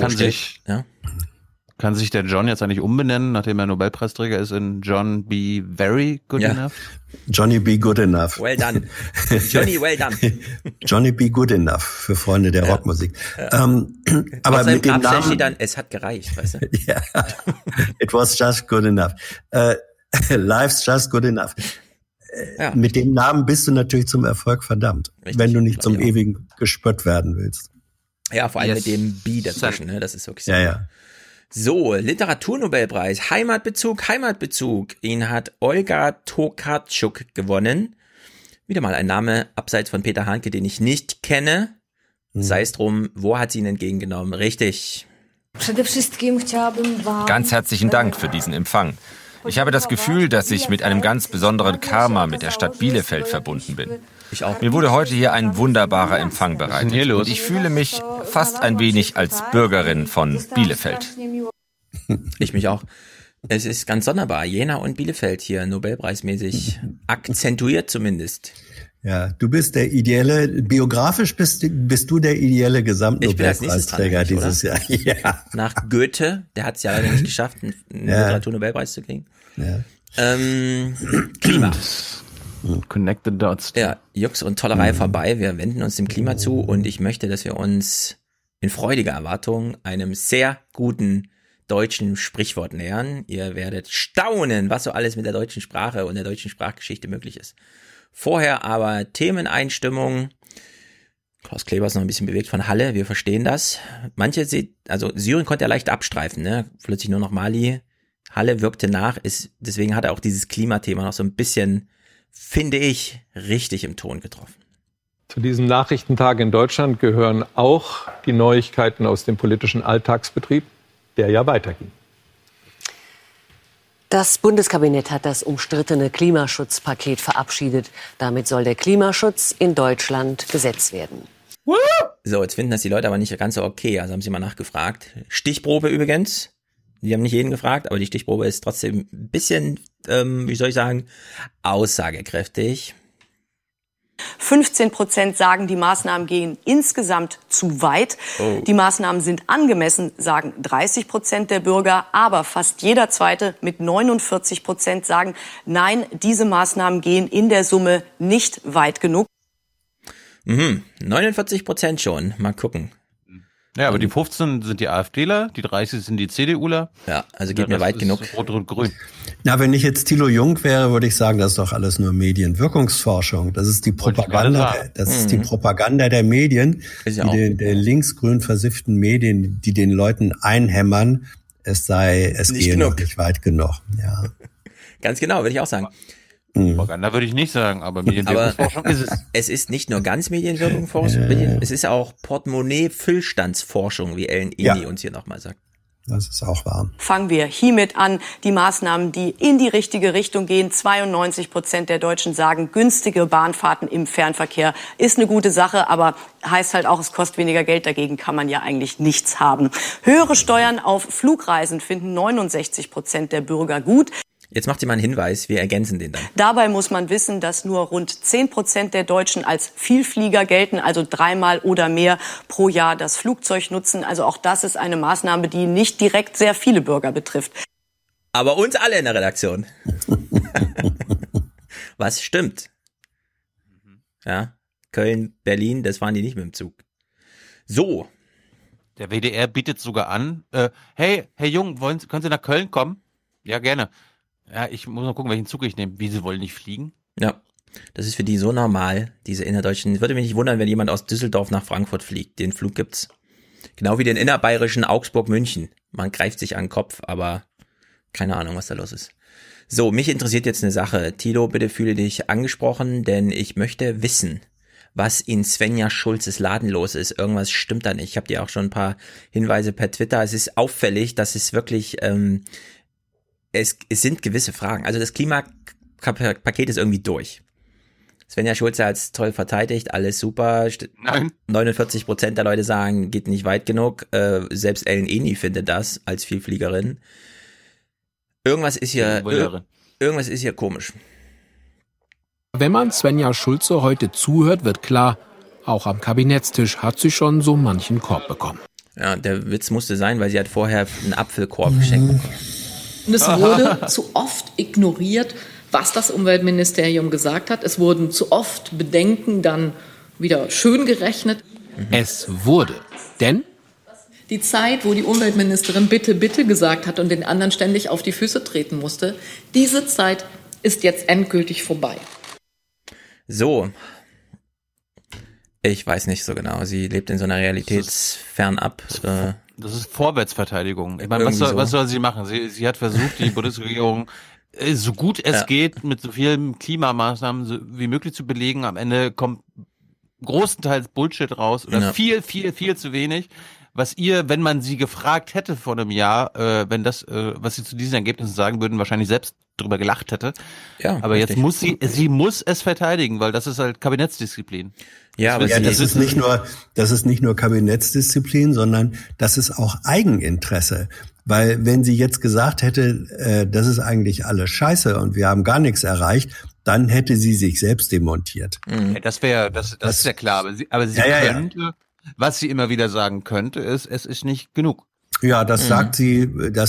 Kann sich der John jetzt eigentlich umbenennen, nachdem er Nobelpreisträger ist, in John B. Very Good Enough?
Johnny B. Good Enough.
Well done. Johnny, well done.
Johnny B. Good Enough für Freunde der Rockmusik. Aber mit dem Namen
steht dann, es hat gereicht, weißt du?
Ja. It was just good enough. Life's just good enough. Mit dem Namen bist du natürlich zum Erfolg verdammt, richtig, wenn du nicht zum ewigen gespött werden willst.
Ja, vor allem mit dem B dazwischen, ne? Das ist wirklich so.
Ja.
So, Literaturnobelpreis, Heimatbezug. Ihn hat Olga Tokarczuk gewonnen. Wieder mal ein Name abseits von Peter Hanke, den ich nicht kenne. Sei es drum, wo hat sie ihn entgegengenommen? Richtig.
Ganz herzlichen Dank für diesen Empfang. Ich habe das Gefühl, dass ich mit einem ganz besonderen Karma mit der Stadt Bielefeld verbunden bin.
Ich auch.
Mir wurde heute hier ein wunderbarer Empfang bereitet. Und ich fühle mich fast ein wenig als Bürgerin von Bielefeld.
Ich mich auch. Es ist ganz sonderbar. Jena und Bielefeld hier Nobelpreismäßig akzentuiert zumindest.
Ja, du bist der biografisch bist du der ideelle Gesamtnobelpreisträger dieses Jahr. Ja.
Nach Goethe, der hat es ja leider nicht geschafft, einen Literaturnobelpreis zu kriegen. Ja. Klima.
Connect the dots.
Ja, Jux und Tollerei vorbei. Wir wenden uns dem Klima zu und ich möchte, dass wir uns in freudiger Erwartung einem sehr guten deutschen Sprichwort nähern. Ihr werdet staunen, was so alles mit der deutschen Sprache und der deutschen Sprachgeschichte möglich ist. Vorher aber Themeneinstimmung. Klaus Kleber ist noch ein bisschen bewegt von Halle, wir verstehen das. Syrien konnte er leicht abstreifen, ne? Plötzlich nur noch Mali. Halle wirkte nach, deswegen hat er auch dieses Klimathema noch so ein bisschen, finde ich, richtig im Ton getroffen.
Zu diesem Nachrichtentag in Deutschland gehören auch die Neuigkeiten aus dem politischen Alltagsbetrieb, der ja weiterging.
Das Bundeskabinett hat das umstrittene Klimaschutzpaket verabschiedet. Damit soll der Klimaschutz in Deutschland Gesetz werden.
So, jetzt finden das die Leute aber nicht ganz so okay. Also haben sie mal nachgefragt. Stichprobe übrigens. Die haben nicht jeden gefragt, aber die Stichprobe ist trotzdem ein bisschen, aussagekräftig.
15% sagen, die Maßnahmen gehen insgesamt zu weit. Oh. Die Maßnahmen sind angemessen, sagen 30% der Bürger. Aber fast jeder Zweite mit 49% sagen, nein, diese Maßnahmen gehen in der Summe nicht weit genug.
49% schon. Mal gucken.
Ja, aber die 15 sind die AfDler, die 30 sind die CDUler.
Ja, also geht mir weit genug.
Rot und Grün.
Na, wenn ich jetzt Thilo Jung wäre, würde ich sagen, das ist doch alles nur Medienwirkungsforschung. Das ist die Propaganda. Das ist die Propaganda der Medien, der linksgrün versifften Medien, die den Leuten einhämmern, es gehe noch nicht weit genug. Ja.
Ganz genau, würde ich auch sagen.
Propaganda würde ich nicht sagen, aber Medienwirkungsforschung ist es.
Es ist nicht nur ganz Medienwirkungsforschung, es ist auch Portemonnaie-Füllstandsforschung, wie Ellen Eni uns hier nochmal sagt.
Das ist auch wahr.
Fangen wir hiermit an. Die Maßnahmen, die in die richtige Richtung gehen. 92% der Deutschen sagen, günstige Bahnfahrten im Fernverkehr ist eine gute Sache, aber heißt halt auch, es kostet weniger Geld. Dagegen kann man ja eigentlich nichts haben. Höhere Steuern auf Flugreisen finden 69% der Bürger gut.
Jetzt macht sie mal einen Hinweis, wir ergänzen den dann.
Dabei muss man wissen, dass nur rund 10% der Deutschen als Vielflieger gelten, also 3-mal oder mehr pro Jahr das Flugzeug nutzen. Also auch das ist eine Maßnahme, die nicht direkt sehr viele Bürger betrifft.
Aber uns alle in der Redaktion. Was stimmt? Ja, Köln, Berlin, das waren die nicht mit dem Zug. So.
Der WDR bietet sogar an, hey Jung, können Sie nach Köln kommen? Ja, gerne. Ja, ich muss mal gucken, welchen Zug ich nehme. Wie, Sie wollen nicht fliegen?
Ja, das ist für die so normal, diese innerdeutschen. Würde mich nicht wundern, wenn jemand aus Düsseldorf nach Frankfurt fliegt. Den Flug gibt's. Genau wie den innerbayerischen Augsburg-München. Man greift sich an den Kopf, aber keine Ahnung, was da los ist. So, mich interessiert jetzt eine Sache. Thilo, bitte fühle dich angesprochen, denn ich möchte wissen, was in Svenja Schulzes Laden los ist. Irgendwas stimmt da nicht. Ich habe dir auch schon ein paar Hinweise per Twitter. Es ist auffällig, dass es wirklich, es sind gewisse Fragen. Also das Klimapaket ist irgendwie durch. Svenja Schulze hat es toll verteidigt, alles super.
Nein.
49% der Leute sagen, geht nicht weit genug. Selbst Ellen Eni findet das als Vielfliegerin. Irgendwas ist hier komisch.
Wenn man Svenja Schulze heute zuhört, wird klar, auch am Kabinettstisch hat sie schon so manchen Korb bekommen.
Ja, der Witz musste sein, weil sie hat vorher einen Apfelkorb geschenkt bekommen.
Und es wurde zu oft ignoriert, was das Umweltministerium gesagt hat. Es wurden zu oft Bedenken dann wieder schön gerechnet.
Es wurde, denn
die Zeit, wo die Umweltministerin bitte, bitte gesagt hat und den anderen ständig auf die Füße treten musste, diese Zeit ist jetzt endgültig vorbei.
So, ich weiß nicht so genau. Sie lebt in so einer Realitätsfernab.
Das ist Vorwärtsverteidigung. Ich meine, was soll sie machen? Sie hat versucht, die Bundesregierung so gut es geht, mit so vielen Klimamaßnahmen wie möglich zu belegen. Am Ende kommt großenteils Bullshit raus oder viel zu wenig. Was ihr, wenn man sie gefragt hätte vor einem Jahr, wenn das, was sie zu diesen Ergebnissen sagen würden, wahrscheinlich selbst drüber gelacht hätte. Ja, aber richtig. Jetzt muss sie muss es verteidigen, weil das ist halt Kabinettsdisziplin.
Ja, aber das ist nicht nur Kabinettsdisziplin, sondern das ist auch Eigeninteresse. Weil wenn sie jetzt gesagt hätte, das ist eigentlich alles scheiße und wir haben gar nichts erreicht, dann hätte sie sich selbst demontiert.
Ja, das ist ja klar. Aber sie könnte, was sie immer wieder sagen könnte, ist, es ist nicht genug.
Ja, das sagt sie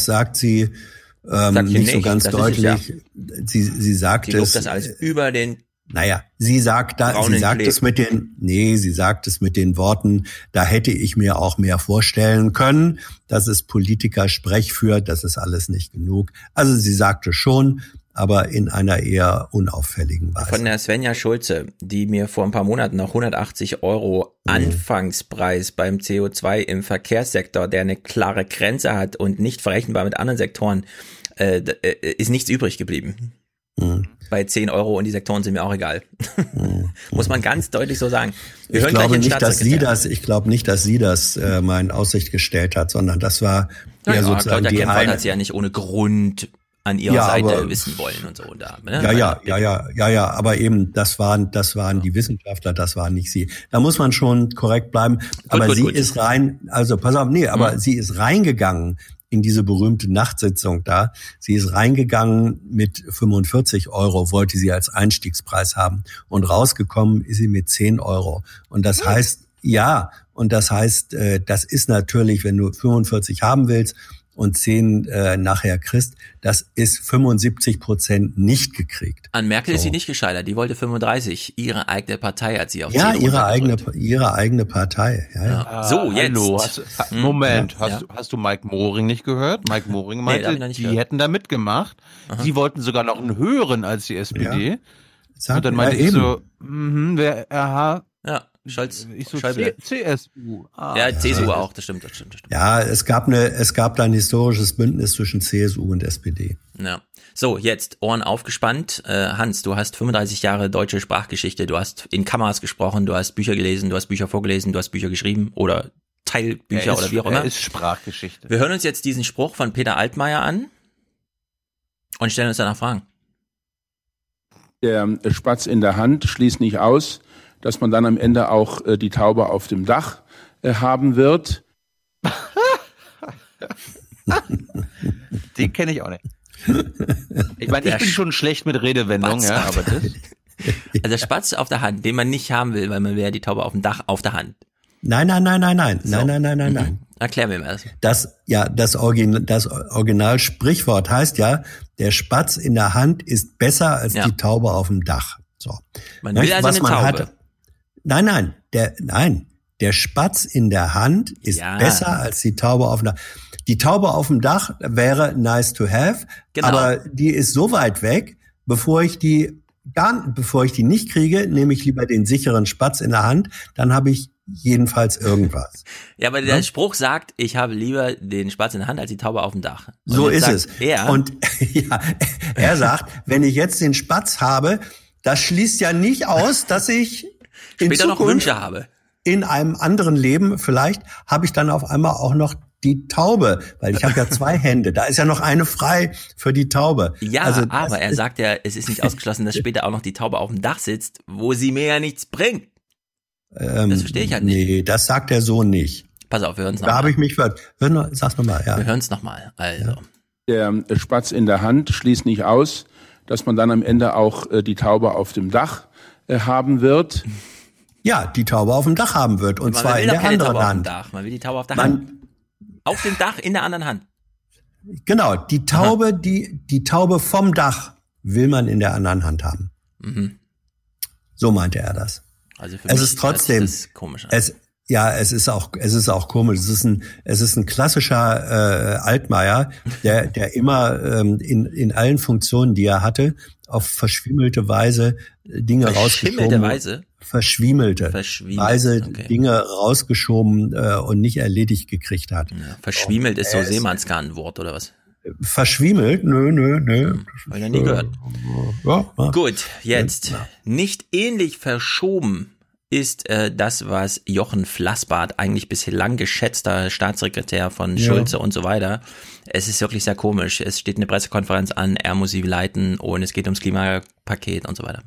nicht so ganz deutlich. Sie sagt
sie
es.
Das alles über den.
Naja, sie sagt es mit den Worten, da hätte ich mir auch mehr vorstellen können. Das ist Politiker-Sprech für, das ist alles nicht genug. Also sie sagte schon, aber in einer eher unauffälligen Weise.
Von der Svenja Schulze, die mir vor ein paar Monaten noch 180 € Anfangspreis beim CO2 im Verkehrssektor, der eine klare Grenze hat und nicht verrechenbar mit anderen Sektoren, ist nichts übrig geblieben. Bei 10 € und die Sektoren sind mir auch egal. Muss man ganz deutlich so sagen.
Ich glaube nicht, dass sie das mal in Aussicht gestellt hat, sondern das war ja sozusagen
die eine. Hat sie ja nicht ohne Grund an ihrer Seite wissen wollen und so. Ne?
Ja, aber eben, das waren die Wissenschaftler, das waren nicht sie. Da muss man schon korrekt bleiben. Aber sie ist reingegangen in diese berühmte Nachtsitzung da. Sie ist reingegangen mit 45 €, wollte sie als Einstiegspreis haben. Und rausgekommen ist sie mit 10 €. Und das heißt, das ist natürlich, wenn du 45 haben willst und 10 nachher kriegst, das ist 75% nicht gekriegt.
An Merkel ist sie nicht gescheitert, die wollte 35. Ihre eigene Partei hat sie auf 10
ihre eigene Partei. Ja.
So, jetzt.
Hallo, hast du Mike Moring nicht gehört? Mike Moring meinte, die hätten da mitgemacht. Aha. Sie wollten sogar noch einen höheren als die SPD. Ja. Und dann meinte ich so,
Scholz.
CSU.
CSU auch, das stimmt.
Ja, es gab da ein historisches Bündnis zwischen CSU und SPD.
Ja. So, jetzt Ohren aufgespannt. Hans, du hast 35 Jahre deutsche Sprachgeschichte, du hast in Kameras gesprochen, du hast Bücher gelesen, du hast Bücher vorgelesen, du hast Bücher geschrieben oder Teilbücher oder wie auch immer.
Er ist Sprachgeschichte.
Wir hören uns jetzt diesen Spruch von Peter Altmaier an und stellen uns danach Fragen.
Der Spatz in der Hand schließt nicht aus, dass man dann am Ende auch die Taube auf dem Dach haben wird.
Den kenne ich auch nicht. Ich meine, ich bin schon schlecht mit Redewendungen, ja, aber das...
Also der Spatz auf der Hand, den man nicht haben will, weil man will ja die Taube auf dem Dach auf der Hand.
Nein.
So.
Nein.
Erklär mir mal das.
Das Originalsprichwort heißt ja, der Spatz in der Hand ist besser als die Taube auf dem Dach. So.
Man will also eine Taube.
Nein. Der Spatz in der Hand ist besser als die Taube auf dem Dach. Die Taube auf dem Dach wäre nice to have, aber die ist so weit weg, bevor ich die nicht kriege, nehme ich lieber den sicheren Spatz in der Hand, dann habe ich jedenfalls irgendwas.
Ja, aber der Spruch sagt, ich habe lieber den Spatz in der Hand als die Taube auf dem Dach. Und
so ist es. Und er sagt, wenn ich jetzt den Spatz habe, das schließt ja nicht aus, dass ich in
später noch Wünsche habe.
In einem anderen Leben vielleicht habe ich dann auf einmal auch noch die Taube, weil ich habe ja 2 Hände. Da ist ja noch eine frei für die Taube.
Ja, also aber er sagt ja, es ist nicht ausgeschlossen, dass später auch noch die Taube auf dem Dach sitzt, wo sie mir ja nichts bringt. Das verstehe ich halt nicht.
Nee, das sagt er so nicht.
Pass auf, wir hören es nochmal.
Da habe ich mich verhört. Sag's nochmal, ja.
Wir hören es nochmal. Also.
Der Spatz in der Hand schließt nicht aus, dass man dann am Ende auch die Taube auf dem Dach haben wird.
Ja, die Taube auf dem Dach haben wird. Und zwar in der anderen Hand.
Man will die Taube auf der Hand. Auf dem Dach in der anderen Hand.
Genau, die Taube, die Taube vom Dach will man in der anderen Hand haben. Mhm. So meinte er das.
Also für
es
mich
ist trotzdem
das komisch.
Es ist auch komisch. Es ist ein klassischer Altmaier, der immer in allen Funktionen, die er hatte, auf verschwimmelte Weise Dinge rausgeschoben. Verschwiemelte Weise Dinge rausgeschoben und nicht erledigt gekriegt hat.
Ja, verschwiemelt ist so Seemannsgarn-Wort oder was?
Verschwiemelt? Nö.
Hab ich noch nie gehört. Ja. Gut, jetzt. Ja. Nicht ähnlich verschoben ist das, was Jochen Flassbart, eigentlich bislang geschätzter Staatssekretär von Schulze und so weiter. Es ist wirklich sehr komisch. Es steht eine Pressekonferenz an, er muss sie leiten und es geht ums Klimapaket und so weiter.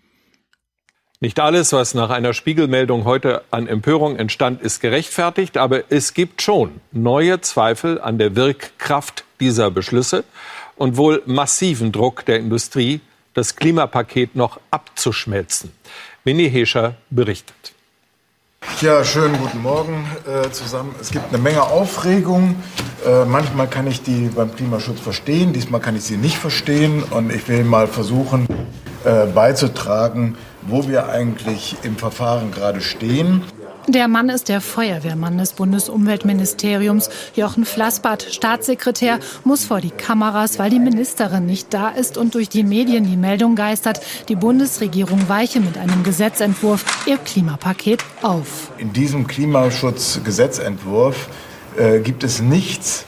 Nicht alles, was nach einer Spiegelmeldung heute an Empörung entstand, ist gerechtfertigt, aber es gibt schon neue Zweifel an der Wirkkraft dieser Beschlüsse und wohl massiven Druck der Industrie, das Klimapaket noch abzuschmelzen. Winnie Hescher berichtet.
Ja, schönen guten Morgen zusammen. Es gibt eine Menge Aufregung. Manchmal kann ich die beim Klimaschutz verstehen, diesmal kann ich sie nicht verstehen. Und ich will mal versuchen beizutragen, wo wir eigentlich im Verfahren gerade stehen.
Der Mann ist der Feuerwehrmann des Bundesumweltministeriums. Jochen Flassbart, Staatssekretär, muss vor die Kameras, weil die Ministerin nicht da ist und durch die Medien die Meldung geistert, die Bundesregierung weiche mit einem Gesetzentwurf ihr Klimapaket auf.
In diesem Klimaschutzgesetzentwurf gibt es nichts,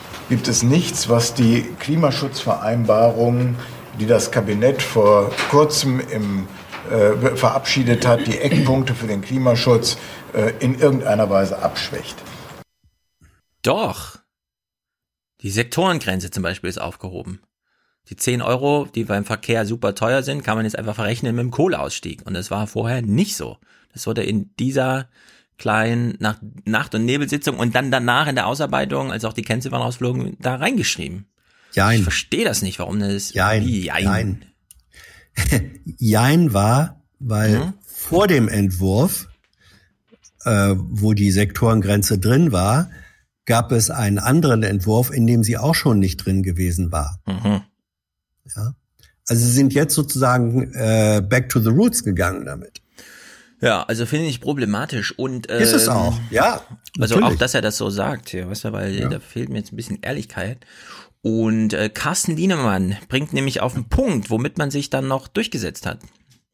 was die Klimaschutzvereinbarung, die das Kabinett vor kurzem verabschiedet hat, die Eckpunkte für den Klimaschutz in irgendeiner Weise abschwächt.
Doch. Die Sektorengrenze zum Beispiel ist aufgehoben. Die 10 €, die beim Verkehr super teuer sind, kann man jetzt einfach verrechnen mit dem Kohleausstieg. Und das war vorher nicht so. Das wurde in dieser kleinen Nacht- und Nebelsitzung und dann danach in der Ausarbeitung, als auch die Kennziffern rausflogen, da reingeschrieben.
Jein.
Ich verstehe das nicht, warum das...
Jein. Jein war, weil vor dem Entwurf, wo die Sektorengrenze drin war, gab es einen anderen Entwurf, in dem sie auch schon nicht drin gewesen war. Mhm. Ja. Also sie sind jetzt sozusagen back to the roots gegangen damit.
Ja, also finde ich problematisch und
ist es auch, ja.
Also auch, dass er das so sagt, ja, weißt du, weil da fehlt mir jetzt ein bisschen Ehrlichkeit. Und Carsten Lienemann bringt nämlich auf den Punkt, womit man sich dann noch durchgesetzt hat.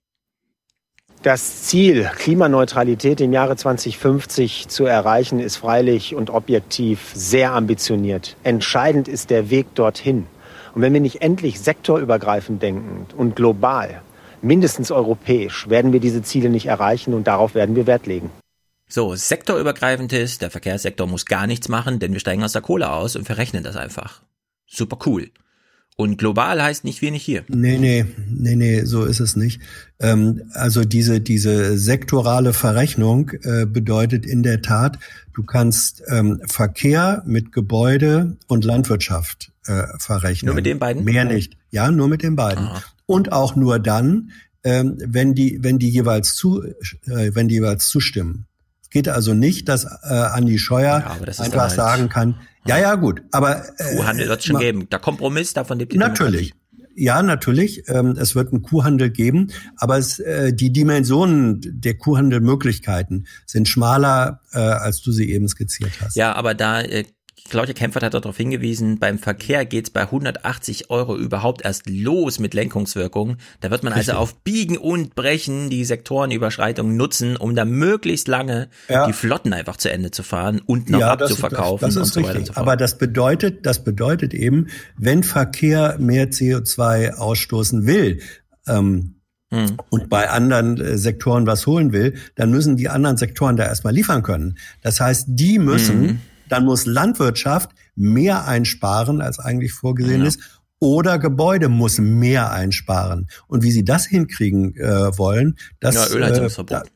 Das Ziel, Klimaneutralität im Jahre 2050 zu erreichen, ist freilich und objektiv sehr ambitioniert. Entscheidend ist der Weg dorthin. Und wenn wir nicht endlich sektorübergreifend denken und global, mindestens europäisch, werden wir diese Ziele nicht erreichen und darauf werden wir Wert legen.
So, sektorübergreifend ist, der Verkehrssektor muss gar nichts machen, denn wir steigen aus der Kohle aus und verrechnen das einfach. Super cool. Und global heißt nicht wenig hier.
Nee, so ist es nicht. Also diese sektorale Verrechnung bedeutet in der Tat, du kannst Verkehr mit Gebäude und Landwirtschaft verrechnen.
Nur mit den beiden?
Mehr nicht. Ja, nur mit den beiden. Aha. Und auch nur dann, wenn die jeweils zustimmen. Es geht also nicht, dass Andi Scheuer einfach halt sagen kann, ja, gut, aber
Kuhhandel wird es schon geben. Der Kompromiss, davon lebt die
Natürlich. Ja, natürlich. Es wird einen Kuhhandel geben, aber die Dimensionen der Kuhhandelmöglichkeiten sind schmaler, als du sie eben skizziert hast.
Ja, aber da Claudia Kempfert hat darauf hingewiesen, beim Verkehr geht's bei 180 € überhaupt erst los mit Lenkungswirkung. Da wird man also auf Biegen und Brechen die Sektorenüberschreitung nutzen, um da möglichst lange die Flotten einfach zu Ende zu fahren und noch abzuverkaufen
das ist
und so weiter
richtig.
und so fort.
Aber das bedeutet eben, wenn Verkehr mehr CO2 ausstoßen will, und bei anderen Sektoren was holen will, dann müssen die anderen Sektoren da erstmal liefern können. Das heißt, die müssen dann muss Landwirtschaft mehr einsparen, als eigentlich vorgesehen ist, oder Gebäude muss mehr einsparen. Und wie sie das hinkriegen wollen, das
Ölheizungsverbot.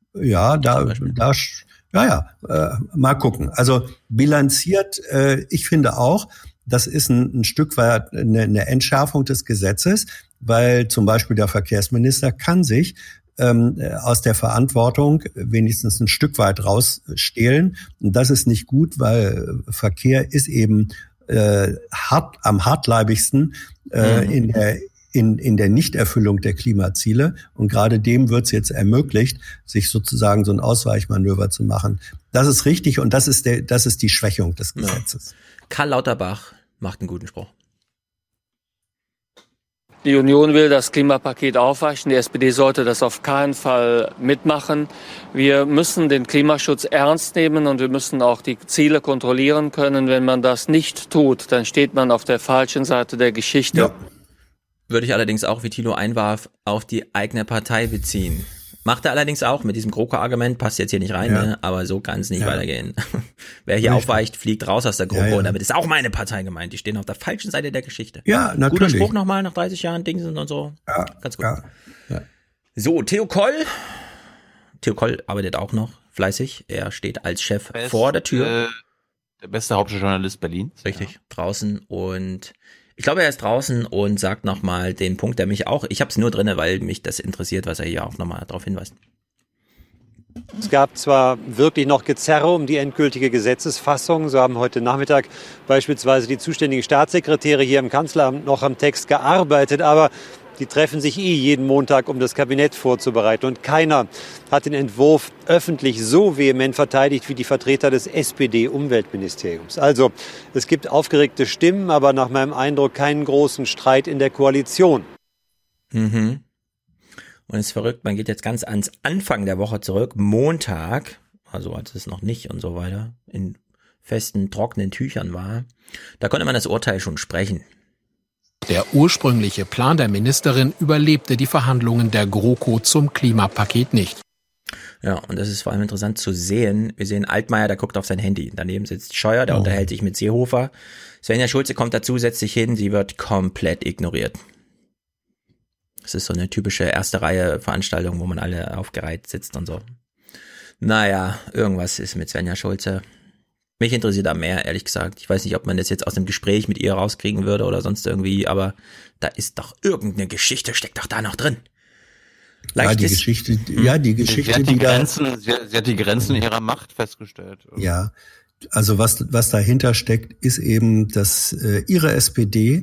Mal gucken. Also bilanziert, ich finde auch, das ist ein Stück weit eine Entschärfung des Gesetzes, weil zum Beispiel der Verkehrsminister kann sich aus der Verantwortung wenigstens ein Stück weit rausstehlen. Und das ist nicht gut, weil Verkehr ist eben am hartleibigsten in der Nichterfüllung der Klimaziele. Und gerade dem wird es jetzt ermöglicht, sich sozusagen so ein Ausweichmanöver zu machen. Das ist richtig und das ist die Schwächung des Gesetzes.
Karl Lauterbach macht einen guten Spruch.
Die Union will das Klimapaket aufweichen. Die SPD sollte das auf keinen Fall mitmachen. Wir müssen den Klimaschutz ernst nehmen und wir müssen auch die Ziele kontrollieren können. Wenn man das nicht tut, dann steht man auf der falschen Seite der Geschichte.
Ja. Würde ich allerdings auch, wie Thilo einwarf, auf die eigene Partei beziehen. Macht er allerdings auch mit diesem GroKo-Argument, passt jetzt hier nicht rein, ne? Aber so kann es nicht weitergehen. Wer hier aufweicht, fliegt raus aus der GroKo und damit ist auch meine Partei gemeint. Die stehen auf der falschen Seite der Geschichte.
Ja, natürlich.
Guter Spruch nochmal nach 30 Jahren, Dingsen und so. Ja, ganz gut. Ja. So, Theo Koll. Theo Koll arbeitet auch noch fleißig. Er steht als Chef vor der Tür.
Der beste Hauptstadtjournalist Berlins.
Richtig, draußen und ich glaube, er ist draußen und sagt nochmal den Punkt, der mich auch, ich habe es nur drinne, weil mich das interessiert, was er hier auch nochmal darauf hinweist.
Es gab zwar wirklich noch Gezerre um die endgültige Gesetzesfassung. So haben heute Nachmittag beispielsweise die zuständigen Staatssekretäre hier im Kanzleramt noch am Text gearbeitet, aber die treffen sich jeden Montag, um das Kabinett vorzubereiten. Und keiner hat den Entwurf öffentlich so vehement verteidigt wie die Vertreter des SPD-Umweltministeriums. Also, es gibt aufgeregte Stimmen, aber nach meinem Eindruck keinen großen Streit in der Koalition.
Und es ist verrückt, man geht jetzt ganz ans Anfang der Woche zurück. Montag, also als es noch nicht und so weiter, in festen, trockenen Tüchern war, da konnte man das Urteil schon sprechen.
Der ursprüngliche Plan der Ministerin überlebte die Verhandlungen der GroKo zum Klimapaket nicht.
Ja, und das ist vor allem interessant zu sehen. Wir sehen Altmaier, der guckt auf sein Handy. Daneben sitzt Scheuer, der unterhält sich mit Seehofer. Svenja Schulze kommt dazu, setzt sich hin, sie wird komplett ignoriert. Das ist so eine typische erste Reihe Veranstaltung, wo man alle aufgereiht sitzt und so. Naja, irgendwas ist mit Svenja Schulze. Mich interessiert da mehr, ehrlich gesagt. Ich weiß nicht, ob man das jetzt aus dem Gespräch mit ihr rauskriegen würde oder sonst irgendwie, aber da ist doch irgendeine Geschichte, steckt doch da noch drin.
Die Geschichte, sie hat
die Grenzen ihrer Macht festgestellt.
Ja, also was dahinter steckt, ist eben, dass ihre SPD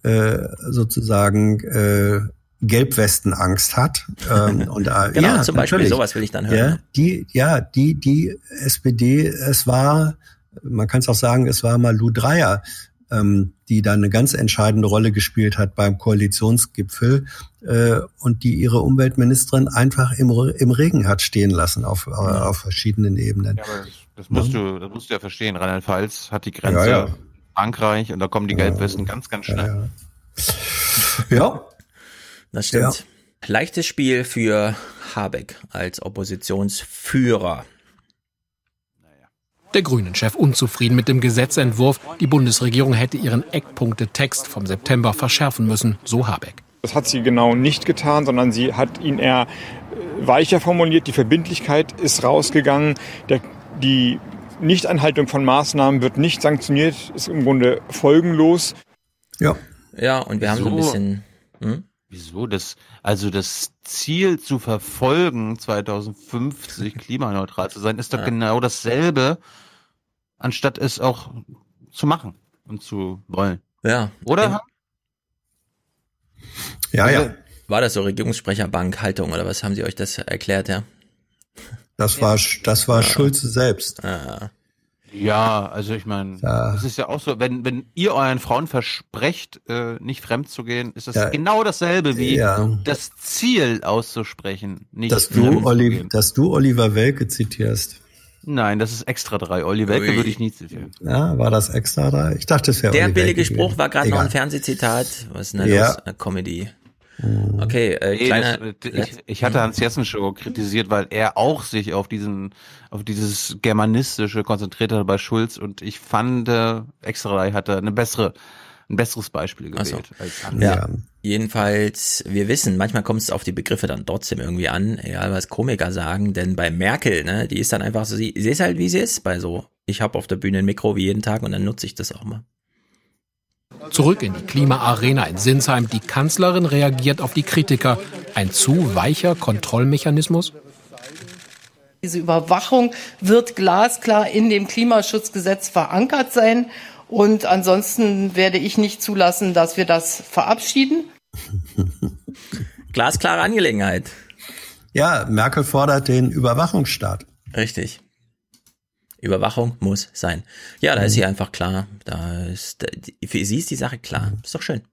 sozusagen Gelbwestenangst hat. Und
genau, zum Beispiel sowas will ich dann hören.
Die SPD, es war, man kann es auch sagen, es war Malu Dreyer, die da eine ganz entscheidende Rolle gespielt hat beim Koalitionsgipfel und die ihre Umweltministerin einfach im Regen hat stehen lassen auf verschiedenen Ebenen.
Ja, aber das musst du ja verstehen. Rheinland-Pfalz hat die Grenze Frankreich und da kommen die Gelbwesten ganz, ganz schnell.
Ja.
Das stimmt. Ja. Leichtes Spiel für Habeck als Oppositionsführer.
Der Grünen-Chef unzufrieden mit dem Gesetzentwurf. Die Bundesregierung hätte ihren Eckpunktetext vom September verschärfen müssen, so Habeck.
Das hat sie genau nicht getan, sondern sie hat ihn eher weicher formuliert. Die Verbindlichkeit ist rausgegangen. Die Nichteinhaltung von Maßnahmen wird nicht sanktioniert, ist im Grunde folgenlos.
Ja, und wir haben so ein bisschen...
Wieso? Das Ziel zu verfolgen, 2050 klimaneutral zu sein, ist doch genau dasselbe, anstatt es auch zu machen und zu wollen.
Ja.
Oder?
Ja.
War das so Regierungssprecherbankhaltung oder was haben Sie euch das erklärt, ja?
Das war Schulze selbst.
Ja, also ich meine, das ist ja auch so, wenn ihr euren Frauen versprecht, nicht fremd zu gehen, ist das genau dasselbe wie das Ziel auszusprechen, nicht
dass du Oliver Welke zitierst.
Nein, das ist Extra 3. Olli Welke würde ich nie zitieren.
Ja, war das Extra 3? Ich dachte, es wäre
Der
Olli
billige
Welke
Spruch war gerade noch ein Fernsehzitat. Was ist denn da los? Comedy. Okay,
ich hatte Hans-Jessen-Show kritisiert, weil er auch sich auf dieses Germanistische konzentriert hat bei Schulz, und ich fand, Extra 3 hatte ein besseres Beispiel gewählt als Hans.
Ja, jedenfalls, wir wissen, manchmal kommt es auf die Begriffe dann trotzdem irgendwie an, egal was Komiker sagen, denn bei Merkel, ne, die ist dann einfach so, sie ist halt wie sie ist, ich habe auf der Bühne ein Mikro wie jeden Tag und dann nutze ich das auch mal.
Zurück in die Klimaarena in Sinsheim. Die Kanzlerin reagiert auf die Kritiker. Ein zu weicher Kontrollmechanismus?
Diese Überwachung wird glasklar in dem Klimaschutzgesetz verankert sein. Und ansonsten werde ich nicht zulassen, dass wir das verabschieden.
Glasklare Angelegenheit.
Ja, Merkel fordert den Überwachungsstaat.
Richtig. Überwachung muss sein. Ja, da ist sie einfach klar. Für sie ist die Sache klar. Ist doch schön.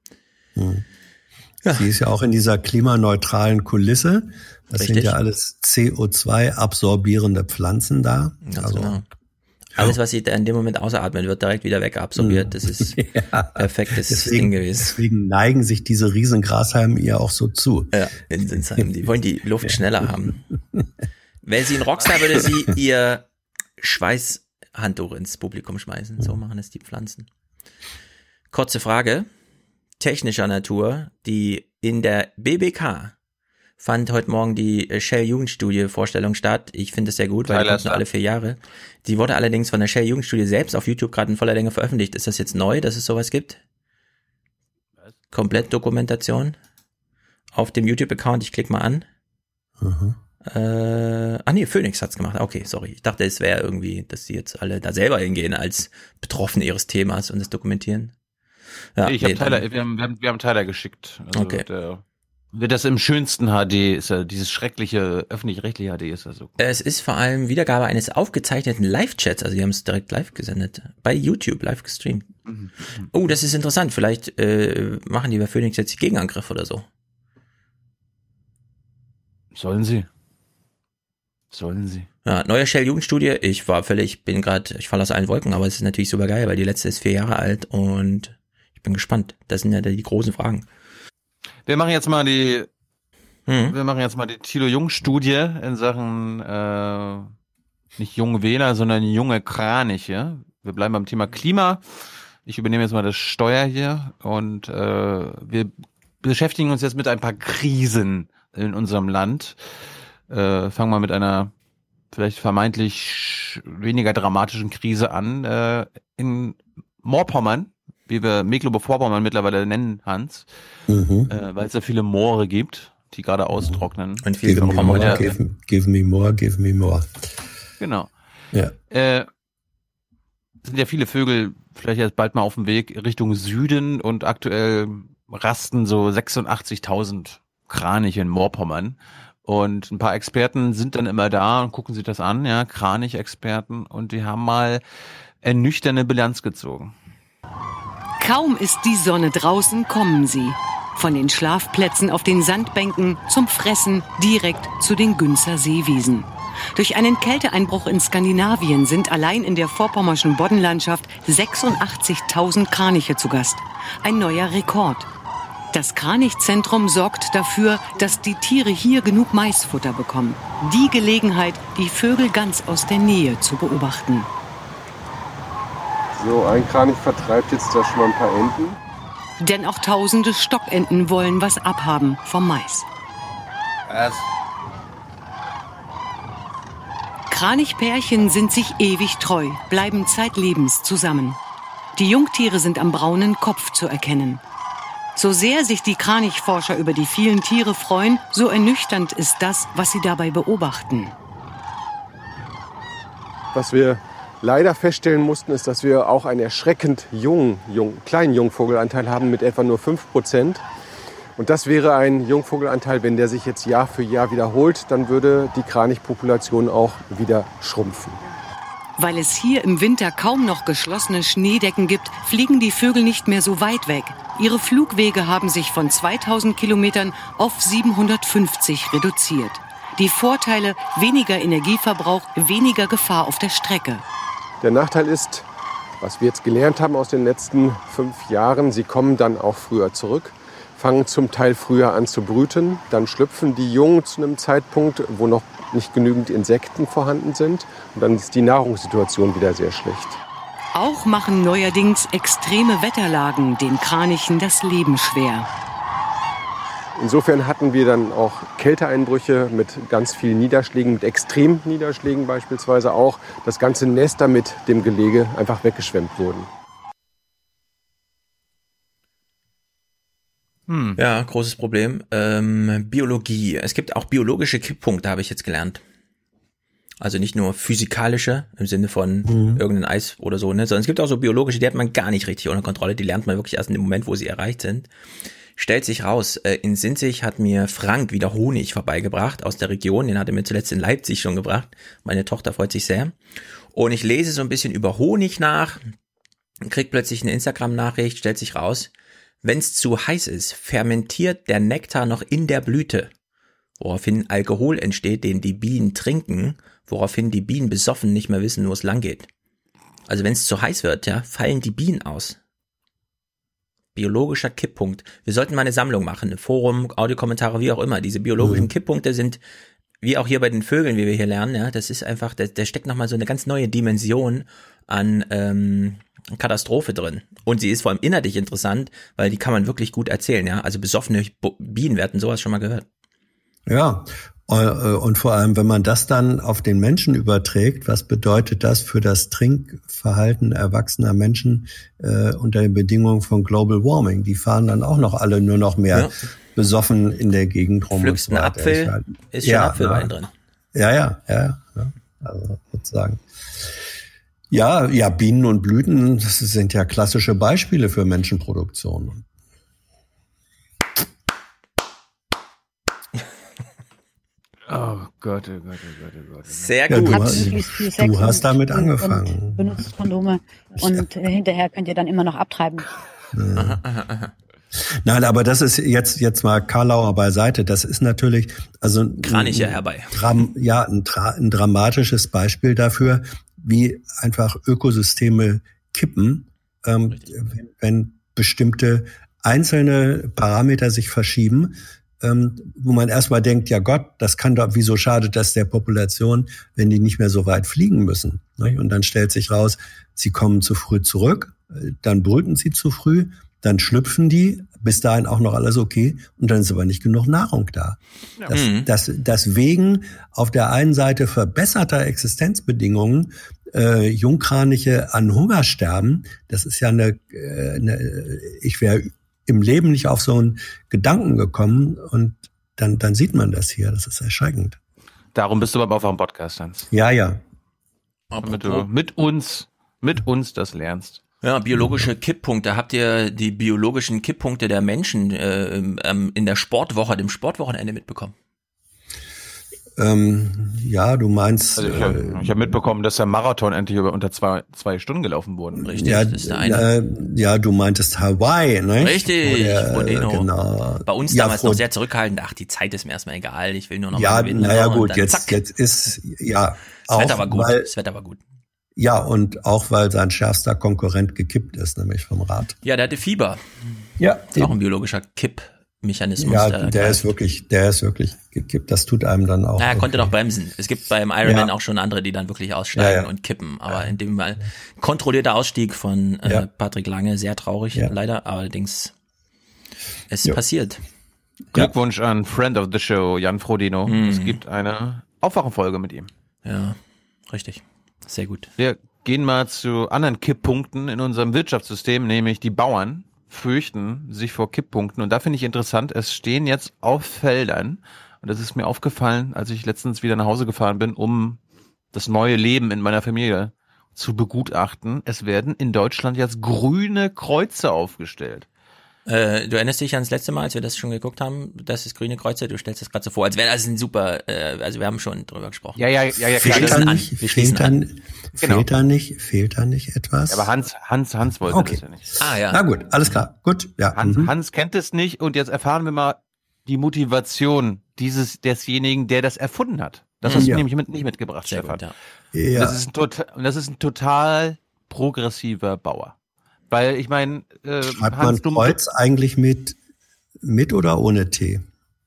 Ja. Sie ist ja auch in dieser klimaneutralen Kulisse. Das
Richtig.
sind ja alles CO2-absorbierende Pflanzen da.
Ganz genau. Alles, was sie in dem Moment außeratmet, wird direkt wieder wegabsorbiert. Das ist perfektes Ding gewesen.
Deswegen neigen sich diese riesen Grashalmen ihr auch so zu.
Ja, in Sinsheim. Die wollen die Luft schneller haben. Wäre sie ein Rockstar, würde sie ihr Schweißhandtuch ins Publikum schmeißen. So machen es die Pflanzen. Kurze Frage. Technischer Natur. Die in der BBK fand heute Morgen die Shell-Jugendstudie-Vorstellung statt. Ich finde es sehr gut, weil die kommt nur alle 4 Jahre. Die wurde allerdings von der Shell-Jugendstudie selbst auf YouTube gerade in voller Länge veröffentlicht. Ist das jetzt neu, dass es sowas gibt? Komplett-Dokumentation auf dem YouTube-Account. Ich klicke mal an. Phoenix hat's gemacht. Okay, sorry. Ich dachte, es wäre irgendwie, dass sie jetzt alle da selber hingehen als Betroffene ihres Themas und das dokumentieren. Ja,
wir haben Tyler geschickt. Also okay. Das im schönsten HD ist ja dieses schreckliche öffentlich-rechtliche HD ist ja so.
Es ist vor allem Wiedergabe eines aufgezeichneten Live-Chats, also die haben es direkt live gesendet, bei YouTube live gestreamt. Oh, das ist interessant, vielleicht machen die bei Phoenix jetzt die Gegenangriff oder so.
Sollen sie.
Ja, neue Shell-Jugendstudie, ich falle aus allen Wolken, aber es ist natürlich super geil, weil die letzte ist 4 Jahre alt und ich bin gespannt. Das sind ja die großen Fragen.
Wir machen jetzt mal die Thilo-Jung-Studie in Sachen nicht junge Wähler, sondern junge Kraniche. Wir bleiben beim Thema Klima. Ich übernehme jetzt mal das Steuer hier und wir beschäftigen uns jetzt mit ein paar Krisen in unserem Land. Fangen wir mit einer vielleicht vermeintlich weniger dramatischen Krise an. In Moorpommern, wie wir Mecklenburg-Vorpommern mittlerweile nennen, Hans, weil es ja viele Moore gibt, die gerade austrocknen.
Und viele
give me more.
Genau.
Ja.
Sind ja viele Vögel vielleicht jetzt bald mal auf dem Weg Richtung Süden und aktuell rasten so 86.000 Kraniche in Moorpommern. Und ein paar Experten sind dann immer da und gucken sich das an, ja, Kranich-Experten, und die haben mal ernüchternde Bilanz gezogen.
Kaum ist die Sonne draußen, kommen sie. Von den Schlafplätzen auf den Sandbänken zum Fressen direkt zu den Günzer Seewiesen. Durch einen Kälteeinbruch in Skandinavien sind allein in der vorpommerschen Boddenlandschaft 86.000 Kraniche zu Gast. Ein neuer Rekord. Das Kranichzentrum sorgt dafür, dass die Tiere hier genug Maisfutter bekommen. Die Gelegenheit, die Vögel ganz aus der Nähe zu beobachten.
So, ein Kranich vertreibt jetzt da schon mal ein paar Enten.
Denn auch tausende Stockenten wollen was abhaben vom Mais. Kranichpärchen sind sich ewig treu, bleiben zeitlebens zusammen. Die Jungtiere sind am braunen Kopf zu erkennen. So sehr sich die Kranichforscher über die vielen Tiere freuen, so ernüchternd ist das, was sie dabei beobachten.
Was wir leider feststellen mussten, ist, dass wir auch einen erschreckend kleinen Jungvogelanteil haben mit etwa nur 5%. Und das wäre ein Jungvogelanteil, wenn der sich jetzt Jahr für Jahr wiederholt, dann würde die Kranichpopulation auch wieder schrumpfen.
Weil es hier im Winter kaum noch geschlossene Schneedecken gibt, fliegen die Vögel nicht mehr so weit weg. Ihre Flugwege haben sich von 2000 Kilometern auf 750 reduziert. Die Vorteile: weniger Energieverbrauch, weniger Gefahr auf der Strecke.
Der Nachteil ist, was wir jetzt gelernt haben aus den letzten 5 Jahren, sie kommen dann auch früher zurück, fangen zum Teil früher an zu brüten, dann schlüpfen die Jungen zu einem Zeitpunkt, wo noch nicht genügend Insekten vorhanden sind, und dann ist die Nahrungssituation wieder sehr schlecht.
Auch machen neuerdings extreme Wetterlagen den Kranichen das Leben schwer.
Insofern hatten wir dann auch Kälteeinbrüche mit ganz vielen Niederschlägen, mit Extremniederschlägen beispielsweise auch, dass ganze Nester mit dem Gelege einfach weggeschwemmt wurden.
Ja, großes Problem. Biologie. Es gibt auch biologische Kipppunkte, habe ich jetzt gelernt. Also nicht nur physikalische, im Sinne von irgendein Eis oder so, ne, sondern es gibt auch so biologische, die hat man gar nicht richtig unter Kontrolle. Die lernt man wirklich erst in dem Moment, wo sie erreicht sind. Stellt sich raus, in Sinzig hat mir Frank wieder Honig vorbeigebracht aus der Region. Den hat er mir zuletzt in Leipzig schon gebracht. Meine Tochter freut sich sehr. Und ich lese so ein bisschen über Honig nach, krieg plötzlich eine Instagram-Nachricht, stellt sich raus, wenn es zu heiß ist, fermentiert der Nektar noch in der Blüte, woraufhin Alkohol entsteht, den die Bienen trinken, woraufhin die Bienen besoffen nicht mehr wissen, wo es lang geht. Also wenn es zu heiß wird, ja, fallen die Bienen aus. Biologischer Kipppunkt. Wir sollten mal eine Sammlung machen, ein Forum, Audiokommentare, wie auch immer. Diese biologischen Kipppunkte sind, wie auch hier bei den Vögeln, wie wir hier lernen, ja, das ist einfach, da steckt nochmal so eine ganz neue Dimension an Katastrophe drin. Und sie ist vor allem inhaltlich interessant, weil die kann man wirklich gut erzählen, ja. Also besoffene Bienen, wir hatten sowas schon mal gehört.
Ja, und vor allem, wenn man das dann auf den Menschen überträgt, was bedeutet das für das Trinkverhalten erwachsener Menschen unter den Bedingungen von Global Warming? Die fahren dann auch noch alle nur noch mehr besoffen in der Gegend rum.
Pflückst einen Apfel, ist schon Apfelwein drin.
Ja. Also sozusagen. Ja, Bienen und Blüten, das sind ja klassische Beispiele für Menschenproduktion.
Oh Gott.
Sehr gut.
Du hast damit angefangen.
Benutzt Kondome und hinterher könnt ihr dann immer noch abtreiben.
Aha. Nein, aber das ist jetzt mal Karlauer beiseite. Das ist natürlich
Kraniche herbei.
Ein dramatisches Beispiel dafür, wie einfach Ökosysteme kippen, wenn bestimmte einzelne Parameter sich verschieben, wo man erstmal denkt, ja Gott, das kann doch, wieso schadet das der Population, wenn die nicht mehr so weit fliegen müssen? Und dann stellt sich raus, sie kommen zu früh zurück, dann brüten sie zu früh, dann schlüpfen die, bis dahin auch noch alles okay, und dann ist aber nicht genug Nahrung da. Das wegen auf der einen Seite verbesserter Existenzbedingungen Jungkraniche an Hunger sterben, das ist ja ich wäre im Leben nicht auf so einen Gedanken gekommen, und dann sieht man das hier, das ist erschreckend.
Darum bist du aber auf einem Podcast, Hans.
Ja.
Damit du mit uns das lernst.
Ja, biologische Kipppunkte. Habt ihr die biologischen Kipppunkte der Menschen in der Sportwoche, dem Sportwochenende mitbekommen?
Ja, du meinst...
Also ich hab mitbekommen, dass der Marathon endlich unter zwei Stunden gelaufen wurde.
Richtig, das ist der eine.
Ja, du meintest Hawaii, ne?
Richtig,
genau.
Bei uns damals noch sehr zurückhaltend. Ach, die Zeit ist mir erstmal egal, ich will nur noch
mal
gewinnen.
Ja, gut, jetzt ist... Ja,
das Wetter war gut.
Ja, und auch, weil sein schärfster Konkurrent gekippt ist, nämlich vom Rad.
Ja, der hatte Fieber.
Ja.
Das ist auch ein biologischer Kipp. Mechanismus.
Ja, der ist wirklich gekippt. Das tut einem dann auch.
Er konnte noch bremsen. Es gibt beim Ironman auch schon andere, die dann wirklich aussteigen und kippen. Aber in dem Fall kontrollierter Ausstieg von Patrick Lange, sehr traurig, leider. Allerdings, es passiert.
Glückwunsch an Friend of the Show, Jan Frodeno. Es gibt eine Aufwachenfolge mit ihm.
Ja, richtig. Sehr gut.
Wir gehen mal zu anderen Kipppunkten in unserem Wirtschaftssystem, nämlich die Bauern fürchten sich vor Kipppunkten. Und da finde ich interessant, es stehen jetzt auf Feldern, und das ist mir aufgefallen, als ich letztens wieder nach Hause gefahren bin, um das neue Leben in meiner Familie zu begutachten. Es werden in Deutschland jetzt grüne Kreuze aufgestellt.
Du erinnerst dich ans letzte Mal, als wir das schon geguckt haben, das ist grüne Kreuze, du stellst das gerade so vor, als wäre das ein super, also wir haben schon drüber gesprochen.
Ja,
fehlt da nicht etwas?
Aber Hans wollte das ja nicht.
Na gut, alles klar, gut. Ja.
Hans kennt es nicht, und jetzt erfahren wir mal die Motivation desjenigen, der das erfunden hat. Das hast du nämlich nicht mitgebracht,
sehr
Stefan.
gut,
ja.
Das ist ein total progressiver Bauer. Weil ich meine,
schreibt man Kreuz eigentlich mit oder ohne T?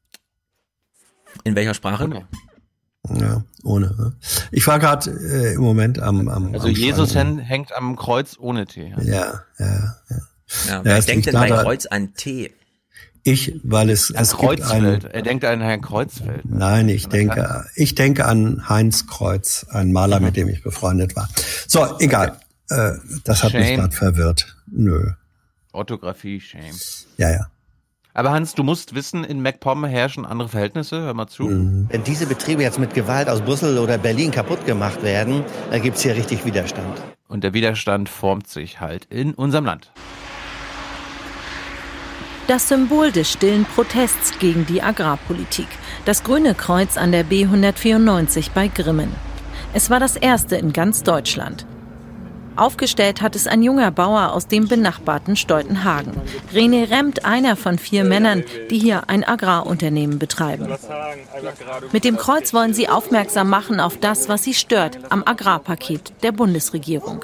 In welcher Sprache?
Ja, ohne. Ne? Ich war gerade im Moment am
Also Jesus hängt am Kreuz ohne T.
Ja.
Wer denkt denn bei Kreuz an T?
Weil es
Kreuzfeld. Er denkt an Herrn Kreuzfeld.
Nein, ich denke an Heinz Kreuz, ein Maler, mit dem ich befreundet war. So, egal. Das hat mich gerade verwirrt. Nö.
Orthographie, Shame.
Ja.
Aber Hans, du musst wissen, in MacPom herrschen andere Verhältnisse. Hör mal zu.
Wenn diese Betriebe jetzt mit Gewalt aus Brüssel oder Berlin kaputt gemacht werden, dann gibt's hier richtig Widerstand.
Und der Widerstand formt sich halt in unserem Land.
Das Symbol des stillen Protests gegen die Agrarpolitik. Das grüne Kreuz an der B194 bei Grimmen. Es war das erste in ganz Deutschland. Aufgestellt hat es ein junger Bauer aus dem benachbarten Stoltenhagen. René Rempt, einer von 4 Männern, die hier ein Agrarunternehmen betreiben. Mit dem Kreuz wollen sie aufmerksam machen auf das, was sie stört am Agrarpaket der Bundesregierung.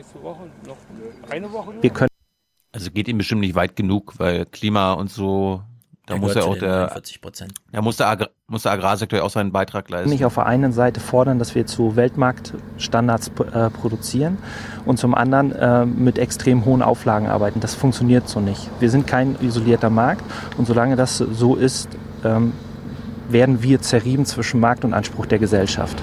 Also geht ihm bestimmt nicht weit genug, weil Klima und so, da muss ja auch muss der Agrarsektor auch seinen Beitrag leisten.
Nicht auf der einen Seite fordern, dass wir zu Weltmarktstandards produzieren und zum anderen mit extrem hohen Auflagen arbeiten. Das funktioniert so nicht. Wir sind kein isolierter Markt, und solange das so ist, werden wir zerrieben zwischen Markt und Anspruch der Gesellschaft.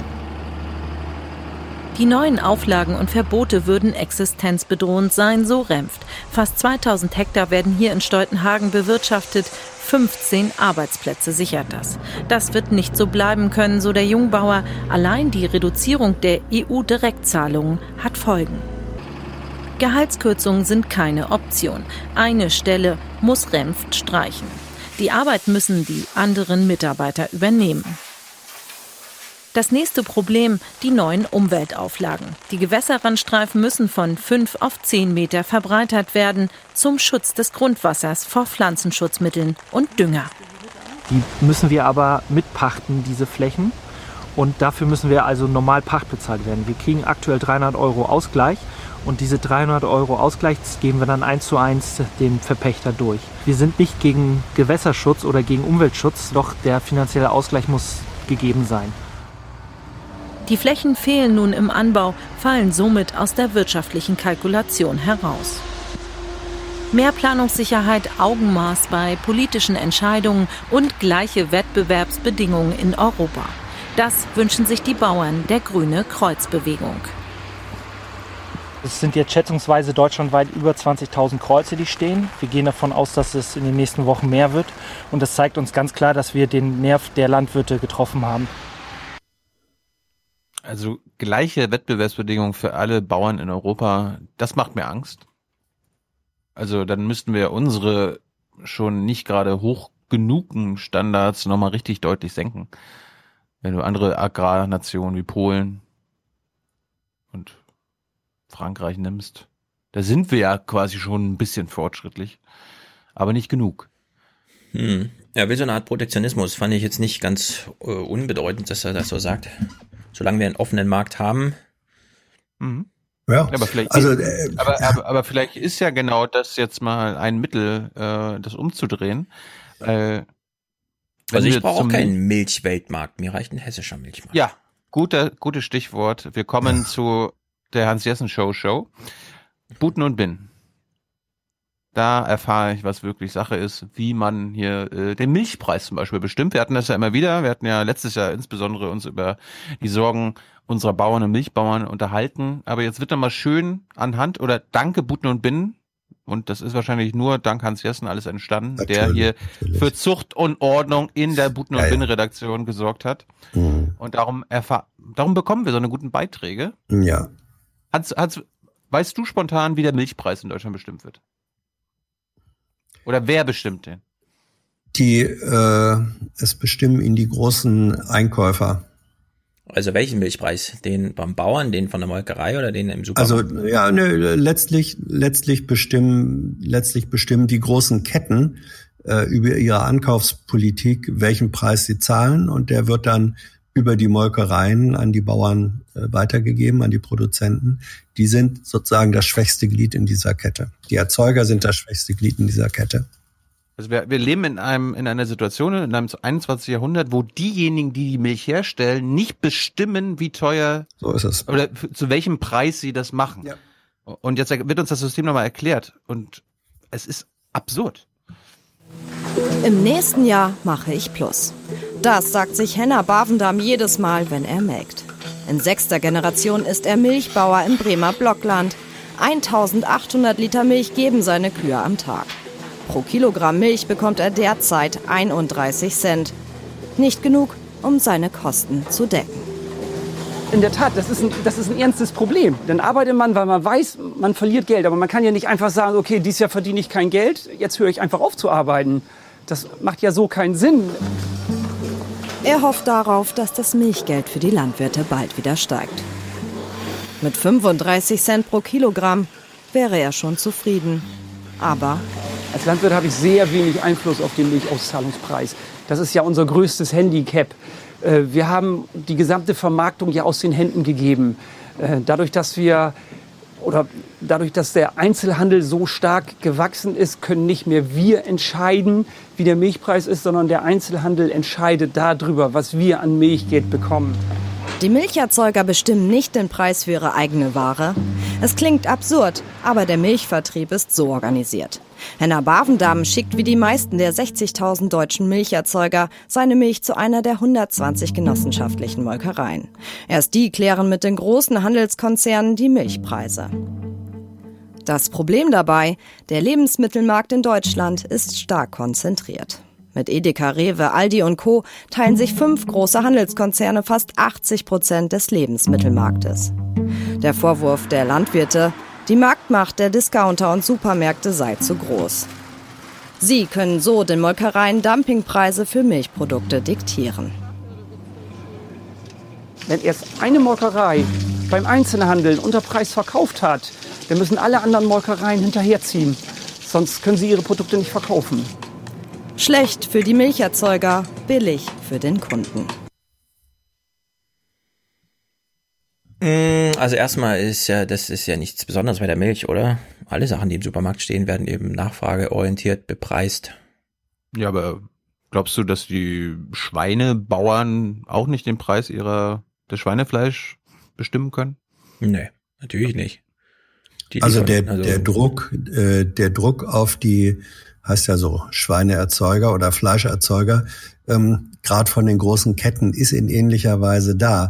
Die neuen Auflagen und Verbote würden existenzbedrohend sein, so Rempt. Fast 2000 Hektar werden hier in Stoltenhagen bewirtschaftet. 15 Arbeitsplätze sichert das. Das wird nicht so bleiben können, so der Jungbauer. Allein die Reduzierung der EU-Direktzahlungen hat Folgen. Gehaltskürzungen sind keine Option. Eine Stelle muss Rempt streichen. Die Arbeit müssen die anderen Mitarbeiter übernehmen. Das nächste Problem, die neuen Umweltauflagen. Die Gewässerrandstreifen müssen von 5 auf 10 Meter verbreitert werden zum Schutz des Grundwassers vor Pflanzenschutzmitteln und Dünger.
Die müssen wir aber mitpachten, diese Flächen. Und dafür müssen wir also normal Pacht bezahlt werden. Wir kriegen aktuell 300 € Ausgleich. Und diese 300 € Ausgleich geben wir dann 1:1 dem Verpächter durch. Wir sind nicht gegen Gewässerschutz oder gegen Umweltschutz, doch der finanzielle Ausgleich muss gegeben sein.
Die Flächen fehlen nun im Anbau, fallen somit aus der wirtschaftlichen Kalkulation heraus. Mehr Planungssicherheit, Augenmaß bei politischen Entscheidungen und gleiche Wettbewerbsbedingungen in Europa. Das wünschen sich die Bauern der Grüne Kreuzbewegung.
Es sind jetzt schätzungsweise deutschlandweit über 20.000 Kreuze, die stehen. Wir gehen davon aus, dass es in den nächsten Wochen mehr wird. Und das zeigt uns ganz klar, dass wir den Nerv der Landwirte getroffen haben.
Also gleiche Wettbewerbsbedingungen für alle Bauern in Europa, das macht mir Angst. Also dann müssten wir unsere schon nicht gerade hoch genugen Standards nochmal richtig deutlich senken. Wenn du andere Agrarnationen wie Polen und Frankreich nimmst, da sind wir ja quasi schon ein bisschen fortschrittlich, aber nicht genug.
Ja, wie so eine Art Protektionismus fand ich jetzt nicht ganz unbedeutend, dass er das so sagt. Solange wir einen offenen Markt haben.
Ja,
aber vielleicht, aber vielleicht ist ja genau das jetzt mal ein Mittel, das umzudrehen.
Also ich brauche auch keinen Milchweltmarkt, mir reicht ein hessischer Milchmarkt.
Ja, gutes Stichwort. Wir kommen zu der Hans-Jessen-Show. Buten und Binnen. Da erfahre ich, was wirklich Sache ist, wie man hier den Milchpreis zum Beispiel bestimmt. Wir hatten das ja immer wieder. Wir hatten ja letztes Jahr insbesondere uns über die Sorgen unserer Bauern und Milchbauern unterhalten. Aber jetzt wird nochmal schön anhand oder danke Buten und Binnen. Und das ist wahrscheinlich nur dank Hans Jessen alles entstanden, der hier für Zucht und Ordnung in der Buten- und Binnen-Redaktion gesorgt hat. Mhm. Und darum bekommen wir so eine guten Beiträge.
Ja.
Weißt du spontan, wie der Milchpreis in Deutschland bestimmt wird? Oder wer bestimmt den?
Es bestimmen ihn die großen Einkäufer.
Also welchen Milchpreis? Den beim Bauern, den von der Molkerei oder den im Supermarkt?
Also ja, letztlich bestimmen die großen Ketten über ihre Ankaufspolitik, welchen Preis sie zahlen, und der wird dann über die Molkereien an die Bauern weitergegeben, an die Produzenten. Die sind sozusagen das schwächste Glied in dieser Kette. Die Erzeuger sind das schwächste Glied in dieser Kette.
Also wir leben in einer Situation, in einem 21. Jahrhundert, wo diejenigen, die die Milch herstellen, nicht bestimmen, wie teuer
so ist es.
Oder zu welchem Preis sie das machen. Ja. Und jetzt wird uns das System nochmal erklärt. Und es ist absurd.
Im nächsten Jahr mache ich Plus. Das sagt sich Henner Bavendam jedes Mal, wenn er melkt. In 6. Generation ist er Milchbauer im Bremer Blockland. 1800 Liter Milch geben seine Kühe am Tag. Pro Kilogramm Milch bekommt er derzeit 31 Cent. Nicht genug, um seine Kosten zu decken.
In der Tat, das ist ein ernstes Problem. Dann arbeitet man, weil man weiß, man verliert Geld. Aber man kann ja nicht einfach sagen, okay, dieses Jahr verdiene ich kein Geld, jetzt höre ich einfach auf zu arbeiten. Das macht ja so keinen Sinn.
Er hofft darauf, dass das Milchgeld für die Landwirte bald wieder steigt. Mit 35 Cent pro Kilogramm wäre er schon zufrieden. Aber
als Landwirt habe ich sehr wenig Einfluss auf den Milchauszahlungspreis. Das ist ja unser größtes Handicap. Wir haben die gesamte Vermarktung ja aus den Händen gegeben. Dadurch, dass der Einzelhandel so stark gewachsen ist, können nicht mehr wir entscheiden, wie der Milchpreis ist, sondern der Einzelhandel entscheidet darüber, was wir an Milchgeld bekommen.
Die Milcherzeuger bestimmen nicht den Preis für ihre eigene Ware. Es klingt absurd, aber der Milchvertrieb ist so organisiert. Henner Bavendam schickt wie die meisten der 60.000 deutschen Milcherzeuger seine Milch zu einer der 120 genossenschaftlichen Molkereien. Erst die klären mit den großen Handelskonzernen die Milchpreise. Das Problem dabei: Der Lebensmittelmarkt in Deutschland ist stark konzentriert. Mit Edeka, Rewe, Aldi und Co. teilen sich 5 große Handelskonzerne fast 80% des Lebensmittelmarktes. Der Vorwurf der Landwirte: Die Marktmacht der Discounter und Supermärkte sei zu groß. Sie können so den Molkereien Dumpingpreise für Milchprodukte diktieren.
Wenn erst eine Molkerei beim Einzelhandel unter Preis verkauft hat, dann müssen alle anderen Molkereien hinterherziehen. Sonst können sie ihre Produkte nicht verkaufen.
Schlecht für die Milcherzeuger, billig für den Kunden.
Also erstmal das ist ja nichts Besonderes bei der Milch, oder? Alle Sachen, die im Supermarkt stehen, werden eben nachfrageorientiert bepreist.
Ja, aber glaubst du, dass die Schweinebauern auch nicht den Preis des Schweinefleisch bestimmen können?
Nee, natürlich nicht.
Der Druck auf die, heißt ja so, Schweineerzeuger oder Fleischerzeuger, gerade von den großen Ketten ist in ähnlicher Weise da.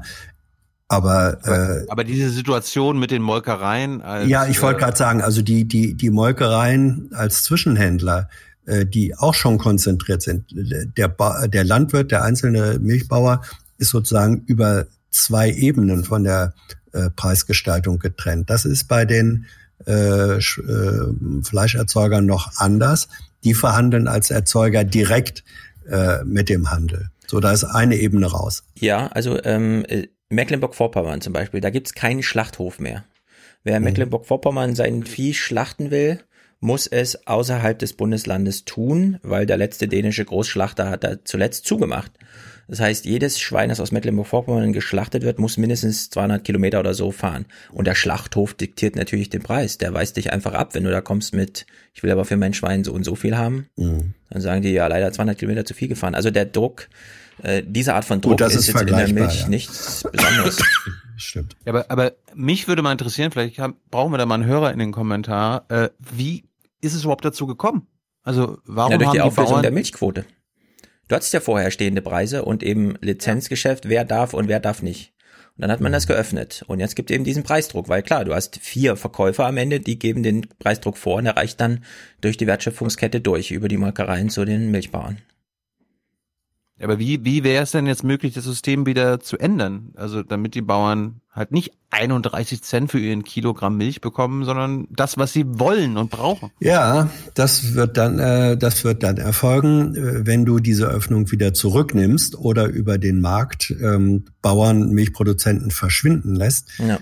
Aber
diese Situation mit den Molkereien
ja, ich wollte gerade sagen, also die Molkereien als Zwischenhändler, die auch schon konzentriert sind. Der Landwirt, der einzelne Milchbauer ist sozusagen über 2 Ebenen von der Preisgestaltung getrennt. Das ist bei den Fleischerzeugern noch anders. Die verhandeln als Erzeuger direkt mit dem Handel. So, da ist eine Ebene raus.
Ja, also Mecklenburg-Vorpommern zum Beispiel, da gibt's keinen Schlachthof mehr. Wer in Mecklenburg-Vorpommern sein Vieh schlachten will, muss es außerhalb des Bundeslandes tun, weil der letzte dänische Großschlachter hat da zuletzt zugemacht. Das heißt, jedes Schwein, das aus Mecklenburg-Vorpommern geschlachtet wird, muss mindestens 200 Kilometer oder so fahren. Und der Schlachthof diktiert natürlich den Preis. Der weist dich einfach ab, wenn du da kommst mit, ich will aber für mein Schwein so und so viel haben. Dann sagen die, ja, leider 200 Kilometer zu viel gefahren. Also der Druck, diese Art von Druck ist jetzt in der Milch nichts Besonderes.
Stimmt.
Ja, aber mich würde mal interessieren, vielleicht brauchen wir da mal einen Hörer in den Kommentar, wie ist es überhaupt dazu gekommen? Also warum
durch
haben
die
die
Auflösung
Bauern
der Milchquote. Du hattest ja vorher stehende Preise und eben Lizenzgeschäft, wer darf und wer darf nicht. Und dann hat man das geöffnet. Und jetzt gibt es eben diesen Preisdruck, weil klar, du hast 4 Verkäufer am Ende, die geben den Preisdruck vor und er reicht dann durch die Wertschöpfungskette durch, über die Molkereien zu den Milchbauern.
Aber wie wäre es denn jetzt möglich, das System wieder zu ändern? Also damit die Bauern halt nicht 31 Cent für ihren Kilogramm Milch bekommen, sondern das, was sie wollen und brauchen.
Ja, das wird dann erfolgen, wenn du diese Öffnung wieder zurücknimmst oder über den Markt Bauern, Milchproduzenten verschwinden lässt. Ja.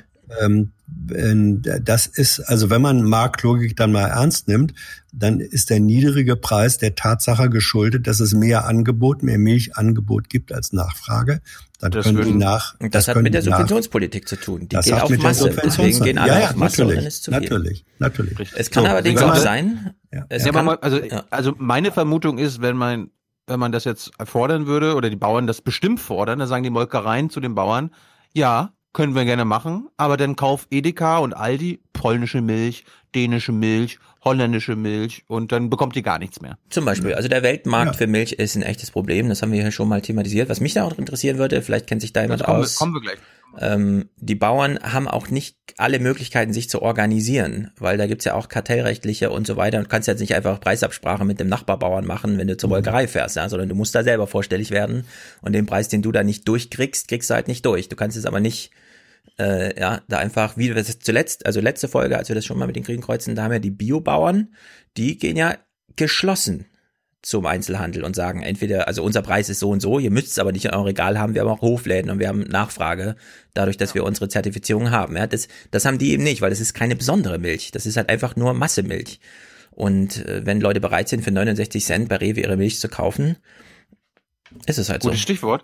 Das ist, also wenn man Marktlogik dann mal ernst nimmt, dann ist der niedrige Preis der Tatsache geschuldet, dass es mehr Milchangebot gibt als Nachfrage. Dann
das
können
das hat mit der Subventionspolitik zu tun. Die gehen auf Masse, deswegen gehen alle auf Masse und dann ist zu viel.
Natürlich.
Es kann allerdings auch sein.
Also meine Vermutung ist, wenn man das jetzt fordern würde oder die Bauern das bestimmt fordern, dann sagen die Molkereien zu den Bauern, ja, können wir gerne machen, aber dann kauf Edeka und Aldi polnische Milch, dänische Milch, holländische Milch und dann bekommt ihr gar nichts mehr.
Zum Beispiel, also der Weltmarkt für Milch ist ein echtes Problem, das haben wir ja schon mal thematisiert. Was mich da auch interessieren würde, vielleicht kennt sich da jemand aus.
Kommen wir gleich.
Die Bauern haben auch nicht alle Möglichkeiten, sich zu organisieren, weil da gibt's ja auch kartellrechtliche und so weiter und kannst jetzt nicht einfach Preisabsprache mit dem Nachbarbauern machen, wenn du zur Molkerei fährst, ja, sondern du musst da selber vorstellig werden und den Preis, den du da nicht durchkriegst, kriegst du halt nicht durch. Du kannst es aber nicht da einfach, wie das zuletzt, also letzte Folge, als wir das schon mal mit den Grünkreuzen, da haben ja die Biobauern, die gehen ja geschlossen zum Einzelhandel und sagen entweder, also unser Preis ist so und so, ihr müsst es aber nicht in eurem Regal haben, wir haben auch Hofläden und wir haben Nachfrage, dadurch, dass wir unsere Zertifizierung haben. Ja, das haben die eben nicht, weil das ist keine besondere Milch, das ist halt einfach nur Massemilch. Und wenn Leute bereit sind, für 69 Cent bei Rewe ihre Milch zu kaufen, ist es halt so.
Gutes Stichwort.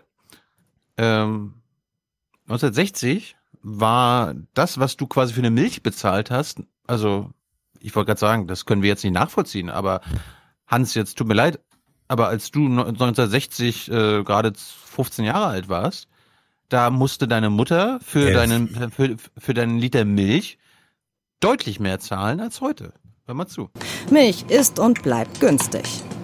1960 war das, was du quasi für eine Milch bezahlt hast, also ich wollte gerade sagen, das können wir jetzt nicht nachvollziehen, aber Hans, jetzt tut mir leid, aber als du 1960 gerade 15 Jahre alt warst, da musste deine Mutter für deinen Liter Milch deutlich mehr zahlen als heute. Hör mal zu.
Milch ist und bleibt günstig.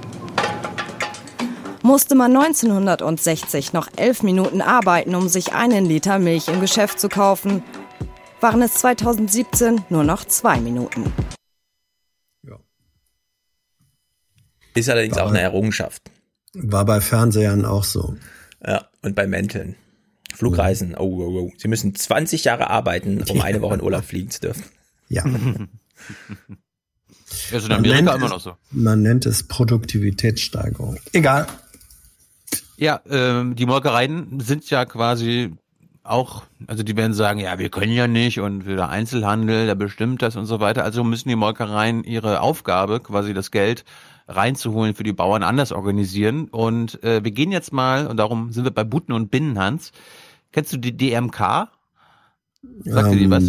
Musste man 1960 noch 11 Minuten arbeiten, um sich einen Liter Milch im Geschäft zu kaufen, waren es 2017 nur noch 2 Minuten.
Ist allerdings auch eine Errungenschaft.
War bei Fernsehern auch so.
Ja, und bei Mänteln. Flugreisen, oh. Sie müssen 20 Jahre arbeiten, um eine Woche in Urlaub fliegen zu dürfen.
Ja.
Ist in Amerika immer noch so.
Man nennt es Produktivitätssteigerung. Egal.
Ja, die Molkereien sind ja quasi auch, also die werden sagen, ja, wir können ja nicht und der Einzelhandel, der bestimmt das und so weiter. Also müssen die Molkereien ihre Aufgabe, quasi das Geld reinzuholen für die Bauern, anders organisieren. Und wir gehen jetzt mal, und darum sind wir bei Buten und Binnen, Hans. Kennst du die DMK? Sagt dir die was?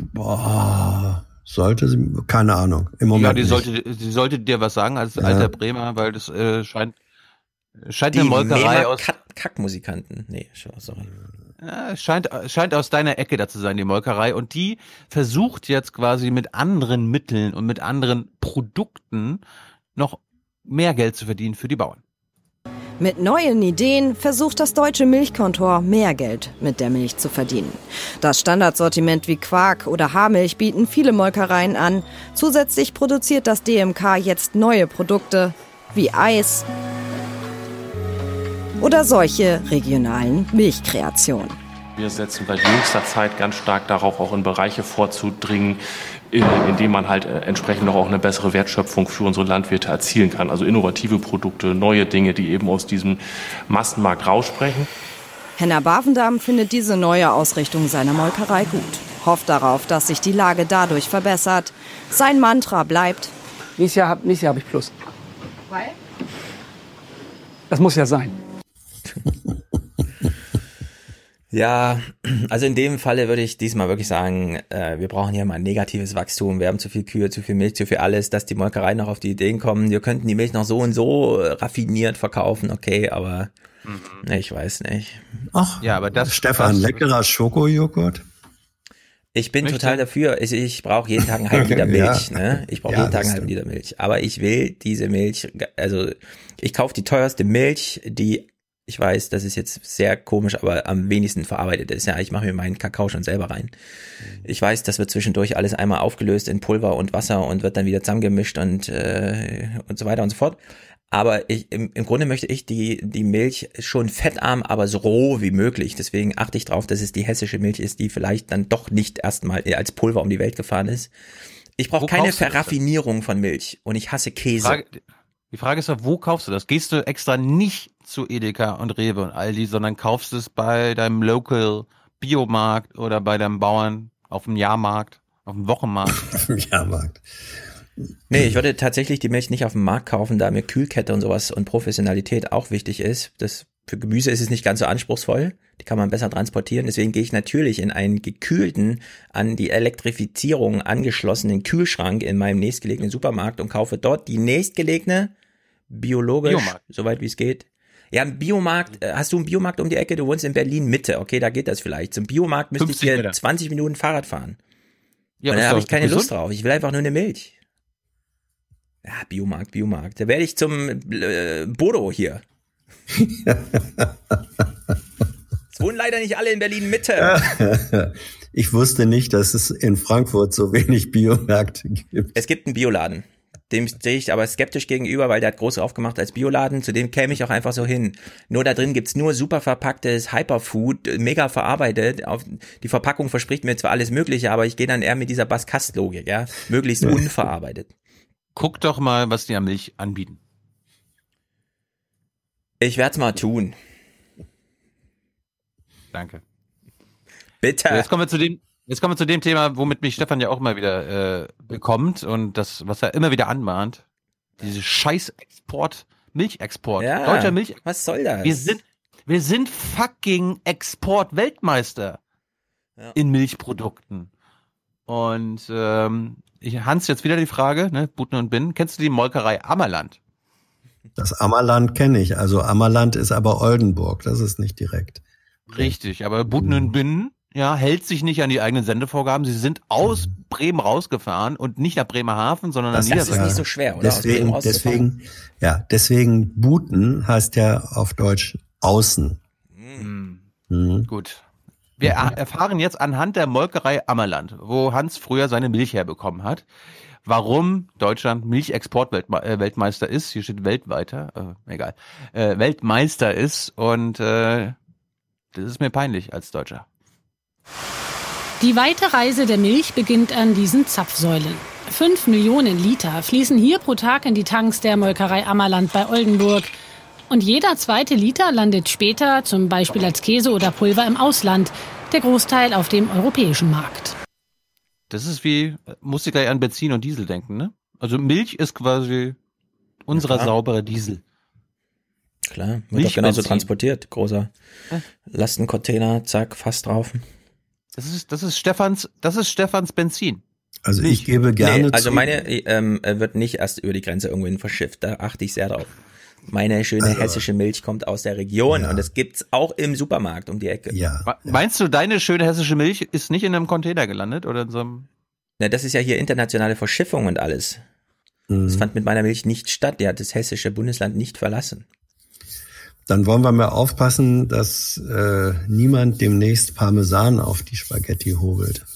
Sollte sie, keine Ahnung, im Moment
ja, die sollte dir was sagen als alter Bremer, weil das scheint eine Molkerei aus
Kackmusikanten. Nee, sorry.
Ja, scheint aus deiner Ecke da zu sein, die Molkerei. Und die versucht jetzt quasi mit anderen Mitteln und mit anderen Produkten noch mehr Geld zu verdienen für die Bauern.
Mit neuen Ideen versucht das Deutsche Milchkontor mehr Geld mit der Milch zu verdienen. Das Standardsortiment wie Quark oder Haarmilch bieten viele Molkereien an. Zusätzlich produziert das DMK jetzt neue Produkte wie Eis oder solche regionalen Milchkreationen.
Wir setzen seit jüngster Zeit ganz stark darauf, auch in Bereiche vorzudringen, indem man halt entsprechend auch eine bessere Wertschöpfung für unsere Landwirte erzielen kann. Also innovative Produkte, neue Dinge, die eben aus diesem Massenmarkt raussprechen.
Henner Bavendam findet diese neue Ausrichtung seiner Molkerei gut. Hofft darauf, dass sich die Lage dadurch verbessert. Sein Mantra bleibt:
Nächstes Jahr habe ich Plus.
Weil?
Das muss ja sein.
Ja, also in dem Falle würde ich diesmal wirklich sagen, wir brauchen hier mal ein negatives Wachstum. Wir haben zu viel Kühe, zu viel Milch, zu viel alles, dass die Molkereien noch auf die Ideen kommen. Wir könnten die Milch noch so und so raffiniert verkaufen, okay, aber ich weiß nicht.
Ach,
ja, aber das
Stefan, leckerer Schokojoghurt.
Ich bin total dafür. Ich brauche jeden Tag einen halben Liter Milch.
Ja.
Ne? Ich brauche jeden Tag einen halben Liter Milch. Aber ich will diese Milch, also ich kaufe die teuerste Milch, die, ich weiß, das ist jetzt sehr komisch, aber am wenigsten verarbeitet ist. Ja, ich mache mir meinen Kakao schon selber rein. Ich weiß, das wird zwischendurch alles einmal aufgelöst in Pulver und Wasser und wird dann wieder zusammengemischt und so weiter und so fort. Aber im Grunde möchte ich die Milch schon fettarm, aber so roh wie möglich. Deswegen achte ich drauf, dass es die hessische Milch ist, die vielleicht dann doch nicht erstmal als Pulver um die Welt gefahren ist. Ich brauche keine Verraffinierung von Milch und ich hasse Käse.
Die Frage ist doch, wo kaufst du das? Gehst du extra nicht zu Edeka und Rewe und Aldi, sondern kaufst es bei deinem Local Biomarkt oder bei deinem Bauern auf dem Jahrmarkt, auf dem Wochenmarkt?
Auf dem Jahrmarkt.
Nee, ich würde tatsächlich die Milch nicht auf dem Markt kaufen, da mir Kühlkette und sowas und Professionalität auch wichtig ist. Für Gemüse ist es nicht ganz so anspruchsvoll. Die kann man besser transportieren. Deswegen gehe ich natürlich in einen gekühlten, an die Elektrifizierung angeschlossenen Kühlschrank in meinem nächstgelegenen Supermarkt und kaufe dort die nächstgelegene, biologisch, soweit wie es geht. Ja, ein Biomarkt, hast du einen Biomarkt um die Ecke? Du wohnst in Berlin Mitte, okay, da geht das vielleicht. Zum Biomarkt müsste ich hier 20 Minuten Fahrrad fahren. Ja, und da habe ich keine Lust drauf. Ich will einfach nur eine Milch. Ja, Biomarkt. Da werde ich zum Bodo hier. Es wohnen leider nicht alle in Berlin Mitte.
Ich wusste nicht, dass es in Frankfurt so wenig Biomärkte gibt.
Es gibt einen Bioladen. Dem stehe ich aber skeptisch gegenüber, weil der hat groß aufgemacht als Bioladen. Zu dem käme ich auch einfach so hin. Nur da drin gibt's nur super verpacktes Hyperfood, mega verarbeitet. Die Verpackung verspricht mir zwar alles Mögliche, aber ich gehe dann eher mit dieser Baskast-Logik, ja, möglichst unverarbeitet.
Guck doch mal, was die an Milch anbieten.
Ich werde es mal tun.
Danke.
Bitte.
So, jetzt kommen wir zu dem Thema, womit mich Stefan ja auch mal wieder bekommt und das, was er immer wieder anmahnt. Diese scheiß Milchexport.
Ja,
Deutscher Milch.
Was soll das?
Wir sind fucking Export-Weltmeister in Milchprodukten. Und Hans, jetzt wieder die Frage, ne, Buten und Binnen. Kennst du die Molkerei Ammerland?
Das Ammerland kenne ich. Also Ammerland ist aber Oldenburg. Das ist nicht direkt.
Richtig, aber Buten und Binnen, ja, hält sich nicht an die eigenen Sendevorgaben. Sie sind aus Bremen rausgefahren und nicht nach Bremerhaven, sondern nach Niedersachsen.
Das ist nicht so schwer, oder?
Deswegen Buten heißt ja auf Deutsch außen.
Gut. Wir erfahren jetzt anhand der Molkerei Ammerland, wo Hans früher seine Milch herbekommen hat, warum Deutschland Milchexport-Weltmeister ist. Hier steht Weltweiter, egal. Weltmeister ist und das ist mir peinlich als Deutscher.
Die weite Reise der Milch beginnt an diesen Zapfsäulen. 5 Millionen Liter fließen hier pro Tag in die Tanks der Molkerei Ammerland bei Oldenburg. Und jeder zweite Liter landet später, zum Beispiel als Käse oder Pulver, im Ausland. Der Großteil auf dem europäischen Markt.
Das ist wie, muss ich gleich an Benzin und Diesel denken, ne? Also Milch ist quasi unserer saubere Diesel.
Klar, wird doch genauso transportiert. Großer Lastencontainer, zack, Fass drauf.
Das ist Stefans Benzin.
Also ich gebe gerne
also meine wird nicht erst über die Grenze irgendwohin verschifft. Da achte ich sehr drauf. Meine schöne hessische Milch kommt aus der Region und das gibt's auch im Supermarkt um die Ecke.
Ja.
Meinst du, deine schöne hessische Milch ist nicht in einem Container gelandet oder in so einem?
Na, das ist ja hier internationale Verschiffung und alles. Das fand mit meiner Milch nicht statt. Die hat das hessische Bundesland nicht verlassen.
Dann wollen wir mal aufpassen, dass niemand demnächst Parmesan auf die Spaghetti hobelt.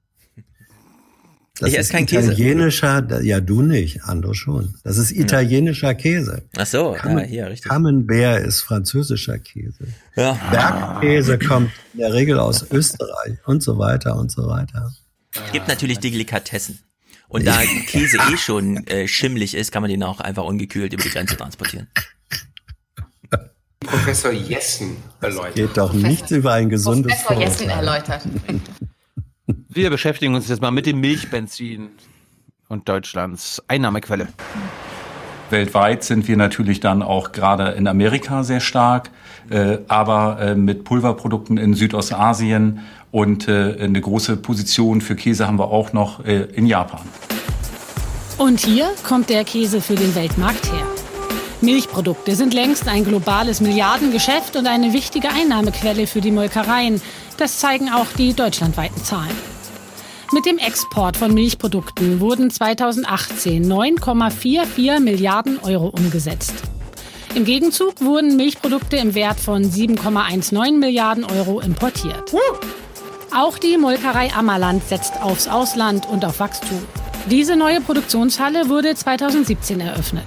Das
ich esse keinen Käse.
Italienischer, ja du nicht, andere schon. Das ist italienischer Käse.
Ach so, hier, richtig.
Camembert ist französischer Käse.
Ja.
Bergkäse kommt in der Regel aus Österreich und so weiter und so weiter.
Es gibt natürlich Delikatessen. Und da Käse schon schimmlig ist, kann man den auch einfach ungekühlt über die Grenze transportieren.
Professor Jessen erläutert.
Geht doch nichts über ein gesundes
Professor Jessen erläutert.
Wir beschäftigen uns jetzt mal mit dem Milchbenzin und Deutschlands Einnahmequelle.
Weltweit sind wir natürlich dann auch gerade in Amerika sehr stark, aber mit Pulverprodukten in Südostasien und eine große Position für Käse haben wir auch noch in Japan.
Und hier kommt der Käse für den Weltmarkt her. Milchprodukte sind längst ein globales Milliardengeschäft und eine wichtige Einnahmequelle für die Molkereien. Das zeigen auch die deutschlandweiten Zahlen. Mit dem Export von Milchprodukten wurden 2018 9,44 Milliarden Euro umgesetzt. Im Gegenzug wurden Milchprodukte im Wert von 7,19 Milliarden Euro importiert. Auch die Molkerei Ammerland setzt aufs Ausland und auf Wachstum. Diese neue Produktionshalle wurde 2017 eröffnet.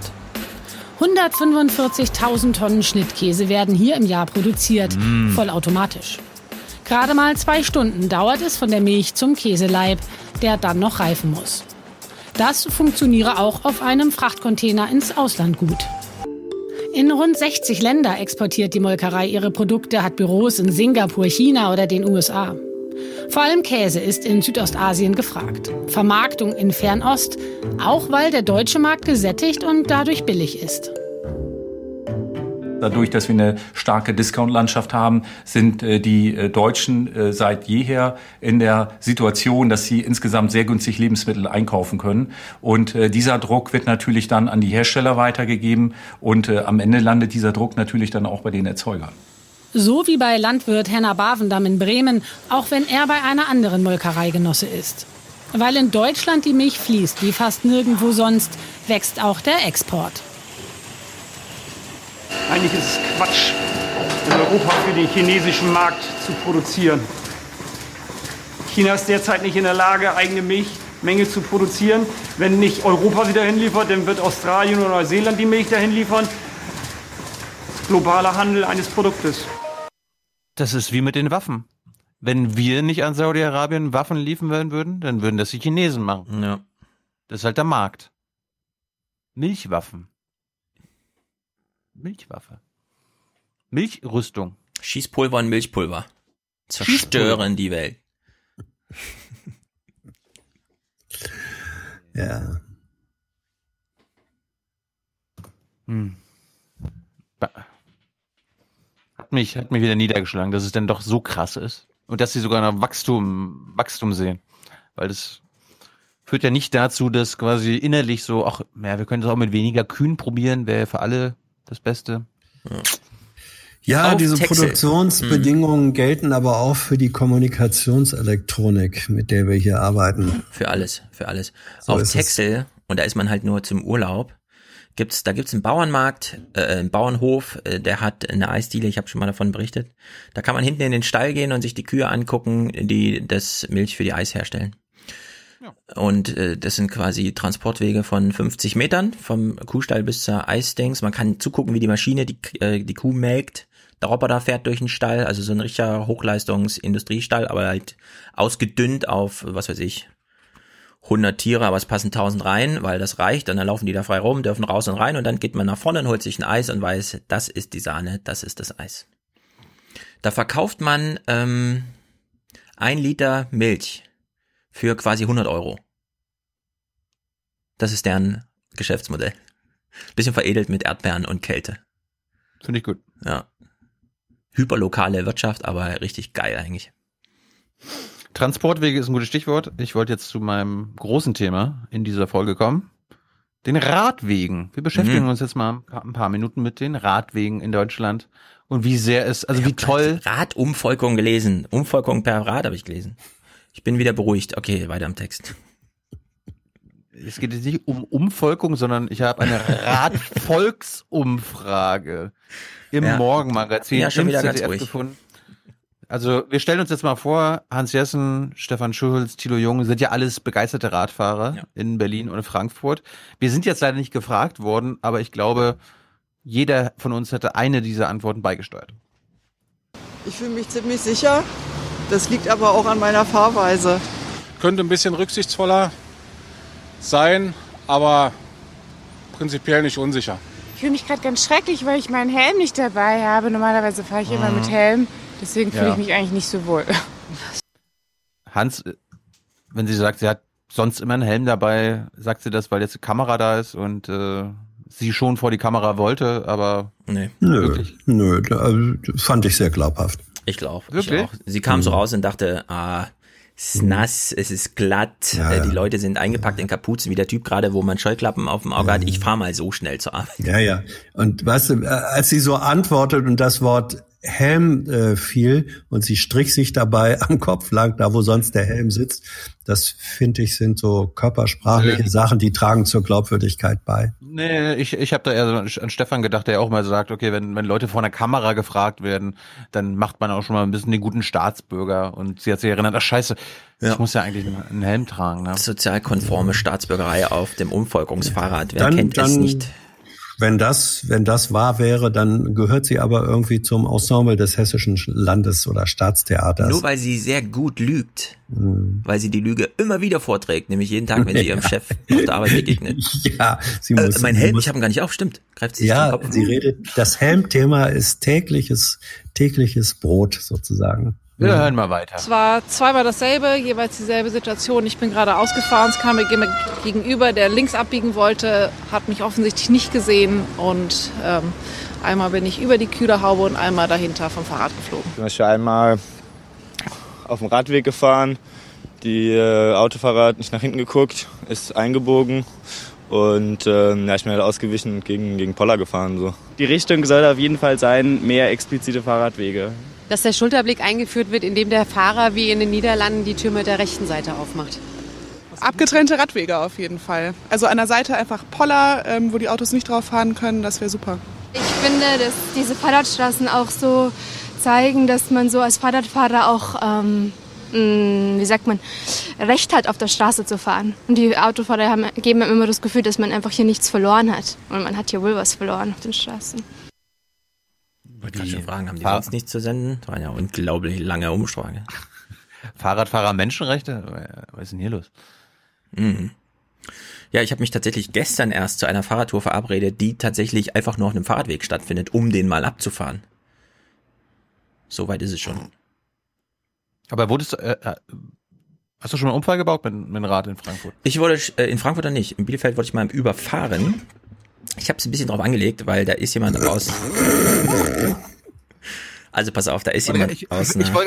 145.000 Tonnen Schnittkäse werden hier im Jahr produziert, vollautomatisch. Gerade mal 2 Stunden dauert es von der Milch zum Käseleib, der dann noch reifen muss. Das funktioniere auch auf einem Frachtcontainer ins Ausland gut. In rund 60 Länder exportiert die Molkerei ihre Produkte, hat Büros in Singapur, China oder den USA. Vor allem Käse ist in Südostasien gefragt. Vermarktung in Fernost, auch weil der deutsche Markt gesättigt und dadurch billig ist.
Dadurch, dass wir eine starke Discount-Landschaft haben, sind die Deutschen seit jeher in der Situation, dass sie insgesamt sehr günstig Lebensmittel einkaufen können. Und dieser Druck wird natürlich dann an die Hersteller weitergegeben und am Ende landet dieser Druck natürlich dann auch bei den Erzeugern.
So wie bei Landwirt Henner Bavendam in Bremen, auch wenn er bei einer anderen Molkereigenosse ist. Weil in Deutschland die Milch fließt, wie fast nirgendwo sonst, wächst auch der Export.
Eigentlich ist es Quatsch, in Europa für den chinesischen Markt zu produzieren. China ist derzeit nicht in der Lage, eigene Milchmenge zu produzieren. Wenn nicht Europa sie dahin liefert, dann wird Australien oder Neuseeland die Milch dahin liefern. Globaler Handel eines Produktes.
Das ist wie mit den Waffen. Wenn wir nicht an Saudi-Arabien Waffen liefern würden, dann würden das die Chinesen machen.
Ja.
Das ist halt der Markt. Milchwaffen. Milchwaffe. Milchrüstung.
Schießpulver und Milchpulver. Zerstören die Welt.
Ja.
Hat mich wieder niedergeschlagen, dass es denn doch so krass ist. Und dass sie sogar noch Wachstum sehen. Weil das führt ja nicht dazu, dass quasi innerlich so, ach, ja, wir können das auch mit weniger Kühen probieren, wäre für alle das Beste.
Ja,
Auf
diese
Texel.
Produktionsbedingungen gelten aber auch für die Kommunikationselektronik, mit der wir hier arbeiten.
Für alles, für alles.
So
Auf
ist
Texel, und da ist man halt nur zum Urlaub, gibt's einen Bauernmarkt, einen Bauernhof, der hat eine Eisdiele, ich habe schon mal davon berichtet. Da kann man hinten in den Stall gehen und sich die Kühe angucken, die das Milch für die Eis herstellen. Und das sind quasi Transportwege von 50 Metern, vom Kuhstall bis zur Eisdings. Man kann zugucken, wie die Maschine die Kuh melkt. Der Roboter fährt durch den Stall, also so ein richtiger Hochleistungs-Industriestall, aber halt ausgedünnt auf, was weiß ich, 100 Tiere, aber es passen 1000 rein, weil das reicht. Und dann laufen die da frei rum, dürfen raus und rein und dann geht man nach vorne und holt sich ein Eis und weiß, das ist die Sahne, das ist das Eis. Da verkauft man 1 Liter Milch für quasi 100 Euro. Das ist deren Geschäftsmodell. Bisschen veredelt mit Erdbeeren und Kälte.
Finde ich gut.
Ja. Hyperlokale Wirtschaft, aber richtig geil eigentlich.
Transportwege ist ein gutes Stichwort. Ich wollte jetzt zu meinem großen Thema in dieser Folge kommen. Den Radwegen. Wir beschäftigen uns jetzt mal ein paar Minuten mit den Radwegen in Deutschland. Und wie sehr es, also wie toll.
Radumvolkung gelesen. Umvolkung per Rad habe ich gelesen. Ich bin wieder beruhigt. Okay, weiter im Text.
Es geht jetzt nicht um Umvolkung, sondern ich habe eine Radvolksumfrage im Morgenmagazin
schon
im
wieder ganz
ZDF
ruhig
gefunden. Also wir stellen uns jetzt mal vor, Hans Jessen, Stefan Schulz, Thilo Jung sind ja alles begeisterte Radfahrer in Berlin und Frankfurt. Wir sind jetzt leider nicht gefragt worden, aber ich glaube, jeder von uns hätte eine dieser Antworten beigesteuert.
Ich fühle mich ziemlich sicher. Das liegt aber auch an meiner Fahrweise.
Könnte ein bisschen rücksichtsvoller sein, aber prinzipiell nicht unsicher.
Ich fühle mich gerade ganz schrecklich, weil ich meinen Helm nicht dabei habe. Normalerweise fahre ich immer mit Helm. Deswegen fühle ich mich eigentlich nicht so wohl.
Hans, wenn sie sagt, sie hat sonst immer einen Helm dabei. Sagt sie das, weil jetzt die Kamera da ist und sie schon vor die Kamera wollte, aber wirklich.
Nö, also, fand ich sehr glaubhaft.
Ich glaube.
Wirklich?
Sie kam so raus und dachte, es ist nass, es ist glatt, die Leute sind eingepackt in Kapuzen, wie der Typ gerade, wo man Scheuklappen auf dem Auge hat. Ich fahre mal so schnell zur Arbeit.
Ja. Und weißt du, als sie so antwortet und das Wort Helm fiel und sie strich sich dabei am Kopf lang, da wo sonst der Helm sitzt, das finde ich sind so körpersprachliche Sachen, die tragen zur Glaubwürdigkeit bei.
Nee, ich habe da eher so an Stefan gedacht, der auch mal sagt, okay, wenn Leute vor einer Kamera gefragt werden, dann macht man auch schon mal ein bisschen den guten Staatsbürger. Und sie hat sich erinnert, ach scheiße, ich muss ja eigentlich einen Helm tragen. Ne?
Sozialkonforme Staatsbürgerei auf dem Umvolkungsfahrrad, wer kennt es nicht?
Wenn das wahr wäre, dann gehört sie aber irgendwie zum Ensemble des Hessischen Landes- oder Staatstheaters.
Nur weil sie sehr gut lügt. Weil sie die Lüge immer wieder vorträgt, nämlich jeden Tag, wenn sie ihrem Chef auf der Arbeit begegnet.
Ja, sie muss.
Mein Helm, ich habe ihn gar nicht auf, stimmt. Greift sie sich den Kopf.
Sie redet, das Helmthema ist tägliches Brot sozusagen.
Wir hören mal weiter.
Es war zweimal dasselbe, jeweils dieselbe Situation. Ich bin gerade ausgefahren, es kam mir jemand gegenüber, der links abbiegen wollte, hat mich offensichtlich nicht gesehen und einmal bin ich über die Kühlerhaube und einmal dahinter vom Fahrrad geflogen.
Ich bin einmal auf dem Radweg gefahren, die Autofahrer hat nicht nach hinten geguckt, ist eingebogen und ich bin halt ausgewichen und gegen Poller gefahren. So.
Die Richtung soll auf jeden Fall sein, mehr explizite Fahrradwege.
Dass der Schulterblick eingeführt wird, indem der Fahrer wie in den Niederlanden die Tür mit der rechten Seite aufmacht.
Abgetrennte Radwege auf jeden Fall. Also an der Seite einfach Poller, wo die Autos nicht drauf fahren können, das wäre super.
Ich finde, dass diese Fahrradstraßen auch so zeigen, dass man so als Fahrradfahrer auch, Recht hat, auf der Straße zu fahren. Und die Autofahrer geben einem immer das Gefühl, dass man einfach hier nichts verloren hat. Und man hat hier wohl was verloren auf den Straßen.
Ich wollte gerade schon fragen, haben die sonst nichts zu senden? Das waren ja unglaublich lange Umfrage.
Fahrradfahrer Menschenrechte? Was ist denn hier los?
Mhm. Ja, ich habe mich tatsächlich gestern erst zu einer Fahrradtour verabredet, die tatsächlich einfach nur auf einem Fahrradweg stattfindet, um den mal abzufahren. So weit ist es schon.
Aber hast du schon mal einen Unfall gebaut mit einem Rad in Frankfurt?
Ich wurde in Frankfurt nicht. In Bielefeld wurde ich mal überfahren. Ich habe es ein bisschen drauf angelegt, weil da ist jemand raus. Also pass auf, da ist jemand aus.
Ich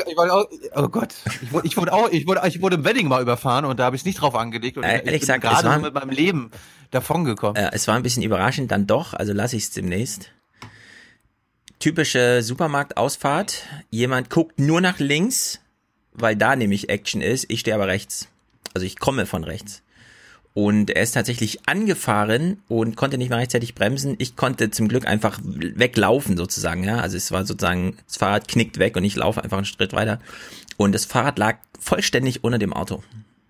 wurde im Wedding mal überfahren und da habe ich es nicht drauf angelegt und ich bin gerade mit meinem Leben davongekommen.
Es war ein bisschen überraschend, dann doch, also lasse ich es demnächst. Typische Supermarktausfahrt. Jemand guckt nur nach links, weil da nämlich Action ist. Ich stehe aber rechts. Also ich komme von rechts. Und er ist tatsächlich angefahren und konnte nicht mehr rechtzeitig bremsen. Ich konnte zum Glück einfach weglaufen sozusagen. Ja, also es war sozusagen, das Fahrrad knickt weg und ich laufe einfach einen Schritt weiter. Und das Fahrrad lag vollständig unter dem Auto.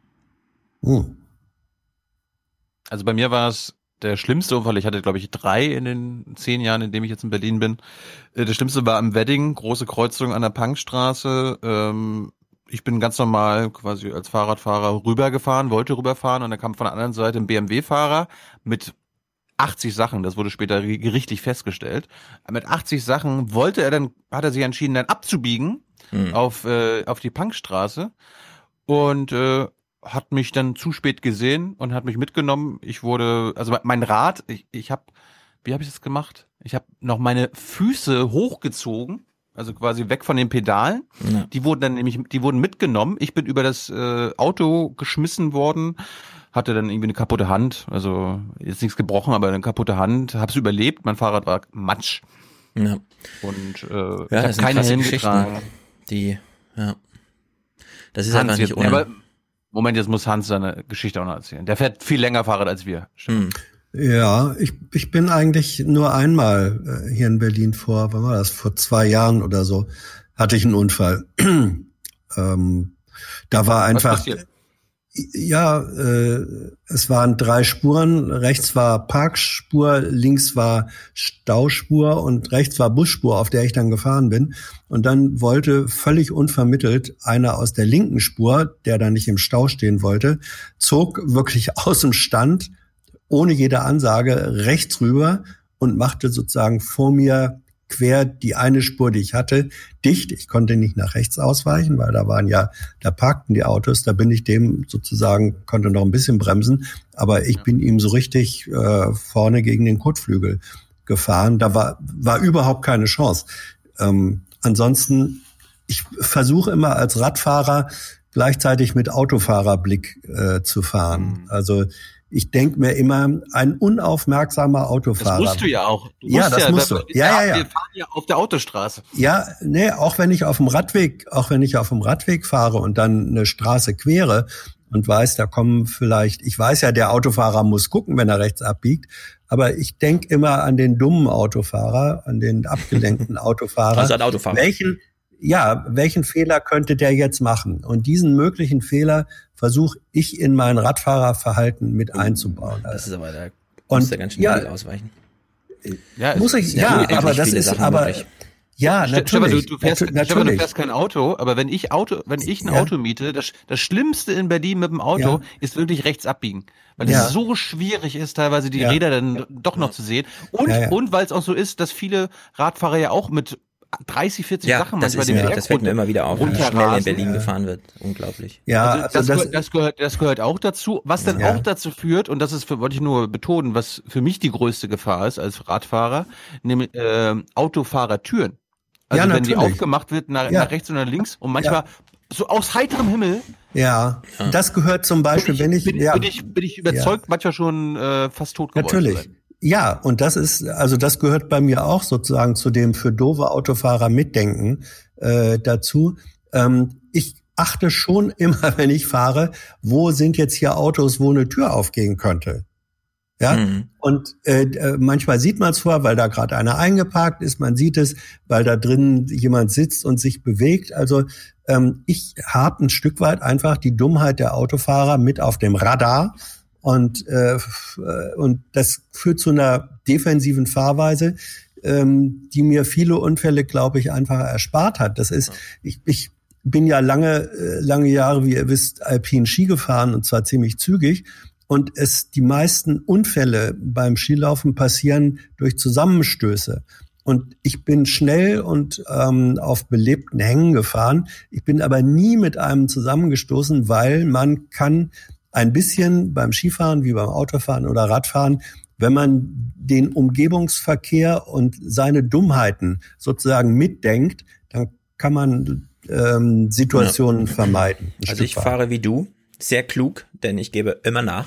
Also bei mir war es der schlimmste Unfall. Ich hatte, glaube ich, 3 in den 10 Jahren, in dem ich jetzt in Berlin bin. Das Schlimmste war am Wedding, große Kreuzung an der Punkstraße. Ich bin ganz normal quasi als Fahrradfahrer wollte rüberfahren und dann kam von der anderen Seite ein BMW-Fahrer mit 80 Sachen, das wurde später gerichtlich festgestellt. Mit 80 Sachen hat er sich entschieden, dann abzubiegen auf die Punkstraße und hat mich dann zu spät gesehen und hat mich mitgenommen. Mein Rad, wie habe ich das gemacht? Ich habe noch meine Füße hochgezogen. Also quasi weg von den Pedalen. Ja. Die wurden mitgenommen. Ich bin über das Auto geschmissen worden, hatte dann irgendwie eine kaputte Hand. Also jetzt nichts gebrochen, aber eine kaputte Hand. Hab's überlebt. Mein Fahrrad war Matsch. Ja. Und ich habe keine Helm getragen.
Das ist einfach nicht ohne.
Aber Moment, jetzt muss Hans seine Geschichte auch noch erzählen. Der fährt viel länger Fahrrad als wir.
Ja, ich bin eigentlich nur einmal hier in Berlin wann war das? Vor 2 Jahren oder so, hatte ich einen Unfall. Da war einfach, es waren 3 Spuren, rechts war Parkspur, links war Stauspur und rechts war Busspur, auf der ich dann gefahren bin. Und dann wollte völlig unvermittelt einer aus der linken Spur, der da nicht im Stau stehen wollte, zog wirklich aus dem Stand, ohne jede Ansage rechts rüber und machte sozusagen vor mir quer die eine Spur, die ich hatte, dicht. Ich konnte nicht nach rechts ausweichen, weil da parkten die Autos. Da bin ich dem sozusagen, konnte noch ein bisschen bremsen, aber ich bin ihm so richtig vorne gegen den Kotflügel gefahren. Da war überhaupt keine Chance. Ansonsten, ich versuche immer als Radfahrer gleichzeitig mit Autofahrerblick zu fahren. Also ich denke mir immer, ein unaufmerksamer Autofahrer.
Das musst du ja auch.
Das musst du. Ja.
Wir fahren ja auf der Autostraße.
Ja, nee, auch wenn ich auf dem Radweg fahre und dann eine Straße quere und weiß, da kommen vielleicht, ich weiß ja, der Autofahrer muss gucken, wenn er rechts abbiegt, aber ich denke immer an den dummen Autofahrer, an den abgelenkten Autofahrer.
Also an Autofahrer.
Welchen Fehler könnte der jetzt machen? Und diesen möglichen Fehler versuche ich in mein Radfahrerverhalten mit einzubauen.
Das ist aber, da muss der ganz schnell ausweichen.
Ja, muss ich, ja, aber das ist, aber, ja, natürlich.
Du fährst kein Auto, aber wenn ich ein Auto miete, das Schlimmste in Berlin mit dem Auto ist wirklich rechts abbiegen. Weil es so schwierig ist, teilweise die Räder dann doch noch zu sehen. Und weil es auch so ist, dass viele Radfahrer ja auch mit 30, 40 Sachen
das fällt mir immer wieder auf, wie schnell in Berlin gefahren wird. Unglaublich.
Ja, also das gehört auch dazu. Was dann auch dazu führt, und das ist, wollte ich nur betonen, was für mich die größte Gefahr ist als Radfahrer, nämlich Autofahrertüren. Also wenn die aufgemacht wird nach rechts und nach links und manchmal so aus heiterem Himmel.
Ja, das gehört zum Beispiel,
bin ich überzeugt, manchmal schon fast tot geworden.
Natürlich. Ja, und das gehört bei mir auch sozusagen zu dem für doofe Autofahrer mitdenken dazu. Ich achte schon immer, wenn ich fahre, wo sind jetzt hier Autos, wo eine Tür aufgehen könnte. Ja, und manchmal sieht man es vor, weil da gerade einer eingeparkt ist, man sieht es, weil da drin jemand sitzt und sich bewegt. Also ich habe ein Stück weit einfach die Dummheit der Autofahrer mit auf dem Radar. Und das führt zu einer defensiven Fahrweise, die mir viele Unfälle, glaube ich, einfach erspart hat. Das ist, ich bin ja lange Jahre, wie ihr wisst, alpin Ski gefahren und zwar ziemlich zügig. Und die meisten Unfälle beim Skilaufen passieren durch Zusammenstöße. Und ich bin schnell und auf belebten Hängen gefahren. Ich bin aber nie mit einem zusammengestoßen, weil man kann ein bisschen beim Skifahren wie beim Autofahren oder Radfahren, wenn man den Umgebungsverkehr und seine Dummheiten sozusagen mitdenkt, dann kann man Situationen vermeiden.
Also ich fahre wie du, sehr klug, denn ich gebe immer nach.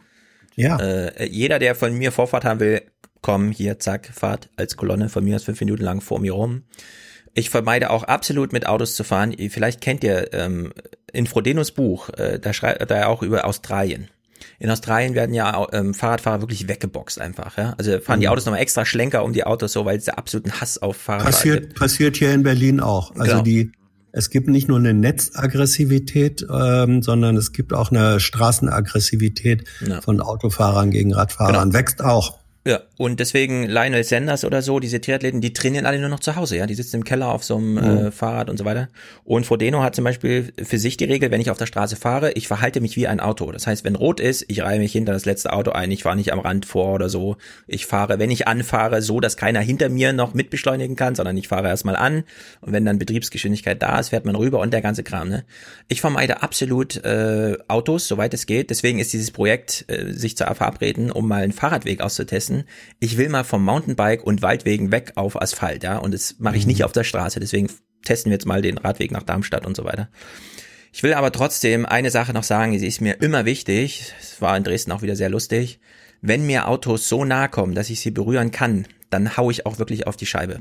Ja.
Jeder, der von mir Vorfahrt haben will, komm, hier, zack, Fahrt als Kolonne von mir aus 5 Minuten lang vor mir rum. Ich vermeide auch absolut mit Autos zu fahren. Vielleicht kennt ihr in Frodenos Buch, da schreibt er auch über Australien. In Australien werden ja Fahrradfahrer wirklich weggeboxt einfach. Ja? Also fahren die Autos nochmal extra Schlenker um die Autos so, weil es da absoluten Hass auf Fahrradfahrer gibt.
Passiert hier in Berlin auch. Also es gibt nicht nur eine Netzaggressivität, sondern es gibt auch eine Straßenaggressivität von Autofahrern gegen Radfahrern. Wächst auch.
Ja, und deswegen Lionel Sanders oder so, diese Triathleten, die trainieren alle nur noch zu Hause, ja, die sitzen im Keller auf so einem Fahrrad und so weiter. Und Frodeno hat zum Beispiel für sich die Regel, wenn ich auf der Straße fahre, ich verhalte mich wie ein Auto. Das heißt, wenn rot ist, ich reihe mich hinter das letzte Auto ein, ich fahre nicht am Rand vor oder so. Ich fahre, wenn ich anfahre, so, dass keiner hinter mir noch mitbeschleunigen kann, sondern ich fahre erstmal an und wenn dann Betriebsgeschwindigkeit da ist, fährt man rüber und der ganze Kram, ne. Ich vermeide absolut Autos, soweit es geht. Deswegen ist dieses Projekt, sich zu verabreden, um mal einen Fahrradweg auszutesten. Ich will mal vom Mountainbike und Waldwegen weg auf Asphalt, ja, und das mache ich nicht auf der Straße, deswegen testen wir jetzt mal den Radweg nach Darmstadt und so weiter. Ich will aber trotzdem eine Sache noch sagen, die ist mir immer wichtig, es war in Dresden auch wieder sehr lustig, wenn mir Autos so nahe kommen, dass ich sie berühren kann, dann hau ich auch wirklich auf die Scheibe.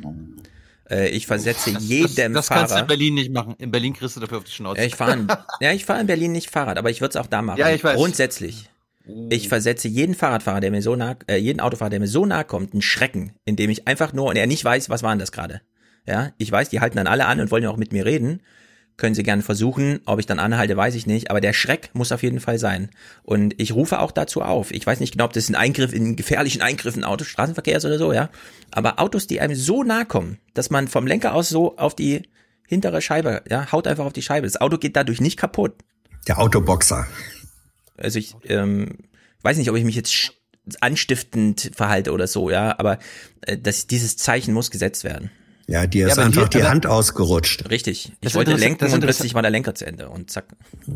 Ich versetze jedem
das
Fahrer.
Das kannst du in Berlin nicht machen. In Berlin kriegst du dafür auf die Schnauze.
Ich fahre in Berlin nicht Fahrrad, aber ich würde es auch da machen.
Ja, ich weiß.
Grundsätzlich. Ich versetze jeden Fahrradfahrer, der mir so nah, jeden Autofahrer, der mir so nahe kommt, einen Schrecken, indem ich einfach nur, und er nicht weiß, was war denn das gerade. Ja, ich weiß, die halten dann alle an und wollen ja auch mit mir reden. Können sie gerne versuchen, ob ich dann anhalte, weiß ich nicht, aber der Schreck muss auf jeden Fall sein. Und ich rufe auch dazu auf. Ich weiß nicht genau, ob das ein Eingriff in einen gefährlichen Eingriff in Straßenverkehr ist oder so, ja. Aber Autos, die einem so nahe kommen, dass man vom Lenker aus so auf die hintere Scheibe, ja, haut einfach auf die Scheibe. Das Auto geht dadurch nicht kaputt.
Der Autoboxer.
Also ich weiß nicht, ob ich mich jetzt anstiftend verhalte oder so, ja, aber dieses Zeichen muss gesetzt werden.
Ja, dir ist einfach die Hand ausgerutscht.
Richtig. Ich wollte lenken und plötzlich war der Lenker zu Ende und zack.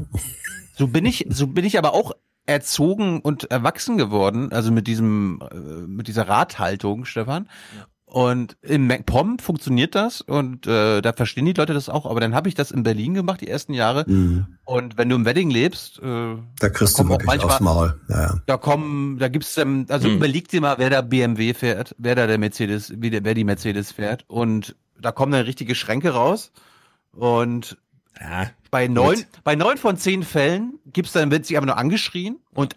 So bin ich aber auch erzogen und erwachsen geworden, also mit dieser Radhaltung, Stefan. Und in MacPom funktioniert das und da verstehen die Leute das auch, aber dann habe ich das in Berlin gemacht, die ersten Jahre. Und wenn du im Wedding lebst,
da kriegst du wirklich aufs Maul. Ja. Da gibt's überleg dir mal, wer da BMW fährt, wer da wer die Mercedes fährt, und da kommen dann richtige Schränke raus. Und bei 9 von 10 Fällen wird sich aber nur angeschrien und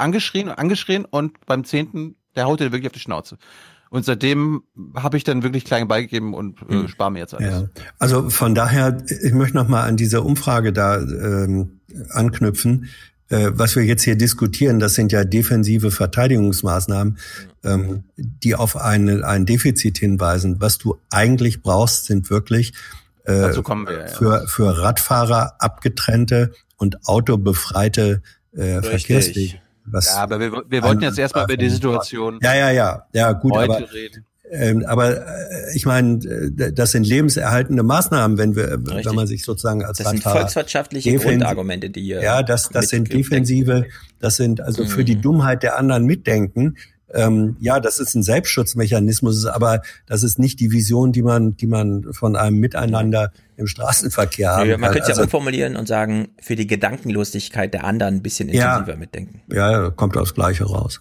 beim 10. der haut dir wirklich auf die Schnauze. Und seitdem habe ich dann wirklich klein beigegeben und spare mir jetzt alles. Ja. Also von daher, ich möchte noch mal an diese Umfrage da anknüpfen. Was wir jetzt hier diskutieren, das sind ja defensive Verteidigungsmaßnahmen, die auf ein Defizit hinweisen. Was du eigentlich brauchst, sind wirklich
dazu kommen wir,
für Radfahrer abgetrennte und autobefreite Verkehrswege.
Aber wir wollten jetzt erstmal über die Situation
Ja, gut,
heute reden.
Aber ich meine, das sind lebenserhaltende Maßnahmen, wenn man sich sozusagen als
Radfahrer... Das sind volkswirtschaftliche Grundargumente, die hier...
Ja, das sind defensive, das sind also für die Dummheit der anderen mitdenken. Das ist ein Selbstschutzmechanismus, aber das ist nicht die Vision, die man von einem Miteinander im Straßenverkehr haben kann.
Man könnte es ja umformulieren und sagen, für die Gedankenlosigkeit der anderen ein bisschen intensiver mitdenken.
Ja, kommt aufs Gleiche raus.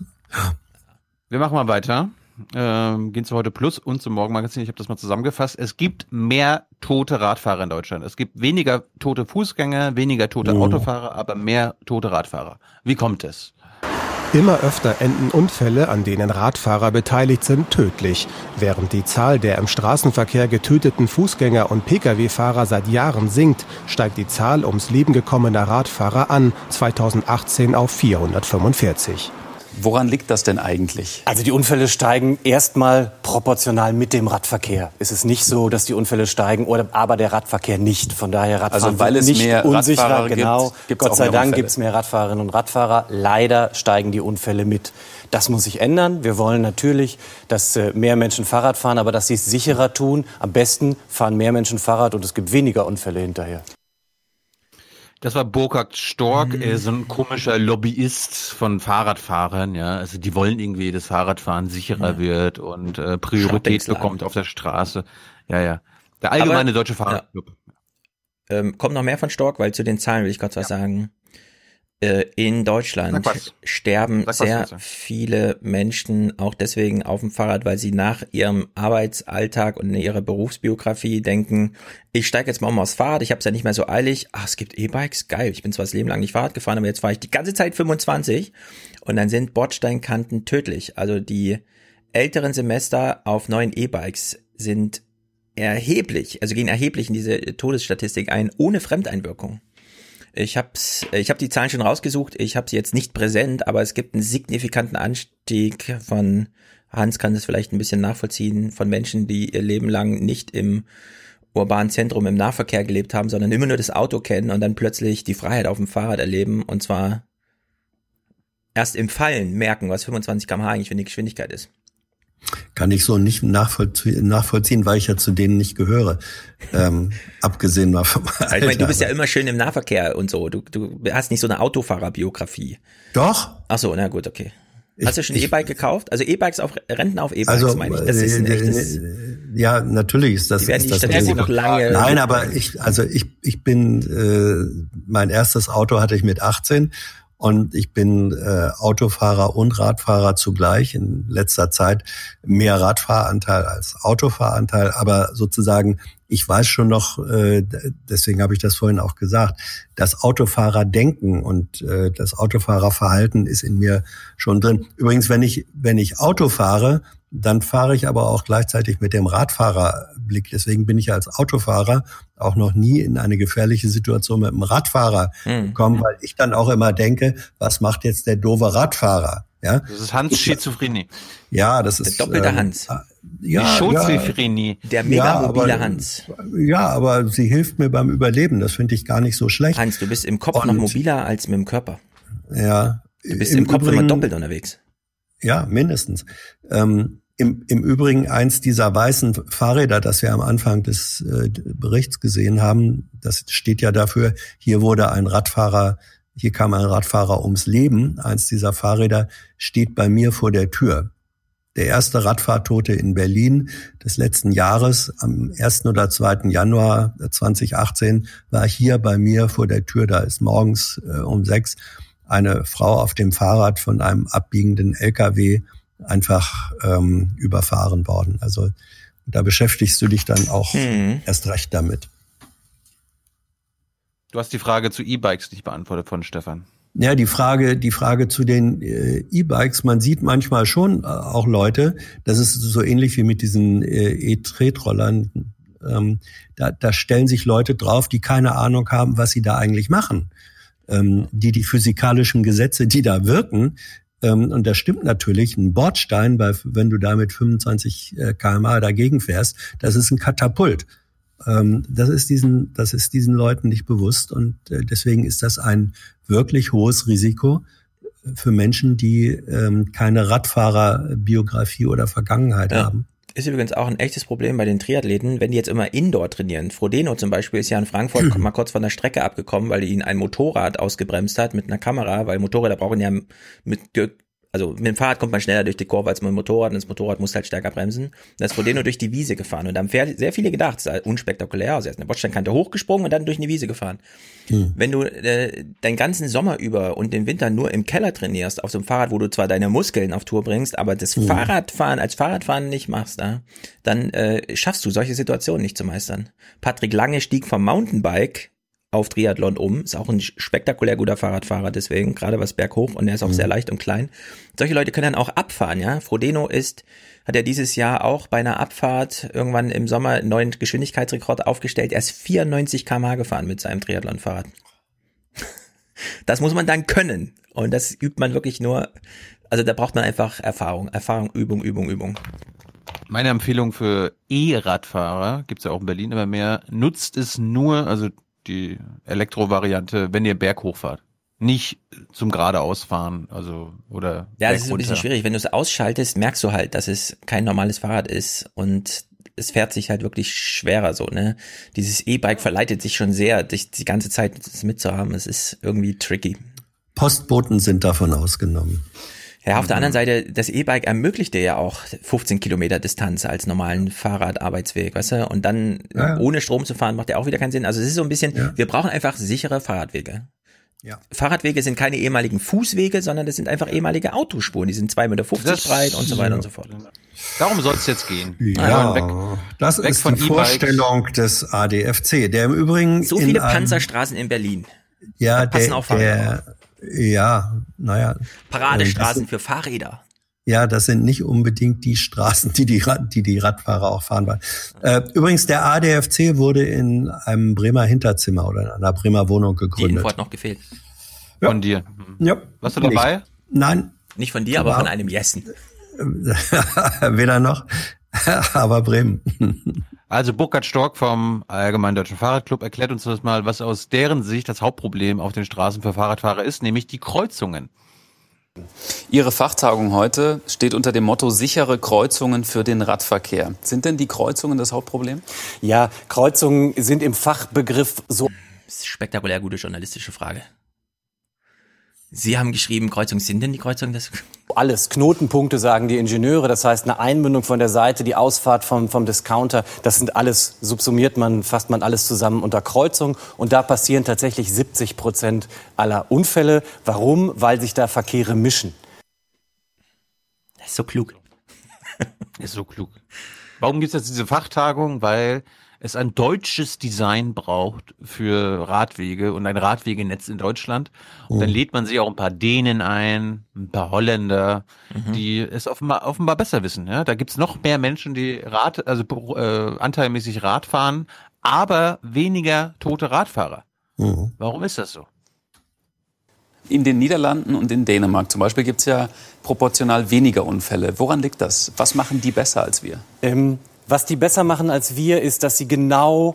Wir machen mal weiter. Gehen zu Heute Plus und zum Morgenmagazin. Ich habe das mal zusammengefasst. Es gibt mehr tote Radfahrer in Deutschland. Es gibt weniger tote Fußgänger, weniger tote Autofahrer, aber mehr tote Radfahrer. Wie kommt es?
Immer öfter enden Unfälle, an denen Radfahrer beteiligt sind, tödlich. Während die Zahl der im Straßenverkehr getöteten Fußgänger und Pkw-Fahrer seit Jahren sinkt, steigt die Zahl ums Leben gekommener Radfahrer an, 2018 auf 445.
Woran liegt das denn eigentlich?
Also die Unfälle steigen erstmal proportional mit dem Radverkehr. Es ist nicht so, dass die Unfälle steigen, aber der Radverkehr nicht. Von daher Radfahren
weil es
nicht
mehr
unsicherer.
Radfahrer
Genau.
Gibt,
Gott sei Dank gibt es mehr Radfahrerinnen und Radfahrer. Leider steigen die Unfälle mit. Das muss sich ändern. Wir wollen natürlich, dass mehr Menschen Fahrrad fahren, aber dass sie es sicherer tun. Am besten fahren mehr Menschen Fahrrad und es gibt weniger Unfälle hinterher.
Das war Burkhard Stork, so ein komischer Lobbyist von Fahrradfahrern, ja. Also die wollen irgendwie, dass Fahrradfahren sicherer wird und Priorität bekommt auf der Straße. Ja. Der allgemeine deutsche Fahrradclub.
Kommt noch mehr von Stork, weil zu den Zahlen will ich kurz was sagen. In Deutschland sterben sehr viele Menschen auch deswegen auf dem Fahrrad, weil sie nach ihrem Arbeitsalltag und in ihrer Berufsbiografie denken, ich steige jetzt mal aufs Fahrrad, ich habe es ja nicht mehr so eilig, es gibt E-Bikes, geil, ich bin zwar das Leben lang nicht Fahrrad gefahren, aber jetzt fahre ich die ganze Zeit 25 und dann sind Bordsteinkanten tödlich. Also die älteren Semester auf neuen E-Bikes sind gehen erheblich in diese Todesstatistik ein, ohne Fremdeinwirkung. Ich hab die Zahlen schon rausgesucht, ich habe sie jetzt nicht präsent, aber es gibt einen signifikanten Anstieg von, Hans kann das vielleicht ein bisschen nachvollziehen, von Menschen, die ihr Leben lang nicht im urbanen Zentrum im Nahverkehr gelebt haben, sondern immer nur das Auto kennen und dann plötzlich die Freiheit auf dem Fahrrad erleben und zwar erst im Fallen merken, was 25 km/h eigentlich für eine Geschwindigkeit ist.
Kann ich so nicht nachvollziehen, weil ich ja zu denen nicht gehöre. Abgesehen mal vom Alter.
Ich meine, du bist ja immer schön im Nahverkehr und so. Du hast nicht so eine Autofahrerbiografie.
Doch.
Ach so, na gut, okay. Hast du schon ein E-Bike gekauft? Also E-Bikes Renten auf E-Bikes, meine ich. Das ist ein echtes.
Ja, natürlich ist das.
Die werden die Statistik noch lange.
Nein, aber ich bin, mein erstes Auto hatte ich mit 18. Und ich bin Autofahrer und Radfahrer zugleich. In letzter Zeit mehr Radfahranteil als Autofahranteil. Aber sozusagen, ich weiß schon noch, deswegen habe ich das vorhin auch gesagt, das Autofahrerdenken und das Autofahrerverhalten ist in mir schon drin. Übrigens, wenn ich Auto fahre, dann fahre ich aber auch gleichzeitig mit dem Radfahrerblick. Deswegen bin ich als Autofahrer auch noch nie in eine gefährliche Situation mit dem Radfahrer gekommen, weil ich dann auch immer denke, was macht jetzt der doofe Radfahrer? Ja?
Das ist Hans Schizophrenie.
Ja, das ist
der doppelte Hans.
Die Schizophrenie.
Der mega mobile Hans.
Ja, aber sie hilft mir beim Überleben. Das finde ich gar nicht so schlecht.
Hans, du bist im Kopf noch mobiler als mit dem Körper.
Ja.
Du bist im Kopf immer doppelt unterwegs.
Ja, mindestens. Im Übrigen eins dieser weißen Fahrräder, das wir am Anfang des Berichts gesehen haben, das steht ja dafür, hier kam ein Radfahrer ums Leben. Eins dieser Fahrräder steht bei mir vor der Tür. Der erste Radfahrtote in Berlin des letzten Jahres, am 1. oder 2. Januar 2018, war hier bei mir vor der Tür. Da ist morgens um 6 eine Frau auf dem Fahrrad von einem abbiegenden LKW einfach überfahren worden. Also da beschäftigst du dich dann auch erst recht damit.
Du hast die Frage zu E-Bikes nicht beantwortet von Stefan.
Ja, die Frage zu den E-Bikes, man sieht manchmal schon auch Leute, das ist so ähnlich wie mit diesen E-Tretrollern, da stellen sich Leute drauf, die keine Ahnung haben, was sie da eigentlich machen. Die physikalischen Gesetze, die da wirken, und das stimmt natürlich, ein Bordstein, wenn du da mit 25 km/h dagegen fährst, das ist ein Katapult. Das ist diesen Leuten nicht bewusst und deswegen ist das ein wirklich hohes Risiko für Menschen, die keine Radfahrerbiografie oder Vergangenheit haben.
Ist übrigens auch ein echtes Problem bei den Triathleten, wenn die jetzt immer Indoor trainieren. Frodeno zum Beispiel ist ja in Frankfurt mal kurz von der Strecke abgekommen, weil ihn ein Motorrad ausgebremst hat mit einer Kamera, weil Motorräder brauchen ja mit dem Fahrrad kommt man schneller durch die Kurve als mit dem Motorrad und das Motorrad muss halt stärker bremsen. Da ist Frodeno durch die Wiese gefahren und da haben sehr viele gedacht, das ist unspektakulär, also er ist eine Bordsteinkante hochgesprungen und dann durch eine Wiese gefahren. Wenn du deinen ganzen Sommer über und den Winter nur im Keller trainierst, auf so einem Fahrrad, wo du zwar deine Muskeln auf Tour bringst, aber das Fahrradfahren als Fahrradfahren nicht machst, dann schaffst du solche Situationen nicht zu meistern. Patrick Lange stieg vom Mountainbike auf Triathlon ist auch ein spektakulär guter Fahrradfahrer, deswegen gerade was berghoch und er ist auch sehr leicht und klein. Solche Leute können dann auch abfahren, ja. Frodeno hat ja dieses Jahr auch bei einer Abfahrt irgendwann im Sommer einen neuen Geschwindigkeitsrekord aufgestellt. Er ist 94 km/h gefahren mit seinem Triathlon-Fahrrad. Das muss man dann können und das übt man wirklich nur, also da braucht man einfach Erfahrung, Übung.
Meine Empfehlung für E-Radfahrer, gibt's ja auch in Berlin immer mehr, nutzt es nur, also die Elektro-Variante, wenn ihr berghoch fahrt. Nicht zum geradeausfahren, oder
ja, das ist ein bisschen schwierig. Wenn du es ausschaltest, merkst du halt, dass es kein normales Fahrrad ist und es fährt sich halt wirklich schwerer so, ne? Dieses E-Bike verleitet sich schon sehr, dich die ganze Zeit mitzuhaben. Es ist irgendwie tricky.
Postboten sind davon ausgenommen.
Ja, auf der anderen Seite, das E-Bike ermöglicht dir ja auch 15 Kilometer Distanz als normalen Fahrradarbeitsweg, weißt du? Und dann ohne Strom zu fahren, macht ja auch wieder keinen Sinn. Also es ist so ein bisschen, wir brauchen einfach sichere Fahrradwege. Ja. Fahrradwege sind keine ehemaligen Fußwege, sondern das sind einfach ehemalige Autospuren. Die sind 2,50 Meter breit und so weiter und so fort.
Darum soll es jetzt gehen.
Ja, das ist die Vorstellung des ADFC, der im Übrigen
so viele Panzerstraßen in Berlin.
Ja,
passen auch Fahrräder. Paradestraßen für Fahrräder.
Ja, das sind nicht unbedingt die Straßen, die Radfahrer auch fahren wollen. Übrigens, der ADFC wurde in einem Bremer Hinterzimmer oder in einer Bremer Wohnung gegründet. Die
Info hat noch gefehlt.
Ja.
Von dir?
Ja.
Warst du dabei?
Nein.
Nicht von dir, aber von einem Jessen.
Weder noch, aber Bremen.
Also Burkhard Stork vom Allgemeinen Deutschen Fahrradclub erklärt uns das mal, was aus deren Sicht das Hauptproblem auf den Straßen für Fahrradfahrer ist, nämlich die Kreuzungen.
Ihre Fachtagung heute steht unter dem Motto sichere Kreuzungen für den Radverkehr. Sind denn die Kreuzungen das Hauptproblem?
Ja, Kreuzungen sind im Fachbegriff so...
Das ist eine spektakulär gute journalistische Frage. Sie haben geschrieben, Kreuzungen, sind denn die Kreuzungen das?
Alles. Knotenpunkte, sagen die Ingenieure. Das heißt, eine Einmündung von der Seite, die Ausfahrt vom Discounter. Das sind alles, fasst man alles zusammen unter Kreuzung. Und da passieren tatsächlich 70% aller Unfälle. Warum? Weil sich da Verkehre mischen.
Das ist so klug.
Das ist so klug. Warum gibt es jetzt diese Fachtagung? Weil es ein deutsches Design braucht für Radwege und ein Radwegenetz in Deutschland. Und dann lädt man sich auch ein paar Dänen ein, ein paar Holländer, die es offenbar besser wissen. Ja? Da gibt's noch mehr Menschen, die anteilmäßig Rad fahren, aber weniger tote Radfahrer. Warum ist das so?
In den Niederlanden und in Dänemark zum Beispiel gibt's ja proportional weniger Unfälle. Woran liegt das? Was machen die besser als wir?
Was die besser machen als wir, ist, dass sie genau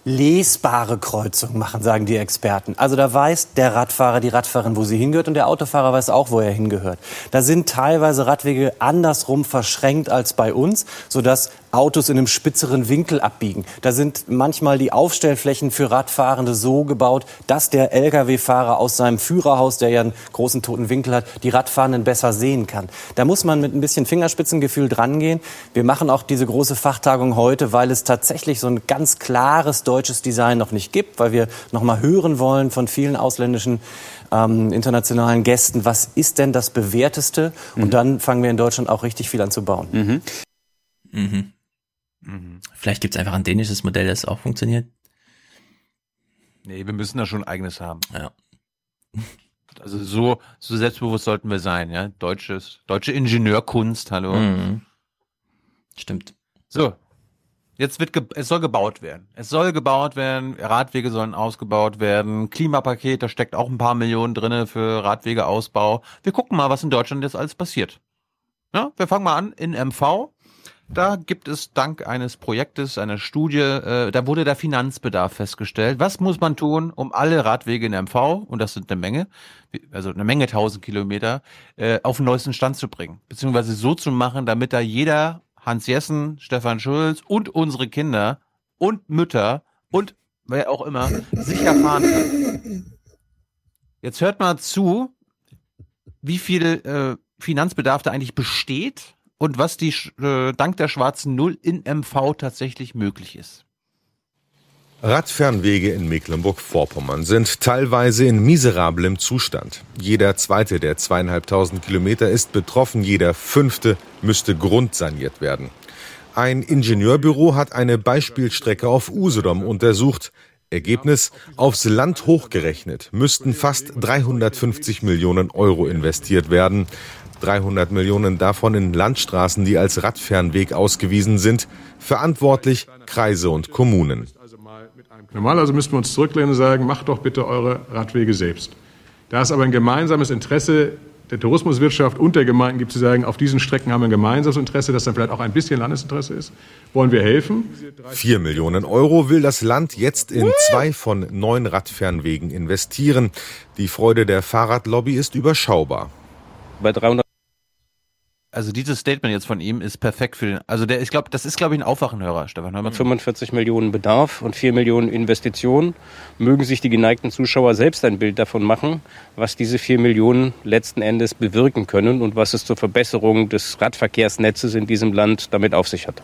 lesbare Kreuzung machen, sagen die Experten. Also da weiß der Radfahrer, die Radfahrerin, wo sie hingehört, und der Autofahrer weiß auch, wo er hingehört. Da sind teilweise Radwege andersrum verschränkt als bei uns, sodass Autos in einem spitzeren Winkel abbiegen. Da sind manchmal die Aufstellflächen für Radfahrende so gebaut, dass der Lkw-Fahrer aus seinem Führerhaus, der ja einen großen toten Winkel hat, die Radfahrenden besser sehen kann. Da muss man mit ein bisschen Fingerspitzengefühl drangehen. Wir machen auch diese große Fachtagung heute, weil es tatsächlich so ein ganz klares deutsches Design noch nicht gibt, weil wir noch mal hören wollen von vielen ausländischen internationalen Gästen, was ist denn das Bewährteste? Und dann fangen wir in Deutschland auch richtig viel an zu bauen.
Vielleicht gibt es einfach ein dänisches Modell, das auch funktioniert.
Nee, wir müssen da schon eigenes haben.
Ja.
Also so selbstbewusst sollten wir sein, ja. Deutsche Ingenieurkunst, hallo.
Stimmt.
So. Jetzt es soll gebaut werden. Radwege sollen ausgebaut werden. Klimapaket, da steckt auch ein paar Millionen drinne für Radwegeausbau. Wir gucken mal, was in Deutschland jetzt alles passiert. Ja, wir fangen mal an in MV. Da gibt es dank eines Projektes, einer Studie, da wurde der Finanzbedarf festgestellt. Was muss man tun, um alle Radwege in MV, und das sind eine Menge, also eine Menge 1000 Kilometer, auf den neuesten Stand zu bringen? Beziehungsweise so zu machen, damit da jeder, Hans Jessen, Stefan Schulz und unsere Kinder und Mütter und wer auch immer, sicher fahren kann. Jetzt hört mal zu, wie viel Finanzbedarf da eigentlich besteht und was dank der schwarzen Null in MV tatsächlich möglich ist.
Radfernwege in Mecklenburg-Vorpommern sind teilweise in miserablem Zustand. Jeder zweite der 2.500 Kilometer ist betroffen, jeder fünfte müsste grundsaniert werden. Ein Ingenieurbüro hat eine Beispielstrecke auf Usedom untersucht. Ergebnis: Aufs Land hochgerechnet müssten fast 350 Millionen Euro investiert werden. 300 Millionen davon in Landstraßen, die als Radfernweg ausgewiesen sind. Verantwortlich Kreise und Kommunen.
Normalerweise müssten wir uns zurücklehnen und sagen, macht doch bitte eure Radwege selbst. Da es aber ein gemeinsames Interesse der Tourismuswirtschaft und der Gemeinden gibt, zu sagen, auf diesen Strecken haben wir ein gemeinsames Interesse, das dann vielleicht auch ein bisschen Landesinteresse ist, wollen wir helfen.
4 Millionen Euro will das Land jetzt in 2 von 9 Radfernwegen investieren. Die Freude der Fahrradlobby ist überschaubar.
Bei 300. Also dieses Statement jetzt von ihm ist perfekt für den, also das ist ein Aufwachenhörer, Stefan.
45 Millionen Bedarf und 4 Millionen Investitionen. Mögen sich die geneigten Zuschauer selbst ein Bild davon machen, was diese 4 Millionen letzten Endes bewirken können und was es zur Verbesserung des Radverkehrsnetzes in diesem Land damit auf sich hat.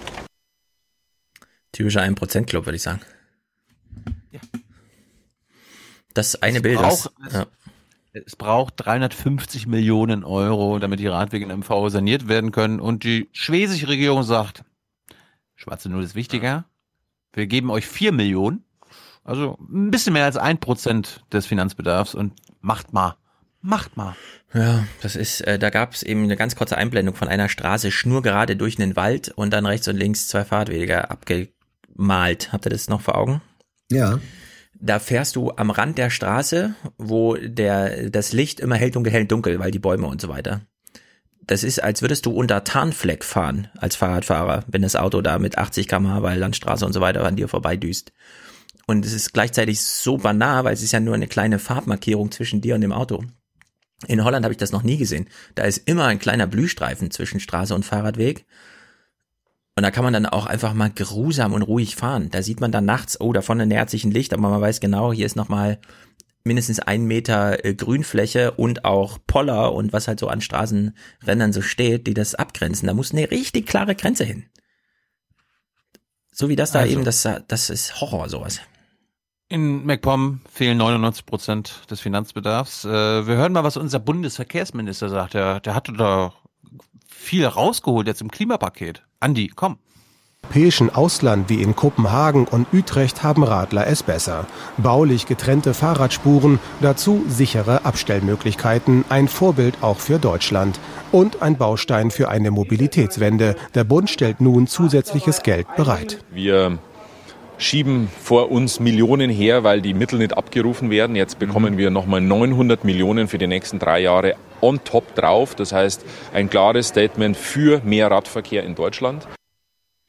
Typischer 1%-Club, würde ich sagen.
Ja.
Das eine Bild ist... Ja.
Es braucht 350 Millionen Euro, damit die Radwege in MV saniert werden können. Und die schwedische Regierung sagt, schwarze Null ist wichtiger. Wir geben euch 4 Millionen, also ein bisschen mehr als 1% des Finanzbedarfs und macht mal.
Ja, das ist, da gab es eben eine ganz kurze Einblendung von einer Straße schnurgerade durch einen Wald und dann rechts und links 2 Fahrradwege abgemalt. Habt ihr das noch vor Augen?
Ja.
Da fährst du am Rand der Straße, wo das Licht immer hell, dunkel, weil die Bäume und so weiter. Das ist, als würdest du unter Tarnfleck fahren als Fahrradfahrer, wenn das Auto da mit 80 km/h, weil Landstraße und so weiter an dir vorbeidüst. Und es ist gleichzeitig so banal, weil es ist ja nur eine kleine Farbmarkierung zwischen dir und dem Auto. In Holland habe ich das noch nie gesehen. Da ist immer ein kleiner Blühstreifen zwischen Straße und Fahrradweg. Und da kann man dann auch einfach mal geruhsam und ruhig fahren. Da sieht man dann nachts, da vorne nähert sich ein Licht, aber man weiß genau, hier ist nochmal mindestens 1 Meter Grünfläche und auch Poller und was halt so an Straßenrändern so steht, die das abgrenzen. Da muss eine richtig klare Grenze hin. So wie das da eben, das ist Horror, sowas.
In MacPom fehlen 99% des Finanzbedarfs. Wir hören mal, was unser Bundesverkehrsminister sagt. Der hatte da viel rausgeholt jetzt im Klimapaket. Andi, komm.
Im europäischen Ausland wie in Kopenhagen und Utrecht haben Radler es besser. Baulich getrennte Fahrradspuren, dazu sichere Abstellmöglichkeiten, ein Vorbild auch für Deutschland. Und ein Baustein für eine Mobilitätswende. Der Bund stellt nun zusätzliches Geld bereit.
Wir schieben vor uns Millionen her, weil die Mittel nicht abgerufen werden. Jetzt bekommen wir nochmal 900 Millionen für die nächsten 3 Jahre on top drauf. Das heißt, ein klares Statement für mehr Radverkehr in Deutschland.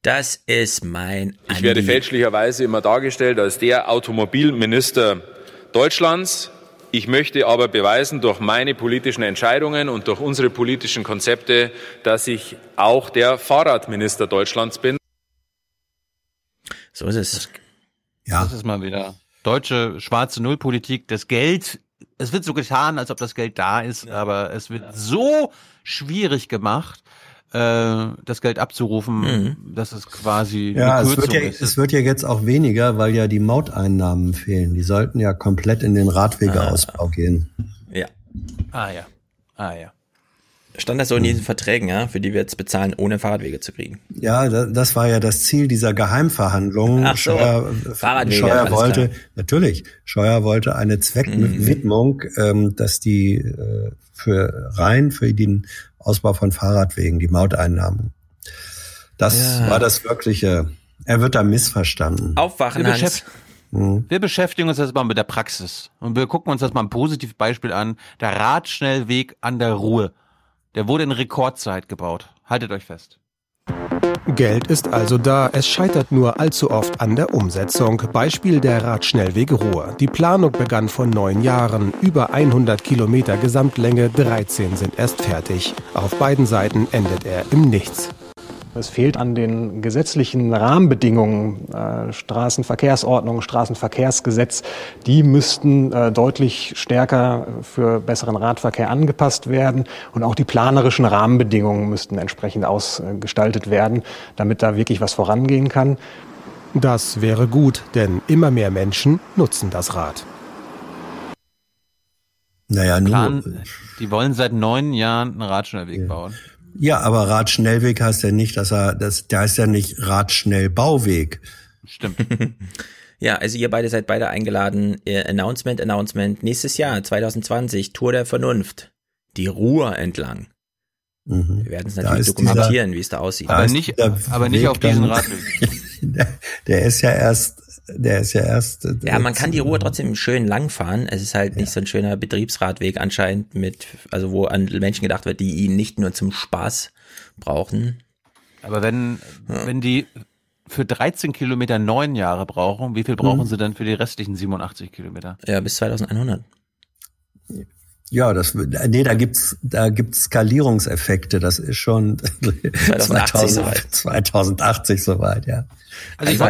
Das ist mein Anliegen.
Ich werde fälschlicherweise immer dargestellt als der Automobilminister Deutschlands. Ich möchte aber beweisen durch meine politischen Entscheidungen und durch unsere politischen Konzepte, dass ich auch der Fahrradminister Deutschlands bin.
So ist es.
Ja. Das ist mal wieder deutsche schwarze Nullpolitik. Das Geld, es wird so getan, als ob das Geld da ist, aber es wird so schwierig gemacht, das Geld abzurufen, dass es quasi eine Kürzung ist.
Es wird ja jetzt auch weniger, weil ja die Mauteinnahmen fehlen. Die sollten ja komplett in den Radwegeausbau gehen.
Ja.
Ah ja.
Stand das so in diesen Verträgen, ja, für die wir jetzt bezahlen, ohne Fahrradwege zu kriegen?
Ja, das war ja das Ziel dieser Geheimverhandlungen.
Ach so,
Scheuer wollte eine Zweckwidmung, dass die für den Ausbau von Fahrradwegen, die Mauteinnahmen. Das war das Wirkliche. Er wird da missverstanden.
Aufwachen, Hans.
Wir beschäftigen uns jetzt mal mit der Praxis. Und wir gucken uns das mal ein positives Beispiel an. Der Radschnellweg an der Ruhr. Der wurde in Rekordzeit gebaut. Haltet euch fest.
Geld ist also da, es scheitert nur allzu oft an der Umsetzung. Beispiel der Radschnellweg Ruhr. Die Planung begann vor 9 Jahren. Über 100 Kilometer Gesamtlänge, 13 sind erst fertig. Auf beiden Seiten endet er im Nichts.
Es fehlt an den gesetzlichen Rahmenbedingungen, Straßenverkehrsordnung, Straßenverkehrsgesetz. Die müssten deutlich stärker für besseren Radverkehr angepasst werden. Und auch die planerischen Rahmenbedingungen müssten entsprechend ausgestaltet werden, damit da wirklich was vorangehen kann.
Das wäre gut, denn immer mehr Menschen nutzen das Rad.
Naja,
die wollen seit 9 Jahren einen Radschnellweg bauen.
Ja, aber Radschnellweg heißt ja nicht, der heißt ja nicht Radschnellbauweg.
Stimmt.
Ja, also ihr beide seid beide eingeladen. Announcement. Nächstes Jahr, 2020, Tour der Vernunft. Die Ruhr entlang. Wir werden es natürlich dokumentieren, wie es da aussieht.
Aber nicht auf diesen Radweg.
Der ist ja erst.
Ja, man kann die Ruhr trotzdem schön lang fahren. Es ist halt nicht so ein schöner Betriebsradweg anscheinend wo an Menschen gedacht wird, die ihn nicht nur zum Spaß brauchen.
Aber wenn die für 13 Kilometer 9 Jahre brauchen, wie viel brauchen sie dann für die restlichen 87 Kilometer?
Ja, bis 2100.
Ja, da gibt's Skalierungseffekte. Das ist schon 2080 soweit, ja.
Also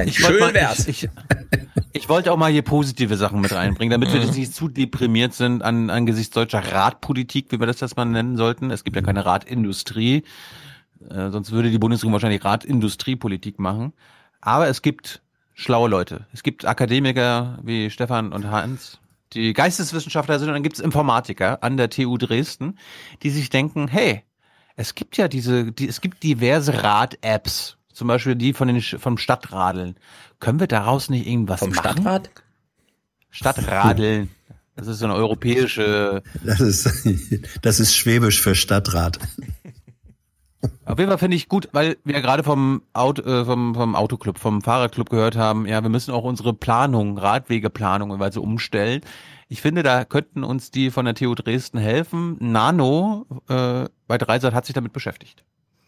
ich wollte auch mal hier positive Sachen mit reinbringen, damit wir nicht zu deprimiert sind angesichts deutscher Radpolitik, wie wir das mal nennen sollten. Es gibt ja keine Radindustrie, sonst würde die Bundesregierung wahrscheinlich Radindustriepolitik machen. Aber es gibt schlaue Leute. Es gibt Akademiker wie Stefan und Hans, die Geisteswissenschaftler sind, und dann gibt es Informatiker an der TU Dresden, die sich denken, hey, es gibt ja es gibt diverse Rad-Apps, zum Beispiel die vom Stadtradeln. Können wir daraus nicht irgendwas machen?
Vom Stadtrad?
Stadtradeln. Das ist so eine europäische...
Das ist Schwäbisch für Stadtrad.
Auf jeden Fall finde ich gut, weil wir gerade vom Autoclub, vom Fahrradclub gehört haben, ja, wir müssen auch unsere Radwegeplanung so umstellen. Ich finde, da könnten uns die von der TU Dresden helfen. Nano bei Dreisat hat sich damit beschäftigt.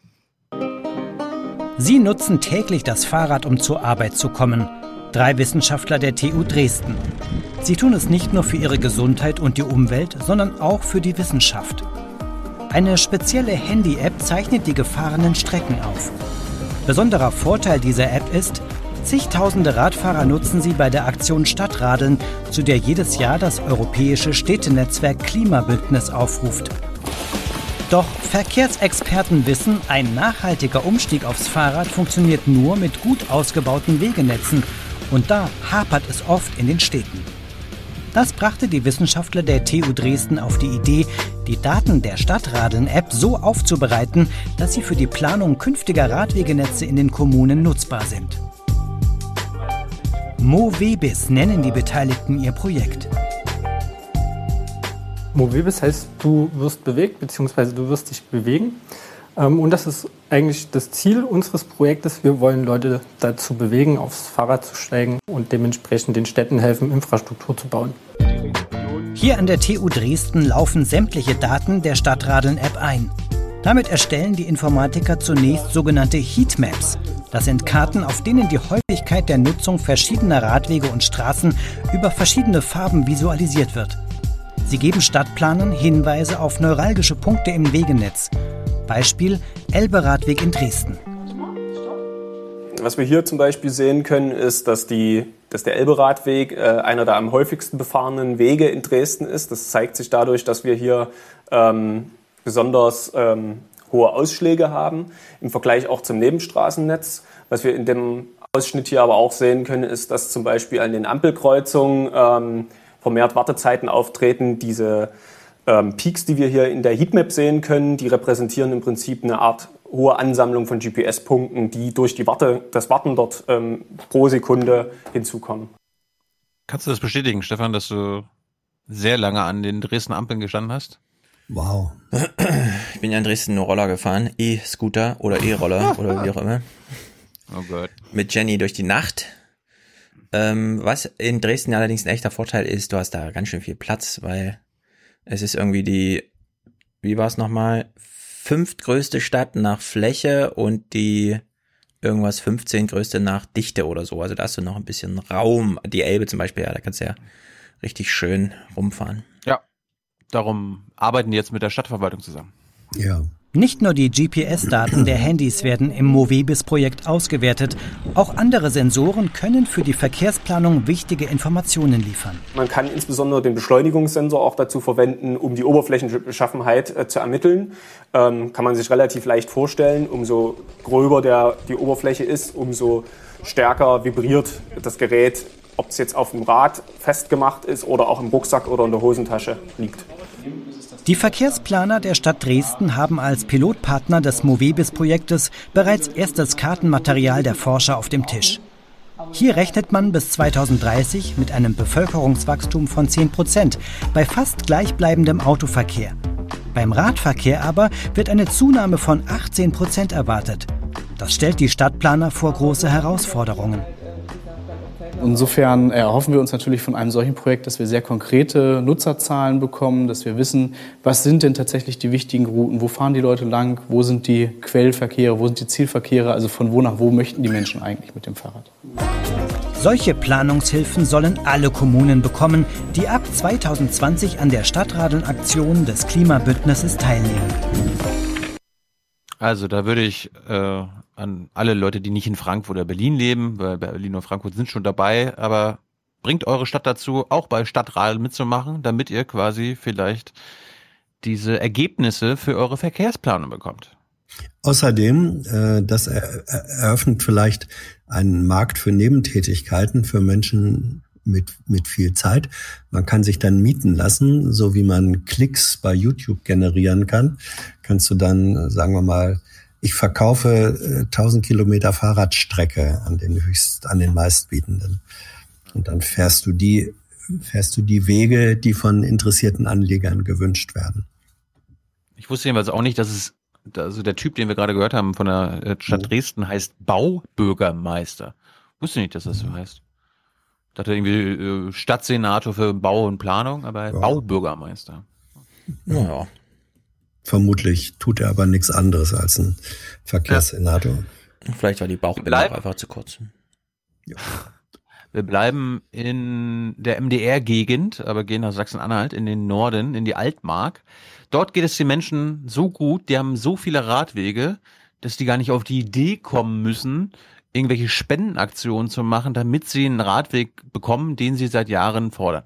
Sie nutzen täglich das Fahrrad, um zur Arbeit zu kommen. 3 Wissenschaftler der TU Dresden. Sie tun es nicht nur für ihre Gesundheit und die Umwelt, sondern auch für die Wissenschaft. Eine spezielle Handy-App zeichnet die gefahrenen Strecken auf. Besonderer Vorteil dieser App ist, zigtausende Radfahrer nutzen sie bei der Aktion Stadtradeln, zu der jedes Jahr das europäische Städtenetzwerk Klimabündnis aufruft. Doch Verkehrsexperten wissen, ein nachhaltiger Umstieg aufs Fahrrad funktioniert nur mit gut ausgebauten Wegenetzen. Und da hapert es oft in den Städten. Das brachte die Wissenschaftler der TU Dresden auf die Idee, die Daten der Stadtradeln-App so aufzubereiten, dass sie für die Planung künftiger Radwegenetze in den Kommunen nutzbar sind. Movebis nennen die Beteiligten ihr Projekt.
Movebis heißt, du wirst bewegt, bzw. du wirst dich bewegen. Und das ist eigentlich das Ziel unseres Projektes. Wir wollen Leute dazu bewegen, aufs Fahrrad zu steigen und dementsprechend den Städten helfen, Infrastruktur zu bauen.
Hier an der TU Dresden laufen sämtliche Daten der Stadtradeln-App ein. Damit erstellen die Informatiker zunächst sogenannte Heatmaps. Das sind Karten, auf denen die Häufigkeit der Nutzung verschiedener Radwege und Straßen über verschiedene Farben visualisiert wird. Sie geben Stadtplanern Hinweise auf neuralgische Punkte im Wegenetz. Beispiel Elbe-Radweg in Dresden.
Was wir hier zum Beispiel sehen können, ist, dass der Elbe-Radweg einer der am häufigsten befahrenen Wege in Dresden ist. Das zeigt sich dadurch, dass wir hier besonders hohe Ausschläge haben im Vergleich auch zum Nebenstraßennetz. Was wir in dem Ausschnitt hier aber auch sehen können, ist, dass zum Beispiel an den Ampelkreuzungen vermehrt Wartezeiten auftreten. Diese Peaks, die wir hier in der Heatmap sehen können, die repräsentieren im Prinzip eine Art hohe Ansammlung von GPS-Punkten, die durch das Warten dort pro Sekunde hinzukommen.
Kannst du das bestätigen, Stefan, dass du sehr lange an den Dresdner Ampeln gestanden hast?
Wow.
Ich bin ja in Dresden nur Roller gefahren, E-Scooter oder E-Roller oder wie auch immer.
Oh Gott.
Mit Jenny durch die Nacht. Was in Dresden allerdings ein echter Vorteil ist, du hast da ganz schön viel Platz, weil es ist irgendwie wie war es nochmal, 5. größte Stadt nach Fläche und die irgendwas 15 größte nach Dichte oder so. Also da hast du noch ein bisschen Raum. Die Elbe zum Beispiel, ja, da kannst du ja richtig schön rumfahren.
Ja, darum arbeiten die jetzt mit der Stadtverwaltung zusammen.
Ja.
Nicht nur die GPS-Daten der Handys werden im Movebis-Projekt ausgewertet, auch andere Sensoren können für die Verkehrsplanung wichtige Informationen liefern.
Man kann insbesondere den Beschleunigungssensor auch dazu verwenden, um die Oberflächenbeschaffenheit zu ermitteln. Kann man sich relativ leicht vorstellen, umso gröber die Oberfläche ist, umso stärker vibriert das Gerät, ob es jetzt auf dem Rad festgemacht ist oder auch im Rucksack oder in der Hosentasche liegt.
Die Verkehrsplaner der Stadt Dresden haben als Pilotpartner des Movebis-Projektes bereits erstes Kartenmaterial der Forscher auf dem Tisch. Hier rechnet man bis 2030 mit einem Bevölkerungswachstum von 10% bei fast gleichbleibendem Autoverkehr. Beim Radverkehr aber wird eine Zunahme von 18% erwartet. Das stellt die Stadtplaner vor große Herausforderungen.
Insofern erhoffen wir uns natürlich von einem solchen Projekt, dass wir sehr konkrete Nutzerzahlen bekommen, dass wir wissen, was sind denn tatsächlich die wichtigen Routen, wo fahren die Leute lang, wo sind die Quellverkehre, wo sind die Zielverkehre, also von wo nach wo möchten die Menschen eigentlich mit dem Fahrrad.
Solche Planungshilfen sollen alle Kommunen bekommen, die ab 2020 an der Stadtradeln-Aktion des Klimabündnisses teilnehmen.
Also da würde ich an alle Leute, die nicht in Frankfurt oder Berlin leben, weil Berlin und Frankfurt sind schon dabei, aber bringt eure Stadt dazu, auch bei Stadtradeln mitzumachen, damit ihr quasi vielleicht diese Ergebnisse für eure Verkehrsplanung bekommt.
Außerdem, das eröffnet vielleicht einen Markt für Nebentätigkeiten für Menschen mit viel Zeit. Man kann sich dann mieten lassen, so wie man Klicks bei YouTube generieren kann. Kannst du dann, sagen wir mal, ich verkaufe 1000 Kilometer Fahrradstrecke an den meistbietenden. Und dann fährst du die Wege, die von interessierten Anlegern gewünscht werden.
Ich wusste jedenfalls auch nicht, dass der Typ, den wir gerade gehört haben von der Stadt Dresden, heißt Baubürgermeister. Wusste nicht, dass das so heißt. Ich dachte irgendwie Stadtsenator für Bau und Planung, aber ja. Baubürgermeister.
Ja. Vermutlich tut er aber nichts anderes als ein Verkehrssenator.
Ja. Vielleicht war die Bauchbinde auch einfach zu kurz.
Ja. Wir bleiben in der MDR-Gegend, aber gehen nach Sachsen-Anhalt in den Norden, in die Altmark. Dort geht es den Menschen so gut, die haben so viele Radwege, dass die gar nicht auf die Idee kommen müssen, irgendwelche Spendenaktionen zu machen, damit sie einen Radweg bekommen, den sie seit Jahren fordern.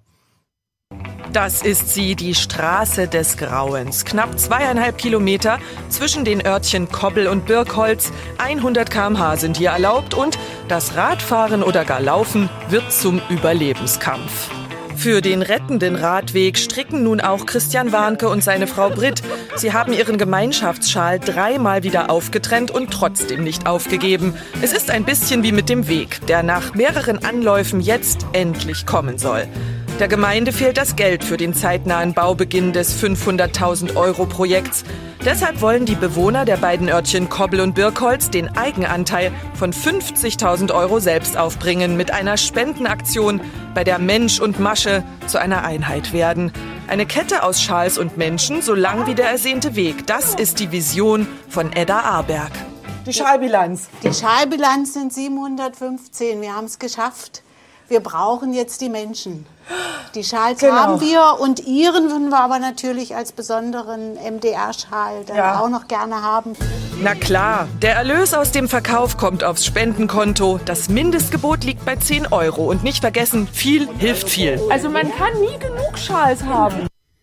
Das ist sie, die Straße des Grauens. Knapp 2,5 Kilometer zwischen den Örtchen Kobbel und Birkholz. 100 km/h sind hier erlaubt und das Radfahren oder gar Laufen wird zum Überlebenskampf. Für den rettenden Radweg stricken nun auch Christian Warnke und seine Frau Britt. Sie haben ihren Gemeinschaftsschal 3-mal wieder aufgetrennt und trotzdem nicht aufgegeben. Es ist ein bisschen wie mit dem Weg, der nach mehreren Anläufen jetzt endlich kommen soll. Der Gemeinde fehlt das Geld für den zeitnahen Baubeginn des 500.000 € Projekts. Deshalb wollen die Bewohner der beiden Örtchen Kobbel und Birkholz den Eigenanteil von 50.000 € selbst aufbringen mit einer Spendenaktion, bei der Mensch und Masche zu einer Einheit werden. Eine Kette aus Schals und Menschen, so lang wie der ersehnte Weg. Das ist die Vision von Edda Ahrberg.
Die Schallbilanz.
Die Schallbilanz sind 715. Wir haben es geschafft. Wir brauchen jetzt die Menschen. Die Schals haben wir und ihren würden wir aber natürlich als besonderen MDR-Schal dann auch noch gerne haben.
Na klar, der Erlös aus dem Verkauf kommt aufs Spendenkonto. Das Mindestgebot liegt bei 10 €. Und nicht vergessen, viel hilft viel.
Also man kann nie genug Schals haben.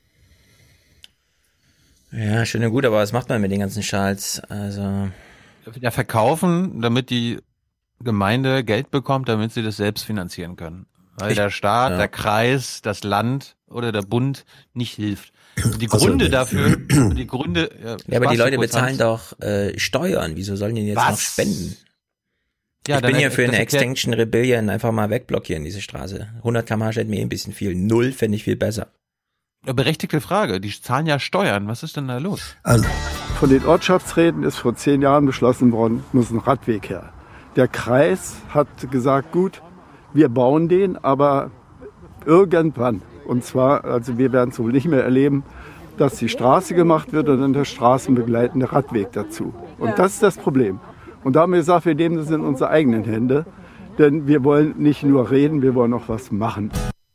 Ja, schön und gut, aber was macht man mit den ganzen Schals? Also
ja, verkaufen, damit die Gemeinde Geld bekommt, damit sie das selbst finanzieren können. Weil der Staat, der Kreis, das Land oder der Bund nicht hilft. Und die Gründe dafür, die Gründe...
Ja, aber die Leute bezahlen doch Steuern. Wieso sollen die jetzt noch spenden? Ja, ich bin hier für eine Extinction Rebellion einfach mal wegblockieren, diese Straße. 100 km/h steht mir ein bisschen viel. 0 fände ich viel besser.
Berechtigte Frage. Die zahlen ja Steuern. Was ist denn da los?
Also, von den Ortschaftsräten ist vor 10 Jahren beschlossen worden, muss ein Radweg her. Der Kreis hat gesagt, gut, wir bauen den, aber irgendwann. Und zwar, also wir werden es wohl nicht mehr erleben, dass die Straße gemacht wird und dann der straßenbegleitende Radweg dazu. Und das ist das Problem. Und da haben wir gesagt, wir nehmen das in unsere eigenen Hände. Denn wir wollen nicht nur reden, wir wollen auch was machen.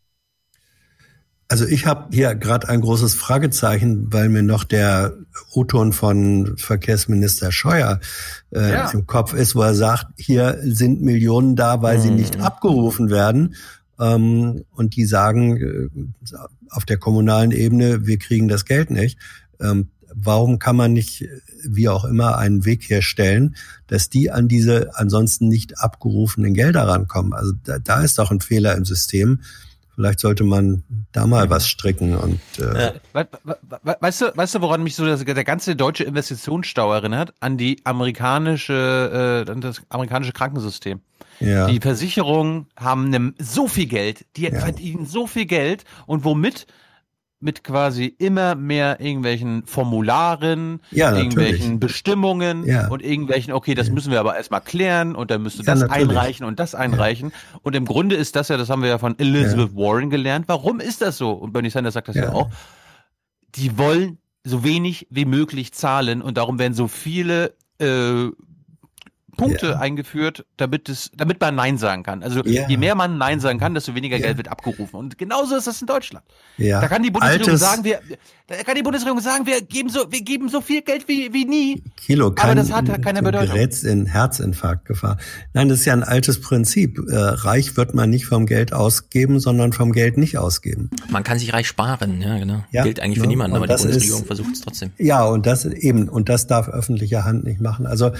Also ich habe hier gerade ein großes Fragezeichen, weil mir noch der O-Ton von Verkehrsminister Scheuer im Kopf ist, wo er sagt, hier sind Millionen da, weil sie nicht abgerufen werden. Und die sagen auf der kommunalen Ebene, wir kriegen das Geld nicht. Warum kann man nicht, wie auch immer, einen Weg herstellen, dass die an diese ansonsten nicht abgerufenen Gelder rankommen? Also da ist doch ein Fehler im System. Vielleicht sollte man da mal was stricken und
weißt du, woran mich so der ganze deutsche Investitionsstau erinnert? An das amerikanische Krankensystem. Ja. Die Versicherungen haben so viel Geld, die verdienen so viel Geld und womit? Mit quasi immer mehr irgendwelchen Formularen, irgendwelchen Bestimmungen und irgendwelchen, okay, das müssen wir aber erstmal klären und dann müsst du das einreichen und das einreichen. Und im Grunde ist das das haben wir ja von Elizabeth Warren gelernt. Warum ist das so? Und Bernie Sanders sagt das ja auch. Die wollen so wenig wie möglich zahlen und darum werden so viele Punkte eingeführt, damit man Nein sagen kann. Also je mehr man Nein sagen kann, desto weniger Geld wird abgerufen. Und genauso ist das in Deutschland. Ja. Da kann die Bundesregierung sagen, wir geben so viel Geld wie nie. Aber das hat halt keine Bedeutung.
Gerätst in Herzinfarktgefahr. Nein, das ist ja ein altes Prinzip. Reich wird man nicht vom Geld ausgeben, sondern vom Geld nicht ausgeben.
Man kann sich reich sparen, ja genau. Gilt eigentlich für niemanden, aber die Bundesregierung versucht es trotzdem.
Ja, und das darf öffentliche Hand nicht machen. Also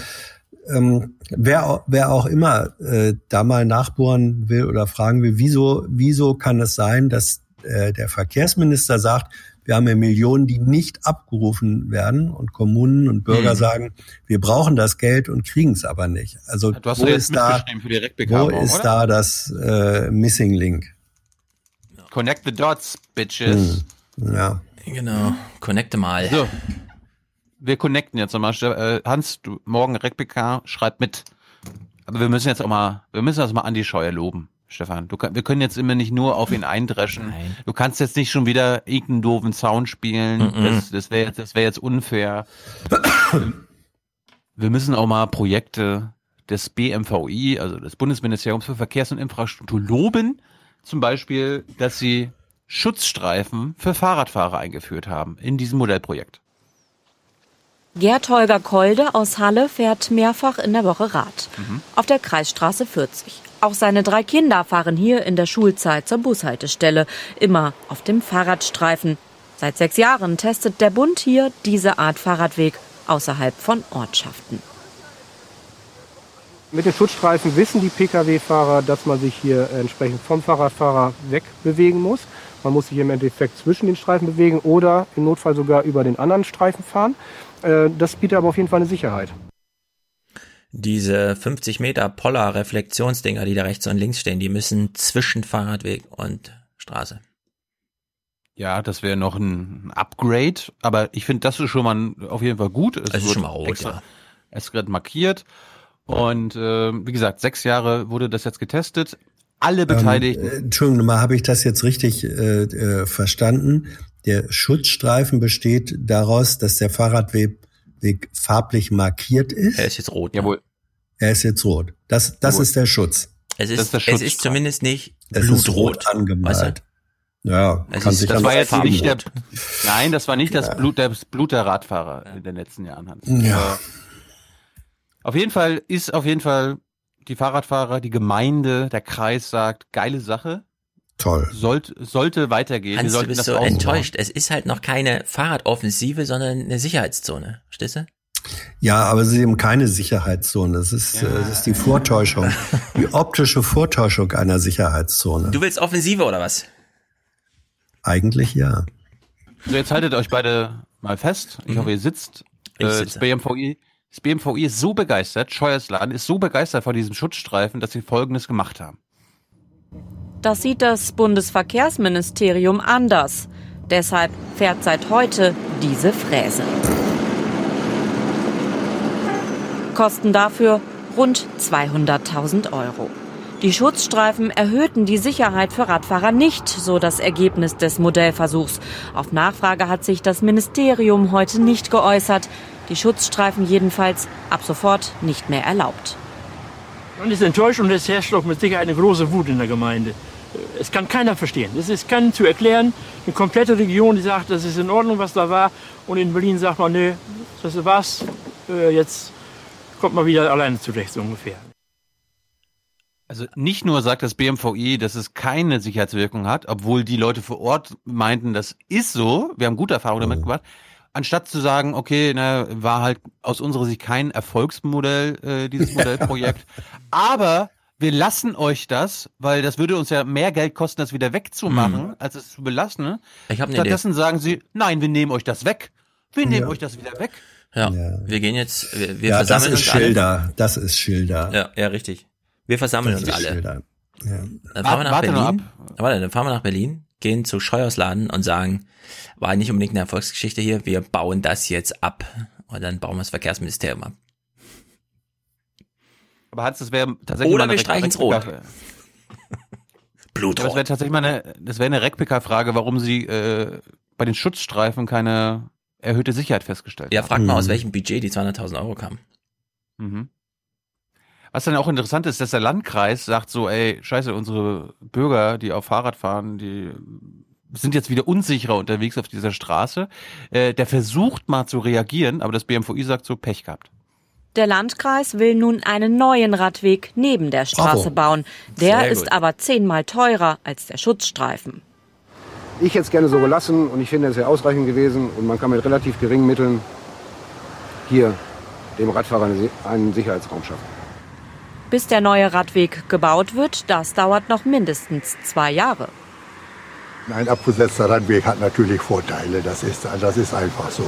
wer auch immer da mal nachbohren will oder fragen will, wieso kann es sein, dass der Verkehrsminister sagt, wir haben ja Millionen, die nicht abgerufen werden und Kommunen und Bürger sagen, wir brauchen das Geld und kriegen es aber nicht. Also wo ist da das Missing Link?
Connect the dots, bitches.
Ja.
Genau, connecte mal.
So. Wir connecten jetzt nochmal. Hans, du morgen RecPK, schreib mit. Aber wir müssen jetzt mal Andi Scheuer loben, Stefan. Wir können jetzt immer nicht nur auf ihn eindreschen. Nein. Du kannst jetzt nicht schon wieder irgendeinen doofen Sound spielen. Das wäre jetzt unfair. Wir müssen auch mal Projekte des BMVI, also des Bundesministeriums für Verkehrs- und Infrastruktur, loben. Zum Beispiel, dass sie Schutzstreifen für Fahrradfahrer eingeführt haben in diesem Modellprojekt.
Gerd Holger Kolde aus Halle fährt mehrfach in der Woche Rad. Auf der Kreisstraße 40. Auch seine 3 Kinder fahren hier in der Schulzeit zur Bushaltestelle. Immer auf dem Fahrradstreifen. Seit 6 Jahren testet der Bund hier diese Art Fahrradweg außerhalb von Ortschaften.
Mit den Schutzstreifen wissen die Pkw-Fahrer, dass man sich hier entsprechend vom Fahrradfahrer wegbewegen muss. Man muss sich im Endeffekt zwischen den Streifen bewegen oder im Notfall sogar über den anderen Streifen fahren. Das bietet aber auf jeden Fall eine Sicherheit.
Diese 50 Meter Polar-Reflexionsdinger, die da rechts und links stehen, die müssen zwischen Fahrradweg und Straße.
Ja, das wäre noch ein Upgrade, aber ich finde, das ist schon mal auf jeden Fall gut.
Es ist schon mal rot,
Es wird markiert und wie gesagt, 6 Jahre wurde das jetzt getestet. Alle Beteiligten.
Entschuldigung, mal, habe ich das jetzt richtig verstanden? Der Schutzstreifen besteht daraus, dass der Fahrradweg Radweg farblich markiert ist.
Er ist jetzt rot.
Jawohl.
Er ist jetzt rot. Das ist der Schutz.
Es ist zumindest nicht
es
blutrot
ist rot angemalt.
Weißt du?
Ja, kann sich
das war jetzt nicht der.
Farbenrot.
Nein, das war nicht das Blut der Radfahrer in den letzten Jahren, Hans.
Ja.
Auf jeden Fall die Fahrradfahrer, die Gemeinde, der Kreis sagt, geile Sache.
Toll.
Sollte weitergehen.
Hans,
Wir
du
sollten
bist
das
so
ausbauen.
enttäuscht. Es ist halt noch keine Fahrradoffensive, sondern eine Sicherheitszone. Verstehst du?
Ja, aber es ist eben keine Sicherheitszone. Es ist die Vortäuschung, die optische Vortäuschung einer Sicherheitszone.
Du willst Offensive oder was?
Eigentlich ja.
So, jetzt haltet euch beide mal fest. Ich hoffe, ihr sitzt. Das BMVI ist so begeistert, Scheuersladen ist so begeistert von diesem Schutzstreifen, dass sie Folgendes gemacht haben.
Das sieht das Bundesverkehrsministerium anders. Deshalb fährt seit heute diese Fräse. Kosten dafür rund 200.000 €. Die Schutzstreifen erhöhten die Sicherheit für Radfahrer nicht, so das Ergebnis des Modellversuchs. Auf Nachfrage hat sich das Ministerium heute nicht geäußert. Die Schutzstreifen jedenfalls ab sofort nicht mehr erlaubt.
Man ist enttäuscht und es herrscht doch mit Sicherheit eine große Wut in der Gemeinde. Es kann keiner verstehen. Es ist keinem zu erklären. Eine komplette Region, die sagt, das ist in Ordnung, was da war. Und in Berlin sagt man, nee, das ist was. Jetzt kommt man wieder alleine zurecht, so ungefähr.
Also nicht nur sagt das BMVI, dass es keine Sicherheitswirkung hat, obwohl die Leute vor Ort meinten, das ist so, wir haben gute Erfahrungen damit gemacht, anstatt zu sagen, okay, war halt aus unserer Sicht kein Erfolgsmodell, dieses Modellprojekt, aber wir lassen euch das, weil das würde uns ja mehr Geld kosten, das wieder wegzumachen, als es zu belassen.
Ich habe eine
Stattdessen
Idee.
sagen sie, nein, wir nehmen euch das weg. Wir nehmen euch das wieder weg.
Ja, wir gehen jetzt, wir
Ja, das
versammeln
ist
uns
Schilder.
alle.
Das ist Schilder.
Ja, richtig. Wir versammeln
Das
uns
ist
alle.
Schilder. Ja.
Dann fahren wir nach
Warte noch
Berlin. Dann fahren wir nach Berlin, gehen zu Scheuersladen und sagen, war nicht unbedingt eine Erfolgsgeschichte hier, wir bauen das jetzt ab. Und dann bauen wir das Verkehrsministerium ab.
Aber Hans, das wäre tatsächlich
Oder
mal
wir streichen es rot.
Blutrot. Das wäre tatsächlich mal eine RecPK-Frage, warum sie bei den Schutzstreifen keine erhöhte Sicherheit festgestellt haben.
Ja, frag mal, aus welchem Budget die 200.000 € kamen.
Mhm. Was dann auch interessant ist, dass der Landkreis sagt so, ey, scheiße, unsere Bürger, die auf Fahrrad fahren, die sind jetzt wieder unsicherer unterwegs auf dieser Straße. Der versucht mal zu reagieren, aber das BMVI sagt so, Pech gehabt.
Der Landkreis will nun einen neuen Radweg neben der Straße bauen. Der
Sehr gut.
ist aber 10-mal teurer als der Schutzstreifen.
Ich hätte es gerne so gelassen und ich finde, es wäre ausreichend gewesen und man kann mit relativ geringen Mitteln hier dem Radfahrer einen Sicherheitsraum schaffen.
Bis der neue Radweg gebaut wird, das dauert noch mindestens 2 Jahre.
Ein abgesetzter Radweg hat natürlich Vorteile, das ist einfach so.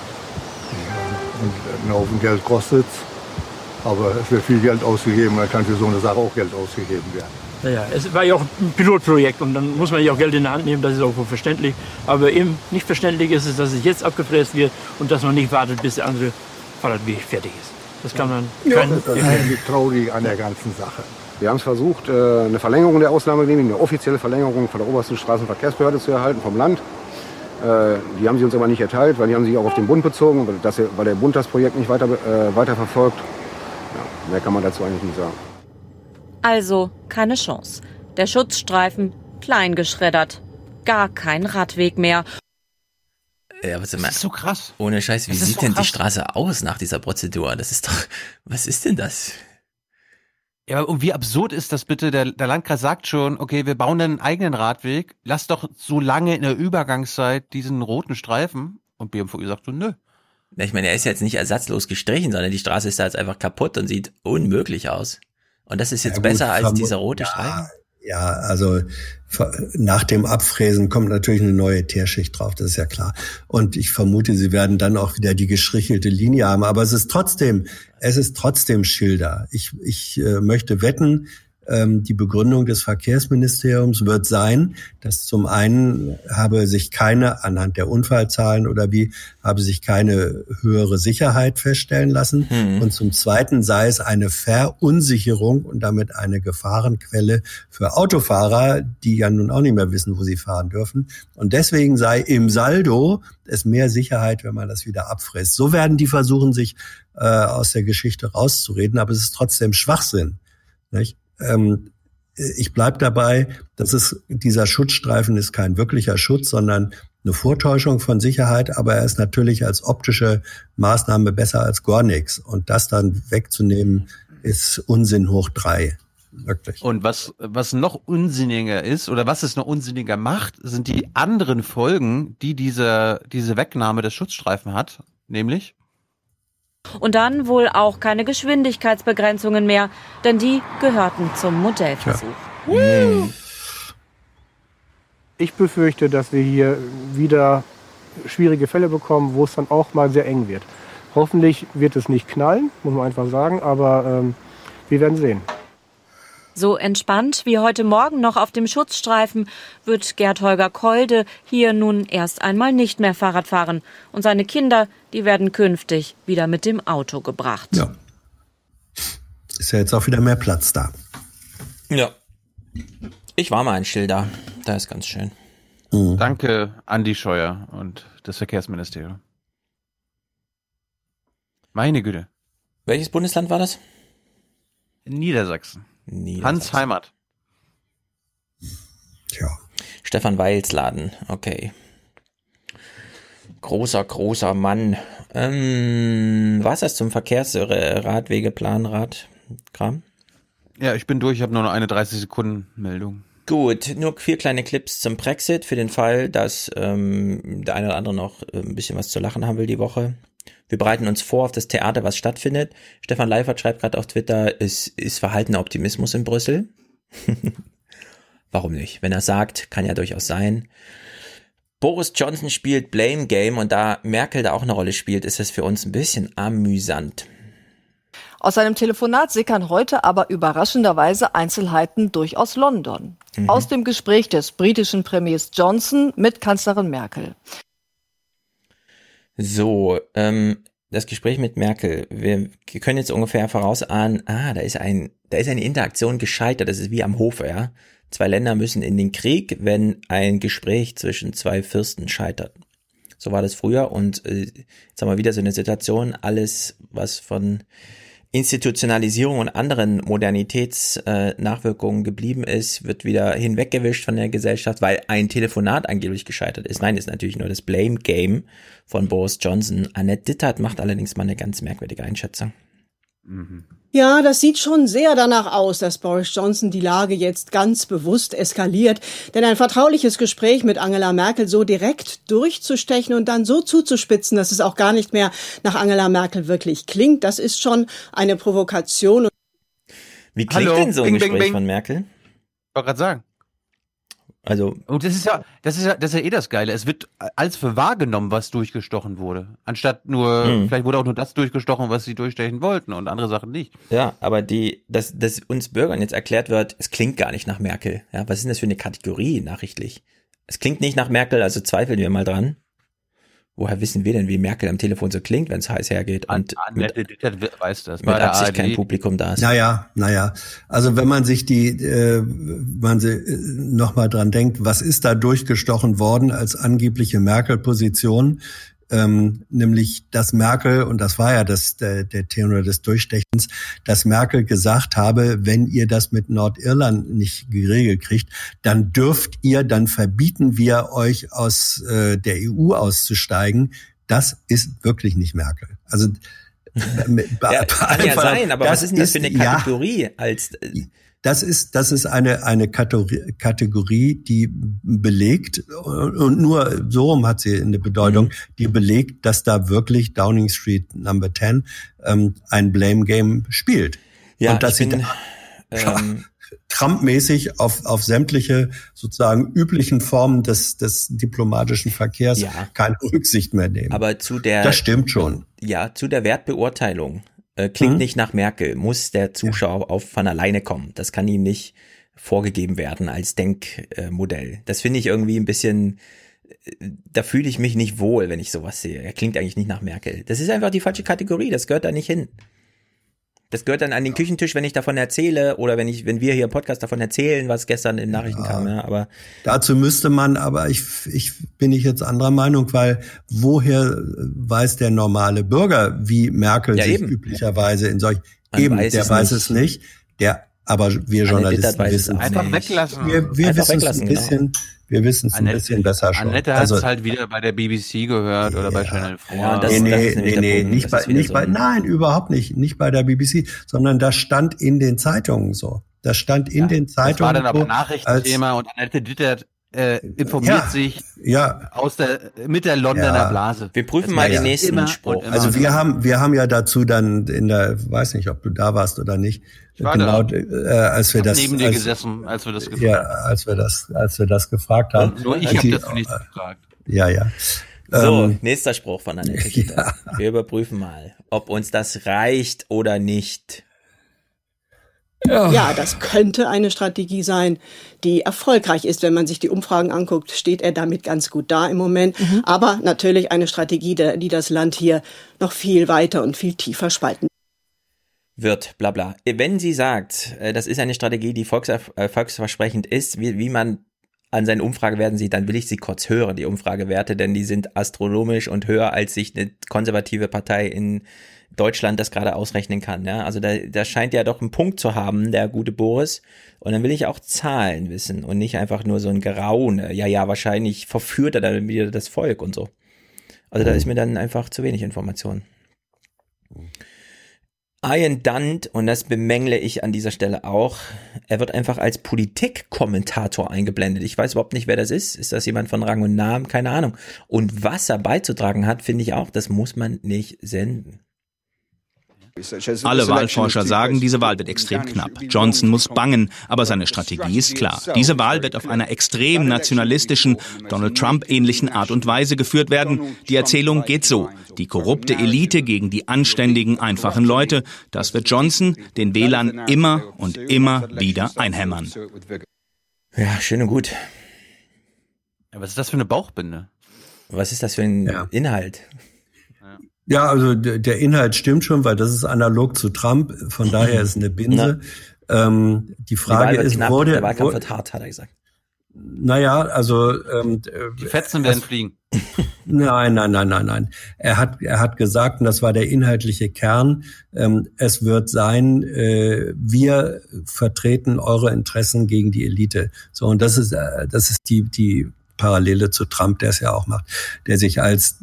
Und einen Haufen Geld kostet es, aber es wird viel Geld ausgegeben, dann kann für so eine Sache auch Geld ausgegeben werden.
Naja, es war ja auch ein Pilotprojekt und dann muss man ja auch Geld in die Hand nehmen, das ist auch verständlich. Aber eben nicht verständlich ist es, dass es jetzt abgefräst wird und dass man nicht wartet, bis der andere Fahrradweg fertig ist. Das kann man
Das ist eigentlich traurig an der ganzen Sache.
Wir haben es versucht, eine Verlängerung der Ausnahmegenehmigung, eine offizielle Verlängerung von der obersten Straßenverkehrsbehörde zu erhalten, vom Land. Die haben sie uns aber nicht erteilt, weil die haben sich auch auf den Bund bezogen, weil der Bund das Projekt nicht weiter verfolgt. Ja, mehr kann man dazu eigentlich nicht sagen.
Also keine Chance. Der Schutzstreifen klein geschreddert. Gar kein Radweg mehr.
Ja, was
Das ist so krass.
Ohne Scheiß, wie
Das ist
sieht
so
denn die
krass.
Straße aus nach dieser Prozedur? Das ist doch, was ist denn das?
Ja, und wie absurd ist das bitte? Der Landkreis sagt schon, okay, wir bauen einen eigenen Radweg, lass doch so lange in der Übergangszeit diesen roten Streifen. Und BMVI sagt so, nö.
Ich meine, er ist jetzt nicht ersatzlos gestrichen, sondern die Straße ist da jetzt einfach kaputt und sieht unmöglich aus. Und das ist jetzt besser als dieser rote Streifen?
Ja, also nach dem Abfräsen kommt natürlich eine neue Teerschicht drauf, das ist ja klar. Und ich vermute, sie werden dann auch wieder die gestrichelte Linie haben. Aber es ist trotzdem Schilder. Ich möchte wetten, Die Begründung des Verkehrsministeriums wird sein, dass zum einen habe sich anhand der Unfallzahlen habe sich keine höhere Sicherheit feststellen lassen. Und zum zweiten sei es eine Verunsicherung und damit eine Gefahrenquelle für Autofahrer, die ja nun auch nicht mehr wissen, wo sie fahren dürfen. Und deswegen sei im Saldo es mehr Sicherheit, wenn man das wieder abfrisst. So werden die versuchen, sich aus der Geschichte rauszureden, aber es ist trotzdem Schwachsinn. Nicht? Ich bleib dabei, dieser Schutzstreifen ist kein wirklicher Schutz, sondern eine Vortäuschung von Sicherheit, aber er ist natürlich als optische Maßnahme besser als gar nichts. Und das dann wegzunehmen, ist Unsinn hoch 3. Wirklich.
Und was noch unsinniger ist, oder was es noch unsinniger macht, sind die anderen Folgen, die diese Wegnahme des Schutzstreifen hat, nämlich...
Und dann wohl auch keine Geschwindigkeitsbegrenzungen mehr, denn die gehörten zum Modellversuch.
Ja. Ich befürchte, dass wir hier wieder schwierige Fälle bekommen, wo es dann auch mal sehr eng wird. Hoffentlich wird es nicht knallen, muss man einfach sagen, aber wir werden sehen.
So entspannt wie heute Morgen noch auf dem Schutzstreifen wird Gerd-Holger Kolde hier nun erst einmal nicht mehr Fahrrad fahren. Und seine Kinder, die werden künftig wieder mit dem Auto gebracht.
Ja. Ist ja jetzt auch wieder mehr Platz da.
Ja. Ich war mal in Schilda. Da ist ganz schön.
Danke, Andi Scheuer und das Verkehrsministerium. Meine Güte.
Welches Bundesland war das?
Niedersachsen. Hans Heimat.
Tja.
Stefan Weilsladen, okay. Großer Mann. Was ist das zum Verkehrsradwegeplanrad-Kram?
Ja, ich bin durch, ich habe nur noch eine 30-Sekunden-Meldung.
Gut, nur 4 kleine Clips zum Brexit für den Fall, dass der eine oder andere noch ein bisschen was zu lachen haben will die Woche. Wir bereiten uns vor auf das Theater, was stattfindet. Stefan Leifert schreibt gerade auf Twitter, es ist verhaltener Optimismus in Brüssel. Warum nicht? Wenn er sagt, kann ja durchaus sein. Boris Johnson spielt Blame Game und da Merkel da auch eine Rolle spielt, ist es für uns ein bisschen amüsant.
Aus seinem Telefonat sickern heute aber überraschenderweise Einzelheiten durch aus London. Aus dem Gespräch des britischen Premiers Johnson mit Kanzlerin Merkel.
So, das Gespräch mit Merkel. Wir können jetzt ungefähr vorausahnen, da ist eine Interaktion gescheitert. Das ist wie am Hofe, ja. 2 Länder müssen in den Krieg, wenn ein Gespräch zwischen 2 Fürsten scheitert. So war das früher und jetzt haben wir wieder so eine Situation, alles, was von Institutionalisierung und anderen Modernitätsnachwirkungen geblieben ist, wird wieder hinweggewischt von der Gesellschaft, weil ein Telefonat angeblich gescheitert ist. Nein, ist natürlich nur das Blame Game von Boris Johnson. Annette Dittert macht allerdings mal eine ganz merkwürdige Einschätzung.
Ja, das sieht schon sehr danach aus, dass Boris Johnson die Lage jetzt ganz bewusst eskaliert. Denn ein vertrauliches Gespräch mit Angela Merkel so direkt durchzustechen und dann so zuzuspitzen, dass es auch gar nicht mehr nach Angela Merkel wirklich klingt, das ist schon eine Provokation.
Wie klingt denn so ein Gespräch von Merkel?
Ich wollte gerade sagen.
Also.
Und das ist ja eh das Geile. Es wird als für wahrgenommen, was durchgestochen wurde. Anstatt nur, vielleicht wurde auch nur das durchgestochen, was sie durchstechen wollten und andere Sachen nicht.
Ja, aber dass uns Bürgern jetzt erklärt wird, es klingt gar nicht nach Merkel. Ja, was ist denn das für eine Kategorie nachrichtlich? Es klingt nicht nach Merkel, also zweifeln wir mal dran. Woher wissen wir denn, wie Merkel am Telefon so klingt, wenn es heiß hergeht? Und
weiß das.
Mit Absicht kein Publikum da ist.
Naja. Also wenn man sich nochmal dran denkt, was ist da durchgestochen worden als angebliche Merkel-Position? Nämlich, dass Merkel, und das war ja der Tenor des Durchstechens, dass Merkel gesagt habe, wenn ihr das mit Nordirland nicht geregelt kriegt, dann verbieten wir euch aus der EU auszusteigen. Das ist wirklich nicht Merkel. Also
kann ja sein, aber was ist denn das für eine Kategorie
Das ist eine Kategorie, die belegt, und nur so rum hat sie eine Bedeutung, die belegt, dass da wirklich Downing Street Number 10 ein Blame Game spielt.
Ja,
und dass sie Trump-mäßig auf sämtliche sozusagen üblichen Formen des diplomatischen Verkehrs keine Rücksicht mehr nehmen.
Aber
das stimmt schon.
Ja, zu der Wertbeurteilung klingt nicht nach Merkel, muss der Zuschauer von alleine kommen. Das kann ihm nicht vorgegeben werden als Denkmodell. Das finde ich irgendwie ein bisschen, da fühle ich mich nicht wohl, wenn ich sowas sehe. Er klingt eigentlich nicht nach Merkel. Das ist einfach die falsche Kategorie, das gehört da nicht hin. Das gehört dann an den Küchentisch, wenn ich davon erzähle oder wenn wir hier im Podcast davon erzählen, was gestern in Nachrichten kam. Ja, aber
dazu müsste man, aber ich bin jetzt anderer Meinung, weil woher weiß der normale Bürger, wie Merkel sich üblicherweise in solchen, der weiß es nicht, aber wir Journalisten wissen es
einfach weglassen.
Wir wissen es ein bisschen. Wir wissen es ein bisschen besser schon.
Annette hat es halt wieder bei der BBC gehört oder bei Channel 4.
Ja, nein, überhaupt nicht. Nicht bei der BBC, sondern das stand in den Zeitungen so. Das stand in den Zeitungen. Das war
dann aber Nachrichtenthema und Annette Dittert informiert sich mit der Londoner Blase.
Wir prüfen mal den nächsten Spruch.
Also wir haben ja dazu dann weiß nicht, ob du da warst oder nicht.
Ich war
als wir das
neben dir gesessen, als wir das gefragt haben.
Als wir das gefragt haben.
Nur ich habe das nicht gefragt.
Ja.
So, nächster Spruch von Annette. Wir überprüfen mal, ob uns das reicht oder nicht.
Ja, das könnte eine Strategie sein, die erfolgreich ist. Wenn man sich die Umfragen anguckt, steht er damit ganz gut da im Moment. Aber natürlich eine Strategie, die das Land hier noch viel weiter und viel tiefer spalten
wird, bla bla. Wenn sie sagt, das ist eine Strategie, die volksversprechend ist, wie man an seinen Umfragewerten sieht, dann will ich sie kurz hören, die Umfragewerte, denn die sind astronomisch und höher, als sich eine konservative Partei in Deutschland das gerade ausrechnen kann. Ja? Also da scheint ja doch einen Punkt zu haben, der gute Boris. Und dann will ich auch Zahlen wissen und nicht einfach nur so ein Geraune. Ja, wahrscheinlich verführt er dann wieder das Volk und so. Also da ist mir dann einfach zu wenig Information. Ian Dunt, und das bemängle ich an dieser Stelle auch, er wird einfach als Politikkommentator eingeblendet. Ich weiß überhaupt nicht, wer das ist. Ist das jemand von Rang und Namen? Keine Ahnung. Und was er beizutragen hat, finde ich auch, das muss man nicht senden.
Alle Wahlforscher sagen, diese Wahl wird extrem knapp. Johnson muss bangen, aber seine Strategie ist klar. Diese Wahl wird auf einer extrem nationalistischen, Donald Trump-ähnlichen Art und Weise geführt werden. Die Erzählung geht so: Die korrupte Elite gegen die anständigen, einfachen Leute. Das wird Johnson den Wählern immer und immer wieder einhämmern.
Ja, schön und gut.
Ja, was ist das für eine Bauchbinde?
Was ist das für ein Inhalt?
Ja, also der Inhalt stimmt schon, weil das ist analog zu Trump, von daher ist eine Binse. Die Frage ist,
der Wahlkampf wird hart, hat er gesagt.
Naja, also
die Fetzen werden fliegen.
Nein. Er hat gesagt, und das war der inhaltliche Kern, es wird sein, wir vertreten eure Interessen gegen die Elite. So, und das ist die Parallele zu Trump, der es ja auch macht, der sich als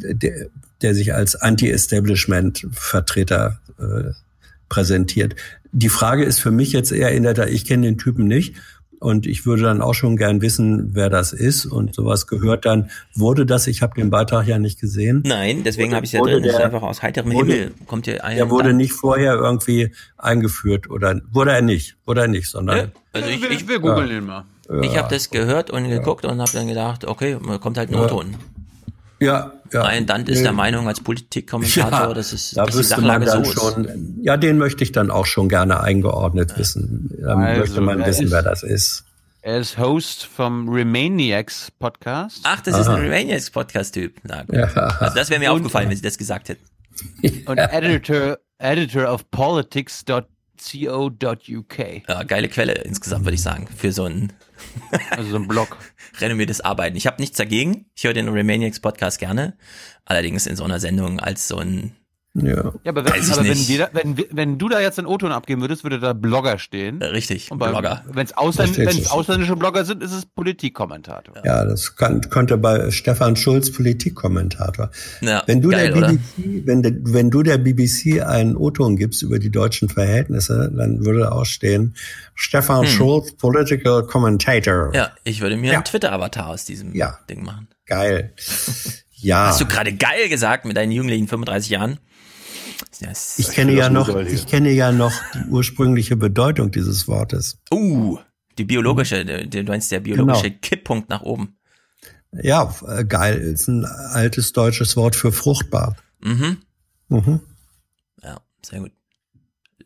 Anti-Establishment-Vertreter präsentiert. Die Frage ist für mich jetzt eher ich kenne den Typen nicht und ich würde dann auch schon gern wissen, wer das ist und sowas gehört dann. Wurde das, ich habe den Beitrag ja nicht gesehen.
Nein, deswegen habe ich es ja drin, das ist einfach aus heiterem Himmel, kommt hier ein.
Der wurde nicht vorher irgendwie eingeführt oder wurde er nicht, sondern...
Ja, also ich will googeln den mal.
Ich habe das gehört und geguckt und habe dann gedacht, okay, kommt halt ein O-Ton.
Ja.
Ian Dunt ist der Meinung als Politikkommentator, dass die Sachlage so ist.
Ja, den möchte ich dann auch schon gerne eingeordnet wissen. Da möchte man wissen, wer das ist.
Er ist Host vom Remainiacs Podcast.
Ach, das ist ein Remainiacs Podcast-Typ. Na gut. Ja. Also das wäre mir aufgefallen, wenn Sie das gesagt hätten.
Und Editor of Politics.co.uk.
Ja, geile Quelle insgesamt, würde ich sagen, für so ein
Blog.
Renommiertes Arbeiten. Ich habe nichts dagegen. Ich höre den Remainiacs Podcast gerne. Allerdings in so einer Sendung als so ein...
Ja,
aber wenn du da jetzt einen O-Ton abgeben würdest, würde da Blogger stehen.
Richtig,
Blogger. Wenn es ausländische Blogger sind, ist es Politikkommentator.
Ja, das könnte bei Stefan Schulz Politikkommentator.
Ja,
wenn du
geil,
der BBC, wenn du der BBC einen O-Ton gibst über die deutschen Verhältnisse, dann würde auch stehen Stefan Schulz Political Commentator.
Ja, ich würde mir einen Twitter-Avatar aus diesem Ding machen.
Geil. Ja.
Hast du gerade geil gesagt mit deinen jugendlichen 35 Jahren?
Ich kenne ja noch die ursprüngliche Bedeutung dieses Wortes.
Die biologische, du meinst der biologische Kipppunkt nach oben.
Ja, geil ist ein altes deutsches Wort für fruchtbar.
Ja, sehr gut.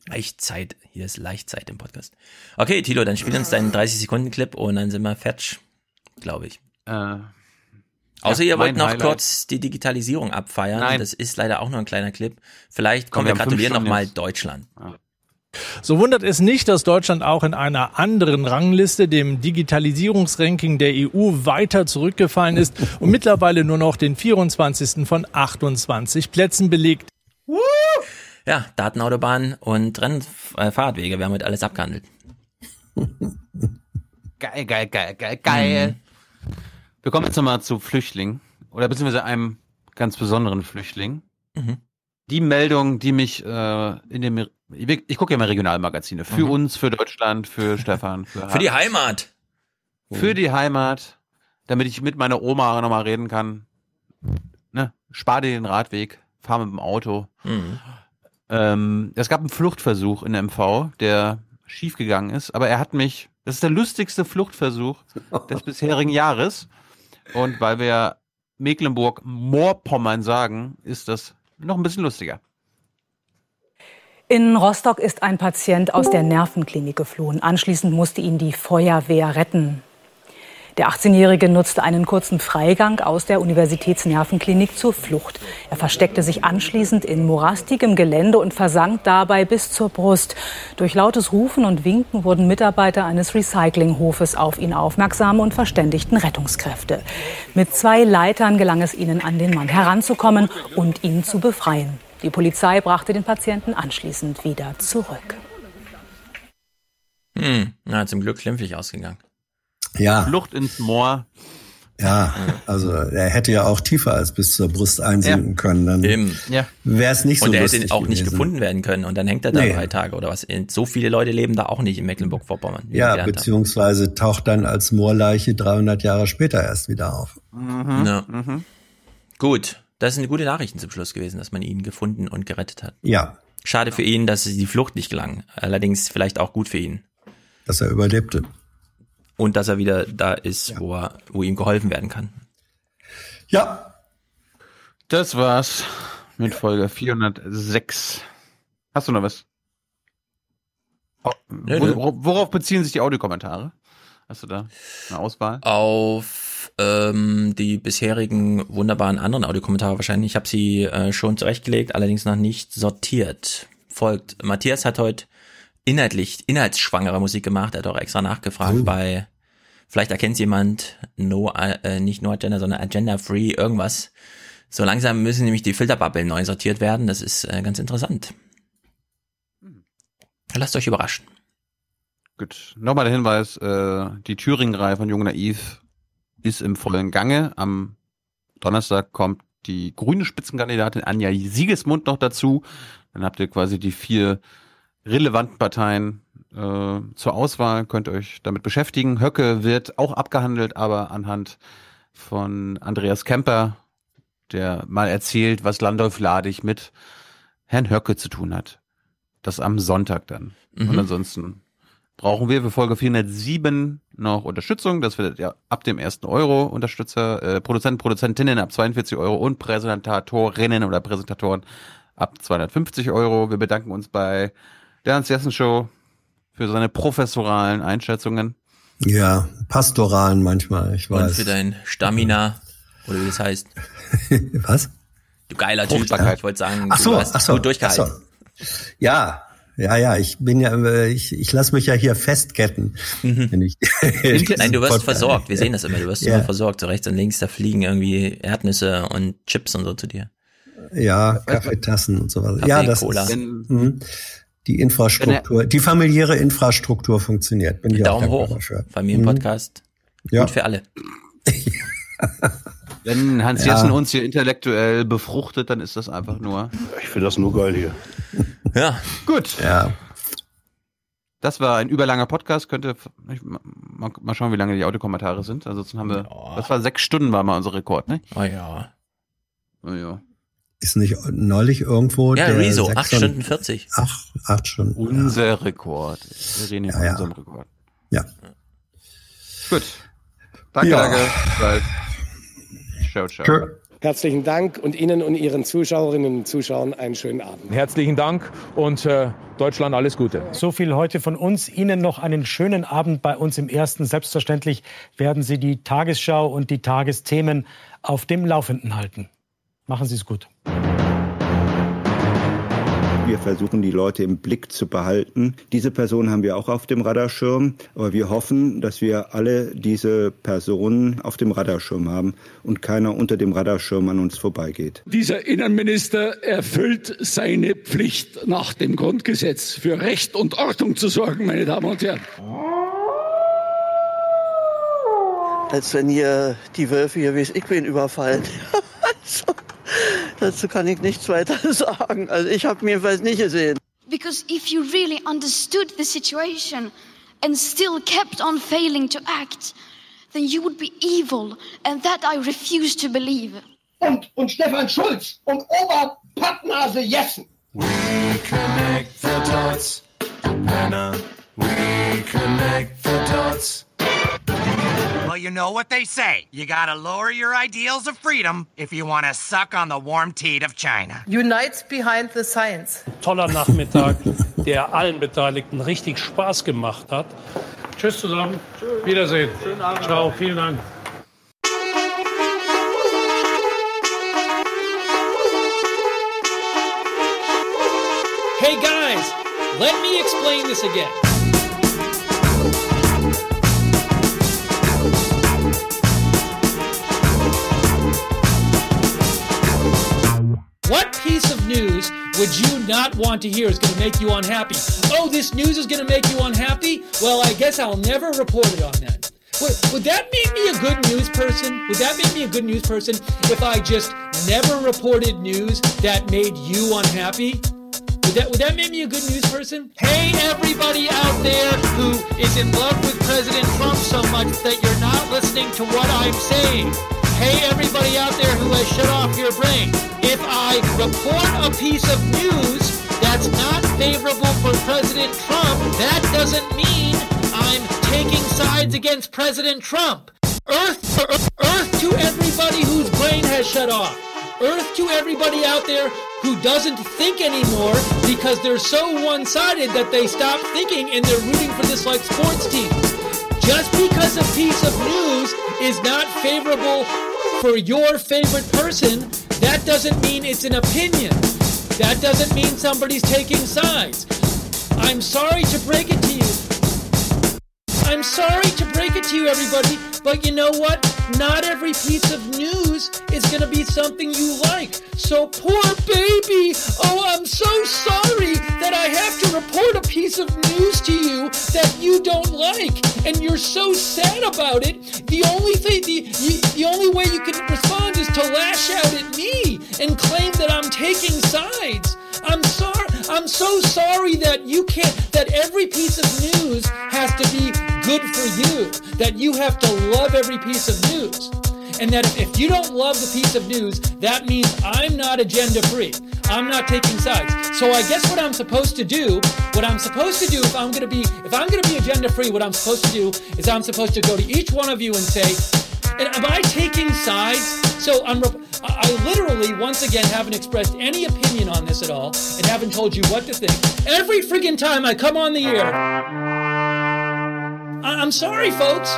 Laichzeit. Hier ist Laichzeit im Podcast. Okay, Thilo, dann spiel uns deinen 30-Sekunden-Clip und dann sind wir fertig, glaube ich. Außer ihr wollt noch kurz die Digitalisierung abfeiern. Nein. Das ist leider auch nur ein kleiner Clip. Vielleicht wir gratulieren nochmal Deutschland. Ja.
So wundert es nicht, dass Deutschland auch in einer anderen Rangliste, dem Digitalisierungsranking der EU, weiter zurückgefallen ist und mittlerweile nur noch den 24. von 28 Plätzen belegt.
Ja, Datenautobahnen und Fahrradwege, wir haben heute alles abgehandelt.
Geil. Wir kommen jetzt nochmal zu Flüchtlingen oder beziehungsweise einem ganz besonderen Flüchtling. Mhm. Die Meldung, die mich ich gucke ja mal Regionalmagazine. Für uns, für Deutschland, für Stefan.
Für die Heimat.
Für die Heimat, damit ich mit meiner Oma nochmal reden kann. Ne? Spar dir den Radweg, fahr mit dem Auto. Mhm. Es gab einen Fluchtversuch in MV, der schiefgegangen ist, aber das ist der lustigste Fluchtversuch des bisherigen Jahres. Und weil wir Mecklenburg-Vorpommern sagen, ist das noch ein bisschen lustiger.
In Rostock ist ein Patient aus der Nervenklinik geflohen. Anschließend musste ihn die Feuerwehr retten. Der 18-Jährige nutzte einen kurzen Freigang aus der Universitätsnervenklinik zur Flucht. Er versteckte sich anschließend in morastigem Gelände und versank dabei bis zur Brust. Durch lautes Rufen und Winken wurden Mitarbeiter eines Recyclinghofes auf ihn aufmerksam und verständigten Rettungskräfte. Mit 2 Leitern gelang es ihnen, an den Mann heranzukommen und ihn zu befreien. Die Polizei brachte den Patienten anschließend wieder zurück.
Zum Glück glimpflich ausgegangen.
Ja.
Flucht ins Moor.
Ja, also er hätte ja auch tiefer als bis zur Brust einsinken können. Dann wäre es nicht so lustig.
Und er hätte auch nicht gefunden werden können. Und dann hängt er da 3 Tage oder was. So viele Leute leben da auch nicht in Mecklenburg-Vorpommern.
Ja, beziehungsweise taucht dann als Moorleiche 300 Jahre später erst wieder auf.
Gut. Das sind gute Nachrichten zum Schluss gewesen, dass man ihn gefunden und gerettet hat.
Ja.
Schade für ihn, dass die Flucht nicht gelang. Allerdings vielleicht auch gut für ihn.
Dass er überlebte.
Und dass er wieder da ist, wo ihm geholfen werden kann.
Ja.
Das war's mit Folge 406. Hast du noch was? Worauf beziehen sich die Audiokommentare? Hast du da eine Auswahl?
Auf die bisherigen wunderbaren anderen Audiokommentare wahrscheinlich. Ich habe sie schon zurechtgelegt, allerdings noch nicht sortiert. Folgt. Matthias hat heute inhaltsschwangere Musik gemacht. Er hat auch extra nachgefragt bei, vielleicht erkennt jemand, nicht No Agenda, sondern Agenda Free, irgendwas. So langsam müssen nämlich die Filterbubbeln neu sortiert werden. Das ist ganz interessant. Lasst euch überraschen.
Gut. Nochmal der Hinweis, die Thüringen-Reihe von Jung Naiv ist im vollen Gange. Am Donnerstag kommt die grüne Spitzenkandidatin Anja Siegesmund noch dazu. Dann habt ihr quasi die 4 relevanten Parteien zur Auswahl, könnt euch damit beschäftigen. Höcke wird auch abgehandelt, aber anhand von Andreas Kemper, der mal erzählt, was Landolf Ladig mit Herrn Höcke zu tun hat. Das am Sonntag dann. Und ansonsten brauchen wir für Folge 407 noch Unterstützung. Das wird ja ab dem 1. Euro Unterstützer, Produzentinnen ab 42 Euro und Präsentatorinnen oder Präsentatoren ab 250 Euro. Wir bedanken uns bei der Hans-Jessen-Show für seine professoralen Einschätzungen.
Ja, pastoralen manchmal, ich weiß.
Und für dein Stamina, oder wie das heißt.
Was?
Du geiler Typ, ich wollte sagen, du hast gut durchgehalten.
Ja, ich bin ich lasse mich ja hier festketten.
Nein, du wirst versorgt, wir sehen das immer, du wirst immer versorgt, so rechts und links, da fliegen irgendwie Erdnüsse und Chips und so zu dir.
Ja, Kaffeetassen und so weiter.
Kaffee,
Ja, das
Cola.
ist die Infrastruktur, die familiäre Infrastruktur funktioniert. Bin ich
Daumen hoch, Familienpodcast, gut für alle.
Wenn Hans Jessen uns hier intellektuell befruchtet, dann ist das einfach nur...
Ich finde das nur geil hier.
Ja.
Gut.
Ja.
Das war ein überlanger Podcast. Mal schauen, wie lange die Audiokommentare sind. Ansonsten haben wir... Das war 6 Stunden war mal unser Rekord, ne?
Oh ja.
Ist nicht neulich irgendwo...
Ja, Rezo, 8 Stunden 40.
8 Stunden.
Unser Rekord. Wir reden hier von unserem Rekord.
Ja.
Gut. Danke. Bald. Ciao, ciao.
Herzlichen Dank und Ihnen und Ihren Zuschauerinnen und Zuschauern einen schönen Abend.
Herzlichen Dank und Deutschland alles Gute.
So viel heute von uns. Ihnen noch einen schönen Abend bei uns im Ersten. Selbstverständlich werden Sie die Tagesschau und die Tagesthemen auf dem Laufenden halten. Machen Sie es gut.
Wir versuchen, die Leute im Blick zu behalten. Diese Person haben wir auch auf dem Radarschirm. Aber wir hoffen, dass wir alle diese Personen auf dem Radarschirm haben und keiner unter dem Radarschirm an uns vorbeigeht.
Dieser Innenminister erfüllt seine Pflicht nach dem Grundgesetz, für Recht und Ordnung zu sorgen, meine Damen und Herren.
Als wenn hier die Wölfe hier, wie ich bin, überfallen. Dazu kann ich nichts weiter sagen. Also ich habe ihn jedenfalls nicht gesehen.
Because if you really understood the situation and still kept on failing to act, then you would be evil, and that I refuse to believe.
Und Stefan Schulz und Oberpappnase Jessen.
We connect the dots, Penner. We connect the dots.
Well, you know what they say. You gotta lower your ideals of freedom if you want to suck on the warm teat of China.
Unites behind the science.
Toller Nachmittag, der allen Beteiligten richtig Spaß gemacht hat. Tschüss zusammen. Tschüss. Wiedersehen. Schönen Abend. Ciao. Vielen Dank.
Hey guys, let me explain this again. What piece of news would you not want to hear is going to make you unhappy? Oh, this news is going to make you unhappy? Well, I guess I'll never report it on that. Would that make me a good news person? Would that make me a good news person if I just never reported news that made you unhappy? Would that make me a good news person? Hey, everybody out there who is in love with President Trump so much that you're not listening to what I'm saying. Hey, everybody out there who has shut off your brain. If I report a piece of news that's not favorable for President Trump, that doesn't mean I'm taking sides against President Trump. Earth to everybody whose brain has shut off. Earth to everybody out there who doesn't think anymore because they're so one-sided that they stop thinking and they're rooting for this like sports team. Just because a piece of news is not favorable for your favorite person, that doesn't mean it's an opinion. That doesn't mean somebody's taking sides. I'm sorry to break it to you. I'm sorry to break it to you, everybody, but you know what? Not every piece of news is going to be something you like. So poor baby, oh, I'm so sorry that I have to report a piece of news to you that you don't like, and you're so sad about it. The only way you can respond is to lash out at me and claim that I'm taking sides. I'm so sorry that that every piece of news has to be good for you, that you have to love every piece of news. And that if you don't love the piece of news, that means I'm not agenda free. I'm not taking sides. So I guess what I'm supposed to do if I'm going to be agenda free, what I'm supposed to do is I'm supposed to go to each one of you and say, and am I taking sides? So I literally, once again, haven't expressed any opinion on this at all and haven't told you what to think. Every friggin' time I come on the air, I'm sorry, folks.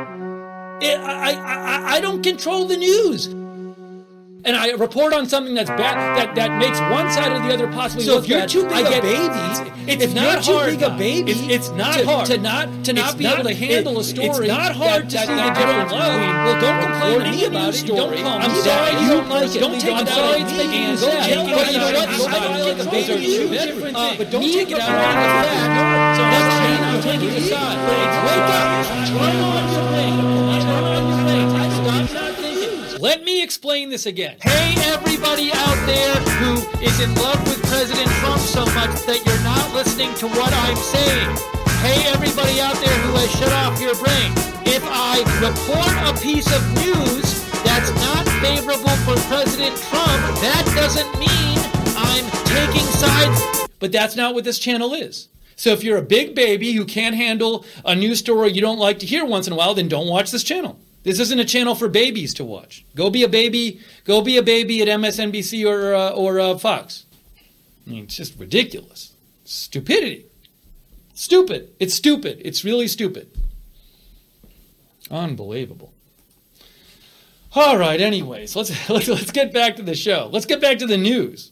I don't control the news. And I report on something that's bad, that makes one side or the other possibly look bad. So if you're too big a baby, it's not hard. It's not hard to not be able to handle a story. It's not hard to see the difference. Well, don't complain to me about it. Don't call me. I'm sorry you don't like it. Don't take it out on me and go take it out. But you know what? I don't like a baby. But don't take it out on the fact. So that's me not taking a side. Wake up. Turn on your brain. Turn on your brain. Stop not thinking. Let me explain this again. Hey, everybody out there who is in love with President Trump so much that you're not listening to what I'm saying. Hey, everybody out there who has shut off your brain. If I report a piece of news that's not favorable for President Trump, that doesn't mean I'm taking sides. But that's not what this channel is. So if you're a big baby who can't handle a news story you don't like to hear once in a while, then don't watch this channel. This isn't a channel for babies to watch. Go be a baby at MSNBC or Fox. I mean, it's just ridiculous. Stupidity. Stupid. It's stupid. It's really stupid. Unbelievable. All right, anyways, let's get back to the show. Let's get back to the news.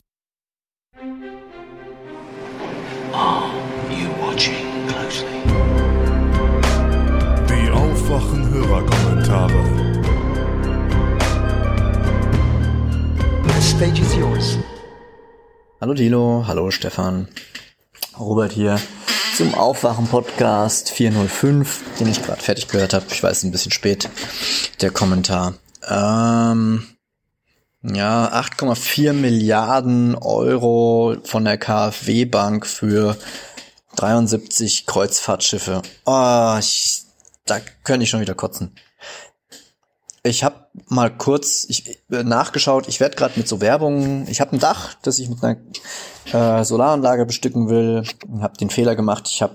Are you watching closely?
Die Aufwachen-Hörerkommentare.
The stage is yours.
Hallo Dilo, hallo Stefan. Robert hier zum Aufwachen-Podcast 405, den ich gerade fertig gehört habe. Ich weiß, ein bisschen spät, der Kommentar. 8,4 Milliarden Euro von der KfW-Bank für 73 Kreuzfahrtschiffe. Da könnte ich schon wieder kotzen. Ich habe mal kurz nachgeschaut. Ich werde gerade mit so Werbung, ich habe ein Dach, das ich mit einer Solaranlage bestücken will. Habe den Fehler gemacht. Ich habe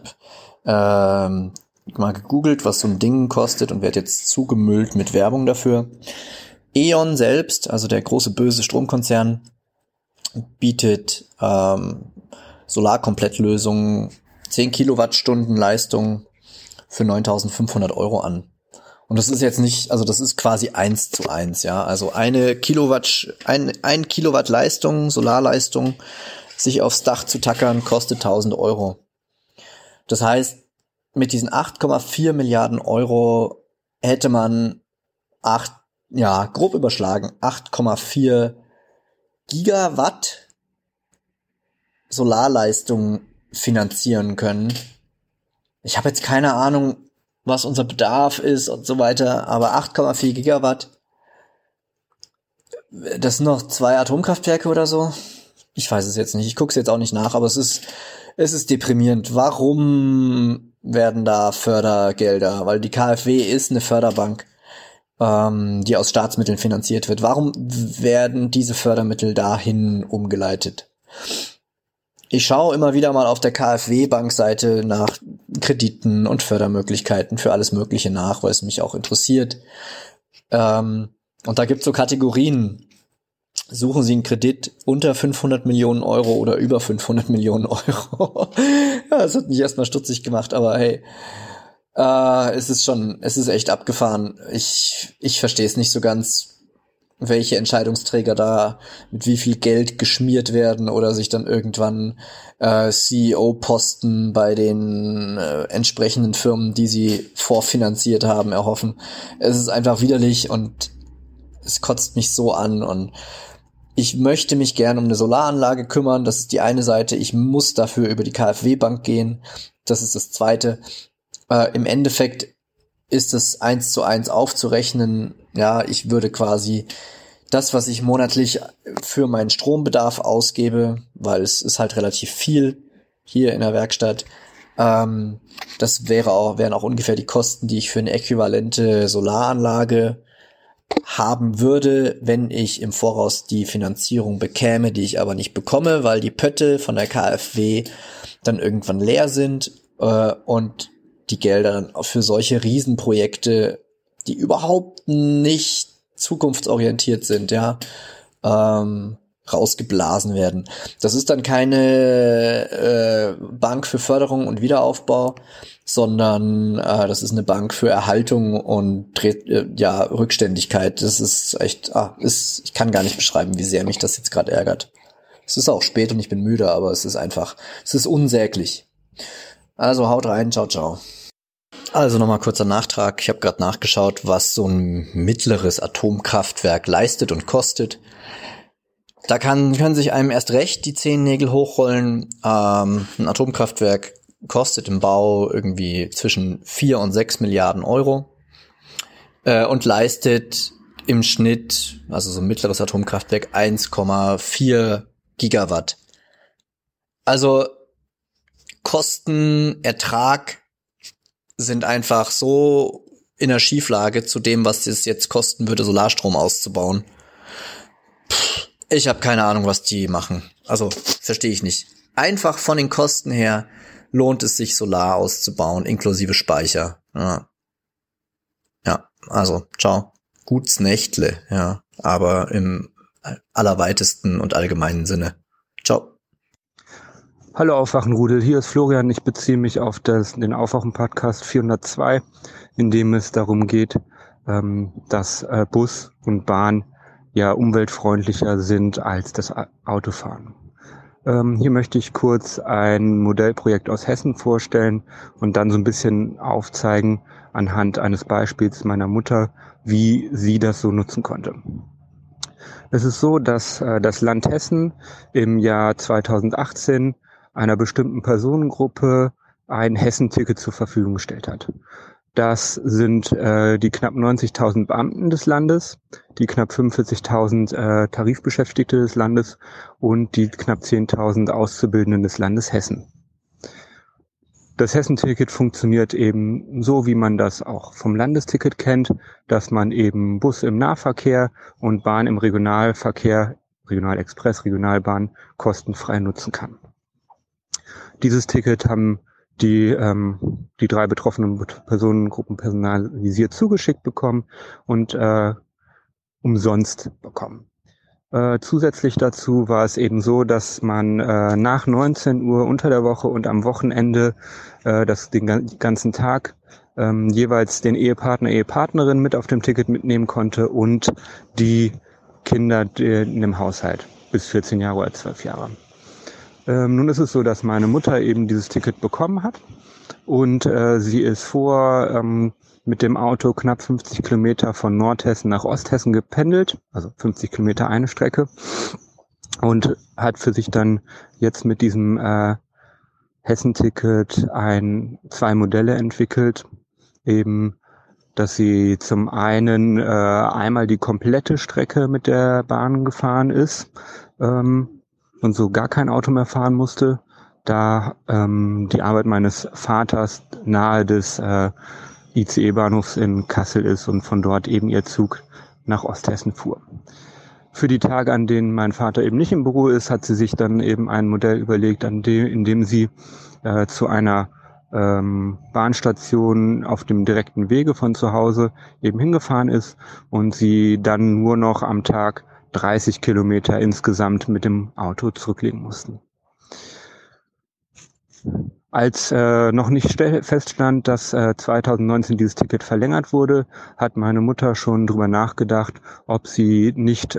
mal gegoogelt, was so ein Ding kostet und werde jetzt zugemüllt mit Werbung dafür. E.ON selbst, also der große böse Stromkonzern, bietet Solarkomplettlösungen, 10 Kilowattstunden Leistung für 9.500 Euro an. Und das ist jetzt nicht, also das ist quasi 1:1, ja. Also ein Kilowatt Leistung, Solarleistung, sich aufs Dach zu tackern, kostet 1.000 Euro. Das heißt, mit diesen 8,4 Milliarden Euro hätte man grob überschlagen, 8,4 Gigawatt Solarleistung finanzieren können. Ich habe jetzt keine Ahnung, was unser Bedarf ist und so weiter, aber 8,4 Gigawatt, das sind noch 2 Atomkraftwerke oder so. Ich weiß es jetzt nicht, ich gucke es jetzt auch nicht nach, aber es ist deprimierend. Warum werden da Fördergelder? Weil die KfW ist eine Förderbank, die aus Staatsmitteln finanziert wird. Warum werden diese Fördermittel dahin umgeleitet? Ich schaue immer wieder mal auf der KfW-Bankseite nach Krediten und Fördermöglichkeiten für alles Mögliche nach, weil es mich auch interessiert. Und da gibt's so Kategorien. Suchen Sie einen Kredit unter 500 Millionen Euro oder über 500 Millionen Euro? Das hat mich erstmal stutzig gemacht, aber hey, es ist echt abgefahren. Ich verstehe es nicht so ganz, welche Entscheidungsträger da mit wie viel Geld geschmiert werden oder sich dann irgendwann CEO-Posten bei den entsprechenden Firmen, die sie vorfinanziert haben, erhoffen. Es ist einfach widerlich und es kotzt mich so an und ich möchte mich gerne um eine Solaranlage kümmern. Das ist die eine Seite. Ich muss dafür über die KfW-Bank gehen. Das ist das zweite. Im Endeffekt ist es 1:1 aufzurechnen. Ja, ich würde quasi das, was ich monatlich für meinen Strombedarf ausgebe, weil es ist halt relativ viel hier in der Werkstatt. Das wären auch ungefähr die Kosten, die ich für eine äquivalente Solaranlage haben würde, wenn ich im Voraus die Finanzierung bekäme, die ich aber nicht bekomme, weil die Pötte von der KfW dann irgendwann leer sind und die Gelder dann für solche Riesenprojekte, die überhaupt nicht zukunftsorientiert sind, ja, rausgeblasen werden. Das ist dann keine Bank für Förderung und Wiederaufbau, sondern das ist eine Bank für Erhaltung und Rückständigkeit. Das ist echt, ich kann gar nicht beschreiben, wie sehr mich das jetzt gerade ärgert. Es ist auch spät und ich bin müde, aber es ist unsäglich. Also haut rein, ciao, ciao. Also nochmal kurzer Nachtrag. Ich habe gerade nachgeschaut, was so ein mittleres Atomkraftwerk leistet und kostet. Da können sich einem erst recht die Zehennägel hochrollen. Ein Atomkraftwerk kostet im Bau irgendwie zwischen 4 und 6 Milliarden Euro und leistet im Schnitt, also so ein mittleres Atomkraftwerk, 1,4 Gigawatt. Also Kosten, Ertrag sind einfach so in der Schieflage zu dem, was es jetzt kosten würde, Solarstrom auszubauen. Ich habe keine Ahnung, was die machen. Also, verstehe ich nicht. Einfach von den Kosten her lohnt es sich, Solar auszubauen, inklusive Speicher. Ja. Also, ciao. Gut's Nächtle, ja. Aber im allerweitesten und allgemeinen Sinne. Ciao.
Hallo Aufwachenrudel, hier ist Florian. Ich beziehe mich auf den Aufwachen-Podcast 402, in dem es darum geht, dass Bus und Bahn ja umweltfreundlicher sind als das Autofahren. Hier möchte ich kurz ein Modellprojekt aus Hessen vorstellen und dann so ein bisschen aufzeigen anhand eines Beispiels meiner Mutter, wie sie das so nutzen konnte. Es ist so, dass das Land Hessen im Jahr 2018 einer bestimmten Personengruppe ein Hessenticket zur Verfügung gestellt hat. Das sind die knapp 90.000 Beamten des Landes, die knapp 45.000 Tarifbeschäftigte des Landes und die knapp 10.000 Auszubildenden des Landes Hessen. Das Hessenticket funktioniert eben so, wie man das auch vom Landesticket kennt, dass man eben Bus im Nahverkehr und Bahn im Regionalverkehr, Regionalexpress, Regionalbahn kostenfrei nutzen kann. Dieses Ticket haben die 3 betroffenen Personengruppen personalisiert zugeschickt bekommen und umsonst bekommen. Zusätzlich dazu war es eben so, dass man nach 19 Uhr unter der Woche und am Wochenende den ganzen Tag jeweils den Ehepartner, Ehepartnerin mit auf dem Ticket mitnehmen konnte und die Kinder in dem Haushalt bis 14 Jahre oder 12 Jahre. Nun ist es so, dass meine Mutter eben dieses Ticket bekommen hat und sie ist mit dem Auto knapp 50 Kilometer von Nordhessen nach Osthessen gependelt, also 50 Kilometer eine Strecke, und hat für sich dann jetzt mit diesem Hessenticket 2 Modelle entwickelt, eben, dass sie zum einen einmal die komplette Strecke mit der Bahn gefahren ist und so gar kein Auto mehr fahren musste, da die Arbeit meines Vaters nahe des ICE-Bahnhofs in Kassel ist und von dort eben ihr Zug nach Osthessen fuhr. Für die Tage, an denen mein Vater eben nicht im Büro ist, hat sie sich dann eben ein Modell überlegt, in dem sie zu einer Bahnstation auf dem direkten Wege von zu Hause eben hingefahren ist und sie dann nur noch am Tag 30 Kilometer insgesamt mit dem Auto zurücklegen mussten. Als noch nicht feststand, dass 2019 dieses Ticket verlängert wurde, hat meine Mutter schon drüber nachgedacht, ob sie nicht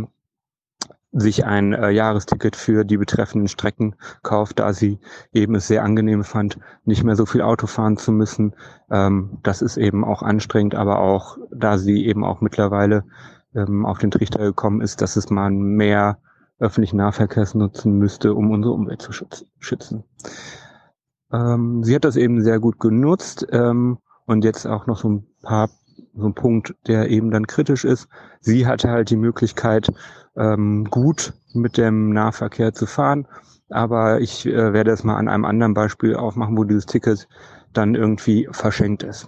sich ein Jahresticket für die betreffenden Strecken kauft, da sie eben es sehr angenehm fand, nicht mehr so viel Auto fahren zu müssen. Das ist eben auch anstrengend, aber auch, da sie eben auch mittlerweile auf den Trichter gekommen ist, dass man mehr öffentlichen Nahverkehrs nutzen müsste, um unsere Umwelt zu schützen. Sie hat das eben sehr gut genutzt und jetzt auch noch so ein Punkt, der eben dann kritisch ist. Sie hatte halt die Möglichkeit, gut mit dem Nahverkehr zu fahren, aber ich werde es mal an einem anderen Beispiel aufmachen, wo dieses Ticket dann irgendwie verschenkt ist.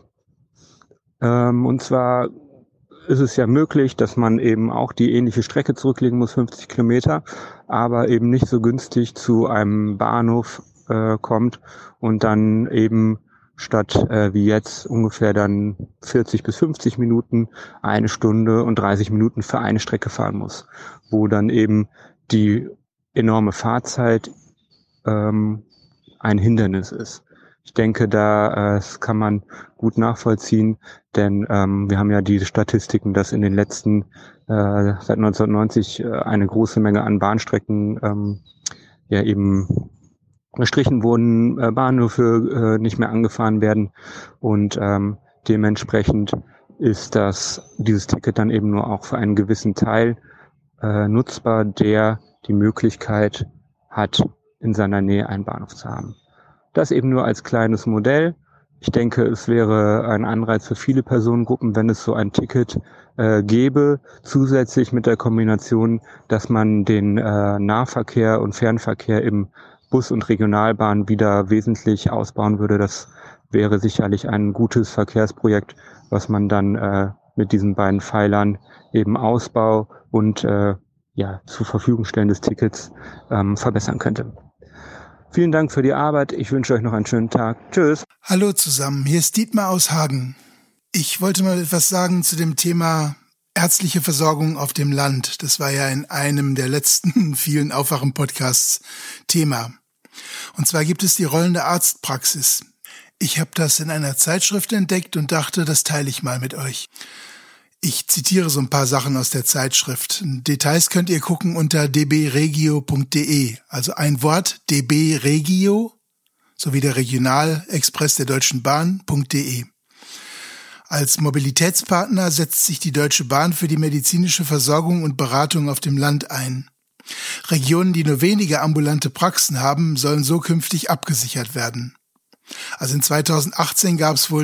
Und zwar ist es ja möglich, dass man eben auch die ähnliche Strecke zurücklegen muss, 50 Kilometer, aber eben nicht so günstig zu einem Bahnhof kommt und dann eben statt wie jetzt ungefähr dann 40 bis 50 Minuten 1 Stunde und 30 Minuten für eine Strecke fahren muss, wo dann eben die enorme Fahrzeit ein Hindernis ist. Ich denke, das kann man gut nachvollziehen, denn wir haben ja die Statistiken, dass in den letzten seit 1990 eine große Menge an Bahnstrecken ja eben gestrichen wurden, Bahnhöfe nicht mehr angefahren werden und dementsprechend ist dieses Ticket dann eben nur auch für einen gewissen Teil nutzbar, der die Möglichkeit hat, in seiner Nähe einen Bahnhof zu haben. Das eben nur als kleines Modell. Ich denke, es wäre ein Anreiz für viele Personengruppen, wenn es so ein Ticket gäbe, zusätzlich mit der Kombination, dass man den Nahverkehr und Fernverkehr im Bus- und Regionalbahn wieder wesentlich ausbauen würde. Das wäre sicherlich ein gutes Verkehrsprojekt, was man dann mit diesen beiden Pfeilern eben Ausbau und zur Verfügung stellen des Tickets verbessern könnte. Vielen Dank für die Arbeit. Ich wünsche euch noch einen schönen Tag. Tschüss.
Hallo zusammen, hier ist Dietmar aus Hagen. Ich wollte mal etwas sagen zu dem Thema ärztliche Versorgung auf dem Land. Das war ja in einem der letzten vielen Aufwachen-Podcasts Thema. Und zwar gibt es die rollende Arztpraxis. Ich habe das in einer Zeitschrift entdeckt und dachte, das teile ich mal mit euch. Ich zitiere so ein paar Sachen aus der Zeitschrift. Details könnt ihr gucken unter dbregio.de. Also ein Wort, dbregio, sowie der Regionalexpress der Deutschen Bahn.de. Als Mobilitätspartner setzt sich die Deutsche Bahn für die medizinische Versorgung und Beratung auf dem Land ein. Regionen, die nur wenige ambulante Praxen haben, sollen so künftig abgesichert werden. Also in 2018 gab es wohl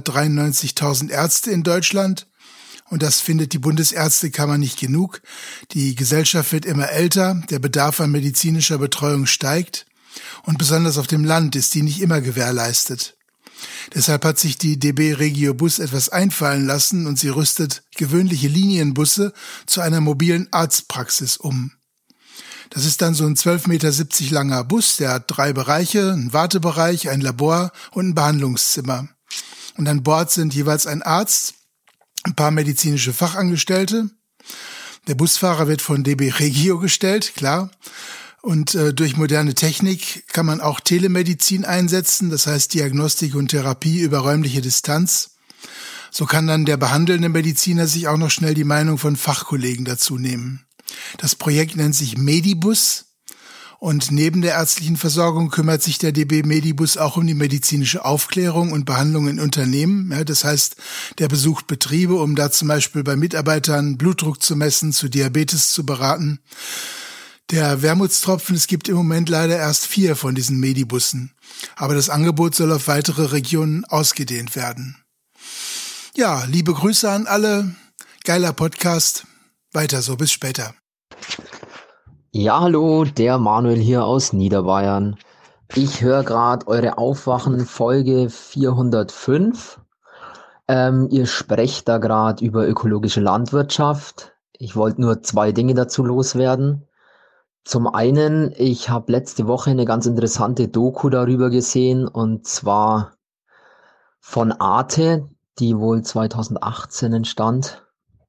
393.000 Ärzte in Deutschland und das findet die Bundesärztekammer nicht genug. Die Gesellschaft wird immer älter, der Bedarf an medizinischer Betreuung steigt und besonders auf dem Land ist die nicht immer gewährleistet. Deshalb hat sich die DB Regio Bus etwas einfallen lassen und sie rüstet gewöhnliche Linienbusse zu einer mobilen Arztpraxis um. Das ist dann so ein 12,70 Meter langer Bus, der hat 3 Bereiche, einen Wartebereich, ein Labor und ein Behandlungszimmer. Und an Bord sind jeweils ein Arzt, ein paar medizinische Fachangestellte. Der Busfahrer wird von DB Regio gestellt, klar. Und durch moderne Technik kann man auch Telemedizin einsetzen, das heißt Diagnostik und Therapie über räumliche Distanz. So kann dann der behandelnde Mediziner sich auch noch schnell die Meinung von Fachkollegen dazu nehmen. Das Projekt nennt sich Medibus und neben der ärztlichen Versorgung kümmert sich der DB Medibus auch um die medizinische Aufklärung und Behandlung in Unternehmen. Ja, das heißt, der besucht Betriebe, um da zum Beispiel bei Mitarbeitern Blutdruck zu messen, zu Diabetes zu beraten. Der Wermutstropfen, es gibt im Moment leider erst 4 von diesen Medibussen, aber das Angebot soll auf weitere Regionen ausgedehnt werden. Ja, liebe Grüße an alle, geiler Podcast, weiter so, bis später.
Ja, hallo, der Manuel hier aus Niederbayern. Ich höre gerade eure Aufwachen Folge 405. Ihr sprecht da gerade über ökologische Landwirtschaft. Ich wollte nur 2 Dinge dazu loswerden. Zum einen, ich habe letzte Woche eine ganz interessante Doku darüber gesehen und zwar von Arte, die wohl 2018 entstand.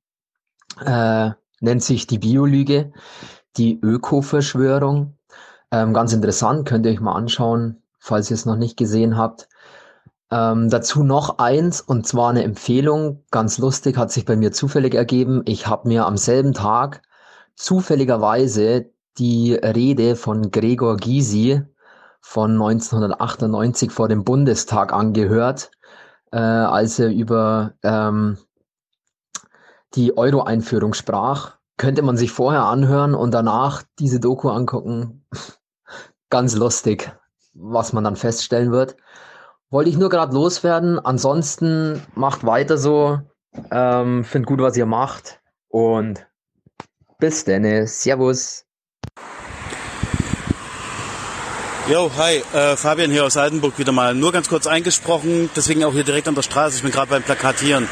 Nennt sich die Biolüge, die Öko-Verschwörung. Ganz interessant, könnt ihr euch mal anschauen, falls ihr es noch nicht gesehen habt. Dazu noch eins, und zwar eine Empfehlung, ganz lustig, hat sich bei mir zufällig ergeben. Ich habe mir am selben Tag zufälligerweise die Rede von Gregor Gysi von 1998 vor dem Bundestag angehört, als er über die Euro-Einführung sprach. Könnte man sich vorher anhören und danach diese Doku angucken. Ganz lustig, was man dann feststellen wird. Wollte ich nur gerade loswerden. Ansonsten macht weiter so. Find gut, was ihr macht. Und bis dann. Servus.
Jo, hi, Fabian hier aus Altenburg wieder mal. Nur ganz kurz eingesprochen, deswegen auch hier direkt an der Straße. Ich bin gerade beim Plakatieren.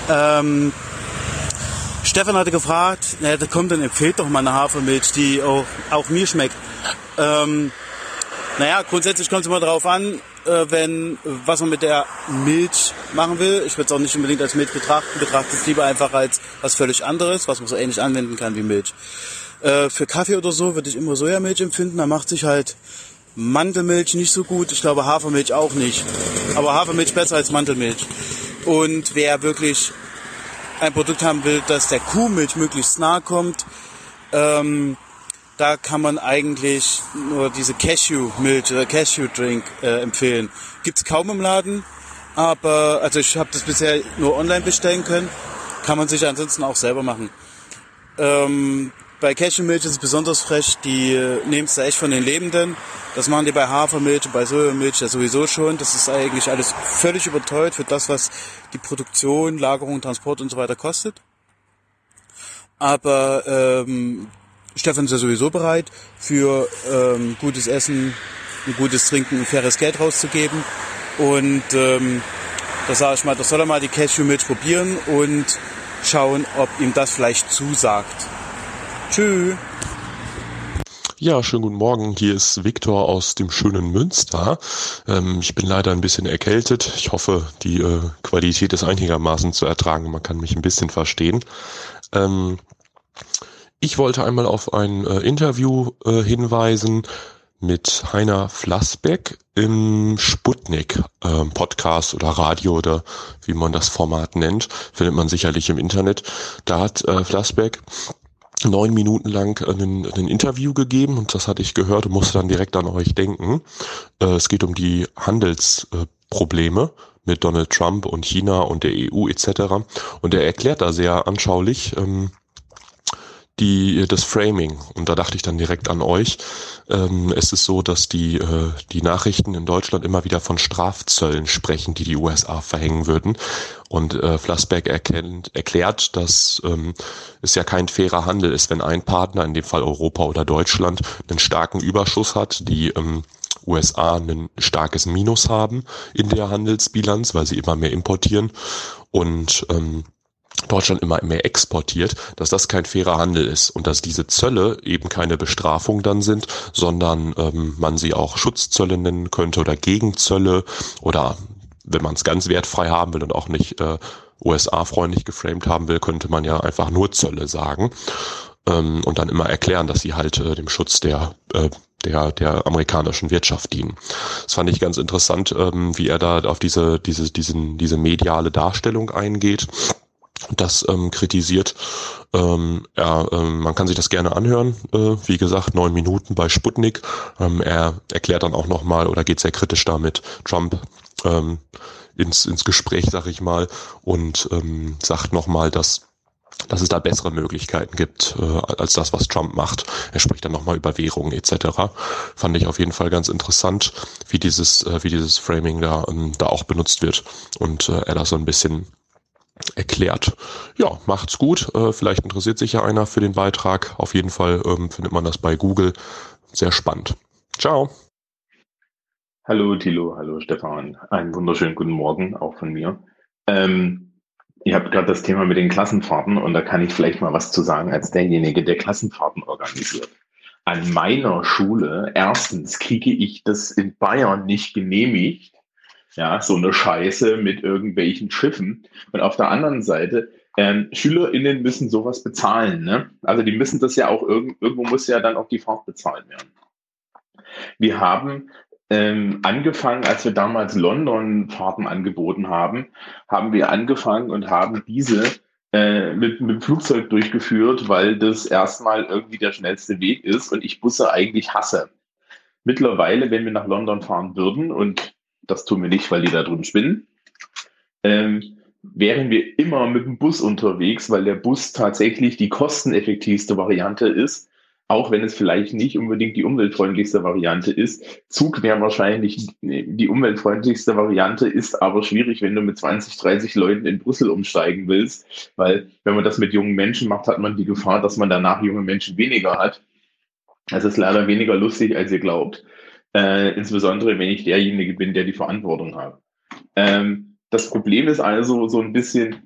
Stefan hatte gefragt, da kommt, dann empfiehlt doch mal eine Hafermilch, die auch mir schmeckt. Grundsätzlich kommt es immer darauf an, was man mit der Milch machen will. Ich würde es auch nicht unbedingt als Milch betrachte es lieber einfach als was völlig anderes, was man so ähnlich anwenden kann wie Milch. Für Kaffee oder so würde ich immer Sojamilch empfinden, da macht sich halt Mandelmilch nicht so gut, ich glaube Hafermilch auch nicht, aber Hafermilch besser als Mandelmilch. Und wer wirklich ein Produkt haben will, das der Kuhmilch möglichst nahe kommt, da kann man eigentlich nur diese Cashew-Milch oder Cashew-Drink empfehlen. Gibt's kaum im Laden, aber also ich habe das bisher nur online bestellen können, kann man sich ansonsten auch selber machen. Bei Cashewmilch ist es besonders frech, die nehmen es da echt von den Lebenden. Das machen die bei Hafermilch und bei Sojamilch ja sowieso schon. Das ist eigentlich alles völlig überteuert für das, was die Produktion, Lagerung, Transport und so weiter kostet. Aber Stefan ist ja sowieso bereit, für gutes Essen, ein gutes Trinken, ein faires Geld rauszugeben. Und da sage ich mal, das soll er mal die Cashewmilch probieren und schauen, ob ihm das vielleicht zusagt. Tschüss.
Ja, schönen guten Morgen. Hier ist Viktor aus dem schönen Münster. Ich bin leider ein bisschen erkältet. Ich hoffe, die Qualität ist einigermaßen zu ertragen. Man kann mich ein bisschen verstehen. Ich wollte einmal auf ein Interview hinweisen mit Heiner Flassbeck im Sputnik Podcast oder Radio oder wie man das Format nennt. Findet man sicherlich im Internet. Da hat Flassbeck 9 Minuten lang ein Interview gegeben und das hatte ich gehört und musste dann direkt an euch denken. Es geht um die Handelsprobleme mit Donald Trump und China und der EU etc. Und er erklärt da sehr anschaulich das Framing. Und da dachte ich dann direkt an euch. Es ist so, dass die Nachrichten in Deutschland immer wieder von Strafzöllen sprechen, die USA verhängen würden. Und Flassbeck erklärt, dass es ja kein fairer Handel ist, wenn ein Partner, in dem Fall Europa oder Deutschland, einen starken Überschuss hat, die USA ein starkes Minus haben in der Handelsbilanz, weil sie immer mehr importieren und Deutschland immer mehr exportiert, dass das kein fairer Handel ist und dass diese Zölle eben keine Bestrafung dann sind, sondern man sie auch Schutzzölle nennen könnte oder Gegenzölle oder wenn man es ganz wertfrei haben will und auch nicht USA-freundlich geframed haben will, könnte man ja einfach nur Zölle sagen und dann immer erklären, dass sie halt dem Schutz der amerikanischen Wirtschaft dienen. Das fand ich ganz interessant, wie er da auf diese mediale Darstellung eingeht. Das kritisiert. Man kann sich das gerne anhören. Wie gesagt, 9 Minuten bei Sputnik. Er erklärt dann auch nochmal oder geht sehr kritisch da mit Trump ins Gespräch, sag ich mal, und sagt nochmal, dass es da bessere Möglichkeiten gibt als das, was Trump macht. Er spricht dann nochmal über Währungen etc. Fand ich auf jeden Fall ganz interessant, wie dieses Framing da auch benutzt wird und er das so ein bisschen erklärt. Ja, macht's gut. Vielleicht interessiert sich ja einer für den Beitrag. Auf jeden Fall findet man das bei Google. Sehr spannend. Ciao.
Hallo Thilo, hallo Stefan. Einen wunderschönen guten Morgen auch von mir. Ihr habt gerade das Thema mit den Klassenfahrten und da kann ich vielleicht mal was zu sagen als derjenige, der Klassenfahrten organisiert. An meiner Schule, erstens kriege ich das in Bayern nicht genehmigt. Ja, so eine Scheiße mit irgendwelchen Schiffen. Und auf der anderen Seite, SchülerInnen müssen sowas bezahlen, ne? Also die müssen das ja auch, irgendwo muss ja dann auch die Fahrt bezahlt werden. Wir haben angefangen, als wir damals London-Fahrten angeboten haben wir angefangen und haben diese mit dem Flugzeug durchgeführt, weil das erstmal irgendwie der schnellste Weg ist und ich Busse eigentlich hasse. Mittlerweile, wenn wir nach London fahren würden und das tun wir nicht, weil die da drüben spinnen, wären wir immer mit dem Bus unterwegs, weil der Bus tatsächlich die kosteneffektivste Variante ist, auch wenn es vielleicht nicht unbedingt die umweltfreundlichste Variante ist. Zug wäre wahrscheinlich die umweltfreundlichste Variante, ist aber schwierig, wenn du mit 20, 30 Leuten in Brüssel umsteigen willst, weil wenn man das mit jungen Menschen macht, hat man die Gefahr, dass man danach junge Menschen weniger hat. Es ist leider weniger lustig, als ihr glaubt. Insbesondere, wenn ich derjenige bin, der die Verantwortung hat. Das Problem ist also so ein bisschen,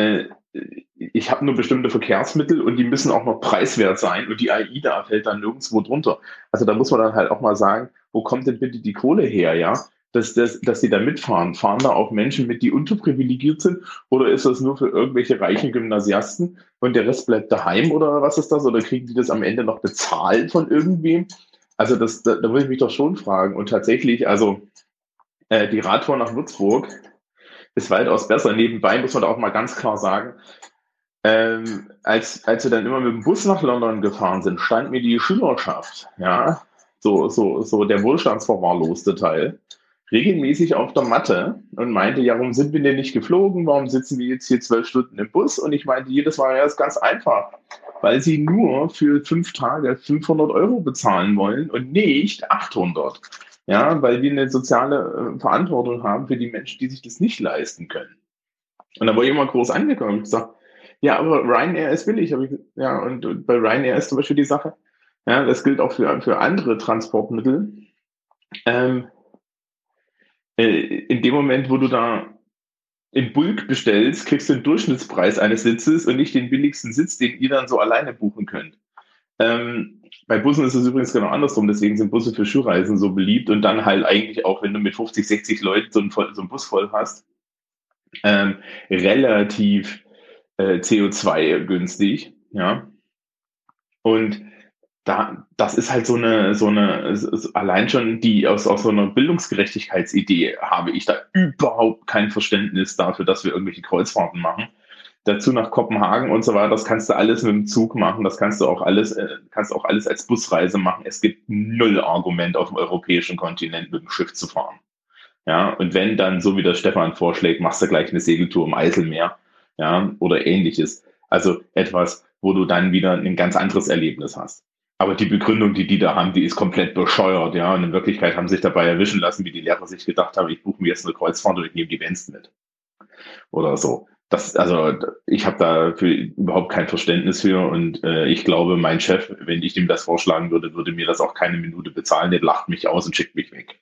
ich habe nur bestimmte Verkehrsmittel und die müssen auch noch preiswert sein und die AIDA fällt dann nirgendwo drunter. Also da muss man dann halt auch mal sagen, wo kommt denn bitte die Kohle her, ja? Dass die da mitfahren. Fahren da auch Menschen mit, die unterprivilegiert sind? Oder ist das nur für irgendwelche reichen Gymnasiasten und der Rest bleibt daheim oder was ist das? Oder kriegen die das am Ende noch bezahlt von irgendwem? Also da würde ich mich doch schon fragen. Und tatsächlich, also die Radtour nach Würzburg ist weitaus besser. Nebenbei muss man da auch mal ganz klar sagen, als wir dann immer mit dem Bus nach London gefahren sind, stand mir die Schülerschaft, ja, so der wohlstandsverwahrloste Teil, regelmäßig auf der Matte und meinte, ja, warum sind wir denn nicht geflogen? Warum sitzen wir jetzt hier 12 Stunden im Bus? Und ich meinte jedes Mal, ja, ist ganz einfach, weil sie nur für 5 Tage 500 € bezahlen wollen und nicht 800. Ja, weil wir eine soziale Verantwortung haben für die Menschen, die sich das nicht leisten können. Und da war ich immer groß angekommen und gesagt, ja, aber Ryanair ist billig. Ja, und bei Ryanair ist zum Beispiel die Sache, ja, das gilt auch für andere Transportmittel. In dem Moment, wo du da in Bulk bestellst, kriegst du den Durchschnittspreis eines Sitzes und nicht den billigsten Sitz, den ihr dann so alleine buchen könnt. Bei Bussen ist es übrigens genau andersrum, deswegen sind Busse für Schulreisen so beliebt und dann halt eigentlich auch, wenn du mit 50, 60 Leuten so einen Bus voll hast, relativ CO2 günstig, ja. Und das ist halt so eine allein schon aus so einer Bildungsgerechtigkeitsidee habe ich da überhaupt kein Verständnis dafür, dass wir irgendwelche Kreuzfahrten machen. Dazu nach Kopenhagen und so weiter, das kannst du alles mit dem Zug machen, das kannst du auch alles als Busreise machen. Es gibt null Argument auf dem europäischen Kontinent mit dem Schiff zu fahren. Ja, und wenn dann, so wie der Stefan vorschlägt, machst du gleich eine Segeltour im Eiselmeer, ja, oder ähnliches. Also etwas, wo du dann wieder ein ganz anderes Erlebnis hast. Aber die Begründung, die da haben, die ist komplett bescheuert, ja. Und in Wirklichkeit haben sie sich dabei erwischen lassen, wie die Lehrer sich gedacht haben, ich buche mir jetzt eine Kreuzfahrt und ich nehme die Bands mit. Oder so. Ich habe dafür überhaupt kein Verständnis für und ich glaube, mein Chef, wenn ich ihm das vorschlagen würde, würde mir das auch keine Minute bezahlen. Der lacht mich aus und schickt mich weg.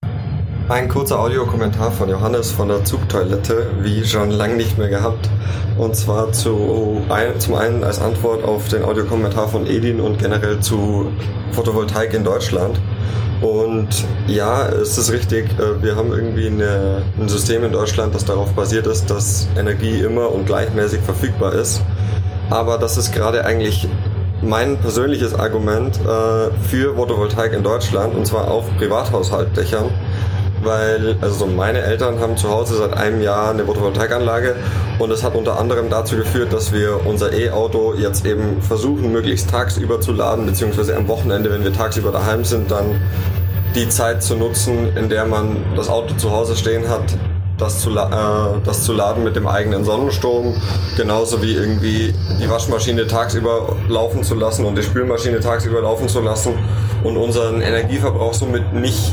Ein kurzer Audiokommentar von Johannes von der Zugtoilette, wie schon lange nicht mehr gehabt. Und zwar zum einen als Antwort auf den Audiokommentar von Edin und generell zu Photovoltaik in Deutschland. Und ja, es ist richtig, wir haben irgendwie ein System in Deutschland, das darauf basiert ist, dass Energie immer und gleichmäßig verfügbar ist. Aber das ist gerade eigentlich mein persönliches Argument für Photovoltaik in Deutschland, und zwar auf Privathaushaltdächern. Weil, also meine Eltern haben zu Hause seit einem Jahr eine Photovoltaikanlage und es hat unter anderem dazu geführt, dass wir unser E-Auto jetzt eben versuchen, möglichst tagsüber zu laden, beziehungsweise am Wochenende, wenn wir tagsüber daheim sind, dann die Zeit zu nutzen, in der man das Auto zu Hause stehen hat, das zu laden mit dem eigenen Sonnenstrom, genauso wie irgendwie die Waschmaschine tagsüber laufen zu lassen und die Spülmaschine tagsüber laufen zu lassen und unseren Energieverbrauch somit nicht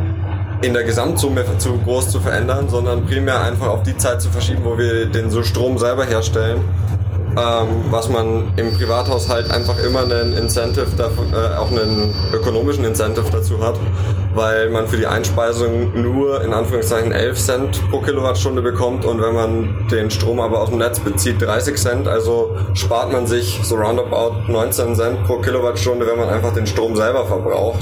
in der Gesamtsumme zu groß zu verändern, sondern primär einfach auf die Zeit zu verschieben, wo wir den so Strom selber herstellen, was man im Privathaushalt einfach immer einen Incentive, auch einen ökonomischen Incentive dazu hat, weil man für die Einspeisung nur in Anführungszeichen 11 Cent pro Kilowattstunde bekommt und wenn man den Strom aber aus dem Netz bezieht 30 Cent, also spart man sich so roundabout 19 Cent pro Kilowattstunde, wenn man einfach den Strom selber verbraucht.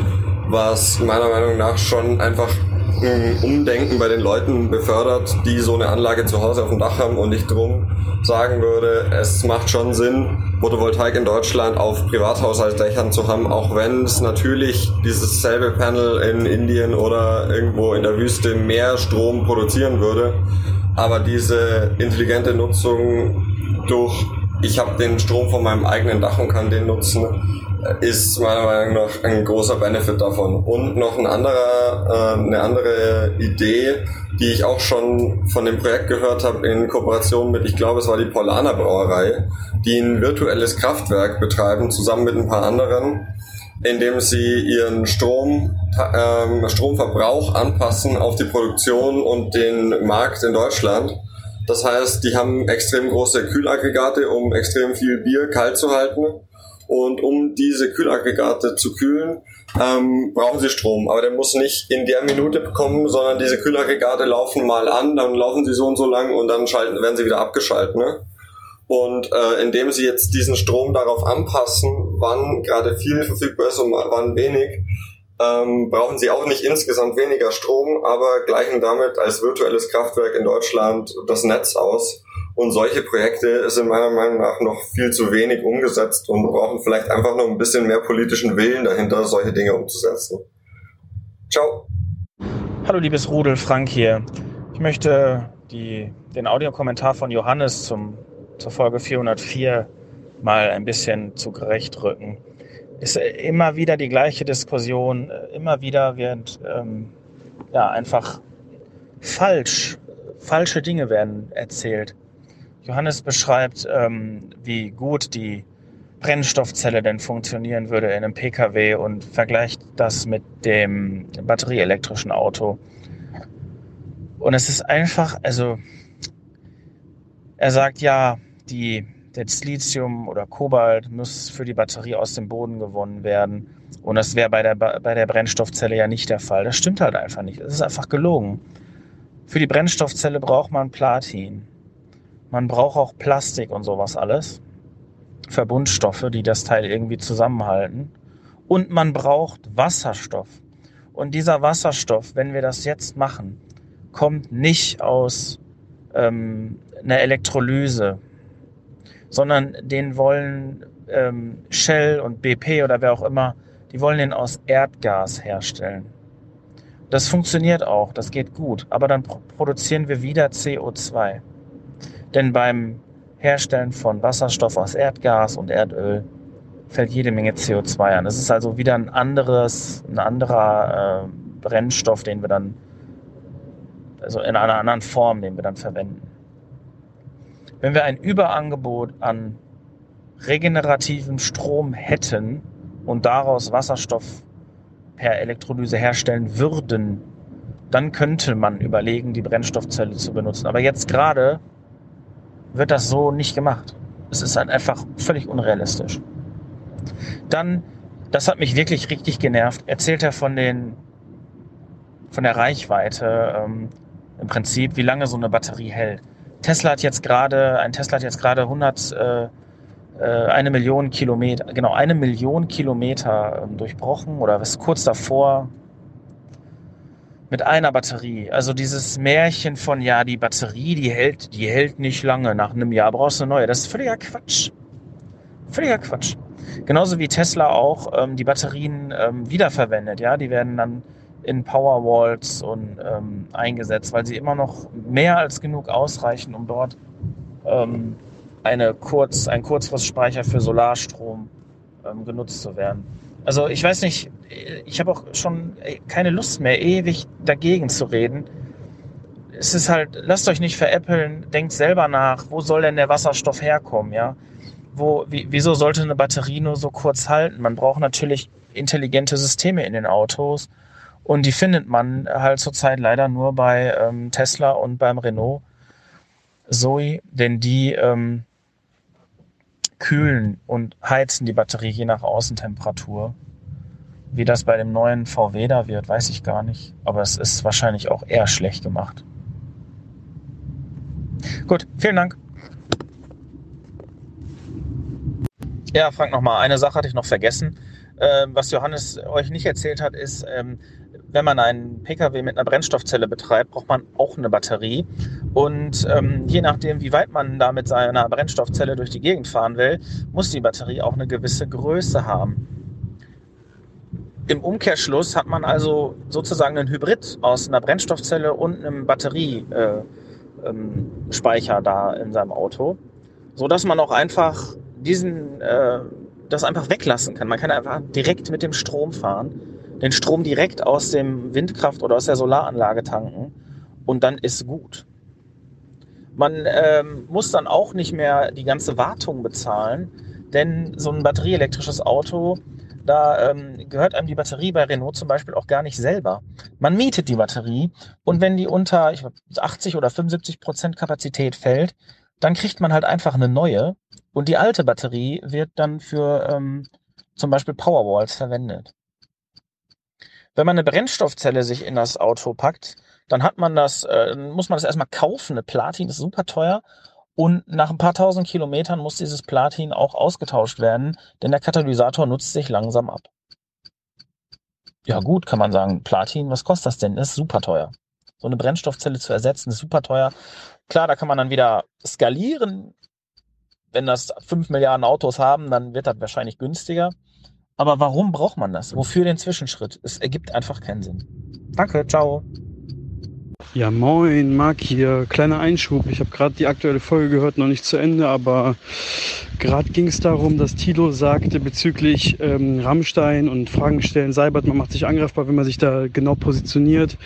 Was meiner Meinung nach schon einfach ein Umdenken bei den Leuten befördert, die so eine Anlage zu Hause auf dem Dach haben und ich drum sagen würde, es macht schon Sinn, Photovoltaik in Deutschland auf Privathaushaltsdächern zu haben, auch wenn es natürlich dieses selbe Panel in Indien oder irgendwo in der Wüste mehr Strom produzieren würde. Aber diese intelligente Nutzung durch, ich habe den Strom von meinem eigenen Dach und kann den nutzen, ist meiner Meinung nach ein großer Benefit davon. Und noch eine andere Idee, die ich auch schon von dem Projekt gehört habe in Kooperation mit, ich glaube es war die Paulaner Brauerei, die ein virtuelles Kraftwerk betreiben, zusammen mit ein paar anderen, indem sie ihren Stromverbrauch anpassen auf die Produktion und den Markt in Deutschland. Das heißt, die haben extrem große Kühlaggregate, um extrem viel Bier kalt zu halten. Und um diese Kühlaggregate zu kühlen, brauchen sie Strom. Aber der muss nicht in der Minute kommen, sondern diese Kühlaggregate laufen mal an, dann laufen sie so und so lang und dann werden sie wieder abgeschaltet. Ne? Und indem sie jetzt diesen Strom darauf anpassen, wann gerade viel verfügbar ist und wann wenig, brauchen sie auch nicht insgesamt weniger Strom, aber gleichen damit als virtuelles Kraftwerk in Deutschland das Netz aus. Und solche Projekte sind meiner Meinung nach noch viel zu wenig umgesetzt und brauchen vielleicht einfach noch ein bisschen mehr politischen Willen dahinter, solche Dinge umzusetzen. Ciao.
Hallo liebes Rudel, Frank hier. Ich möchte den Audiokommentar von Johannes zur Folge 404 mal ein bisschen zu gerecht rücken. Ist immer wieder die gleiche Diskussion, immer wieder wird einfach falsche Dinge werden erzählt. Johannes beschreibt, wie gut die Brennstoffzelle denn funktionieren würde in einem PKW und vergleicht das mit dem batterieelektrischen Auto. Und es ist einfach, also er sagt ja, das Lithium oder Kobalt muss für die Batterie aus dem Boden gewonnen werden. Und das wäre bei der Brennstoffzelle ja nicht der Fall. Das stimmt halt einfach nicht. Das ist einfach gelogen. Für die Brennstoffzelle braucht man Platin. Man braucht auch Plastik und sowas alles. Verbundstoffe, die das Teil irgendwie zusammenhalten. Und man braucht Wasserstoff. Und dieser Wasserstoff, wenn wir das jetzt machen, kommt nicht aus einer Elektrolyse, sondern den wollen Shell und BP oder wer auch immer, die wollen den aus Erdgas herstellen. Das funktioniert auch, das geht gut, aber dann produzieren wir wieder CO2. Denn beim Herstellen von Wasserstoff aus Erdgas und Erdöl fällt jede Menge CO2 an. Das ist also wieder ein anderer Brennstoff, den wir dann, also in einer anderen Form, den wir dann verwenden. Wenn wir ein Überangebot an regenerativen Strom hätten und daraus Wasserstoff per Elektrolyse herstellen würden, dann könnte man überlegen, die Brennstoffzelle zu benutzen. Aber jetzt gerade wird das so nicht gemacht. Es ist halt einfach völlig unrealistisch. Dann, das hat mich wirklich richtig genervt, erzählt er von der Reichweite, im Prinzip, wie lange so eine Batterie hält. Ein Tesla hat jetzt gerade 1 Million Kilometer durchbrochen oder ist kurz davor mit einer Batterie. Also dieses Märchen von, ja, die Batterie, die hält nicht lange, nach einem Jahr brauchst du eine neue. Das ist völliger Quatsch. Völliger Quatsch. Genauso wie Tesla auch die Batterien wiederverwendet. Ja, die werden dann in Powerwalls und eingesetzt, weil sie immer noch mehr als genug ausreichen, um dort ein Kurzfristspeicher für Solarstrom genutzt zu werden. Also ich weiß nicht, ich habe auch schon keine Lust mehr, ewig dagegen zu reden. Es ist halt, lasst euch nicht veräppeln, denkt selber nach, wo soll denn der Wasserstoff herkommen, ja? Wieso sollte eine Batterie nur so kurz halten? Man braucht natürlich intelligente Systeme in den Autos und die findet man halt zurzeit leider nur bei Tesla und beim Renault Zoe, denn die kühlen und heizen die Batterie je nach Außentemperatur. Wie das bei dem neuen VW da wird, weiß ich gar nicht. Aber es ist wahrscheinlich auch eher schlecht gemacht. Gut, vielen Dank. Ja, Frank, nochmal. Eine Sache hatte ich noch vergessen. Was Johannes euch nicht erzählt hat, ist, wenn man einen Pkw mit einer Brennstoffzelle betreibt, braucht man auch eine Batterie. Und je nachdem, wie weit man da mit seiner Brennstoffzelle durch die Gegend fahren will, muss die Batterie auch eine gewisse Größe haben. Im Umkehrschluss hat man also sozusagen einen Hybrid aus einer Brennstoffzelle und einem Batteriespeicher da in seinem Auto, sodass man auch einfach das einfach weglassen kann. Man kann einfach direkt mit dem Strom fahren, den Strom direkt aus dem Windkraft oder aus der Solaranlage tanken und dann ist gut. Man muss dann auch nicht mehr die ganze Wartung bezahlen, denn so ein batterieelektrisches Auto, da gehört einem die Batterie bei Renault zum Beispiel auch gar nicht selber. Man mietet die Batterie und wenn die unter 80 oder 75% Kapazität fällt, dann kriegt man halt einfach eine neue und die alte Batterie wird dann für zum Beispiel Powerwalls verwendet. Wenn man eine Brennstoffzelle sich in das Auto packt, dann muss man das erstmal kaufen. Eine Platin ist super teuer und nach ein paar tausend Kilometern muss dieses Platin auch ausgetauscht werden, denn der Katalysator nutzt sich langsam ab. Ja gut, kann man sagen, Platin, was kostet das denn? Ist super teuer. So eine Brennstoffzelle zu ersetzen, ist super teuer. Klar, da kann man dann wieder skalieren. Wenn das 5 Milliarden Autos haben, dann wird das wahrscheinlich günstiger. Aber warum braucht man das? Wofür den Zwischenschritt? Es ergibt einfach keinen Sinn. Danke, ciao.
Ja, moin, Marc hier. Kleiner Einschub. Ich habe gerade die aktuelle Folge gehört, noch nicht zu Ende, aber gerade ging es darum, dass Thilo sagte bezüglich Rammstein und Fragen stellen, Seibert, man macht sich angreifbar, wenn man sich da genau positioniert.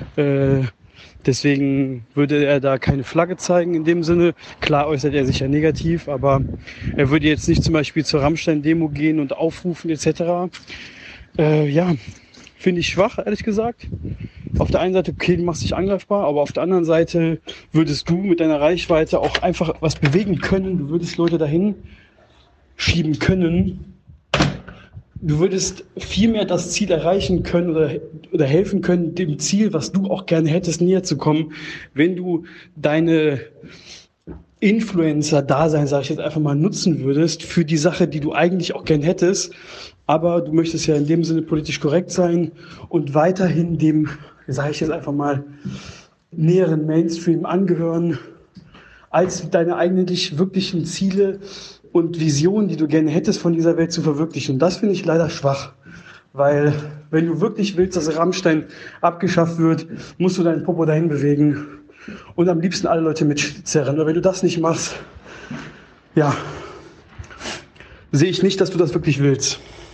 Deswegen würde er da keine Flagge zeigen in dem Sinne. Klar äußert er sich ja negativ, aber er würde jetzt nicht zum Beispiel zur Rammstein-Demo gehen und aufrufen etc. Ja, finde ich schwach, ehrlich gesagt. Auf der einen Seite, okay, du machst dich angreifbar, aber auf der anderen Seite würdest du mit deiner Reichweite auch einfach was bewegen können. Du würdest Leute dahin schieben können. Du würdest viel mehr das Ziel erreichen können oder helfen können, dem Ziel, was du auch gerne hättest, näher zu kommen, wenn du deine Influencer-Dasein, sage ich jetzt einfach mal, nutzen würdest für die Sache, die du eigentlich auch gern hättest. Aber du möchtest ja in dem Sinne politisch korrekt sein und weiterhin dem, sage ich jetzt einfach mal, näheren Mainstream angehören, als deine eigentlich wirklichen Ziele und Visionen, die du gerne hättest, von dieser Welt zu verwirklichen. Und das finde ich leider schwach. Weil wenn du wirklich willst, dass Rammstein abgeschafft wird, musst du deinen Popo dahin bewegen und am liebsten alle Leute mitzerren. Aber wenn du das nicht machst, ja, sehe ich nicht, dass du das wirklich willst.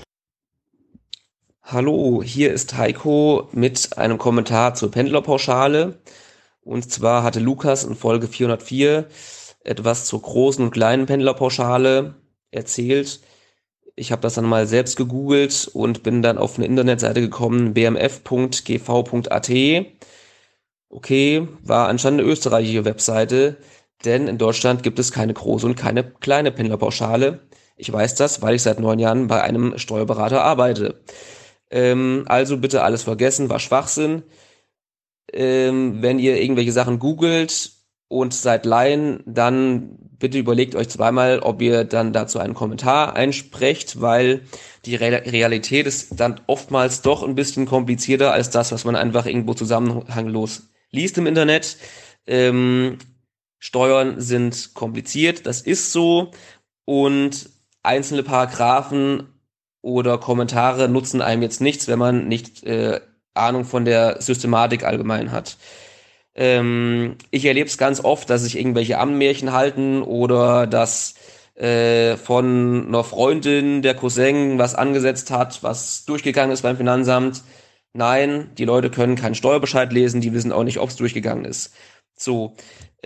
Hallo, hier ist Heiko mit einem Kommentar zur Pendlerpauschale. Und zwar hatte Lukas in Folge 404 etwas zur großen und kleinen Pendlerpauschale erzählt. Ich habe das dann mal selbst gegoogelt und bin dann auf eine Internetseite gekommen, bmf.gv.at. Okay, war anscheinend eine österreichische Webseite, denn in Deutschland gibt es keine große und keine kleine Pendlerpauschale. Ich weiß das, weil ich seit 9 Jahren bei einem Steuerberater arbeite. Also bitte alles vergessen, war Schwachsinn. Wenn ihr irgendwelche Sachen googelt und seid Laien, dann bitte überlegt euch zweimal, ob ihr dann dazu einen Kommentar einsprecht, weil die Realität ist dann oftmals doch ein bisschen komplizierter als das, was man einfach irgendwo zusammenhanglos liest im Internet. Steuern sind kompliziert, das ist so, und einzelne Paragraphen oder Kommentare nutzen einem jetzt nichts, wenn man nicht Ahnung von der Systematik allgemein hat. Ich erlebe es ganz oft, dass sich irgendwelche Ammenmärchen halten oder dass von einer Freundin der Cousin was angesetzt hat, was durchgegangen ist beim Finanzamt. Nein, die Leute können keinen Steuerbescheid lesen, die wissen auch nicht, ob es durchgegangen ist. So,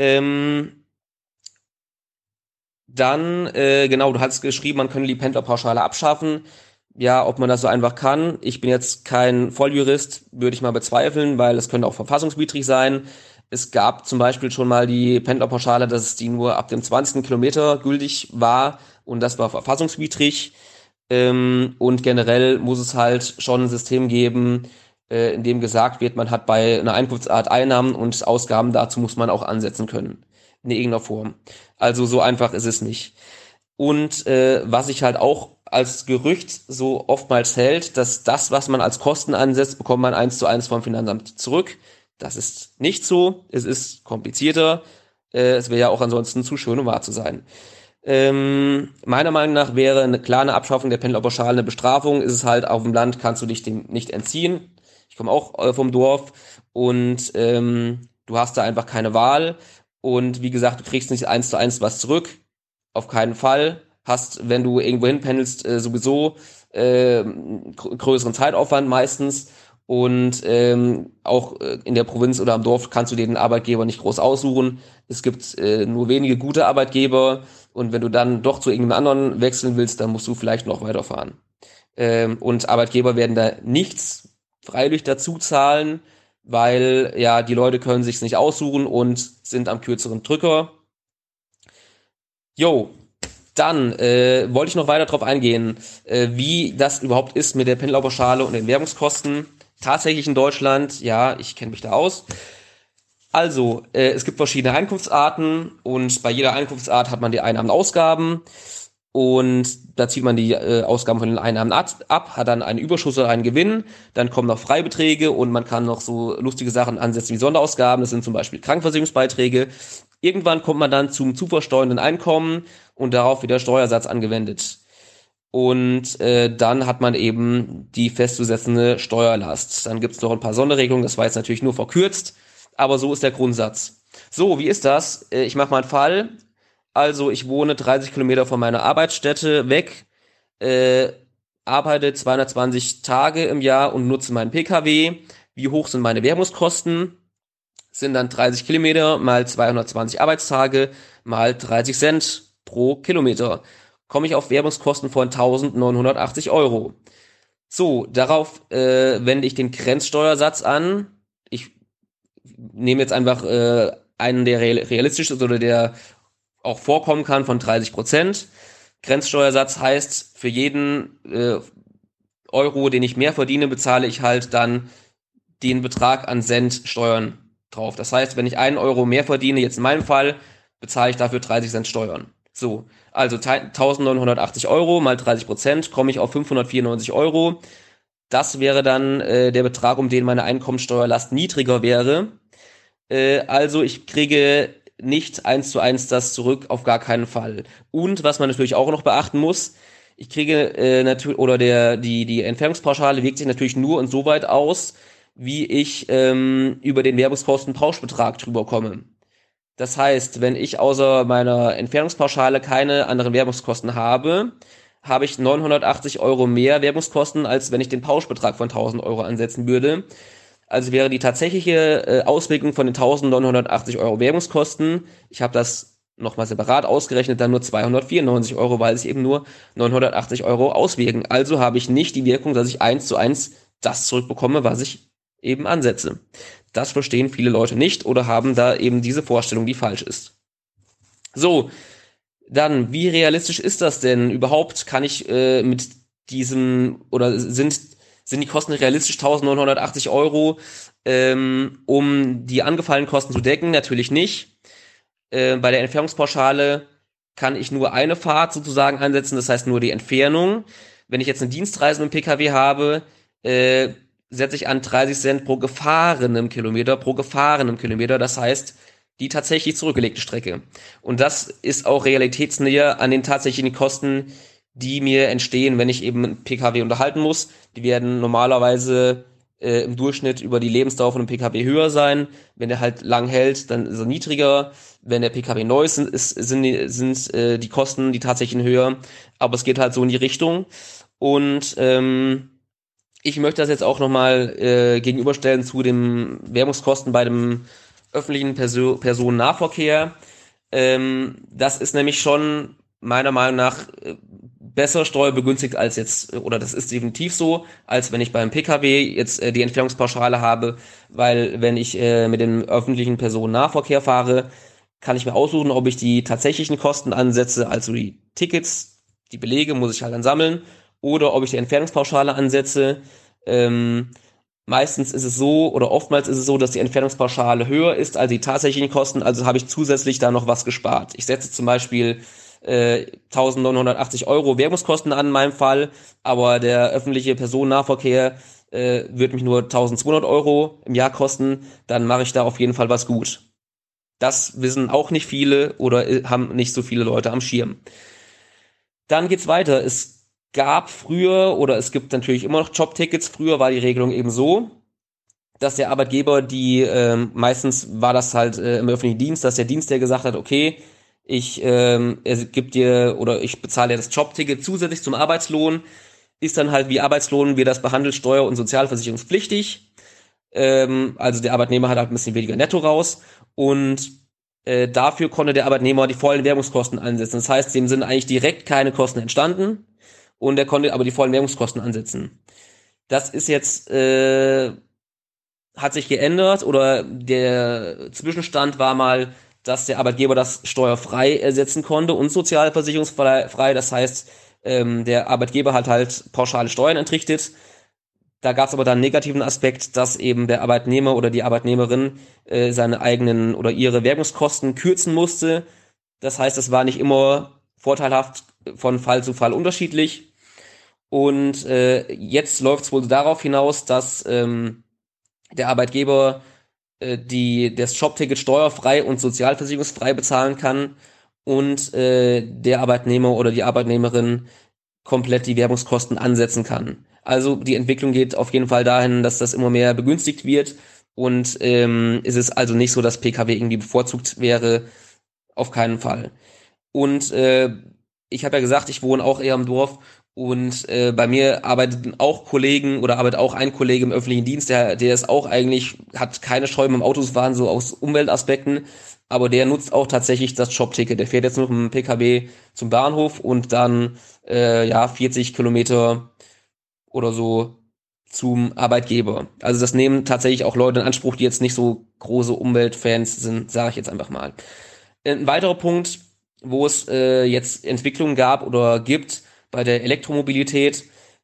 dann, genau, du hast geschrieben, man könne die Pendlerpauschale abschaffen. Ja, ob man das so einfach kann. Ich bin jetzt kein Volljurist, würde ich mal bezweifeln, weil es könnte auch verfassungswidrig sein. Es gab zum Beispiel schon mal die Pendlerpauschale, dass die nur ab dem 20. Kilometer gültig war, und das war verfassungswidrig. Und generell muss es halt schon ein System geben, in dem gesagt wird, man hat bei einer Einkunftsart Einnahmen und Ausgaben dazu muss man auch ansetzen können. In irgendeiner Form. Also so einfach ist es nicht. Und was ich halt auch als Gerücht so oftmals hält, dass das, was man als Kosten ansetzt, bekommt man 1:1 vom Finanzamt zurück. Das ist nicht so. Es ist komplizierter. Es wäre ja auch ansonsten zu schön, um wahr zu sein. Meiner Meinung nach wäre eine klare Abschaffung der Pendlerpauschale eine Bestrafung. Ist es halt, auf dem Land kannst du dich dem nicht entziehen. Ich komme auch vom Dorf und du hast da einfach keine Wahl. Und wie gesagt, du kriegst nicht 1:1 was zurück. Auf keinen Fall. Hast, wenn du irgendwo hinpendelst, sowieso größeren Zeitaufwand meistens. Und auch in der Provinz oder am Dorf kannst du dir den Arbeitgeber nicht groß aussuchen. Es gibt nur wenige gute Arbeitgeber. Und wenn du dann doch zu irgendeinem anderen wechseln willst, dann musst du vielleicht noch weiterfahren. Und Arbeitgeber werden da nichts freiwillig dazu zahlen, weil ja die Leute können sich's nicht aussuchen und sind am kürzeren Drücker. Jo, dann wollte ich noch weiter darauf eingehen, wie das überhaupt ist mit der Pendlerpauschale und den Werbungskosten. Tatsächlich in Deutschland, ja, ich kenne mich da aus. Also, es gibt verschiedene Einkunftsarten und bei jeder Einkunftsart hat man die Einnahmen und Ausgaben. Und da zieht man die Ausgaben von den Einnahmen ab, hat dann einen Überschuss oder einen Gewinn, dann kommen noch Freibeträge und man kann noch so lustige Sachen ansetzen wie Sonderausgaben, das sind zum Beispiel Krankenversicherungsbeiträge. Irgendwann kommt man dann zum zu versteuernden Einkommen und darauf wird der Steuersatz angewendet. Und dann hat man eben die festzusetzende Steuerlast. Dann gibt es noch ein paar Sonderregelungen, das war jetzt natürlich nur verkürzt, aber so ist der Grundsatz. So, wie ist das? Ich mache mal einen Fall. Also ich wohne 30 Kilometer von meiner Arbeitsstätte weg, arbeite 220 Tage im Jahr und nutze meinen PKW. Wie hoch sind meine Werbungskosten? Sind dann 30 Kilometer mal 220 Arbeitstage mal 30 Cent pro Kilometer. Komme ich auf Werbungskosten von 1.980 €. So, darauf wende ich den Grenzsteuersatz an. Ich nehme jetzt einfach einen, der realistisch ist oder der auch vorkommen kann, von 30%. Grenzsteuersatz heißt, für jeden Euro, den ich mehr verdiene, bezahle ich halt dann den Betrag an Cent Steuern drauf. Das heißt, wenn ich 1 Euro mehr verdiene, jetzt in meinem Fall, bezahle ich dafür 30 Cent Steuern. So, also 1.980 Euro mal 30%, komme ich auf 594 Euro. Das wäre dann der Betrag, um den meine Einkommensteuerlast niedriger wäre. Also ich kriege nicht 1:1 das zurück, auf gar keinen Fall. Und was man natürlich auch noch beachten muss, ich kriege natürlich, oder die Entfernungspauschale wirkt sich natürlich nur insoweit aus, wie ich über den Werbungskostenpauschbetrag drüber komme. Das heißt, wenn ich außer meiner Entfernungspauschale keine anderen Werbungskosten habe, habe ich 980 Euro mehr Werbungskosten, als wenn ich den Pauschbetrag von 1.000 Euro ansetzen würde. Also wäre die tatsächliche Auswirkung von den 1.980 Euro Werbungskosten, ich habe das nochmal separat ausgerechnet, dann nur 294 Euro, weil sich eben nur 980 Euro auswirken. Also habe ich nicht die Wirkung, dass ich 1:1 das zurückbekomme, was ich eben ansetze. Das verstehen viele Leute nicht oder haben da eben diese Vorstellung, die falsch ist. So, dann, wie realistisch ist das denn überhaupt? Kann ich mit diesem, oder sind die Kosten realistisch 1.980 Euro, um die angefallenen Kosten zu decken? Natürlich nicht. Bei der Entfernungspauschale kann ich nur eine Fahrt sozusagen ansetzen, das heißt nur die Entfernung. Wenn ich jetzt eine Dienstreise mit dem Pkw habe, setze ich an 30 Cent pro gefahrenem Kilometer, das heißt die tatsächlich zurückgelegte Strecke. Und das ist auch realitätsnäher an den tatsächlichen Kosten, die mir entstehen, wenn ich eben einen Pkw unterhalten muss. Die werden normalerweise im Durchschnitt über die Lebensdauer von einem Pkw höher sein. Wenn der halt lang hält, dann ist er niedriger. Wenn der Pkw neu ist, sind die Kosten, die tatsächlichen höher. Aber es geht halt so in die Richtung. Und ich möchte das jetzt auch nochmal gegenüberstellen zu den Werbungskosten bei dem öffentlichen Personennahverkehr. Das ist nämlich schon meiner Meinung nach besser steuerbegünstigt als jetzt, oder das ist definitiv so, als wenn ich beim Pkw jetzt die Entfernungspauschale habe, weil wenn ich mit dem öffentlichen Personennahverkehr fahre, kann ich mir aussuchen, ob ich die tatsächlichen Kosten ansetze, also die Tickets, die Belege muss ich halt dann sammeln, oder ob ich die Entfernungspauschale ansetze. Meistens ist es so, oder oftmals ist es so, dass die Entfernungspauschale höher ist als die tatsächlichen Kosten, also habe ich zusätzlich da noch was gespart. Ich setze zum Beispiel 1.980 Euro Werbungskosten an in meinem Fall, aber der öffentliche Personennahverkehr wird mich nur 1.200 Euro im Jahr kosten, dann mache ich da auf jeden Fall was gut. Das wissen auch nicht viele oder haben nicht so viele Leute am Schirm. Dann geht's weiter. Es gab früher, oder es gibt natürlich immer noch Jobtickets, früher war die Regelung eben so, dass der Arbeitgeber meistens war das halt im öffentlichen Dienst, dass der Dienst, der gesagt hat, okay, ich gebe dir oder ich bezahle dir das Jobticket zusätzlich zum Arbeitslohn, ist dann halt wie Arbeitslohn, wird das behandelt, steuer- und sozialversicherungspflichtig. Also der Arbeitnehmer hat halt ein bisschen weniger netto raus und dafür konnte der Arbeitnehmer die vollen Werbungskosten ansetzen. Das heißt, dem sind eigentlich direkt keine Kosten entstanden und er konnte aber die vollen Werbungskosten ansetzen. Das ist jetzt hat sich geändert, oder der Zwischenstand war mal, dass der Arbeitgeber das steuerfrei ersetzen konnte und sozialversicherungsfrei. Das heißt, der Arbeitgeber hat halt pauschale Steuern entrichtet. Da gab es aber dann einen negativen Aspekt, dass eben der Arbeitnehmer oder die Arbeitnehmerin seine eigenen oder ihre Werbungskosten kürzen musste. Das heißt, es war nicht immer vorteilhaft, von Fall zu Fall unterschiedlich. Und jetzt läuft es wohl darauf hinaus, dass der Arbeitgeber das Jobticket steuerfrei und sozialversicherungsfrei bezahlen kann und der Arbeitnehmer oder die Arbeitnehmerin komplett die Werbungskosten ansetzen kann. Also die Entwicklung geht auf jeden Fall dahin, dass das immer mehr begünstigt wird und ist es also nicht so, dass Pkw irgendwie bevorzugt wäre, auf keinen Fall. Und ich habe ja gesagt, ich wohne auch eher im Dorf und bei mir arbeiten auch Kollegen oder arbeitet auch ein Kollege im öffentlichen Dienst, der ist auch eigentlich, hat keine Scheu beim Autofahren, so aus Umweltaspekten, aber der nutzt auch tatsächlich das Jobticket. Der fährt jetzt noch mit dem Pkw zum Bahnhof und dann 40 Kilometer oder so zum Arbeitgeber. Also das nehmen tatsächlich auch Leute in Anspruch, die jetzt nicht so große Umweltfans sind, sage ich jetzt einfach mal. Ein weiterer Punkt, wo es jetzt Entwicklungen gab oder gibt bei der Elektromobilität,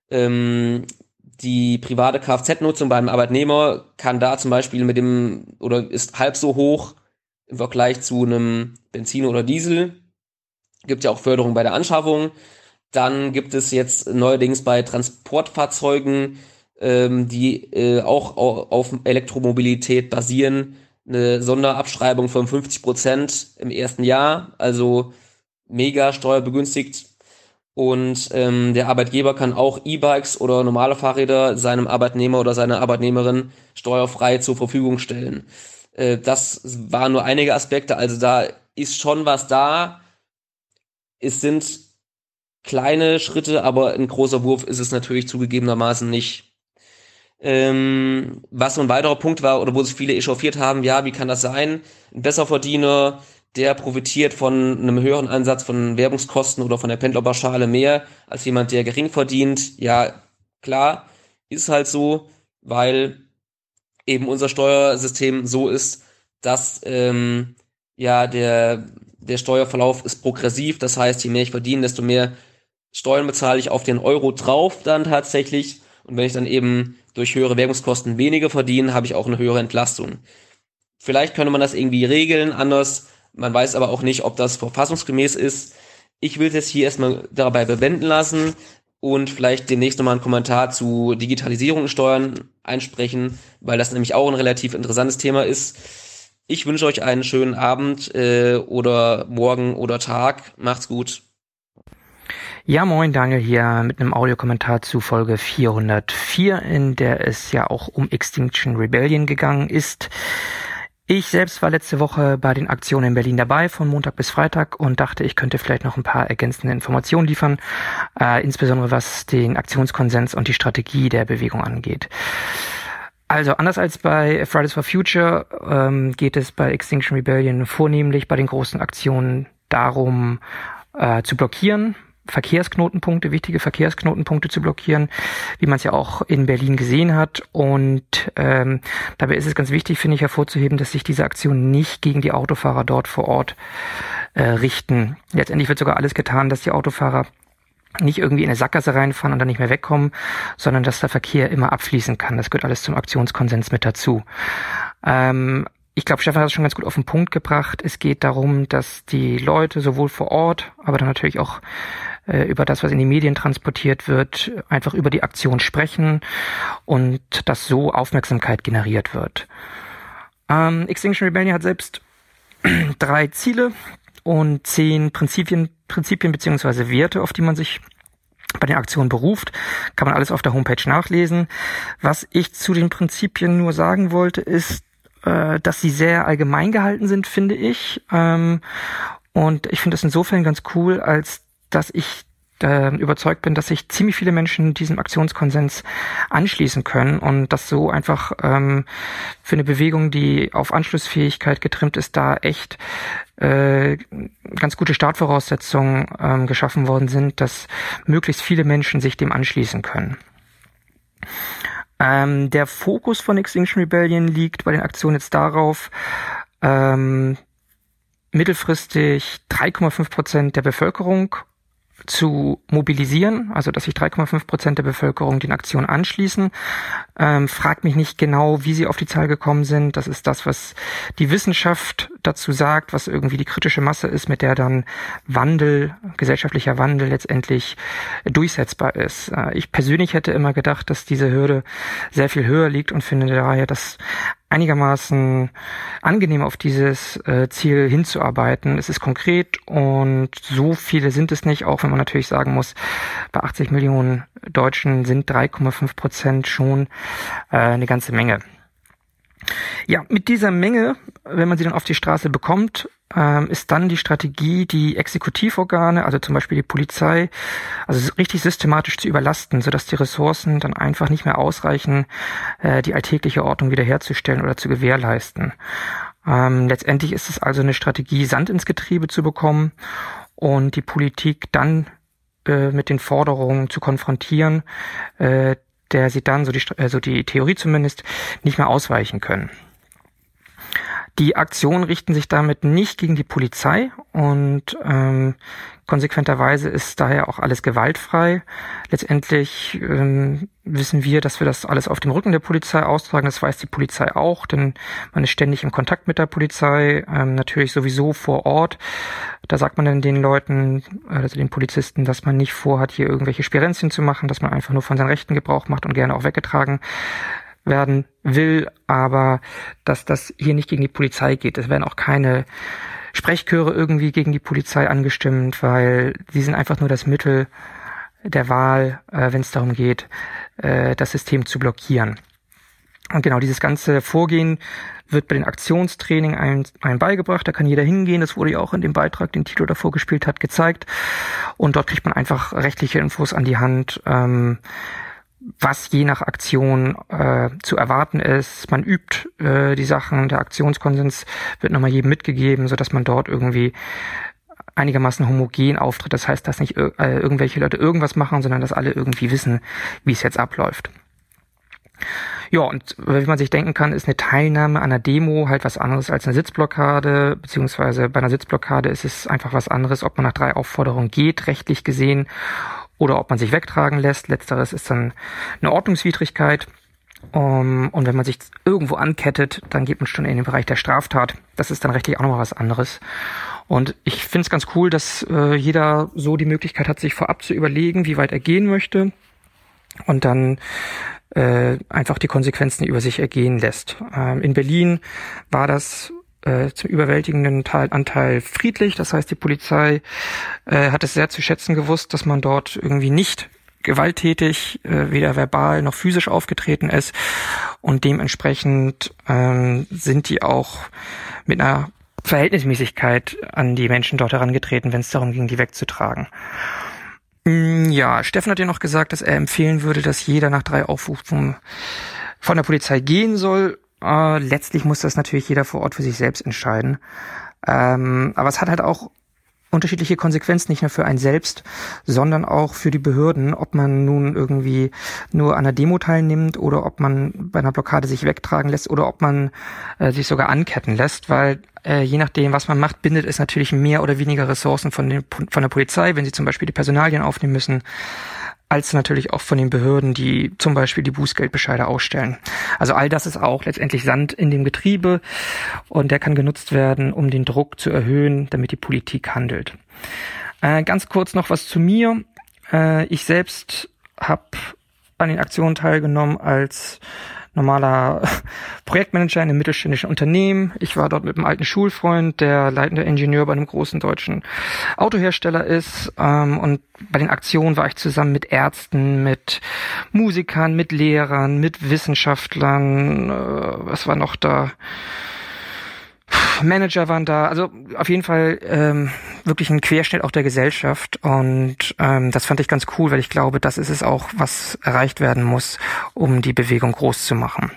die private Kfz-Nutzung beim Arbeitnehmer kann da zum Beispiel ist halb so hoch im Vergleich zu einem Benzin oder Diesel. Gibt ja auch Förderung bei der Anschaffung. Dann gibt es jetzt neuerdings bei Transportfahrzeugen, die auch auf Elektromobilität basieren, eine Sonderabschreibung von 50% im ersten Jahr, also mega steuerbegünstigt. Und der Arbeitgeber kann auch E-Bikes oder normale Fahrräder seinem Arbeitnehmer oder seiner Arbeitnehmerin steuerfrei zur Verfügung stellen. Das waren nur einige Aspekte, also da ist schon was da. Es sind kleine Schritte, aber ein großer Wurf ist es natürlich zugegebenermaßen nicht. Was so ein weiterer Punkt war, oder wo sich viele echauffiert haben, ja, wie kann das sein? Ein Besserverdiener, der profitiert von einem höheren Ansatz von Werbungskosten oder von der Pendlerpauschale mehr als jemand, der gering verdient. Ja, klar, ist halt so, weil eben unser Steuersystem so ist, dass ja der Steuerverlauf ist progressiv. Das heißt, je mehr ich verdiene, desto mehr Steuern bezahle ich auf den Euro drauf dann tatsächlich. Und wenn ich dann eben durch höhere Werbungskosten weniger verdiene, habe ich auch eine höhere Entlastung. Vielleicht könnte man das irgendwie regeln, anders. Man weiß aber auch nicht, ob das verfassungsgemäß ist. Ich will es jetzt hier erstmal dabei bewenden lassen und vielleicht demnächst nochmal einen Kommentar zu Digitalisierung in Steuern einsprechen, weil das nämlich auch ein relativ interessantes Thema ist. Ich wünsche euch einen schönen Abend oder Morgen oder Tag. Macht's gut.
Ja, moin, Daniel hier mit einem Audiokommentar zu Folge 404, in der es ja auch um Extinction Rebellion gegangen ist. Ich selbst war letzte Woche bei den Aktionen in Berlin dabei, von Montag bis Freitag, und dachte, ich könnte vielleicht noch ein paar ergänzende Informationen liefern, insbesondere was den Aktionskonsens und die Strategie der Bewegung angeht. Also anders als bei Fridays for Future geht es bei Extinction Rebellion vornehmlich bei den großen Aktionen darum, zu blockieren, Verkehrsknotenpunkte, wichtige Verkehrsknotenpunkte zu blockieren, wie man es ja auch in Berlin gesehen hat. Und dabei ist es ganz wichtig, finde ich, hervorzuheben, dass sich diese Aktionen nicht gegen die Autofahrer dort vor Ort richten. Letztendlich wird sogar alles getan, dass die Autofahrer nicht irgendwie in eine Sackgasse reinfahren und dann nicht mehr wegkommen, sondern dass der Verkehr immer abfließen kann. Das gehört alles zum Aktionskonsens mit dazu. Ich glaube, Stefan hat es schon ganz gut auf den Punkt gebracht. Es geht darum, dass die Leute sowohl vor Ort, aber dann natürlich auch über das, was in die Medien transportiert wird, einfach über die Aktion sprechen und dass so Aufmerksamkeit generiert wird. Extinction Rebellion hat selbst 3 Ziele und 10 Prinzipien bzw. Werte, auf die man sich bei den Aktionen beruft. Kann man alles auf der Homepage nachlesen. Was ich zu den Prinzipien nur sagen wollte, ist, dass sie sehr allgemein gehalten sind, finde ich. Und ich finde das insofern ganz cool, als dass ich überzeugt bin, dass sich ziemlich viele Menschen diesem Aktionskonsens anschließen können und dass so einfach für eine Bewegung, die auf Anschlussfähigkeit getrimmt ist, da echt ganz gute Startvoraussetzungen geschaffen worden sind, dass möglichst viele Menschen sich dem anschließen können. Der Fokus von Extinction Rebellion liegt bei den Aktionen jetzt darauf, mittelfristig 3,5% der Bevölkerung zu mobilisieren, also dass sich 3,5% der Bevölkerung den Aktionen anschließen. Fragt mich nicht genau, wie sie auf die Zahl gekommen sind. Das ist das, was die Wissenschaft dazu sagt, was irgendwie die kritische Masse ist, mit der dann gesellschaftlicher Wandel letztendlich durchsetzbar ist. Ich persönlich hätte immer gedacht, dass diese Hürde sehr viel höher liegt und finde daher, dass einigermaßen angenehm auf dieses Ziel hinzuarbeiten. Es ist konkret und so viele sind es nicht, auch wenn man natürlich sagen muss, bei 80 Millionen Deutschen sind 3,5% schon eine ganze Menge. Ja, mit dieser Menge, wenn man sie dann auf die Straße bekommt, ist dann die Strategie, die Exekutivorgane, also zum Beispiel die Polizei, also richtig systematisch zu überlasten, sodass die Ressourcen dann einfach nicht mehr ausreichen, die alltägliche Ordnung wiederherzustellen oder zu gewährleisten. Letztendlich ist es also eine Strategie, Sand ins Getriebe zu bekommen und die Politik dann mit den Forderungen zu konfrontieren, der sie dann, so die Theorie zumindest, nicht mehr ausweichen können. Die Aktionen richten sich damit nicht gegen die Polizei und konsequenterweise ist daher auch alles gewaltfrei. Letztendlich wissen wir, dass wir das alles auf dem Rücken der Polizei austragen. Das weiß die Polizei auch, denn man ist ständig im Kontakt mit der Polizei, natürlich sowieso vor Ort. Da sagt man dann den Leuten, also den Polizisten, dass man nicht vorhat, hier irgendwelche Sperenzien zu machen, dass man einfach nur von seinen Rechten Gebrauch macht und gerne auch weggetragen werden will, aber dass das hier nicht gegen die Polizei geht. Es werden auch keine Sprechchöre irgendwie gegen die Polizei angestimmt, weil sie sind einfach nur das Mittel der Wahl, wenn es darum geht, das System zu blockieren. Und genau dieses ganze Vorgehen wird bei den Aktionstraining einem beigebracht. Da kann jeder hingehen. Das wurde ja auch in dem Beitrag, den Tilo davor gespielt hat, gezeigt. Und dort kriegt man einfach rechtliche Infos an die Hand, was je nach Aktion zu erwarten ist. Man übt die Sachen, der Aktionskonsens wird nochmal jedem mitgegeben, sodass man dort irgendwie einigermaßen homogen auftritt. Das heißt, dass nicht irgendwelche Leute irgendwas machen, sondern dass alle irgendwie wissen, wie es jetzt abläuft. Ja, und wie man sich denken kann, ist eine Teilnahme an einer Demo halt was anderes als eine Sitzblockade, beziehungsweise bei einer Sitzblockade ist es einfach was anderes, ob man nach 3 Aufforderungen geht, rechtlich gesehen, oder ob man sich wegtragen lässt. Letzteres ist dann eine Ordnungswidrigkeit. Und wenn man sich irgendwo ankettet, dann geht man schon in den Bereich der Straftat. Das ist dann rechtlich auch nochmal was anderes. Und ich finde es ganz cool, dass jeder so die Möglichkeit hat, sich vorab zu überlegen, wie weit er gehen möchte und dann einfach die Konsequenzen über sich ergehen lässt. In Berlin war das zum überwältigenden Anteil friedlich. Das heißt, die Polizei hat es sehr zu schätzen gewusst, dass man dort irgendwie nicht gewalttätig, weder verbal noch physisch aufgetreten ist. Und dementsprechend sind die auch mit einer Verhältnismäßigkeit an die Menschen dort herangetreten, wenn es darum ging, die wegzutragen. Ja, Steffen hat ja noch gesagt, dass er empfehlen würde, dass jeder nach 3 Aufrufen von der Polizei gehen soll. Letztlich muss das natürlich jeder vor Ort für sich selbst entscheiden. Aber es hat halt auch unterschiedliche Konsequenzen, nicht nur für einen selbst, sondern auch für die Behörden, ob man nun irgendwie nur an einer Demo teilnimmt oder ob man bei einer Blockade sich wegtragen lässt oder ob man sich sogar anketten lässt, weil je nachdem, was man macht, bindet es natürlich mehr oder weniger Ressourcen von der Polizei, wenn sie zum Beispiel die Personalien aufnehmen müssen, als natürlich auch von den Behörden, die zum Beispiel die Bußgeldbescheide ausstellen. Also all das ist auch letztendlich Sand in dem Getriebe und der kann genutzt werden, um den Druck zu erhöhen, damit die Politik handelt. Ganz kurz noch was zu mir. Ich selbst habe an den Aktionen teilgenommen als normaler Projektmanager in einem mittelständischen Unternehmen. Ich war dort mit einem alten Schulfreund, der leitender Ingenieur bei einem großen deutschen Autohersteller ist. Und bei den Aktionen war ich zusammen mit Ärzten, mit Musikern, mit Lehrern, mit Wissenschaftlern. Was war noch da? Manager waren da, also auf jeden Fall wirklich ein Querschnitt auch der Gesellschaft und das fand ich ganz cool, weil ich glaube, das ist es auch, was erreicht werden muss, um die Bewegung groß zu machen.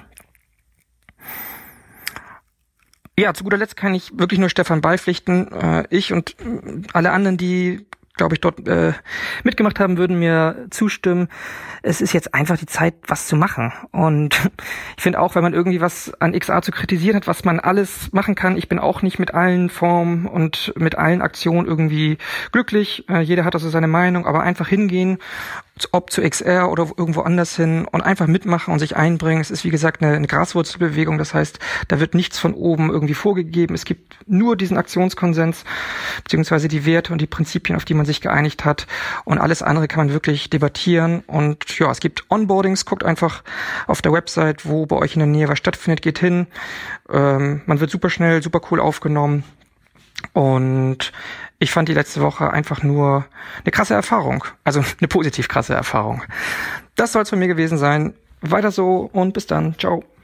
Ja, zu guter Letzt kann ich wirklich nur Stefan beipflichten. Ich und alle anderen, die glaube ich, dort mitgemacht haben, würden mir zustimmen. Es ist jetzt einfach die Zeit, was zu machen. Und ich finde auch, wenn man irgendwie was an XA zu kritisieren hat, was man alles machen kann, ich bin auch nicht mit allen Formen und mit allen Aktionen irgendwie glücklich. Jeder hat also seine Meinung, aber einfach hingehen, ob zu XR oder irgendwo anders hin und einfach mitmachen und sich einbringen. Es ist, wie gesagt, eine Graswurzelbewegung. Das heißt, da wird nichts von oben irgendwie vorgegeben. Es gibt nur diesen Aktionskonsens, beziehungsweise die Werte und die Prinzipien, auf die man sich geeinigt hat. Und alles andere kann man wirklich debattieren. Und ja, es gibt Onboardings. Guckt einfach auf der Website, wo bei euch in der Nähe was stattfindet. Geht hin. Man wird super schnell, super cool aufgenommen. Und ich fand die letzte Woche einfach nur eine krasse Erfahrung. Also eine positiv krasse Erfahrung. Das soll es von mir gewesen sein. Weiter so und bis dann. Ciao.